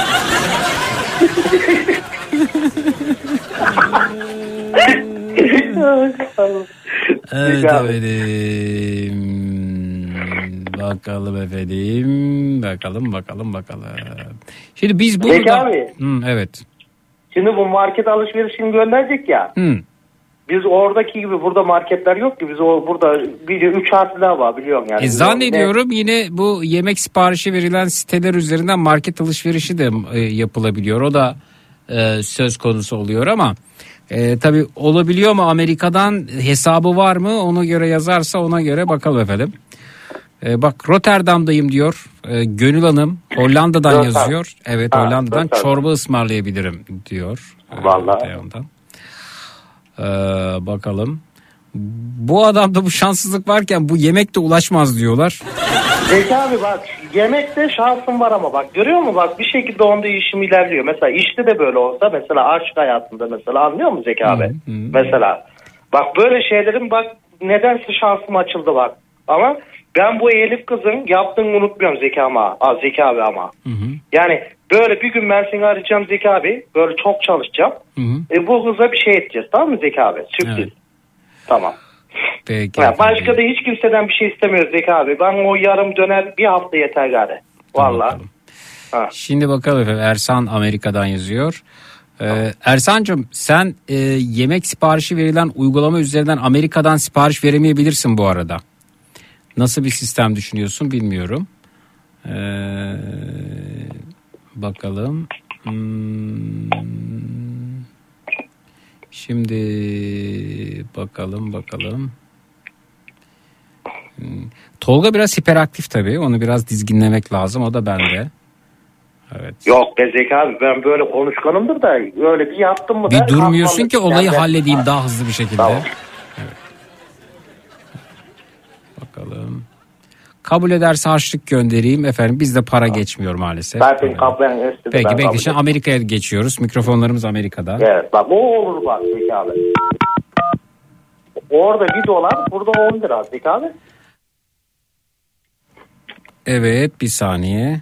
Evet efendim. Bakalım efendim. Bakalım. Şimdi biz burada... Zeki abi. Evet. Şimdi bu market alışverişini gönderecek ya. Biz oradaki gibi burada marketler yok ki. Biz burada bir 3 harfler var biliyorum yani. Zannediyorum yine bu yemek siparişi verilen siteler üzerinden market alışverişi de yapılabiliyor. O da söz konusu oluyor ama tabii olabiliyor mu, Amerika'dan hesabı var mı, ona göre yazarsa ona göre bakalım efendim. Bak Rotterdam'dayım diyor Gönül Hanım, Hollanda'dan yazıyor. Evet, Hollanda'dan çorba ısmarlayabilirim diyor. Vallahi. Bakalım. Bu adamda bu şanssızlık varken bu yemek de ulaşmaz diyorlar. Zeki abi bak yemekte şansım var ama bak görüyor musun, bak bir şekilde onda işim ilerliyor. Mesela işte de böyle olsa, mesela aşk hayatında mesela, anlıyor musun Zeki abi? Mesela bak böyle şeylerin bak nedense şansım açıldı bak. Ama ben bu Elif kızın yaptığını unutmuyorum Zeki abi ama. Yani böyle bir gün ben seni arayacağım Zeki abi, böyle çok çalışacağım. Bu kıza bir şey edeceğiz, tamam mı Zeki abi? Sürpriz. Evet. Tamam. Peki. Başka da hiç kimseden bir şey istemiyoruz Zeki abi. Ben o yarım döner bir hafta yeter gari. Vallahi. Şimdi bakalım efendim. Ersan Amerika'dan yazıyor. Ersan'cığım sen yemek siparişi verilen uygulama üzerinden Amerika'dan sipariş veremeyebilirsin bu arada. Nasıl bir sistem düşünüyorsun bilmiyorum. Bakalım. Şimdi bakalım. Tolga biraz hiperaktif tabii. Onu biraz dizginlemek lazım. O da bende. Evet. Yok be Zeki abi, ben böyle konuşkanımdır da öyle bir yaptım mı? Bir durmuyorsun ki olayı halledeyim daha hızlı bir şekilde. Tamam. Evet. Bakalım. Kabul ederse harçlık göndereyim efendim. Bizde para geçmiyor maalesef. Peki şimdi Amerika'ya geçiyoruz. Mikrofonlarımız Amerika'da. Evet bak o olur bak Zeki abi. Orada $1, burada 10 lira Zeki abi. Evet bir saniye.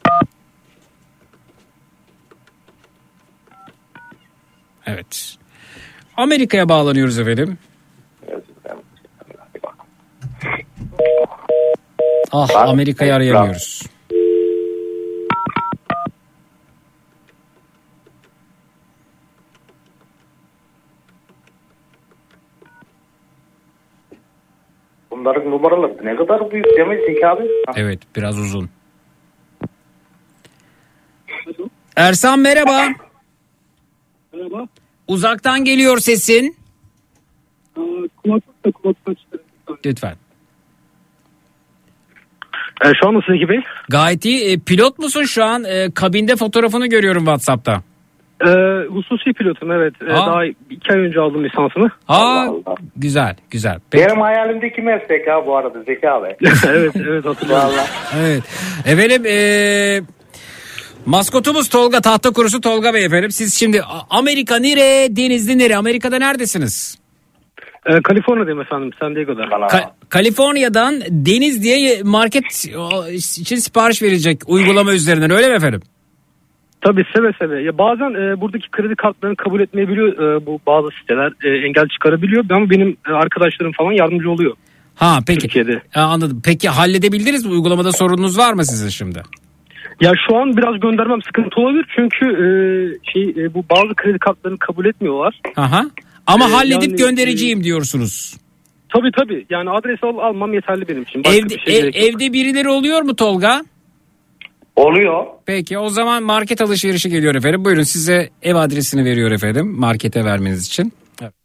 Evet. Amerika'ya bağlanıyoruz efendim. Amerika'yı arayamıyoruz. Bunların numaraları ne kadar büyük değil mi Zeki abi? Evet biraz uzun. Ersan merhaba. Merhaba. Uzaktan geliyor sesin. Kulaklık. Lütfen. Şu an nasıl Zeki Bey? Gayet iyi. Pilot musun şu an? Kabinde fotoğrafını görüyorum WhatsApp'ta. Hususi pilotum evet. Daha 2 ay önce aldım lisansını. Güzel. Peki. Benim hayalimdeki meslek ha bu arada Zeki abi. evet hatırlıyorum. Evet. Efendim maskotumuz Tolga, tahta kurusu Tolga Bey efendim. Siz şimdi Amerika nere, Denizli nere? Amerika'da neredesiniz? Kaliforniya'dayım efendim, San Diego'da. Kaliforniya'dan Denizli'ye market için sipariş verecek uygulama üzerinden, öyle mi efendim? Tabii seve. Ya bazen buradaki kredi kartlarını kabul etmeyebiliyor bu bazı siteler. Engel çıkarabiliyor ama benim arkadaşlarım falan yardımcı oluyor. Peki. Türkiye'de. Anladım. Peki halledebildiniz mi? Uygulamada sorununuz var mı sizin şimdi? Ya şu an biraz göndermem sıkıntı olabilir çünkü bu bazı kredi kartlarını kabul etmiyorlar. Ama halledip göndereceğim diyorsunuz. Tabii. Yani adresi almam yeterli benim için. Evde birileri oluyor mu Tolga? Oluyor. Peki o zaman market alışverişi geliyor efendim. Buyurun, size ev adresini veriyor efendim markete vermeniz için.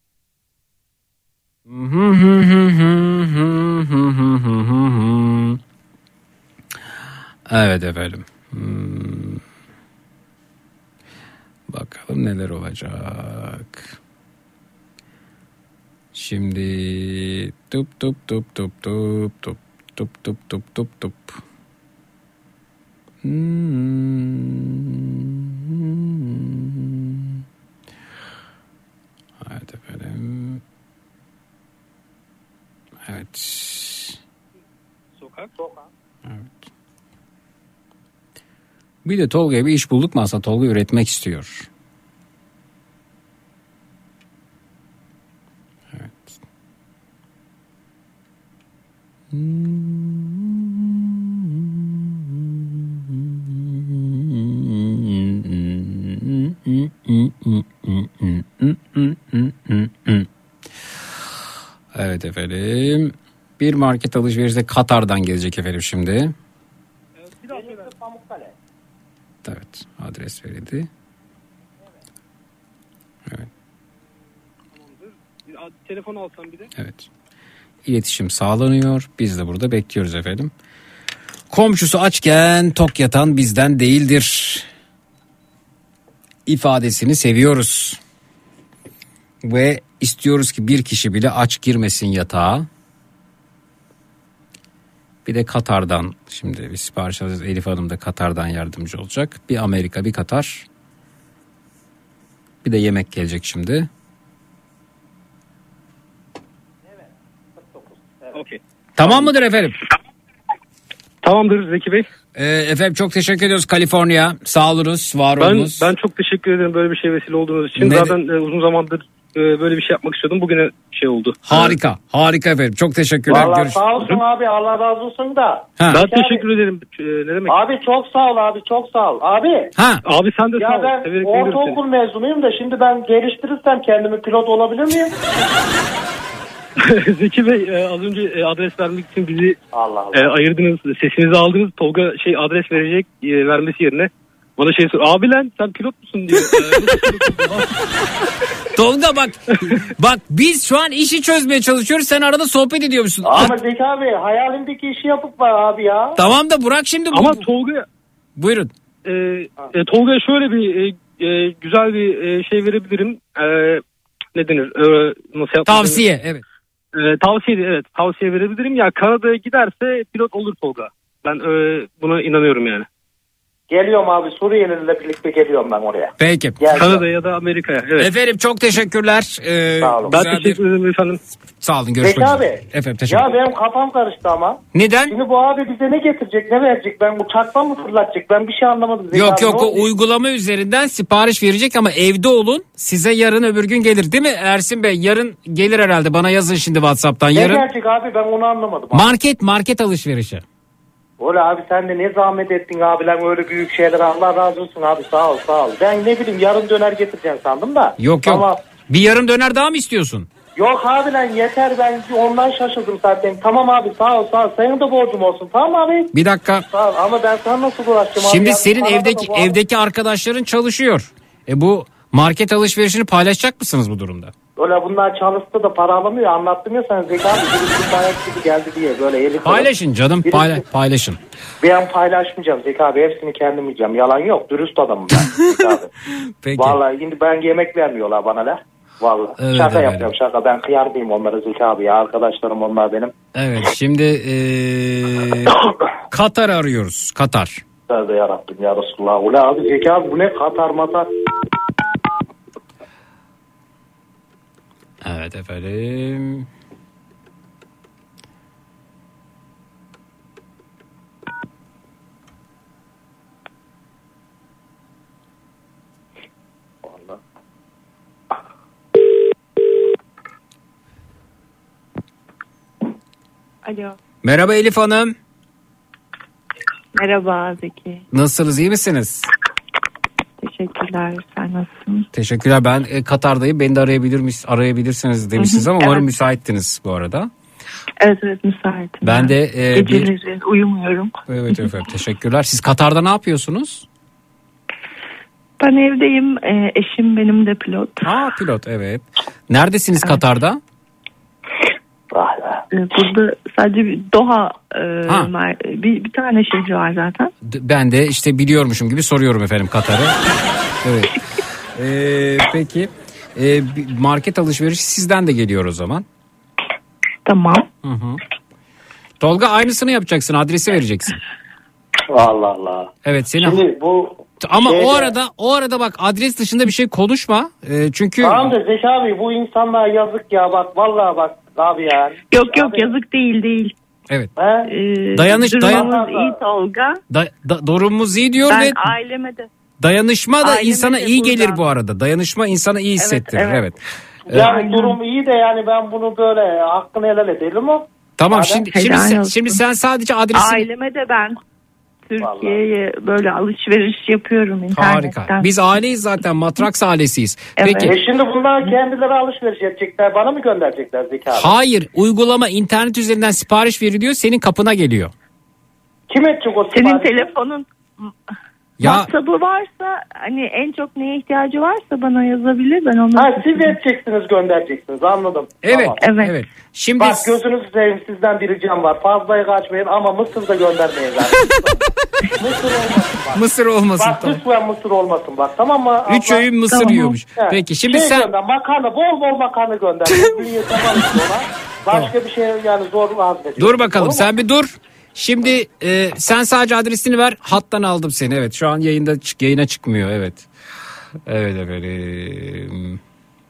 Evet efendim. Bakalım neler olacak. Şimdi tup. Evet efendim. Evet. Sokak. Evet. Bir de Tolga'ya bir iş bulduk mu aslında? Tolga üretmek istiyor. Evet. Evet efendim. Bir market alışverişi Katar'dan gelecek efendim şimdi. Evet, adres verildi. Evet. Telefon alsam bir de. Evet. İletişim sağlanıyor. Biz de burada bekliyoruz efendim. Komşusu açken tok yatan bizden değildir ifadesini seviyoruz. Ve istiyoruz ki bir kişi bile aç girmesin yatağa. Bir de Katar'dan şimdi bir sipariş alacağız. Elif Hanım da Katar'dan yardımcı olacak. Bir Amerika, bir Katar. Bir de yemek gelecek şimdi. Okay. Tamam mıdır efendim? Tamamdır Zeki Bey. Efendim çok teşekkür ediyoruz Kaliforniya. Sağ olunuz, var olunuz. Ben çok teşekkür ederim böyle bir şey vesile olduğunuz için. Zaten uzun zamandır böyle bir şey yapmak istiyordum. Bugüne şey oldu. Harika. Harika efendim. Çok teşekkürler. Vallahi sağ olsun abi, Allah razı olsun da. Ben teşekkür ederim. Ne demek? Abi çok sağ ol abi, çok sağ ol. Abi. Abi sen de ya sağ ol. Ben ortaokul mezunuyum da şimdi ben geliştirirsem kendimi pilot olabilir miyim? Zeki Bey az önce adres vermek için bizi Allah. Ayırdınız. Sesinizi aldınız. Tolga adres verecek, vermesi yerine bana şey sor. Abi lan sen pilot musun diyor. Tolga bak biz şu an işi çözmeye çalışıyoruz. Sen arada sohbet ediyormuşsun. Ama Zeki abi hayalimdeki işi yapıp var abi ya. Tamam da bırak şimdi. Ama Tolga. Buyurun. Tolga'ya şöyle bir güzel bir şey verebilirim. Ne denir? Nasıl tavsiye evet. Tavsiye verebilirim. Ya Kanada'ya giderse pilot olur Tolga. Ben buna inanıyorum yani. Geliyorum abi, Suriyelilerle birlikte geliyorum ben oraya. Peki. Kanada ya da Amerika'ya. Evet. Efendim çok teşekkürler. Sağ olun. Ben teşekkür ederim efendim. Sağ olun, görüşmek üzere. üzere. Efendim teşekkür ederim. Ya benim kafam karıştı ama. Neden? Şimdi bu abi bize ne getirecek, ne verecek? Ben uçaktan mı fırlatacak? Ben bir şey anlamadım. Yok o uygulama üzerinden sipariş verecek ama evde olun. Size yarın öbür gün gelir değil mi Ersin Bey? Yarın gelir herhalde, bana yazın şimdi WhatsApp'tan. Ne yarın. gelecek abi, ben onu anlamadım. Abi. Market alışverişi. Öyle abi, sen de ne zahmet ettin abiler, öyle büyük şeyler, Allah razı olsun abi, sağ ol. Ben ne bileyim yarım döner getireceğim sandım da. Yok ama... bir yarım döner daha mı istiyorsun? Yok abi lan yeter, ben ondan şaşırdım zaten. Tamam abi sağ ol, senin de borcum olsun, tamam abi. Bir dakika. Sağ ol. Ama ben sana nasıl uğraşacağım abi? Şimdi senin evdeki arkadaşların çalışıyor. Bu market alışverişini paylaşacak mısınız bu durumda? Öyle bunlar çalıştı da para alamıyor, anlattım ya sen Zeki abi. Birisi dayak gibi geldi diye böyle eli. Paylaşın canım, paylaşın. Ben paylaşmayacağım Zeki abi, hepsini kendim yiyeceğim. Yalan yok, dürüst adamım ben Zeki abi. Peki. Vallahi şimdi ben yemek vermiyorlar bana la. Vallahi evet, şaka yapıyorum şaka, ben kıyar değilim onlara Zeki abi ya, arkadaşlarım onlar benim. Evet şimdi Katar arıyoruz, Katar. Tövbe yarabbim ya Resulullah. Ula abi Zeki abi bu ne Katar matar? Evet efendim. Alo. Merhaba Elif Hanım. Merhaba Zeki. Nasılsınız, iyi misiniz? Teşekkürler. Sen nasılsın? Teşekkürler. Ben Katar'dayım. Beni de arayabilirsiniz demişsiniz ama umarım müsaittiniz bu arada. Evet müsaitim. Ben de geceleri uyumuyorum. Evet efendim, teşekkürler. Siz Katar'da ne yapıyorsunuz? Ben evdeyim. Eşim benim de pilot. Pilot evet. Neredesiniz Katar'da? Burada sadece bir Doha bir tane şehri var zaten. Ben de işte biliyormuşum gibi soruyorum efendim Katar'ı. Evet. Peki market alışverişi sizden de geliyor o zaman. Tamam. Hı. Tolga aynısını yapacaksın, adresi vereceksin. Allah Allah. Evet seni. Şimdi bu ama o arada bak adres dışında bir şey konuşma. Çünkü tamam da Zeki abi bu insanlara yazık ya, bak vallahi bak abi ya. Yok yazık değil. Evet. Durumumuz iyi Tolga. Durumumuz iyi diyor ben ve aileme de. Dayanışma da insana iyi gelir bu arada. Dayanışma insana iyi hissettirir. Evet. Yani durum iyi de yani ben bunu böyle hakkını helal edelim mi? Tamam şimdi sen sadece adresi. Aileme de ben Türkiye'ye böyle alışveriş yapıyorum internetten. Harika. Biz aileyiz zaten, Matraks ailesiyiz. Evet. Peki. Şimdi bunlar kendileri alışveriş edecekler, bana mı gönderecekler Zeki abi? Hayır, uygulama internet üzerinden sipariş veriliyor, senin kapına geliyor. Kim edecek o sipariş? Senin telefonun WhatsApp'ı varsa hani en çok neye ihtiyacı varsa bana yazabilir, ben onu. Siz edeceksiniz, göndereceksiniz, anladım. Evet. Tamam. Evet. Şimdi bak gözünüzü seveyim, sizden bir ricam var. Fazlayı kaçmayın ama Mısır'da göndermeyin Mısır olmasın. Bak lütfen Mısır olmasın bak, tamam mı? 3 öğün Mısır yiyormuş. Evet. Peki şimdi sen gönder, makarna, bol makarna gönder. Başka bir şey yani zor hazmediyor. Dur bakalım sen bir dur. Şimdi sen sadece adresini ver. Hattan aldım seni. Evet şu an yayına çıkmıyor. Evet. Evet efendim.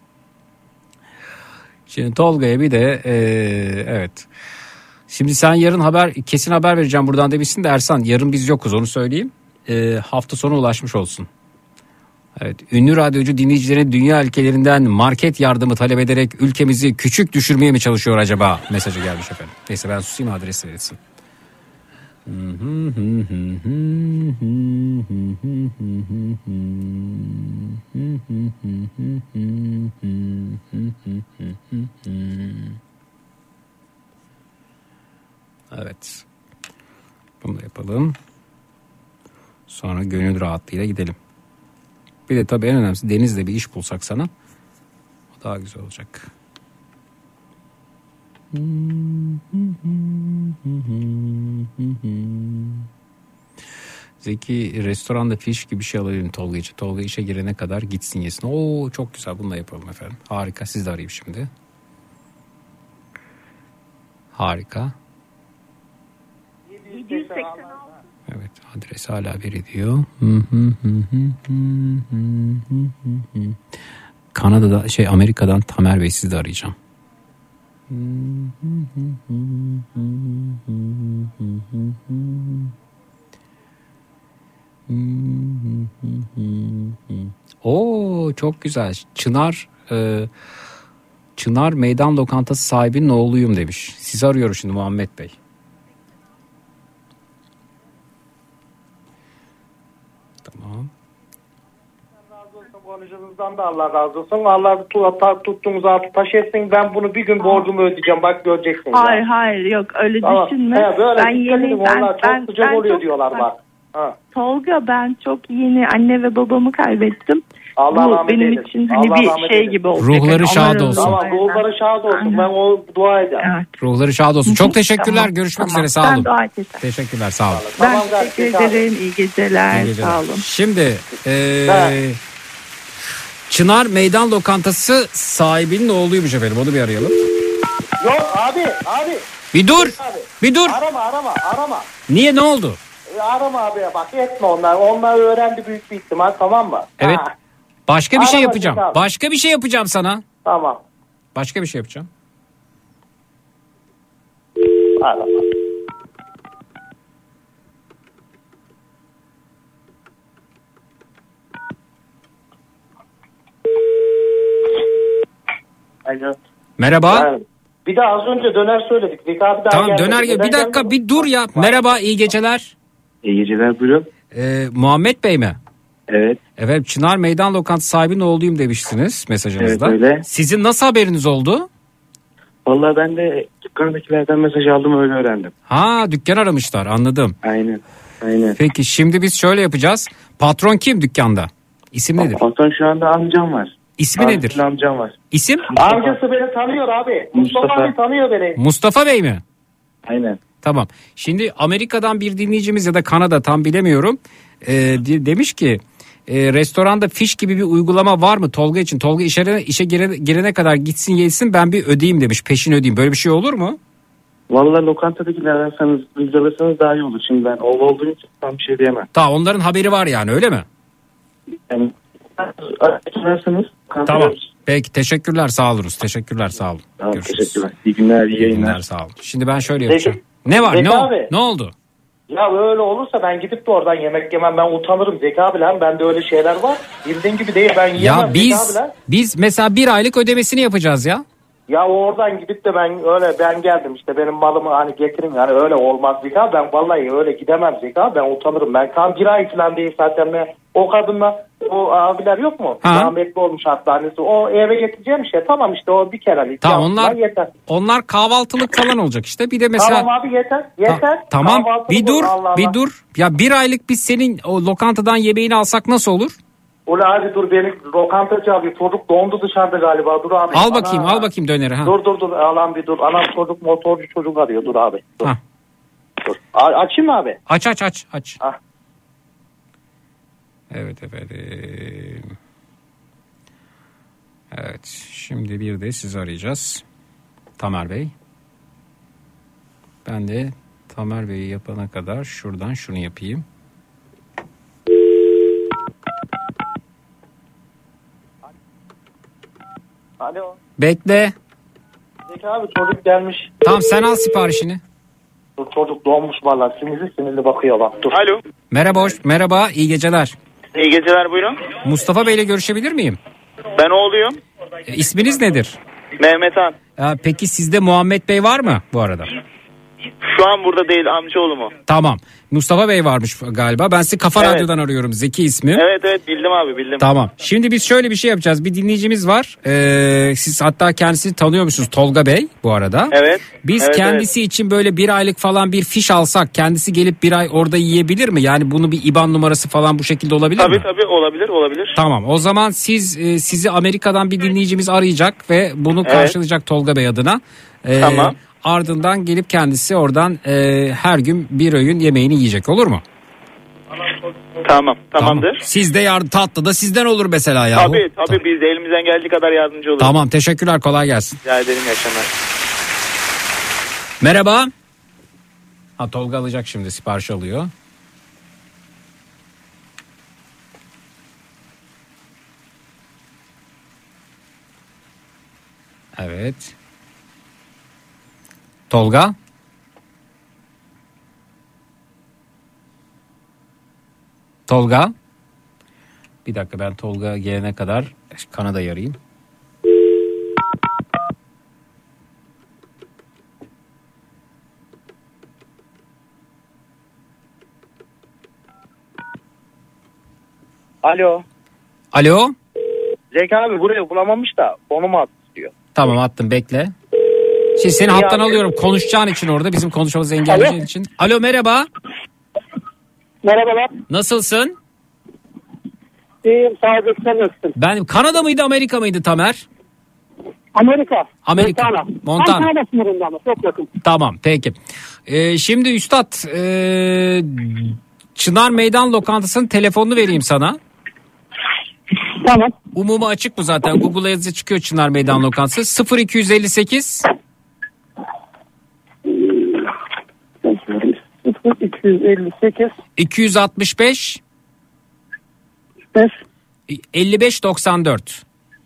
Şimdi Tolga'ya bir de evet. Şimdi sen yarın kesin haber vereceğim buradan demişsin de Ersan, yarın biz yokuz, onu söyleyeyim. Hafta sonu ulaşmış olsun. Evet, ünlü radyocu dinleyicilerin dünya ülkelerinden market yardımı talep ederek ülkemizi küçük düşürmeye mi çalışıyor acaba? Mesajı gelmiş efendim. Neyse ben susayım, adres verilsin. Evet. Bunu da yapalım. Sonra gönül rahatlığıyla gidelim. Bir de tabii en önemlisi denizde bir iş bulsak sana, o daha güzel olacak. Zeki, restoranda fiş gibi bir şey alayım Tolga için. Tolga işe girene kadar gitsin yesin. Oo, çok güzel, bunu da yapalım efendim. Harika, siz de arayayım şimdi. Harika. 786. Evet, adres hala veriliyor. Kanada'da Amerika'dan Tamer Bey, sizi de arayacağım. Oo, çok güzel. Çınar Meydan Lokantası sahibinin oğluyum demiş. Sizi arıyorum şimdi Muhammed Bey. Tamam. Konuşunuzdan da Allah razı olsun. Allah tuttuğunuz altı taş etsin. Ben bunu bir gün borcumu ödeyeceğim. Bak göreceksin. Hayır yok öyle düşünme. Böyle ben yeni çok sıcak oluyor diyorlar bak. Tolga, ben çok yeni anne ve babamı kaybettim. Allah bu benim eylesin. için hani Allah bir şey gibi olacak. Ruhları şad olsun. Tamam, ruhları şad olsun. Ben o dua edeceğim. Evet. Ruhları şad olsun. Çok teşekkürler. Tamam. Görüşmek üzere. Sağ Ben olun. dua edeceğim. Teşekkürler. Sağ olun. Ben teşekkür ederim. İyi geceler. Sağ olun. Şimdi Çınar Meydan Lokantası sahibinin oğluymuş efendim. Onu bir arayalım. Yok abi. Bir dur. Bir dur. Arama. Niye, ne oldu? Arama abi, bak etme onlar. Onlar öğrendi büyük bir ihtimal, tamam mı? Evet. Başka bir şey yapacağım. Abi. Başka bir şey yapacağım sana. Tamam. Başka bir şey yapacağım. Arama. Alo. Merhaba. Bir de az önce döner söyledik. Tamam, döner gel. Bir dakika, bir dur ya. Merhaba, iyi geceler. İyi geceler, buyurun. Muhammed Bey mi? Evet. Evet, Çınar Meydan Lokantası sahibinin oğluyum demiştiniz mesajınızda. Evet, öyle. Sizin nasıl haberiniz oldu? Vallahi ben de dükkandakilerden mesaj aldım, öyle öğrendim. Ha, dükkan aramışlar, anladım. Aynen. Peki şimdi biz şöyle yapacağız. Patron kim dükkanda? İsim nedir? Patron şu anda amcam var. İsmi nedir? Amcam var. İsim? Amcası beni tanıyor abi. Mustafa abi tanıyor beni. Mustafa Bey mi? Aynen. Tamam. Şimdi Amerika'dan bir dinleyicimiz ya da Kanada, tam bilemiyorum. Demiş ki restoranda fiş gibi bir uygulama var mı Tolga için? Tolga işe girene kadar gitsin yesin, ben bir ödeyeyim demiş. Peşin ödeyeyim. Böyle bir şey olur mu? Vallahi lokantadakiler ararsanız, bilgilersanız daha iyi olur. Şimdi ben oğlu olduğum için tam bir şey diyemem. Tamam, onların haberi var yani, öyle mi? Yani ararsanız. Tamam. Peki, teşekkürler, sağ oluruz. Teşekkürler, sağ olun. Tamam, görüşürüz. teşekkürler. İyi günler, iyi yayınlar. İyi günler, sağ olun. Şimdi ben şöyle yapacağım. Ne var? Zeki abi. Ne oldu? Ya öyle olursa ben gidip de oradan yemek yemem, ben utanırım Zeki abi lan. Bende öyle şeyler var. Bildiğin gibi değil, ben yiyemem. Ya biz mesela bir aylık ödemesini yapacağız ya. Ya oradan gidip de ben geldim işte, benim malımı hani getirin, yani öyle olmaz Zeki abi. Ben vallahi öyle gidemem Zeki abi, ben utanırım. Ben tam bir ay falan değil zaten, o kadınla o abiler yok mu? Rahmetli olmuş hastanesi, o eve getireceğim işte, tamam işte o bir kerelik. Tamam, yeter. Onlar kahvaltılık falan olacak işte. Bir de mesela Tamam abi, yeter. Tamam, bir dur. Allah. Dur. Ya bir aylık biz senin o lokantadan yemeğini alsak nasıl olur? Ula hadi dur, beni lokantacı abi, çocuk dondu dışarıda galiba, dur abi. Al bakayım döneri. Ha. Dur alan bir dur. Anam çocuk, motorcu çocuk arıyor, dur abi. Dur. Dur. Açayım mı abi? Aç. Ah. Evet efendim. Evet, şimdi bir de sizi arayacağız. Tamer Bey. Ben de Tamer Bey'i yapana kadar şuradan şunu yapayım. Alo. Bekle. Zeki abi, çocuk gelmiş. Tamam, sen al siparişini. Dur, çocuk donmuş valla, sinirli bakıyor bak, dur. Alo. Merhaba, iyi geceler. İyi geceler, buyurun. Mustafa Bey ile görüşebilir miyim? Ben oğluyum. İsminiz nedir? Mehmet Han. Peki sizde Muhammed Bey var mı bu arada? Şu an burada değil, amcaoğlu mu? Tamam. Mustafa Bey varmış galiba. Ben sizi Kafa Radyo'dan arıyorum. Zeki ismi. Evet bildim abi, bildim. Tamam. Şimdi biz şöyle bir şey yapacağız. Bir dinleyicimiz var. Siz hatta kendisini tanıyor musunuz? Tolga Bey bu arada. Evet. Biz kendisi için böyle 1 aylık falan bir fiş alsak kendisi gelip 1 ay orada yiyebilir mi? Yani bunu bir IBAN numarası falan bu şekilde olabilir mi? Tabii olabilir. Tamam. O zaman sizi Amerika'dan bir dinleyicimiz arayacak ve bunu karşılayacak Tolga Bey adına. Tamam. Ardından gelip kendisi oradan her gün bir öğün yemeğini yiyecek, olur mu? Tamamdır. Tamam. Siz de tatlı da sizden olur mesela ya. Tabii biz de elimizden geldiği kadar yardımcı oluruz. Tamam, teşekkürler, kolay gelsin. Rica ederim, iyi akşamlar. Merhaba. Tolga alacak şimdi, sipariş alıyor. Evet. Tolga. Bir dakika, ben Tolga gelene kadar Kanada'yı arayayım. Alo. Zeki abi buraya bulamamış da konumu at diyor. Tamam, attım, bekle. Şimdi seni hattan alıyorum konuşacağın için, orada bizim konuşmamızı engelleyeceğin için. Alo, merhaba. Merhabalar. Nasılsın? İyiyim, sağ ol. Sen nasılsın? Ben Kanada mıydı, Amerika mıydı Tamer? Amerika. Montana. Kanada sınırında ama çok yakın. Tamam, peki. Şimdi Üstad, Çınar Meydan Lokantası'nın telefonunu vereyim sana. Tamam. Umuma açık bu zaten. Google'a yazınca çıkıyor Çınar Meydan Lokantası. 0258 258 265 5594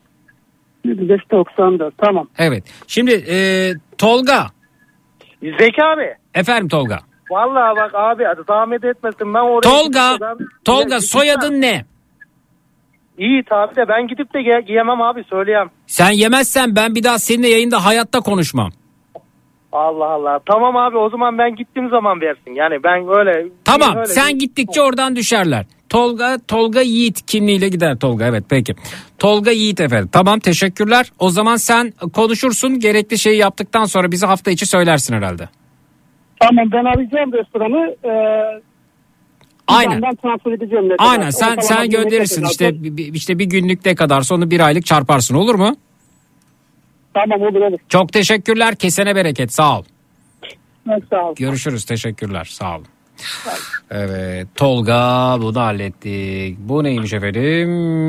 5594. Tamam. Evet. Şimdi Tolga. Zeki abi. Efendim Tolga. Vallahi bak abi, zahmet etmesin, ben oraya Tolga soyadın ne? İyi tabi de ben gidip de yiyemem abi, söyleyeyim. Sen yemezsen ben bir daha seninle yayında hayatta konuşmam. Allah Allah. Tamam abi, o zaman ben gittiğim zaman versin. Yani ben öyle... Tamam, öyle sen gittikçe oradan düşerler. Tolga Yiğit kimliğiyle gider Tolga, evet peki. Tolga Yiğit efendim. Tamam, teşekkürler. O zaman sen konuşursun, gerekli şeyi yaptıktan sonra bize hafta içi söylersin herhalde. Tamam, ben arayacağım restoranı. Aynen. Ben transfer edeceğim. Aynen, sen gönderirsin işte bir günlük ne kadar, sonra 1 aylık çarparsın, olur mu? Tamam, olur. Çok teşekkürler, kesene bereket, sağ ol. Evet, sağ ol. Görüşürüz, teşekkürler, sağ olun. Evet, Tolga, bunu hallettik. Bu neymiş efendim?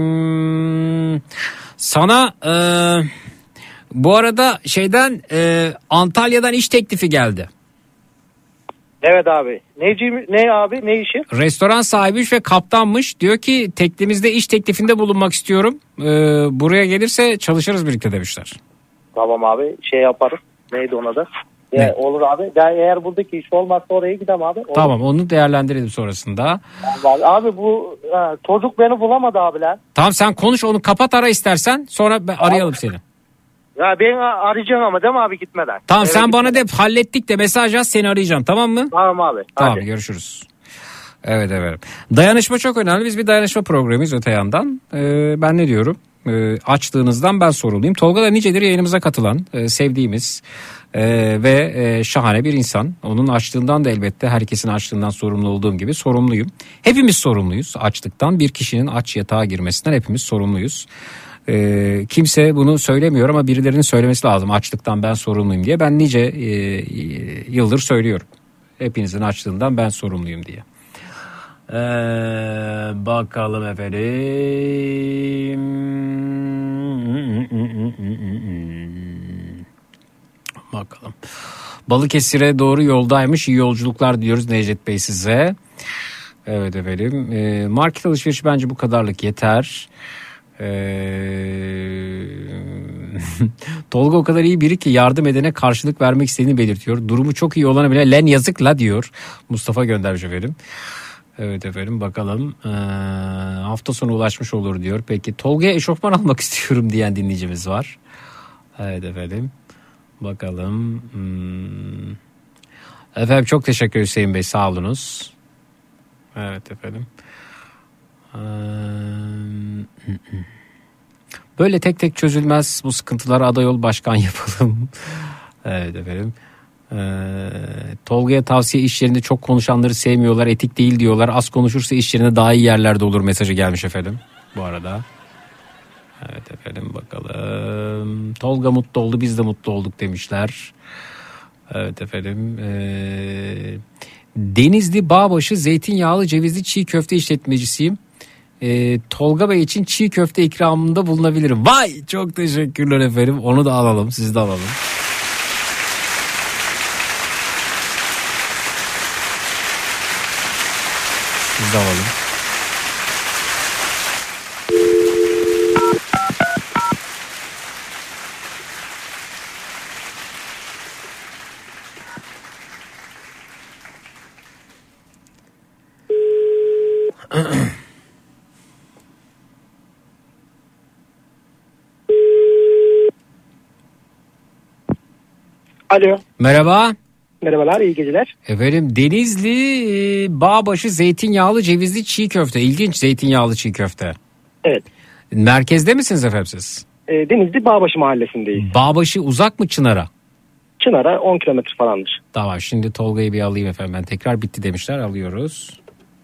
Sana bu arada Antalya'dan iş teklifi geldi. Evet abi. Ne abi? Ne işi? Restoran sahibiymiş ve kaptanmış. Diyor ki teknemizde iş teklifinde bulunmak istiyorum. Buraya gelirse çalışırız birlikte demişler. Tamam abi, yaparız. Neydi ona da? Olur abi. Eğer buradaki iş olmazsa oraya gidem abi. Olur. Tamam, onu değerlendirelim sonrasında. Abi bu çocuk beni bulamadı abi lan. Tamam, sen konuş, onu kapat, ara istersen, sonra arayalım seni. Ya ben arayacağım ama değil mi abi, gitmeden? Tamam, sen bana de hallettik de mesaj yaz, seni arayacağım, tamam mı? Tamam abi. Tamam, hadi. Görüşürüz. Evet. Dayanışma çok önemli. Biz bir dayanışma programıyız öte yandan. Ben ne diyorum? Açtığınızdan ben sorumluyum. Tolga da nicedir yayınımıza katılan, sevdiğimiz ve şahane bir insan. Onun açlığından da elbette herkesin açlığından sorumlu olduğum gibi sorumluyum. Hepimiz sorumluyuz açlıktan. Bir kişinin aç yatağa girmesinden hepimiz sorumluyuz. Kimse bunu söylemiyor ama birilerinin söylemesi lazım, açlıktan ben sorumluyum diye. Ben nice yıldır söylüyorum. Hepinizin açlığından ben sorumluyum diye. Bakalım efendim. Bakalım. Balıkesir'e doğru yoldaymış. İyi yolculuklar diyoruz Necdet Bey size. Evet efendim. Market alışverişi bence bu kadarlık yeter. Tolga o kadar iyi biri ki yardım edene karşılık vermek istediğini belirtiyor. Durumu çok iyi olana bile len yazık la diyor. Mustafa göndermiş efendim. Evet efendim bakalım. Hafta sonu ulaşmış olur diyor. Peki Tolga'ya eşofman almak istiyorum diyen dinleyicimiz var. Evet efendim. Bakalım. Efendim çok teşekkür Hüseyin Bey, sağ olunuz. Evet efendim. Böyle tek tek çözülmez bu sıkıntılara, aday ol başkan yapalım. Evet efendim. Tolga'ya tavsiye, iş yerinde çok konuşanları sevmiyorlar, etik değil diyorlar, az konuşursa iş yerinde daha iyi yerlerde olur mesajı gelmiş efendim bu arada. Evet efendim bakalım. Tolga mutlu oldu, biz de mutlu olduk demişler. Evet efendim. Denizli Bağbaşı zeytinyağlı cevizli çiğ köfte işletmecisiyim. Tolga Bey için çiğ köfte ikramında bulunabilirim. Vay çok teşekkürler efendim. Onu da alalım, siz de alalım. Siz de alalım. Alo. Merhaba. Merhabalar, iyi geceler. Efendim Denizli Bağbaşı zeytinyağlı cevizli çiğ köfte. İlginç, zeytinyağlı çiğ köfte. Evet. Merkezde misiniz efendim siz? Denizli Bağbaşı mahallesindeyiz. Bağbaşı uzak mı Çınar'a? Çınar'a 10 kilometre falandır. Tamam, şimdi Tolga'yı bir alayım efendim. Ben tekrar bitti demişler, alıyoruz.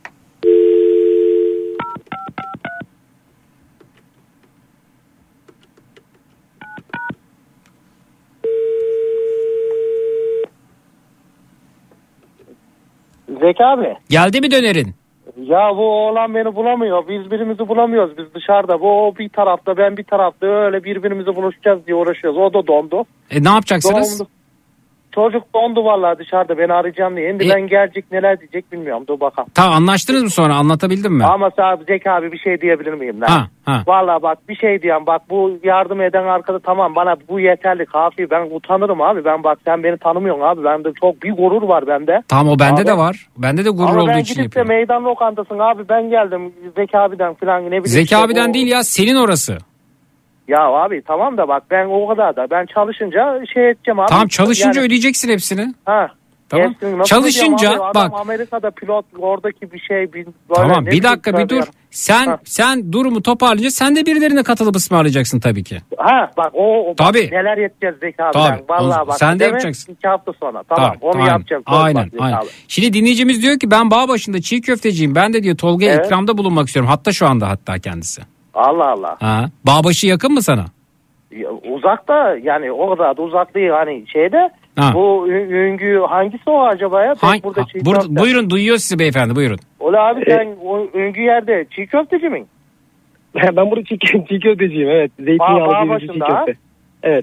Zeki abi. Geldi mi dönerin? Ya bu oğlan beni bulamıyor. Biz birbirimizi bulamıyoruz. Biz dışarıda. Bu o bir tarafta, ben bir tarafta. Öyle birbirimizi buluşacağız diye uğraşıyoruz. O da dondu. Ne yapacaksınız? Dondu. Çocuk dondu vallahi dışarıda, beni arayacağım diye. Şimdi ben gelecek, neler diyecek bilmiyorum. Dur bakalım. Tamam, anlaştınız mı sonra, anlatabildim mi? Ama abi Zeki abi bir şey diyebilir miyim lan? Ha. Vallahi bak bir şey diyeyim, bak bu yardım eden arkada tamam, bana bu yeterli, kafi, ben utanırım abi. Ben bak, sen beni tanımıyorsun abi, bende çok bir gurur var bende. Tamam, o bende abi, de var. Bende de gurur olduğu için yapıyorum. Ama ben gidip de meydan lokantasın abi, ben geldim Zeki abiden falan, ne bileyim. Zeki işte abiden değil ya, senin orası. Ya abi tamam da bak, ben o kadar da, ben çalışınca şey edeceğim abi. Tamam, çalışınca yani ödeyeceksin hepsini. Ha. Tamam. Çalışınca abi, bak. Amerika'da pilot, oradaki bir şey. Tamam, bir dakika bir dur. Sen durumu toparlayınca sen de birilerine katılıp ısmarlayacaksın tabii ki. Ha bak o tabii. Bak, neler yeteceğiz Zeki abi. Tabii. Vallahi bak. Sen de yapacaksın. 2 hafta sonra. Tamam onu aynen. yapacağım. Aynen. Abi. Şimdi dinleyicimiz diyor ki ben Bağbaşı'nda çiğ köfteciyim. Ben de diyor Tolga'ya ikramda bulunmak istiyorum. Hatta şu anda kendisi. Allah Allah. Ha. Bağbaşı yakın mı sana? Uzakta, yani o kadar da uzak değil, hani şeyde. Ha. Bu Üngü hangisi o acaba ya? Buyurun, duyuyor sizi beyefendi, buyurun. Ola abi sen o Üngü yerde çiğ köfteci mi? Ben burada çiğ köfteciyim, evet. Zeytinyağlı çiğ köfte. Evet.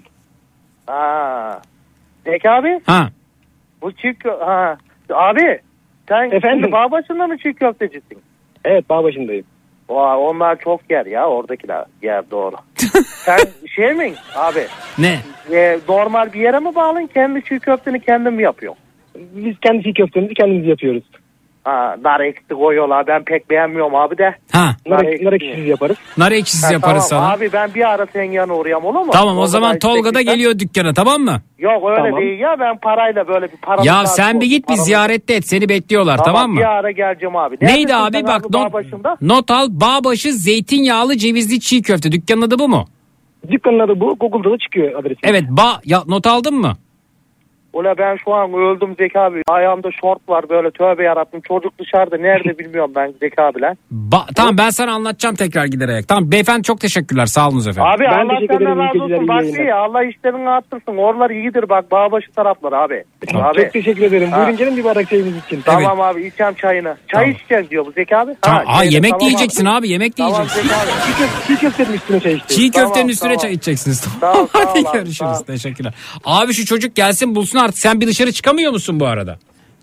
Ha. Peki abi? Ha. Bu ha. Abi sen efendim Bağbaşı'nda mı çiğ köftecisin? Evet, Bağbaşı'ndayım. Onlar çok yer ya, oradakiler yer, doğru. Sen şey mi abi? Ne? Normal bir yere mi bağlın, kendi çiğ köfteni kendin mi yapıyorsun? Biz kendi çiğ köftemizi kendimiz yapıyoruz. Ha, nar ekşisi koyuyorlar, ben pek beğenmiyorum abi de. Ha. Nar ekşisiz yaparız. Nar ekşisiz yaparız tamam. sana. Abi ben bir ara senin yanına uğrayayım, olur mu? Tamam, o zaman Tolga da geliyor dükkana, tamam mı? Yok öyle değil ya, ben parayla böyle bir para. Ya sen bir git, bir ziyarette et, seni bekliyorlar, tamam mı? Bir ara geleceğim abi. Neydi abi bak, not al, Bağbaşı zeytinyağlı cevizli çiğ köfte, dükkanın adı bu mu? Dükkanın adı bu, Google'da da çıkıyor adresi. Evet, not aldın mı? Ola ben şu an öldüm Zeki abi. Ayağımda şort var böyle, tövbe yarabbim. Çocuk dışarıda nerede bilmiyorum ben Zeki abiler. Tamam, ben sana anlatacağım tekrar giderek. Tamam beyefendi, çok teşekkürler, sağ olun efendim. Abi ben Allah senden razı olsun. Bak iyi, Allah işlerini arttırsın. Oralar iyidir bak, Bağbaşı tarafları abi. Tamam, abi. Çok teşekkür ederim. Buyurun gelin bir bardak çayımız için. Tamam evet. Abi içeceğim çayını. Çay içeceğiz diyor bu Zeki abi. Yemek tamam yiyeceksin abi, yemek yiyeceksin. Çiğ köftenin üstüne çay içeceğiz. Çiğ köftenin üstüne çay içeceksiniz. Tamam. Hadi görüşürüz. Teşekkürler. Abi şu çocuk gelsin bulsun artık, sen bir dışarı çıkamıyor musun bu arada?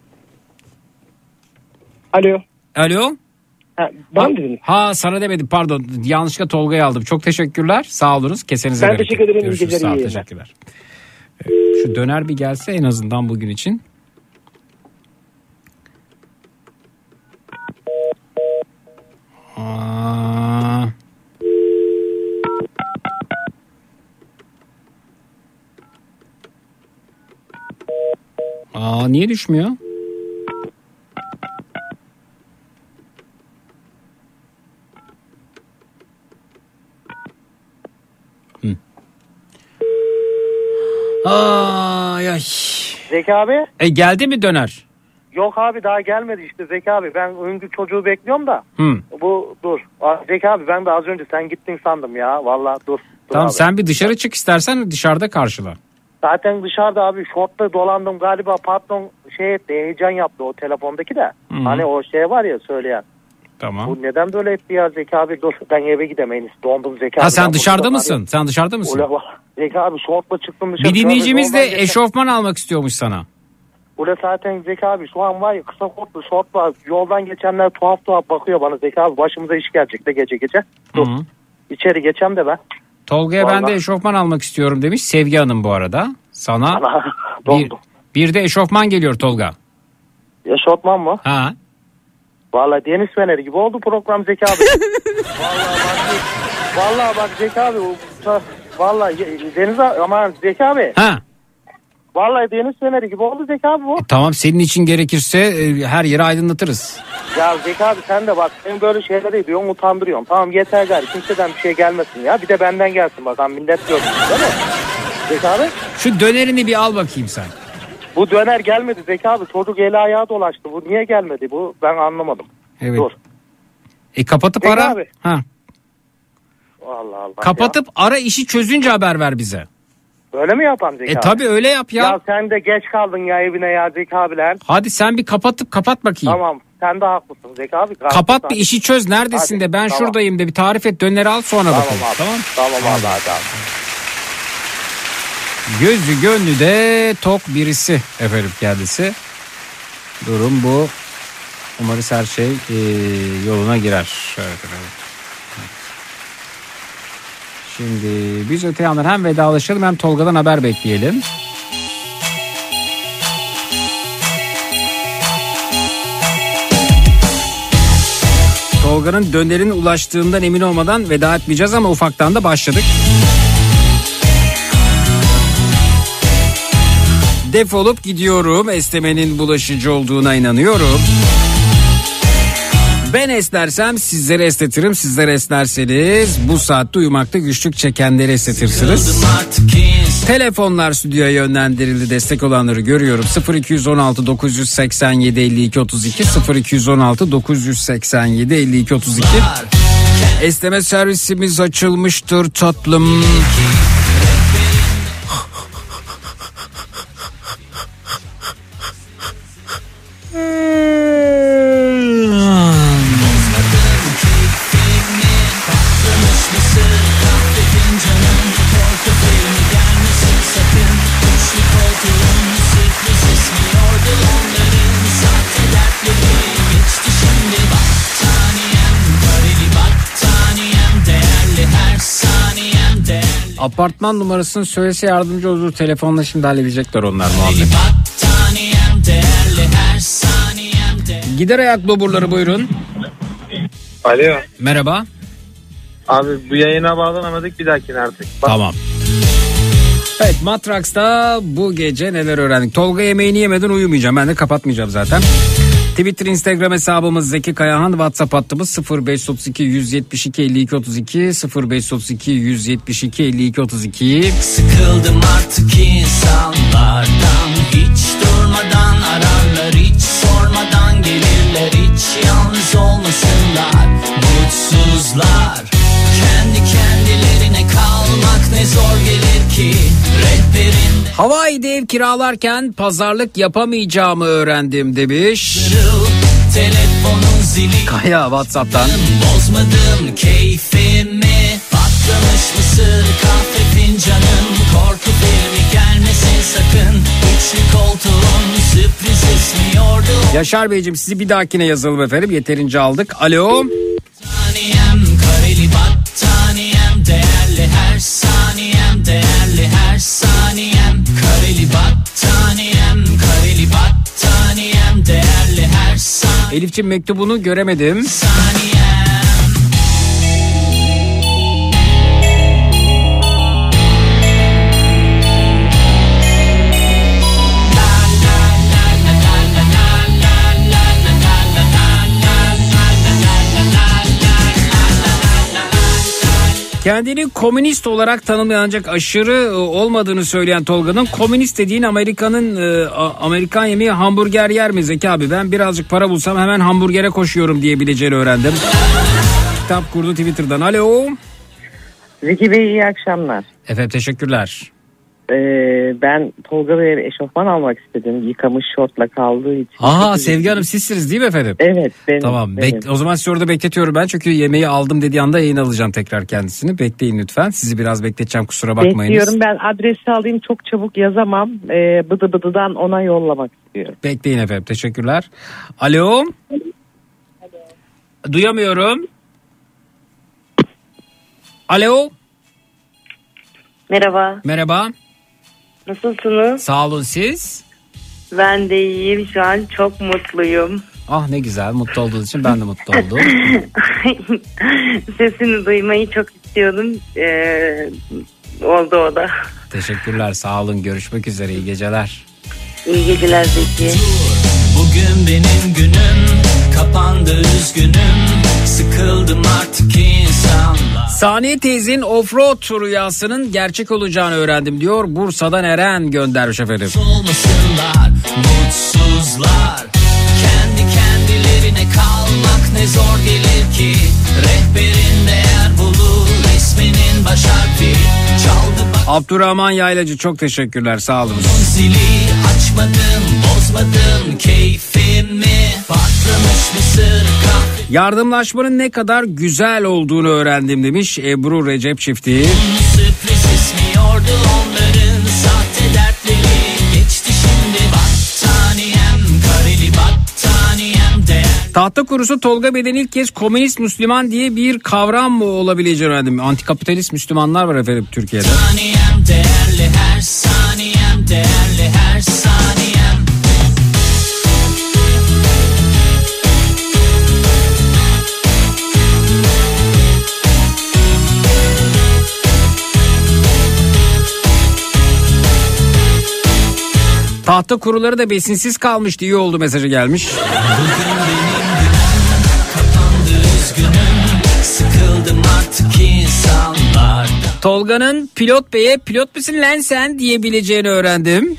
Alo. Bana mı dediniz? Sana demedim, pardon. Yanlışlıkla Tolga'yı aldım. Çok teşekkürler. Sağ olunuz. Kesenize bereket. Ben teşekkür ederim. Görüşürüz. Sağ ol, teşekkürler. Şu döner bir gelse en azından bugün için. Niye düşmüyor? Ay. Zeki abi. Geldi mi döner? Yok abi daha gelmedi işte Zeki abi. Ben öncü çocuğu bekliyorum da. Bu dur. Zeki abi ben de az önce sen gittin sandım ya. Vallahi dur tamam abi. Sen bir dışarı çık istersen dışarıda karşıla. Zaten dışarıda abi şortla dolandım galiba patron heyecan yaptı o telefondaki de. Hani o var ya söyleyen. Tamam. Bu neden böyle etti ya Zeki abi? Dur ben eve gidemeyiz. Dondum Zeki abi. Sen dışarıda mısın? Abi. Sen dışarıda mısın? Zeki abi şortla çıktım dışarı. Bir dinleyicimiz de eşofman almak istiyormuş sana. Ule zaten Zeki abi şu an var ya kısa kurtlu şortla yoldan geçenler tuhaf bakıyor bana Zeki abi. Başımıza iş gelecek de gece. Dur. İçeri geçem de ben. Tolga'ya ben de eşofman almak istiyorum demiş Sevgi Hanım bu arada. Sana bir de eşofman geliyor Tolga. Eşofman mı? Ha. Vallahi deniz feneri gibi oldu program Zeki abi. Vallahi bak Zeki abi. Vallahi deniz aman Zeki abi. Ha. Vallahi deniz feneri gibi oldu Zeki abi bu. Tamam senin için gerekirse her yeri aydınlatırız. Ya Zeki abi sen de bak sen böyle şeyler ediyorsun utandırıyorsun. Tamam yeter gari kimseden bir şey gelmesin ya. Bir de benden gelsin bakalım millet görsün değil mi? Zeki abi. Şu dönerini bir al bakayım sen. Bu döner gelmedi Zeki abi. Çocuk eli ayağı dolaştı. Bu niye gelmedi bu ben anlamadım. Evet. Dur. Kapatıp Zeki ara. Abi. Ha. Allah kapatıp ya. Ara işi çözünce haber ver bize. Öyle mi yapalım Zeki abi? Tabii öyle yap ya. Ya sen de geç kaldın ya evine ya Zeki abiler. Hadi sen bir kapat bakayım. Tamam sen de haklısın Zeki abi. Kapat bir işi çöz neredesin de ben şuradayım de bir tarif et döneri al sonra bakalım. Tamam. Tamam abi. Gözü gönlü de tok birisi efendim kendisi. Durum bu. Umarız her şey yoluna girer. Evet. Şimdi biz öte yandan hem vedalaşalım hem Tolga'dan haber bekleyelim. Tolga'nın dönerinin ulaştığından emin olmadan veda etmeyeceğiz ama ufaktan da başladık. Defolup gidiyorum. Esnemenin bulaşıcı olduğuna inanıyorum. Ben esnersem sizleri esnetirim. Sizler esnerseniz bu saatte uyumakta güçlük çekenleri esnetirsiniz. Telefonlar stüdyoya yönlendirildi. Destek olanları görüyorum. 0216 987 52 32 0216 987 52 32. Esneme servisimiz açılmıştır tatlım. Apartman numarasını söylese yardımcı olur. Telefonla şimdi halledecekler onlar muhabbet. Gider ayak doburları buyurun. Alo. Merhaba. Abi bu yayına bağlanamadık bir dahakine artık. Tamam. Evet Matraks'ta bu gece neler öğrendik? Tolga yemeğini yemeden uyumayacağım. Ben de kapatmayacağım zaten. Twitter, Instagram hesabımız Zeki Kayahan, WhatsApp hattımız 0532 172 52 32 0532 172 52 32. Sıkıldım artık insanlardan, hiç durmadan ararlar, hiç sormadan gelirler, hiç yalnız olmasınlar, mutsuzlar. Kendi kendilerine kalmak ne zor gelir ki rehberinde. Hawaii'de ev kiralarken pazarlık yapamayacağımı öğrendim demiş. Telefonun zili Kaya WhatsApp'tan. Bozmadım keyfimi, patlamış mısır kahve fincanım, korku filmi gelmesin sakın, üçlü koltuğun sürpriz esmiyordu. Yaşar Beyciğim sizi bir dahakine yazalım efendim, yeterince aldık. Alo. Saniyem kareli battaniyem, değerli her saniyem, değerli her saniyem, kareli battaniyem, kareli battaniyem, değerli her saniyem. Elif'ciğim mektubunu göremedim. Saniyem, Kendini komünist olarak tanımlayan ancak aşırı olmadığını söyleyen Tolga'nın komünist dediğin Amerikan yemeği hamburger yer mi Zeki abi? Ben birazcık para bulsam hemen hamburgere koşuyorum diyebileceğini öğrendim. Kitap kurdu Twitter'dan. Alo. Zeki Bey iyi akşamlar. Efendim teşekkürler. Ben Tolga Bey'e eşofman almak istedim. Yıkamış şortla kaldığı için. Aha Sevgi Hanım sizsiniz değil mi efendim? Evet benim. Tamam benim. O zaman sizi orada bekletiyorum ben. Çünkü yemeği aldım dediği anda yayın alacağım tekrar kendisini. Bekleyin lütfen. Sizi biraz bekleteceğim kusura bakmayınız. Bekliyorum ben adresi alayım çok çabuk yazamam. Bıdı bıdıdan ona yollamak istiyorum. Bekleyin efendim teşekkürler. Alo. Duyamıyorum. Alo. Merhaba. Merhaba. Nasılsınız? Sağ olun siz? Ben de iyiyim şu an çok mutluyum. Ah ne güzel mutlu olduğunuz için ben de mutlu oldum. Sesini duymayı çok istiyordum. Oldu o da. Teşekkürler sağ olun görüşmek üzere iyi geceler. İyi geceler Zeki. Bugün benim günüm kapandı üzgünüm sıkıldım artık insanlar. Saniye teyzenin offroad rüyasının gerçek olacağını öğrendim diyor. Bursa'dan Eren göndermiş efendim. Olmasınlar mutsuzlar kendi kendilerine kalmak ne zor gelir ki rehberin değer bulur isminin baş harfi çaldı. Abdurrahman Yaylacı çok teşekkürler sağ olun. Zili açmadım bozmadım keyfimi patlamış mısır kahve. Yardımlaşmanın ne kadar güzel olduğunu öğrendim demiş Ebru Recep çifti. Sürpriz ismiyordu onların sahte dertleri geçti şimdi battaniyem kareli battaniyem değer. Tahta kurusu Tolga Bey'den ilk kez komünist Müslüman diye bir kavram mı olabileceğini öğrendim. Antikapitalist Müslümanlar var efendim Türkiye'de. Saniyem değerli her saniyem değerli her saniyem. Tahta kuruları da besinsiz kalmıştı iyi oldu mesajı gelmiş. Tolga'nın pilot beye pilot musun lan sen diyebileceğini öğrendim.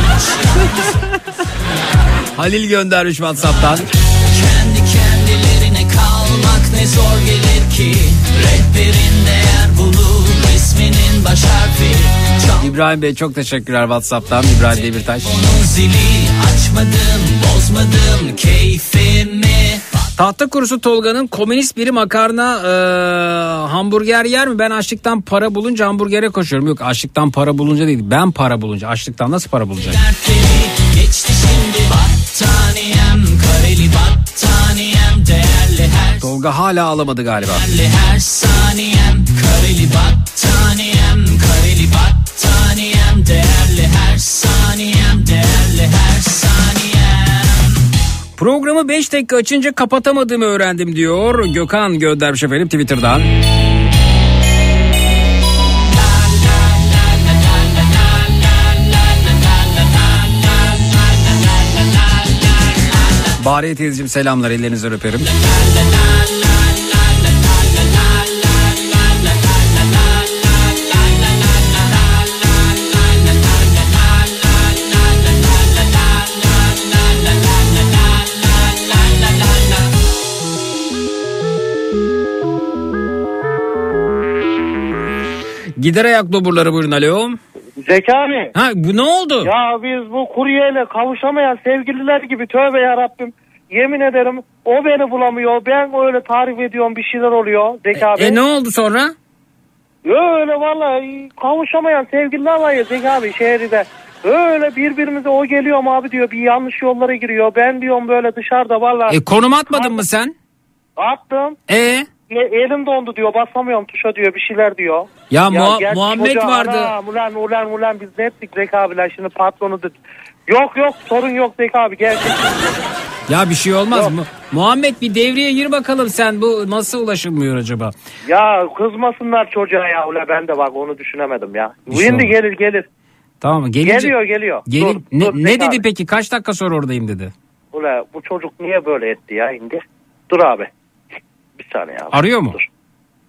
Halil göndermiş WhatsApp'tan. Kendi kendilerine kalmak ne zor gelir ki rehberin değer bulur isminin baş harfi. İbrahim Bey çok teşekkürler WhatsApp'tan. İbrahim Demirtaş. Onun zili açmadım bozmadım keyfimi. Tahta kurusu Tolga'nın komünist biri makarna hamburger yer mi? Ben açlıktan para bulunca hamburgere koşuyorum. Yok açlıktan para bulunca değil. Ben para bulunca. Açlıktan nasıl para bulacak? Geçti şimdi battaniyem kareli battaniyem değerli her. Tolga hala alamadı galiba. Değerli her saniyem kareli battaniyem kareli battaniyem değerli her saniyem değerli her saniyem. Programı 5 dakika açınca kapatamadığımı öğrendim diyor. Gökhan göndermiş efendim Twitter'dan. Bariye teyzeciğim selamlar ellerinizden öperim. Gider ayak doburları buyurun alo. Zeki abi. Ha bu ne oldu? Ya biz bu kuryeyle kavuşamayan sevgililer gibi tövbe yarabbim. Yemin ederim o beni bulamıyor. Ben öyle tarif ediyorum bir şeyler oluyor Zeki abi. Ne oldu sonra? Öyle vallahi kavuşamayan sevgililer var ya Zeki abi şehirde. Öyle birbirimize o geliyorum abi diyor bir yanlış yollara giriyor. Ben diyorum böyle dışarıda vallahi. Konum atmadın mı sen? Attım. Elim dondu diyor basamıyorum tuşa diyor bir şeyler diyor. Ya Muhammed vardı. Ulan biz ne ettik Zeki abiler şimdi patronu da. Yok sorun yok Zeki abi gerçekten. Ya bir şey olmaz mı? Muhammed bir devreye gir bakalım sen bu nasıl ulaşılmıyor acaba? Ya kızmasınlar çocuğa ya ulan ben de bak onu düşünemedim ya. Şimdi gelir. Tamam geliyor. Dur, ne dedi abi. Peki kaç dakika sonra oradayım dedi. Ulan bu çocuk niye böyle etti ya şimdi? Dur abi. Bir saniye abi. Arıyor mu? Dur.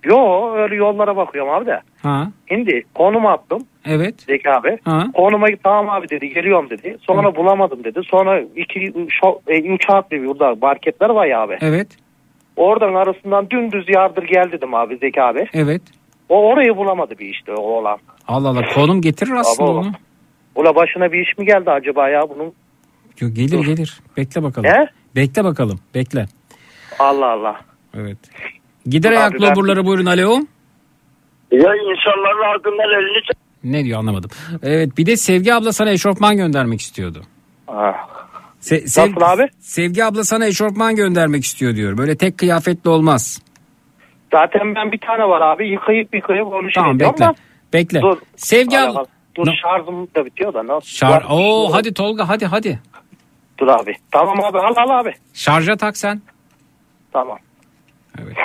Yo öyle yollara bakıyorum abi de. Ha. Şimdi konum attım. Evet. Zeki abi. Ha. Konuma tamam abi dedi geliyorum dedi. Sonra bulamadım dedi. Sonra 3 harfli burada marketler var ya abi. Evet. Oradan arasından dümdüz yardır gel dedim abi Zeki abi. Evet. O orayı bulamadı bir işte o olan. Allah Allah konum getirir aslında abi, onu. Ula başına bir iş mi geldi acaba ya bunun? Yok, gelir. Bekle bakalım. Ne? Bekle bakalım. Bekle. Allah Allah. Evet. Gider ayaklı oburları buyurun alo. Ya insanların hakkından elini Ne diyor anlamadım. Evet bir de Sevgi abla sana eşofman göndermek istiyordu. Nasıl abi? Sevgi abla sana eşofman göndermek istiyor diyor. Böyle tek kıyafetli olmaz. Zaten ben bir tane var abi yıkayıp onu tamam, bekle. Ama... Bekle. Dur. Sevgi abla. Dur şarjım da bitiyor da. Hadi Tolga hadi. Dur abi. Tamam abi al abi. Şarja tak sen. Tamam. Evet.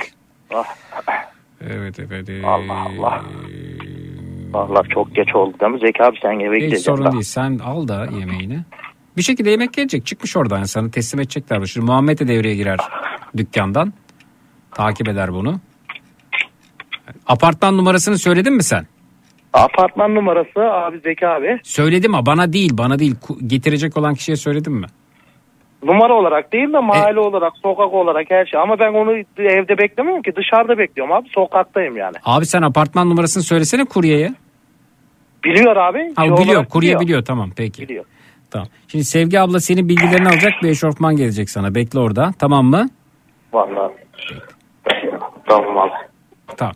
Evet efendim. Allah. Allah çok geç oldu değil mi Zeki abi sen eve gideceksin. Sorun değil sen al da yemeğini. Bir şekilde yemek gelecek çıkmış oradan sana teslim edecekler. Şimdi Muhammed de devreye girer dükkandan. Takip eder bunu. Apartman numarasını söyledin mi sen? Apartman numarası abi Zeki abi. Söyledim ama bana değil. Getirecek olan kişiye söyledim mi? Numara olarak değil de mahalle olarak, sokak olarak her şey. Ama ben onu evde beklemiyorum ki dışarıda bekliyorum abi. Sokaktayım yani. Abi sen apartman numarasını söylesene kuryeye. Biliyor abi. Biliyor. Kurye biliyor. Tamam peki. Biliyor. Tamam. Şimdi Sevgi abla senin bilgilerini alacak bir eşofman gelecek sana. Bekle orada. Tamam mı? Vallahi. Tamam abi. Tamam.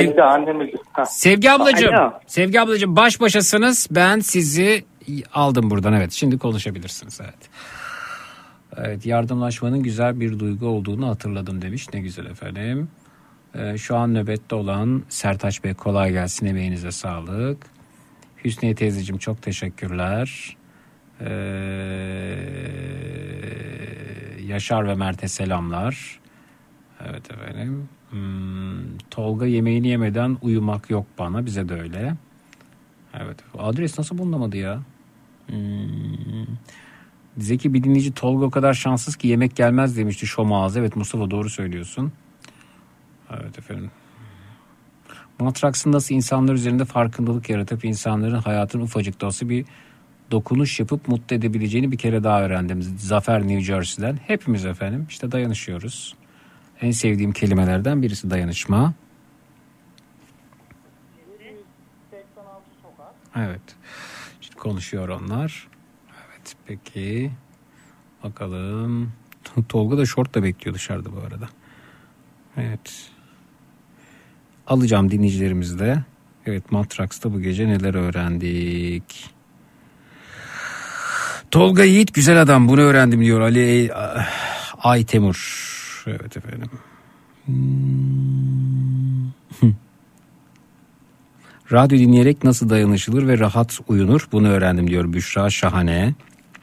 Sevgi ablacığım baş başasınız. Ben sizi aldım buradan. Evet şimdi konuşabilirsiniz. Evet yardımlaşmanın güzel bir duygu olduğunu hatırladım demiş. Ne güzel efendim. Şu an nöbette olan Sertaç Bey kolay gelsin. Emeğinize sağlık. Hüsniye teyzeciğim çok teşekkürler. Yaşar ve Mert'e selamlar. Evet efendim. Tolga yemeğini yemeden uyumak yok bana. Bize de öyle. Evet. Adres nasıl bulunamadı ya? Zeki bir dinleyici Tolga o kadar şanssız ki yemek gelmez demişti Şomağız. Evet Mustafa doğru söylüyorsun. Evet efendim. Matraks'ın nasıl insanlar üzerinde farkındalık yaratıp insanların hayatın ufacık da olsa bir dokunuş yapıp mutlu edebileceğini bir kere daha öğrendim. Zafer New Jersey'den. Hepimiz efendim işte dayanışıyoruz. En sevdiğim kelimelerden birisi dayanışma. Evet. Şimdi konuşuyor onlar. Evet peki. Bakalım. Tolga da şort da bekliyor dışarıda bu arada. Evet. Alacağım dinleyicilerimizi de. Evet Matraks'ta bu gece neler öğrendik. Tolga Yiğit güzel adam bunu öğrendim diyor Ali Aytemur. Evet efendim. Radyo dinleyerek nasıl dayanışılır ve rahat uyunur bunu öğrendim diyor Büşra Şahane.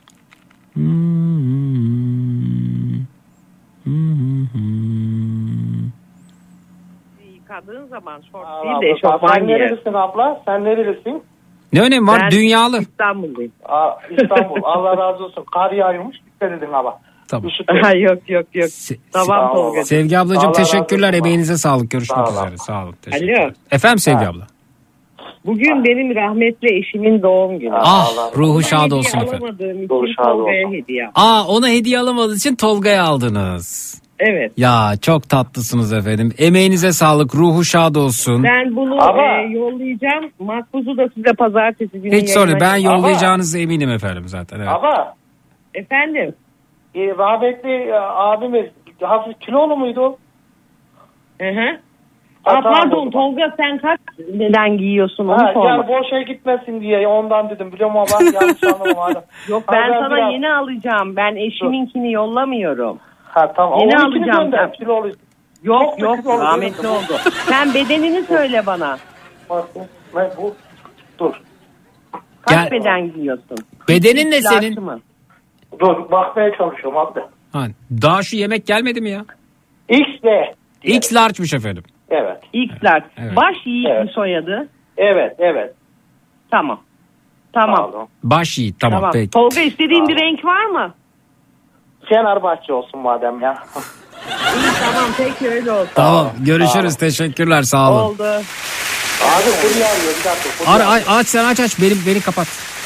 Yıkadığın zaman şort değil de eşofman sen nerelisin abla? Sen nerelisin? Ne önemi var? Ben dünyalı. İstanbulluyum. İstanbul. Allah razı olsun. Kar yağıyormuş. Dikkat edin ama. Tamam. Yok. Tamam Tolga. Sevgi ablacığım Allah teşekkürler. Emeğinize sağlık. Görüşmek üzere. Sağ olun. Alo. Efendim Sevgi abla. Bugün benim rahmetli eşimin doğum günü. Ruhu şad olsun efendim. Alamadığım için Tolga'ya hediye. Ona hediye alamadığınız için Tolga'ya aldınız. Evet. Ya çok tatlısınız efendim. Emeğinize sağlık. Ruhu şad olsun. Ben bunu yollayacağım. Makbuzu da size pazartesi günü hiç sorun. Ben yollayacağınıza eminim efendim zaten. Evet. Ama efendim. Rahmetli abimiz hafif kilolu muydu? Hı. Pardon Tolga sen kaç neden giyiyorsun onu sorma. Yani boşa gitmesin diye ondan dedim biliyorum ama ben yanlış anlamadım. Yok ben sana biraz... yeni alacağım. Ben eşiminkini yollamıyorum. Tamam. Yeni alacağım ben. Yok rahmetli oldu. Sen bedenini söyle bana. Dur. Kaç beden giyiyorsun? Bedenin ne senin? Dur bakmaya çalışıyorum abi. Daha şu yemek gelmedi mi ya? X-de. X large'mış efendim. Evet. X-large. Evet. Baş Yiğit mi soyadı? Evet. Tamam. Baş Yiğit tamam. Peki. Tolga istediğin bir renk var mı? Fenerbahçe olsun madem ya. Tamam peki öyle olsun. Tamam görüşürüz. Teşekkürler sağ olun. Oldu. Abi kurye arıyor bir dakika. Aç sen aç beni kapat.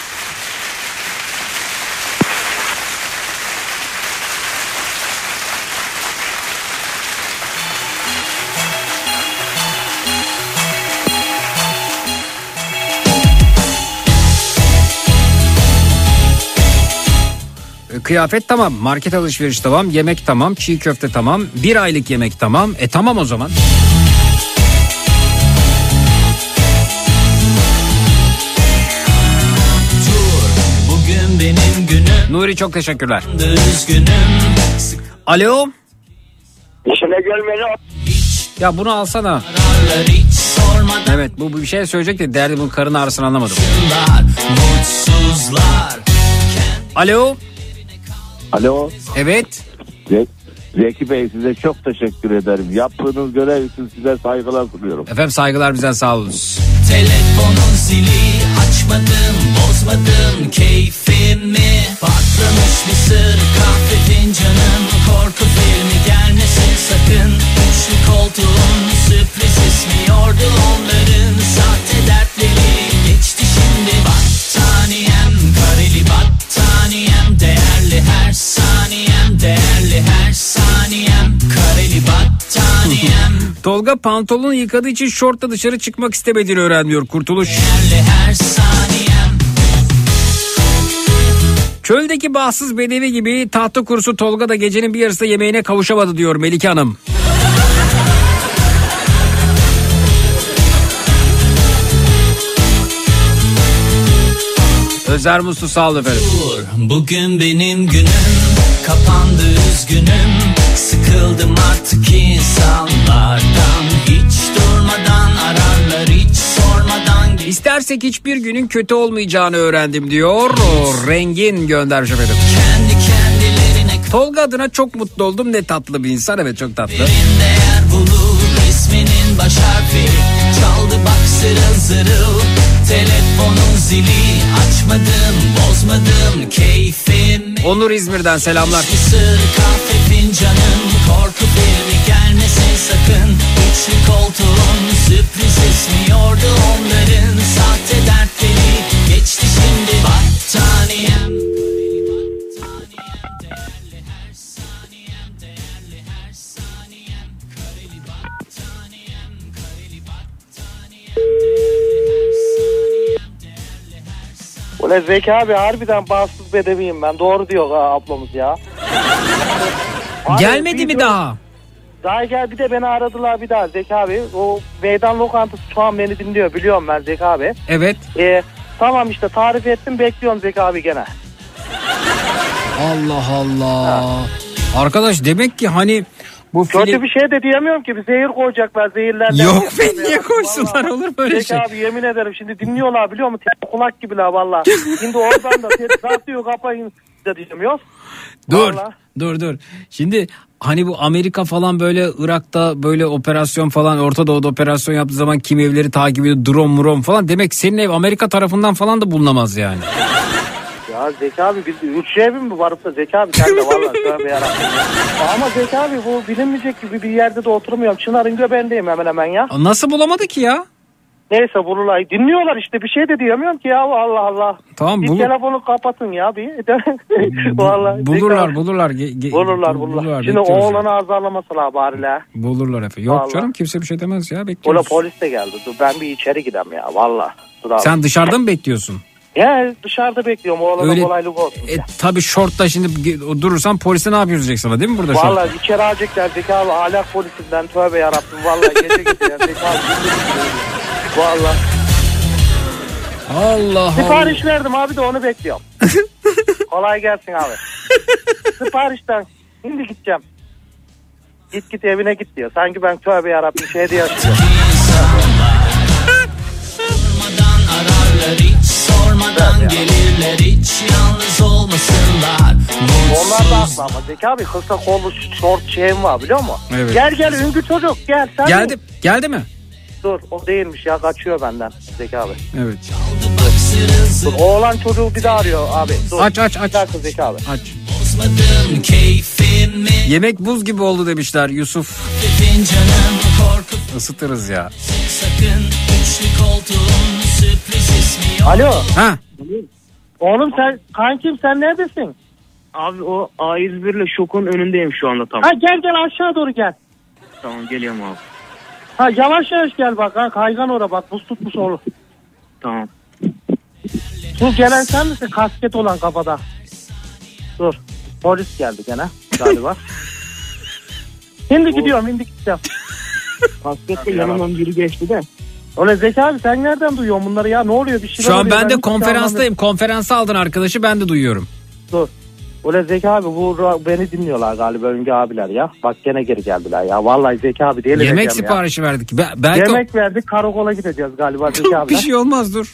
Kıyafet tamam, market alışverişi tamam, yemek tamam, çiğ köfte tamam, bir aylık yemek tamam. Tamam o zaman. Bugün benim günüm. Nuri çok teşekkürler. Üzgünüm. Alo. İşine gelmeni. Ya bunu alsana. Evet bu bir şey söyleyecek de derdi bunun karın ağrısını anlamadım. Mutsuzlar. Alo. Alo. Evet. Zeki Bey size çok teşekkür ederim. Yaptığınız görev için size saygılar sunuyorum. Efendim saygılar bizden sağ olun. Telefonun zili açmadım, bozmadım keyfimi. Patlamış mısır kahve fincanım, korku filmi gelmesin sakın. Üçlü koltuğun sürpriz ismi yordu onların sahte dertleri. Geçti şimdi battaniyem, kareli battaniyem, değerli her saniyem, değerli her saniyem, kareli battaniyem. Tolga pantolonu yıkadığı için şortla dışarı çıkmak istemediğini öğrenmiyor Kurtuluş. Çöldeki bahtsız bedevi gibi tahta kurusu Tolga da gecenin bir yarısında yemeğine kavuşamadı diyor Melike Hanım. Özer Muslu sağ olun efendim. Bugün benim günüm, kapandı üzgünüm. Sıkıldım artık insanlardan, hiç durmadan ararlar, hiç sormadan. İstersek hiçbir günün kötü olmayacağını öğrendim diyor. Rengin göndermiş efendim. Kendi kendilerine. Tolga adına çok mutlu oldum, ne tatlı bir insan, evet çok tatlı. Değer bulur isminin baş harfi, çaldı bak zırıl zırıl. Telefonun zili açmadım, bozmadım keyfim. Onur İzmir'den selamlar. Sır kahve fincanım, korku filmi gelmesin sakın. Üçlü koltuğun sürpriz ismi yordu onların sahte dertleri. Geçti şimdi battaniyem. Ulan Zeki abi harbiden bağımsız bedeviyim ben. Doğru diyor ablamız ya. Gelmedi mi daha? Daha gel, bir de beni aradılar bir daha Zeki abi. O meydan lokantası şu an beni dinliyor, biliyorum ben Zeki abi. Evet. Tamam işte tarif ettim, bekliyorum Zeki abi gene. Allah Allah. Arkadaş demek ki hani bu kötü bir şey de diyemiyorum ki, bir zehir koyacaklar, zehirlerden. Yok be niye koysunlar, olur böyle Zeki şey. abi yemin ederim şimdi dinliyorlar biliyor musun? Kulak gibiler valla. Şimdi oradan da satıyor kapayın da diyemiyoruz. Dur. Şimdi hani bu Amerika falan böyle Irak'ta böyle operasyon falan, Orta Doğu'da operasyon yaptığı zaman kim evleri takip ediyor, drone falan, demek senin ev Amerika tarafından falan da bulunamaz yani. Ya Zeki abi biz 3 evim mi varıp da Zeki abi sen de vallahi tövbe yarabbim. Ama Zeki abi bu bilinmeyecek gibi bir yerde de oturmuyorum. Çınar'ın göbeğindeyim hemen ya. Nasıl bulamadı ki ya? Neyse bulurlar. Dinliyorlar işte, bir şey de diyemiyorum ki ya, Allah Allah. Tamam, bir telefonu kapatın ya bir. Vallahi bulurlar. Bulurlar. Şimdi oğlanı azarlamasalar bari la. Bulurlar efendim. Yok vallahi. Canım kimse bir şey demez ya, bekliyoruz. Ola polis de geldi. Dur ben bir içeri gidem ya vallahi. Sen dışarıda mı bekliyorsun? Ya dışarıda bekliyorum, oğlana kolaylık olsun. Tabii şortla şimdi durursan polise ne yapıyoruz sana değil mi burada? Vallahi şortla içeri alacaklar Zeki abi, ahlak polisinden, tövbe yarabbim vallahi gece gidiyor Zeki abi. Vallahi. Allah. Sipariş verdim abi de onu bekliyorum. Kolay gelsin abi. Siparişten şimdi gideceğim. Git evine git diyor. Sanki ben tövbe yarabbim şeyde yaşıyorum. Sormadan gelirler, hiç yalnız olmasınlar. Onlar da haklı ama Zeki abi, kısa kollu şort şeyim var biliyor musun? Evet. Gel Üngü çocuk gel. Sen Geldi mi? Dur o değilmiş ya, kaçıyor benden Zeki abi. Evet. Dur, oğlan çocuğu bir daha arıyor abi. Dur. Aç. Bir dakika Zeki abi. Aç. Bozmadım keyfim. Yemek buz gibi oldu demişler Yusuf. Isıtırız ya. Alo. Ha. Oğlum sen kankim sen neredesin? Abi o A101 ile Şok'un önündeyim şu anda tam. Ha gel aşağı doğru gel. Tamam geliyorum abi. Ha yavaş gel bak ha kaygan oraya bak buz tutmuş oğlum. Tamam. Bu gelen sen misin kasket olan kafada? Dur polis geldi gene galiba. Şimdi gidiyorum Kasketle yanımdan biri geçti de. Öyle Zeki abi sen nereden duyuyorsun bunları ya ne oluyor bir şey Şu an oluyor, ben de konferanstayım. Konferansa aldın arkadaşı ben de duyuyorum. Dur. Öyle Zeki abi bu beni dinliyorlar galiba Öngü abiler ya. Bak gene geri geldiler ya. Vallahi Zeki abi değil. Yemek siparişi verdik. Belki yemek verdik karakola gideceğiz galiba Zeki abi. Bir şey olmaz dur.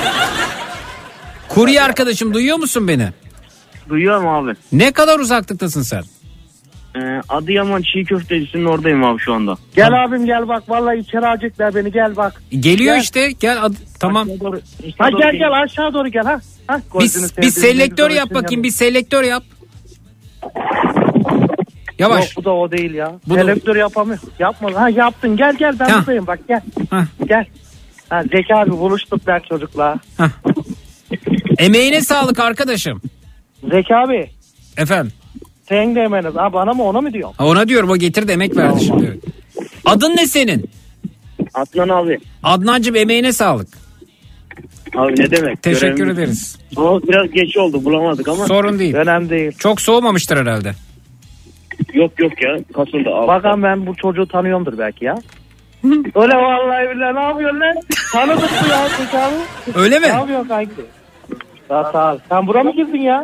Kurye arkadaşım duyuyor musun beni? Duyuyorum abi. Ne kadar uzaklıktasın sen? Adıyaman çiğ köftecisinin oradayım abi şu anda. Gel abim gel bak vallahi içeri acıklar beni gel bak. Geliyor gel. İşte gel tamam. Ha gel aşağı doğru gel ha. Bir selektör yap bakayım bir selektör yap. Yavaş. Yok bu da o değil ya. Selektör yapamıyor. Yapma. Ha yaptın gel ben buradayım bak gel. Gel. Ha Zeki abi buluştuk ben çocukla. Emeğine sağlık arkadaşım. Zeki abi. Efendim. Sen de emeğiniz. Ha bana mı ona mı diyorsun? Ona diyorum o getirdi emek verdi şimdi. Evet. Adın ne senin? Adnan abi. Adnancığım emeğine sağlık. Abi ne demek? Teşekkür ederiz. O biraz geç oldu bulamadık ama. Sorun değil. Önemli değil. Çok soğumamıştır herhalde. Yok ya kasıldı abi. Bakalım ben bu çocuğu tanıyorumdur belki ya. Öyle vallahi billahi ne yapıyorsun lan? Tanıdık bu ya Zeki abi. Öyle mi? Ne yapıyorsun kanki? Sağ ol. Sen buraya mı girdin ya?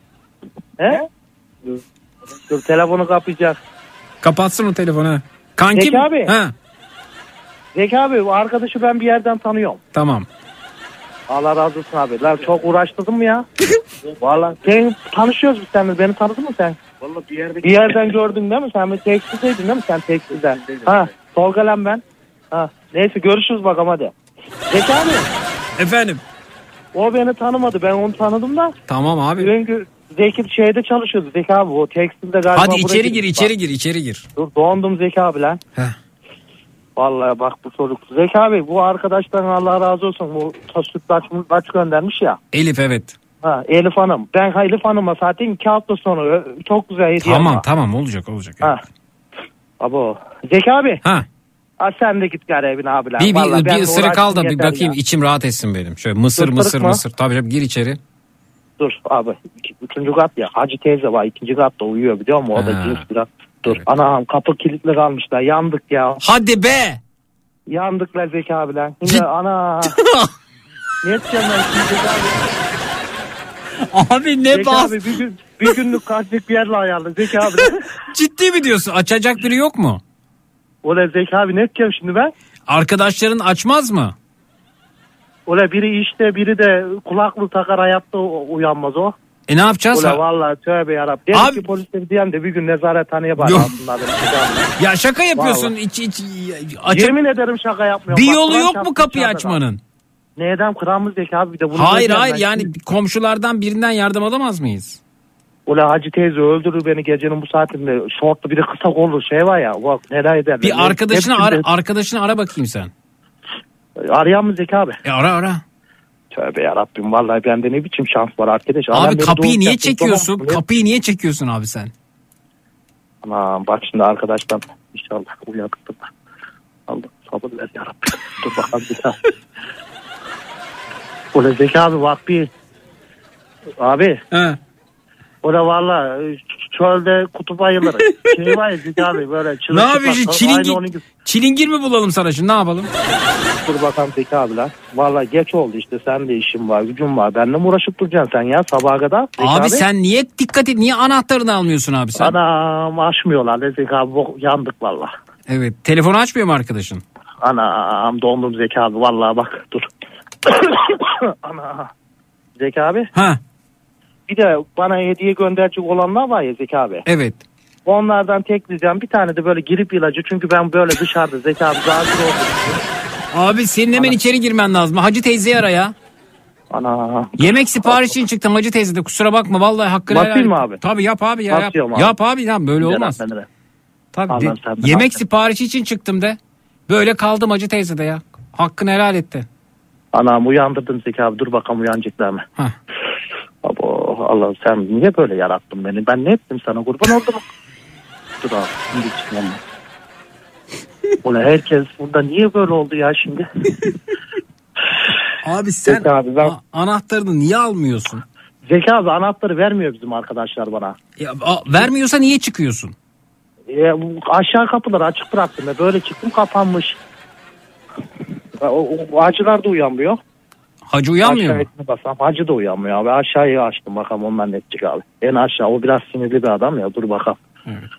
He? Dur telefonu kapayacak. Kapatsın o telefonu. Kankim. Zeki abi. Ha. Zeki abi bu arkadaşı ben bir yerden tanıyorum. Tamam. Allah razı olsun abi. Lan çok uğraştırdın mı ya? Vallahi sen tanışıyoruz biz seninle. Beni tanıdın mı sen? Vallahi bir yerden gördün değil mi? Sen bir tekstildeydin değil mi? Sen tekstilden. Ha, Tolga lan ben. Ha, neyse görüşürüz bakalım hadi. Zeki abi. Efendim. O beni tanımadı. Ben onu tanıdım da. Tamam abi. Çünkü Zeki şeyde çalışıyordu Zeki abi. O tekstilde galiba. Hadi içeri gir. Dur dondum Zeki abi lan. Heh. Vallahi bak bu çocuk. Zeki abi bu arkadaştan Allah razı olsun. Bu sütlaç göndermiş ya. Elif evet. Ha Elif Hanım. Ben Elif Hanım'a zaten 2 hafta sonra çok güzel hediye var. Tamam olacak. Ha. Abo. Zeki abi. Ha. Sen de git gari evine abiler. Bir ısırık al da bir bakayım ya. İçim rahat etsin benim. Şöyle mısır. Tabii gir içeri. Dur abi. 3. kat ya. Hacı teyze var 2. katta uyuyor biliyor musun? O da cins biraz. Dur. Evet. Anam kapı kilitli kalmışlar. Yandık ya. Hadi be. Yandıklar Zeki abiler. Şimdi ana. Ne edeceğim ben şimdi Zeki abi? Abi ne bas. Abi bir günlük kaçlık bir yerle ayarlı Zeki abi. Ciddi mi diyorsun? Açacak biri yok mu? Ola Zeki abi ne edeceğim şimdi ben? Arkadaşların açmaz mı? Ola biri işte biri de kulaklık takar hayatta uyanmaz o. Ne yapacağız? Ola vallahi tövbe yarabbim. Dedim ki polisleri diyen de bir gün nezarethaneye bak aslında. Ya şaka yapıyorsun. Yemin ederim şaka yapmıyorum. Bir yolu yok mu kapıyı açmanın? Neden kıramız Zeki abi bir de bunu. Hayır yani komşulardan birinden yardım alamaz mıyız? Ula Hacı teyze öldürür beni gecenin bu saatinde. Şortlu bir de kısa kollu şey var ya. Bak neler eder. Bir arkadaşını ara bakayım sen. Arayan mı Zeki abi? Ara. Tövbe yarabbim vallahi bende ne biçim şans var arkadaş. Abi kapıyı niye çekiyorsun? Kapıyı niye çekiyorsun abi sen? Anam bak şimdi arkadaştan inşallah uyanıktır. Allah sabır ver yarabbim. Dur bakalım bir saniye. Ula Zeki abi bak bir. Abi. He. O da valla çölde kutup ayıları. Şey var ya Zeki abi böyle ne yapıyorsun? Çilingir mi bulalım sana şimdi ne yapalım? Dur bakalım Zeki abi lan. Valla geç oldu işte sen de işin var gücün var. Benimle mi uğraşıp duracaksın sen ya sabaha kadar? Abi sen niye dikkat et niye anahtarını almıyorsun abi sen? Anam açmıyorlar Zeki abi yandık valla. Evet telefonu açmıyor mu arkadaşın? Anam dondum Zeki abi valla bak dur. Ana. Zeki abi. Ha. Bir de bana hediye gönderecek olanlar var ya Zeki abi. Evet. Onlardan tekleyeceğim. Bir tane de böyle grip ilacı. Çünkü ben böyle dışarıda Zeki abi zahir oldum. Abi senin hemen içeri girmen lazım. Hacı teyzeyi ara ya. Ana. Yemek siparişi için çıktım Hacı teyze de, kusura bakma vallahi hakkını helal et. Basayım mı abi? Tabii yap abi ya. Yap abi ya, böyle olmaz. Tabii yemek siparişi için çıktım de. Böyle kaldım Hacı teyze de ya. Hakkını helal etti. Anam uyandırdın Zeki abi, dur bakalım uyanacaklar mı? Abo Allah, sen niye böyle yarattın beni? Ben ne ettim sana, kurban oldum. Dur abi şimdi çıkmam. Ulan herkes burada niye böyle oldu ya şimdi? Abi sen abi, anahtarını niye almıyorsun? Zeki abi anahtarı vermiyor bizim arkadaşlar bana. Ya, vermiyorsa niye çıkıyorsun? Aşağı kapıları açık bıraktım ve böyle çıktım, kapanmış. O hacılar da uyanmıyor. Hacı uyanmıyor mu? Hacı da uyanmıyor abi. Aşağıya açtım bakalım ondan ne edecek abi. En aşağı, o biraz sinirli bir adam ya, dur bakalım. Evet.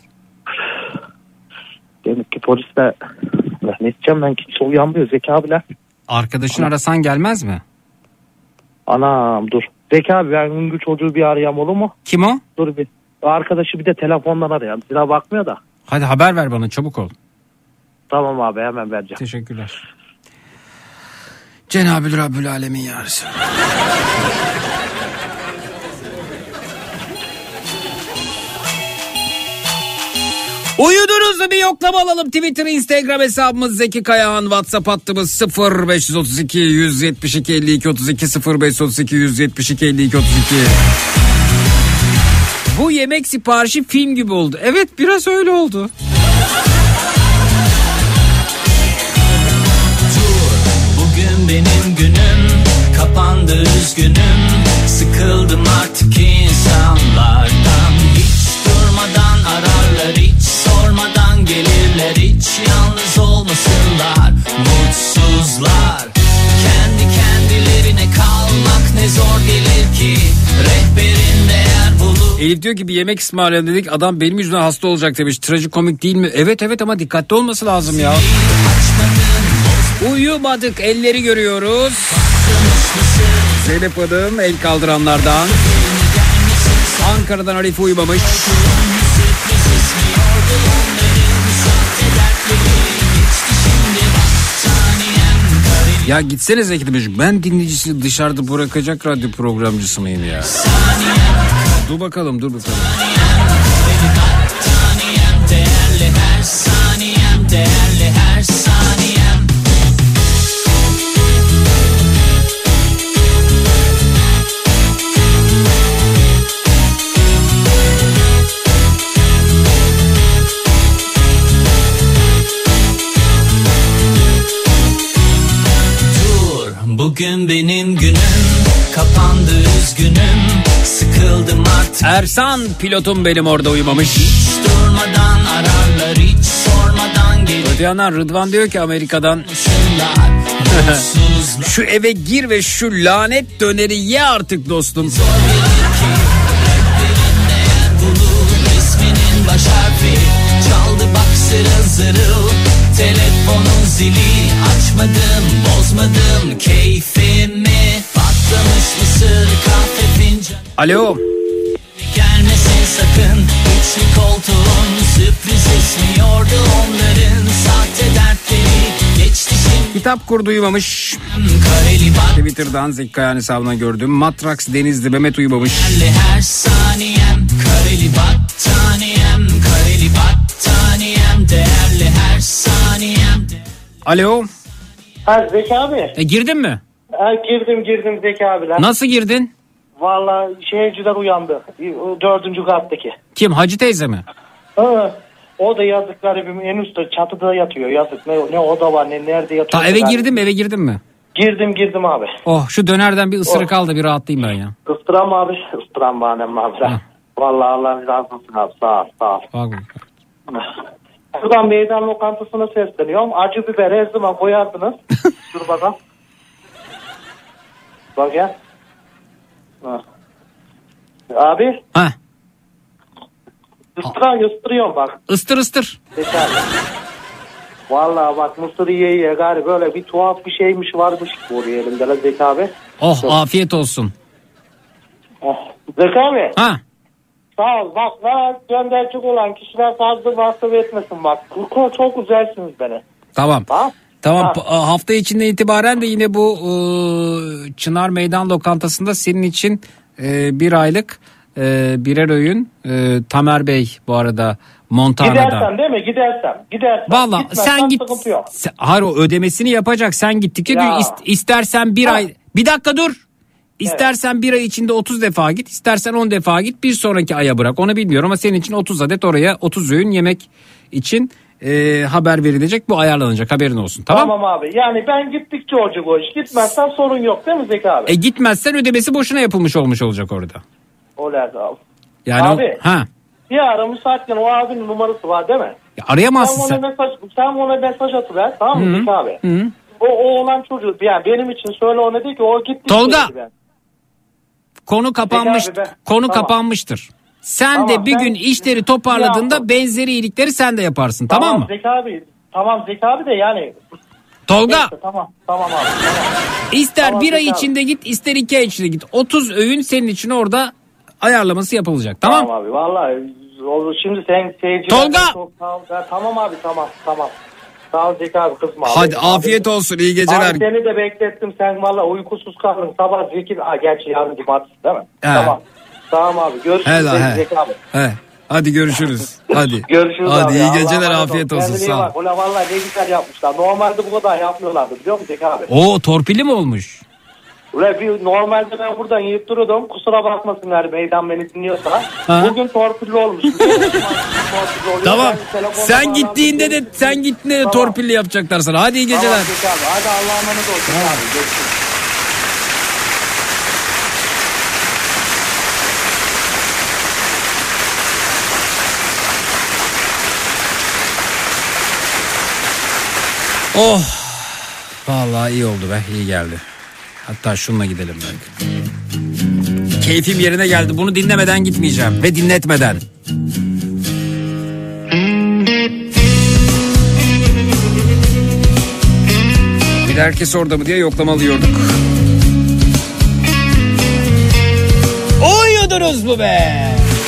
Demek ki polis de ne edeceğim ben, kimse uyanmıyor Zeki abiler. Arkadaşın arasan gelmez mi? Anam dur. Zeki abi ben Hüngür çocuğu bir arayayım, olur mu? Kim o? Dur bir. Arkadaşı bir de telefondan arayalım. Zira bakmıyor da. Hadi haber ver bana, çabuk ol. Tamam abi, hemen vereceğim. Teşekkürler. Cenab-ı Rabbül Alemin ya Resulallah. Uyudunuz da bir yoklama alalım. Twitter, Instagram hesabımız Zeki Kayağan, WhatsApp hattımız 0532 172 52 32 0532 172 52 32. Bu yemek siparişi film gibi oldu. Evet, biraz öyle oldu. Bugün benim günüm, kapandı üzgünüm. Sıkıldım artık insanlardan. Hiç durmadan ararlar, hiç sormadan gelirler. Hiç yalnız olmasınlar, mutsuzlar. Kendi kendilerine kalmak ne zor gelir ki. Rehberin değer bulur. Elif diyor ki bir yemek ısmarlayalım dedik, adam benim yüzümden hasta olacak demiş. Trajikomik değil mi? Evet ama dikkatli olması lazım ya. Uyumadık, elleri görüyoruz. Zeynep Hanım el kaldıranlardan. Ankara'dan Arif uyumamış. Ya gitsene Zeki demiş. Ben dinleyicisini dışarıda bırakacak radyo programcısı mıyım ya? Dur bakalım. Değerli her saniyem, değerli her saniyem. Dur, bugün benim günüm, kapandı üzgünüm. Sıkıldım artık. Ersan pilotum benim orada uyumamış. Hiç durmadan ararlar, hiç sormadan gelir. Öte yandan Rıdvan diyor ki Amerika'dan şu eve gir ve şu lanet döneri ye artık dostum. İsminin baş harfi çaldı bak zırıl zırıl. Telefonun zili açmadım, bozmadım keyfimi. Patlamış mısır kahve fincanı. Alo. Gelmesin sakın, üçlü koltuğun sürpriz esmiyordu onların sahte dertleri. Geçti şimdi. Kitap kurdu uyumamış. Twitter'dan Zeki Kayağan hesabından gördüm. Matrax Denizli Mehmet uyumamış. Her saniyem kareli battaniyem, kareli battaniyem, değerli her saniyem. Alo. Ha Zeki abi. Girdin mi? Girdim Zeki abiler. Nasıl girdin? Vallahi şehirciler uyandı. 4. kattaki. Kim, Hacı teyze mi? O da yazık garibim, en üstte çatıda yatıyor yazık. Ne oda var ne nerede yatıyor. Eve girdin mi? Girdim abi. Oh, şu dönerden bir ısırık al da bir rahatlayayım ben ya. Istıram abi. Istıram bahanem abi. Vallahi Allah razı olsun abi, sağ ol. Buradan meydan lokantasına sesleniyorum. Acı biber her zaman koyardınız. Dur bakalım. Bak ya. Abi. Ha. Isırıyorum bak. Istır. Vallahi bak mısır ye gari, böyle bir tuhaf bir şeymiş varmış oraya elimde lan Zeki abi. Oh dur. Afiyet olsun. Zeki abi. Ha. Sağ ol bak, gönderecek olan kişiler fazla vasıf etmesin bak. Çok güzelsiniz beni. Tamam. Ha? Tamam, hafta içinde itibaren de yine bu Çınar Meydan Lokantası'nda senin için bir aylık birer öğün Tamer Bey bu arada Montana'da. Gidersem değil mi? Gidersem. Valla sen git. Hayır, o ödemesini yapacak. Sen gittikçe diyor istersen bir ay. Bir dakika dur. İstersen bir ay içinde 30 defa git, istersen 10 defa git, bir sonraki aya bırak. Onu bilmiyorum ama senin için 30 adet oraya 30 öğün yemek için haber verilecek, bu ayarlanacak, haberin olsun. Tamam abi, yani ben gittikçe olacak o iş. Gitmezsen sorun yok değil mi Zeki abi? Gitmezsen ödemesi boşuna yapılmış olmuş olacak orada. Olacak abi. Yani abi bir ara müsaitken o abinin numarası var değil mi? Ya arayamazsın sen. Sen ona mesaj atıver, tamam mı Zeki abi? Hı-hı. O olan çocuğu yani benim için söyle, ona değil ki o gitti. Tolga konu kapanmıştır. Sen de bir gün işleri toparladığında benzeri iyilikleri sen de yaparsın, tamam mı? Zeki abi de yani. Tolga. Neyse, tamam abi. Tamam. İster bir ay içinde git, ister 2 ay içinde git. 30 öğün senin için orada ayarlaması yapılacak, tamam? Tamam abi, vallahi şimdi sen Tolga. Tamam abi, tamam. Sağ ol Zeki abi, kızma abi. Hadi afiyet olsun, iyi geceler. Abi seni de beklettim, sen valla uykusuz kaldın. Sabah Zeki, gerçi yarın cumartesi değil mi? Tamam. Tamam abi, görüşürüz Zeki abi. Hadi görüşürüz. Hadi. Görüşürüz hadi, abi. iyi geceler, afiyet olsun. Sağ ol. Ulan valla ne güzel yapmışlar. Normalde bu kadar yapmıyorlardı, biliyor musun Zeki abi? Oo, torpilli mi olmuş? Ulan normalde ben buradan yiyip duruyordum. Kusura bakmasınlar meydan beni dinliyorsa. Bugün torpilli olmuş. Tamam. Sen gittiğinde de torpilli yapacaklar sana. Hadi iyi geceler. Tamam Zeki abi. Hadi Allah'a emanet olsun abi. Görüşürüz. Oh, vallahi iyi oldu be, iyi geldi. Hatta şununla gidelim ben. Keyfim yerine geldi, bunu dinlemeden gitmeyeceğim ve dinletmeden. Bir de herkes orada mı diye yoklama alıyorduk. Uyudunuz mu be?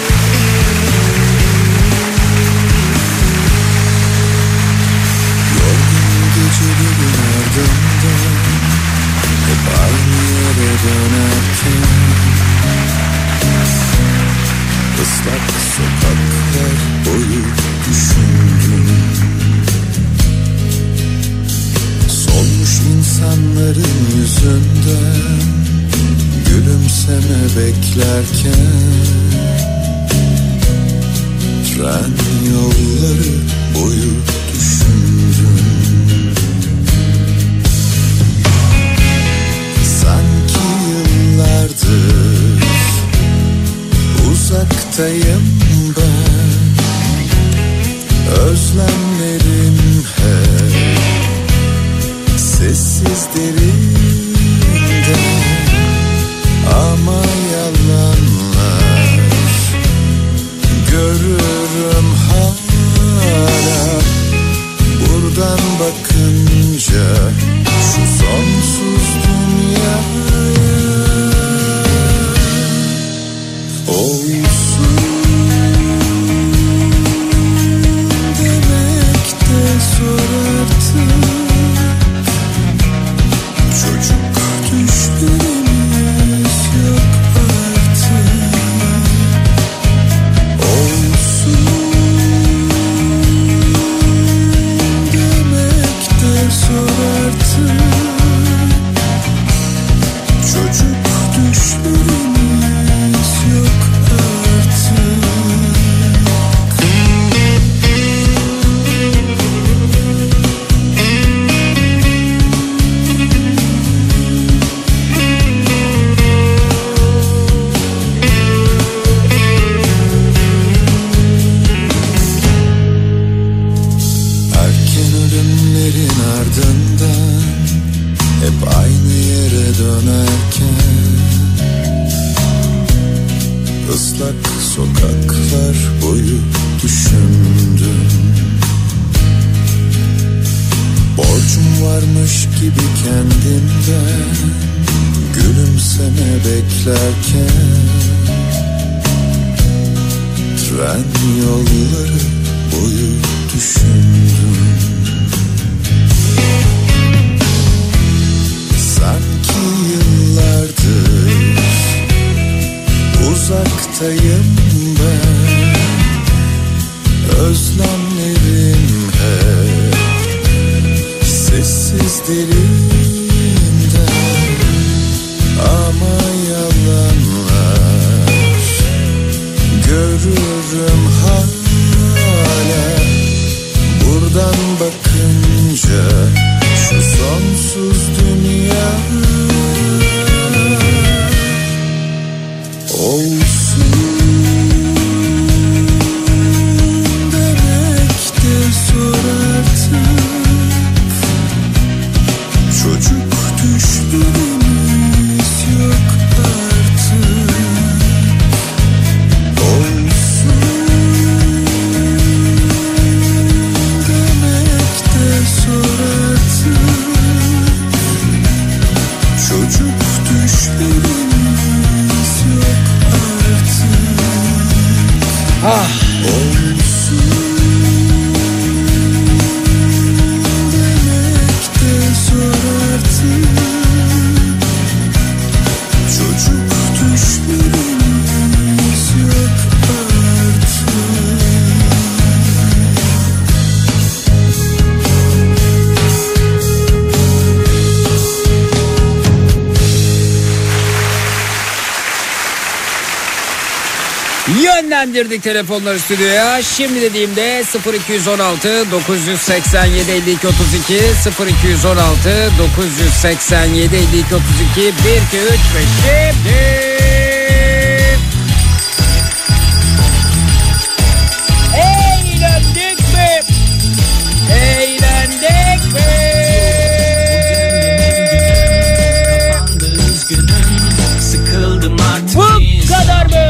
Islak sokaklar boyu düşündüm. Solmuş insanların yüzünden gülümseme beklerken tren yolları boyu düşündüm. Sanki yıllardır uzaktayım ben, özlemlerim hep sessiz derinde, ama yalanlar görürüm hala buradan bakınca şu sonsuz dünyaya. Olsun demek de zor artık. Çocuk düşlerimiz yok artık. Olsun demek de zor artık. Çocuk düşlerimiz yok. Erken ölümlerin ardından hep aynı yere dönerken ıslak sokaklar boyu düşündüm. Borcum varmış gibi kendimden gülümseme beklerken tren yolları boyu düşündüm. ama yalanlar görürüm hala. Buradan bakınca şu sonsuz dünya olsun demek de zor artık. Çocuk düşlerimiz yok artık. Olsun demek de zor artık. Çocuk düşlerimiz yok artık. Olsun demek de zor artık. Çocuk düşlerimiz yok artık. Yönlendirdik telefonları stüdyoya. Şimdi dediğimde 0216 987 52 32 0216 987 52 32 1 2 3 ve şimdi eğlendik mi? Eğlendik mi? Sıkıldım artık. Bu kadar mı?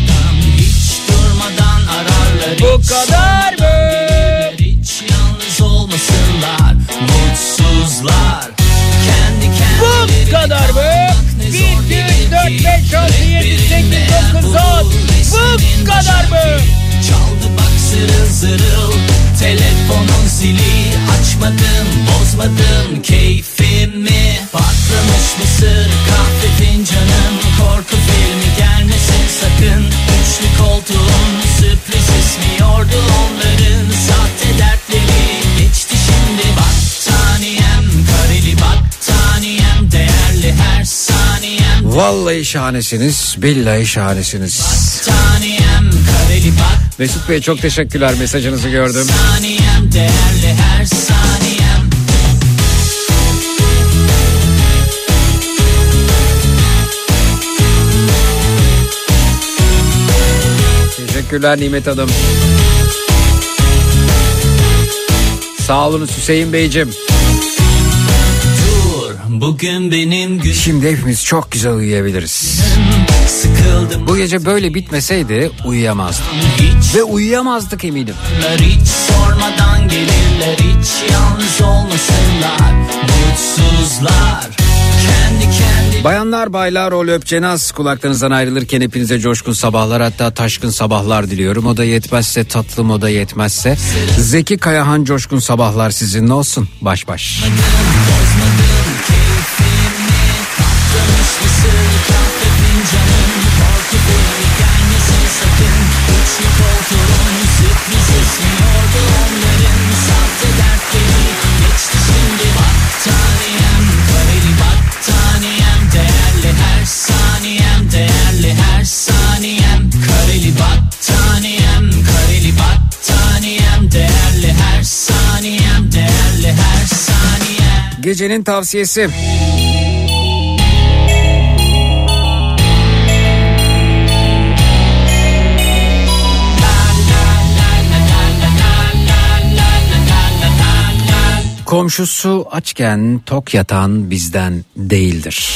Bu kadar mı? Hiç yalnız olmasınlar, mutsuzlar. Kendi kendileri bu kadar mı? 1, 2, 3, 4, 5, 6, 7, 8, 9, 10. Bu kadar mı? Çaldı bak zırıl zırıl, telefonun zili. Açmadım, bozmadım keyfimi. Patlamış mısır kahve fincanım. Korku filmi gelmesin sakın. Üçlü koltuğun sürpriz ismiyordu onların. Sahte dertleri geçti şimdi. Battaniyem, kareli battaniyem. Değerli her saniyem. Vallahi şahanesiniz, billahi şahanesiniz. Battaniyem, kareli battaniyem. Mesut Bey çok teşekkürler, mesajınızı gördüm. Saniyem, değerli her saniyem. Teşekkürler Nimet Hanım. Sağ olun Hüseyin Beyciğim. Bugün benim günüm. Şimdi hepimiz çok güzel uyuyabiliriz. Sıkıldım. Bu gece böyle bitmeseydi uyuyamazdım. Ve uyuyamazdık eminim. Hiç sormadan gelirler, hiç yalnız olmasınlar, mutsuzlar. Kendi kendi. Bayanlar baylar, rol öpcenaz kulaklarınızdan ayrılırken hepinize coşkun sabahlar, hatta taşkın sabahlar diliyorum. O da yetmezse tatlım, o da yetmezse Zeki Kayahan coşkun sabahlar sizinle olsun. Baş baş. Gecenin tavsiyesi. Komşusu açken tok yatan bizden değildir.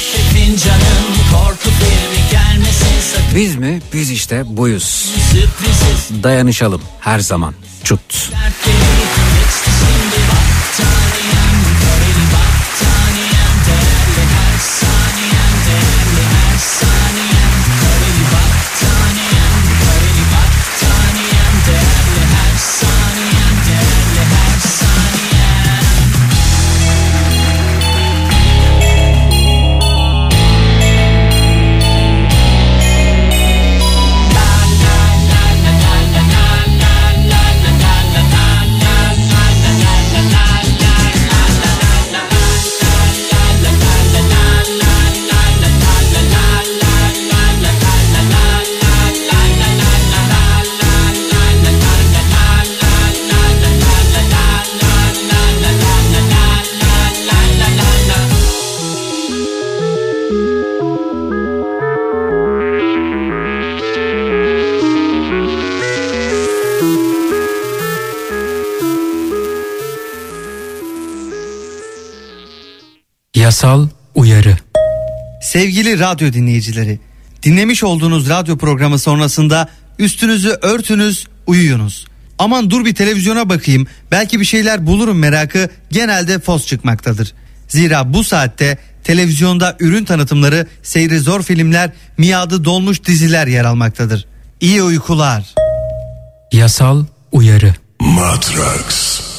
Biz mi? Biz işte buyuz. Dayanışalım her zaman. Çut. Yasal uyarı. Sevgili radyo dinleyicileri, dinlemiş olduğunuz radyo programı sonrasında üstünüzü örtünüz, uyuyunuz. Aman dur bir televizyona bakayım, belki bir şeyler bulurum merakı genelde fos çıkmaktadır. Zira bu saatte televizyonda ürün tanıtımları, seyri zor filmler, miadı dolmuş diziler yer almaktadır. İyi uykular. Yasal uyarı. Matrax.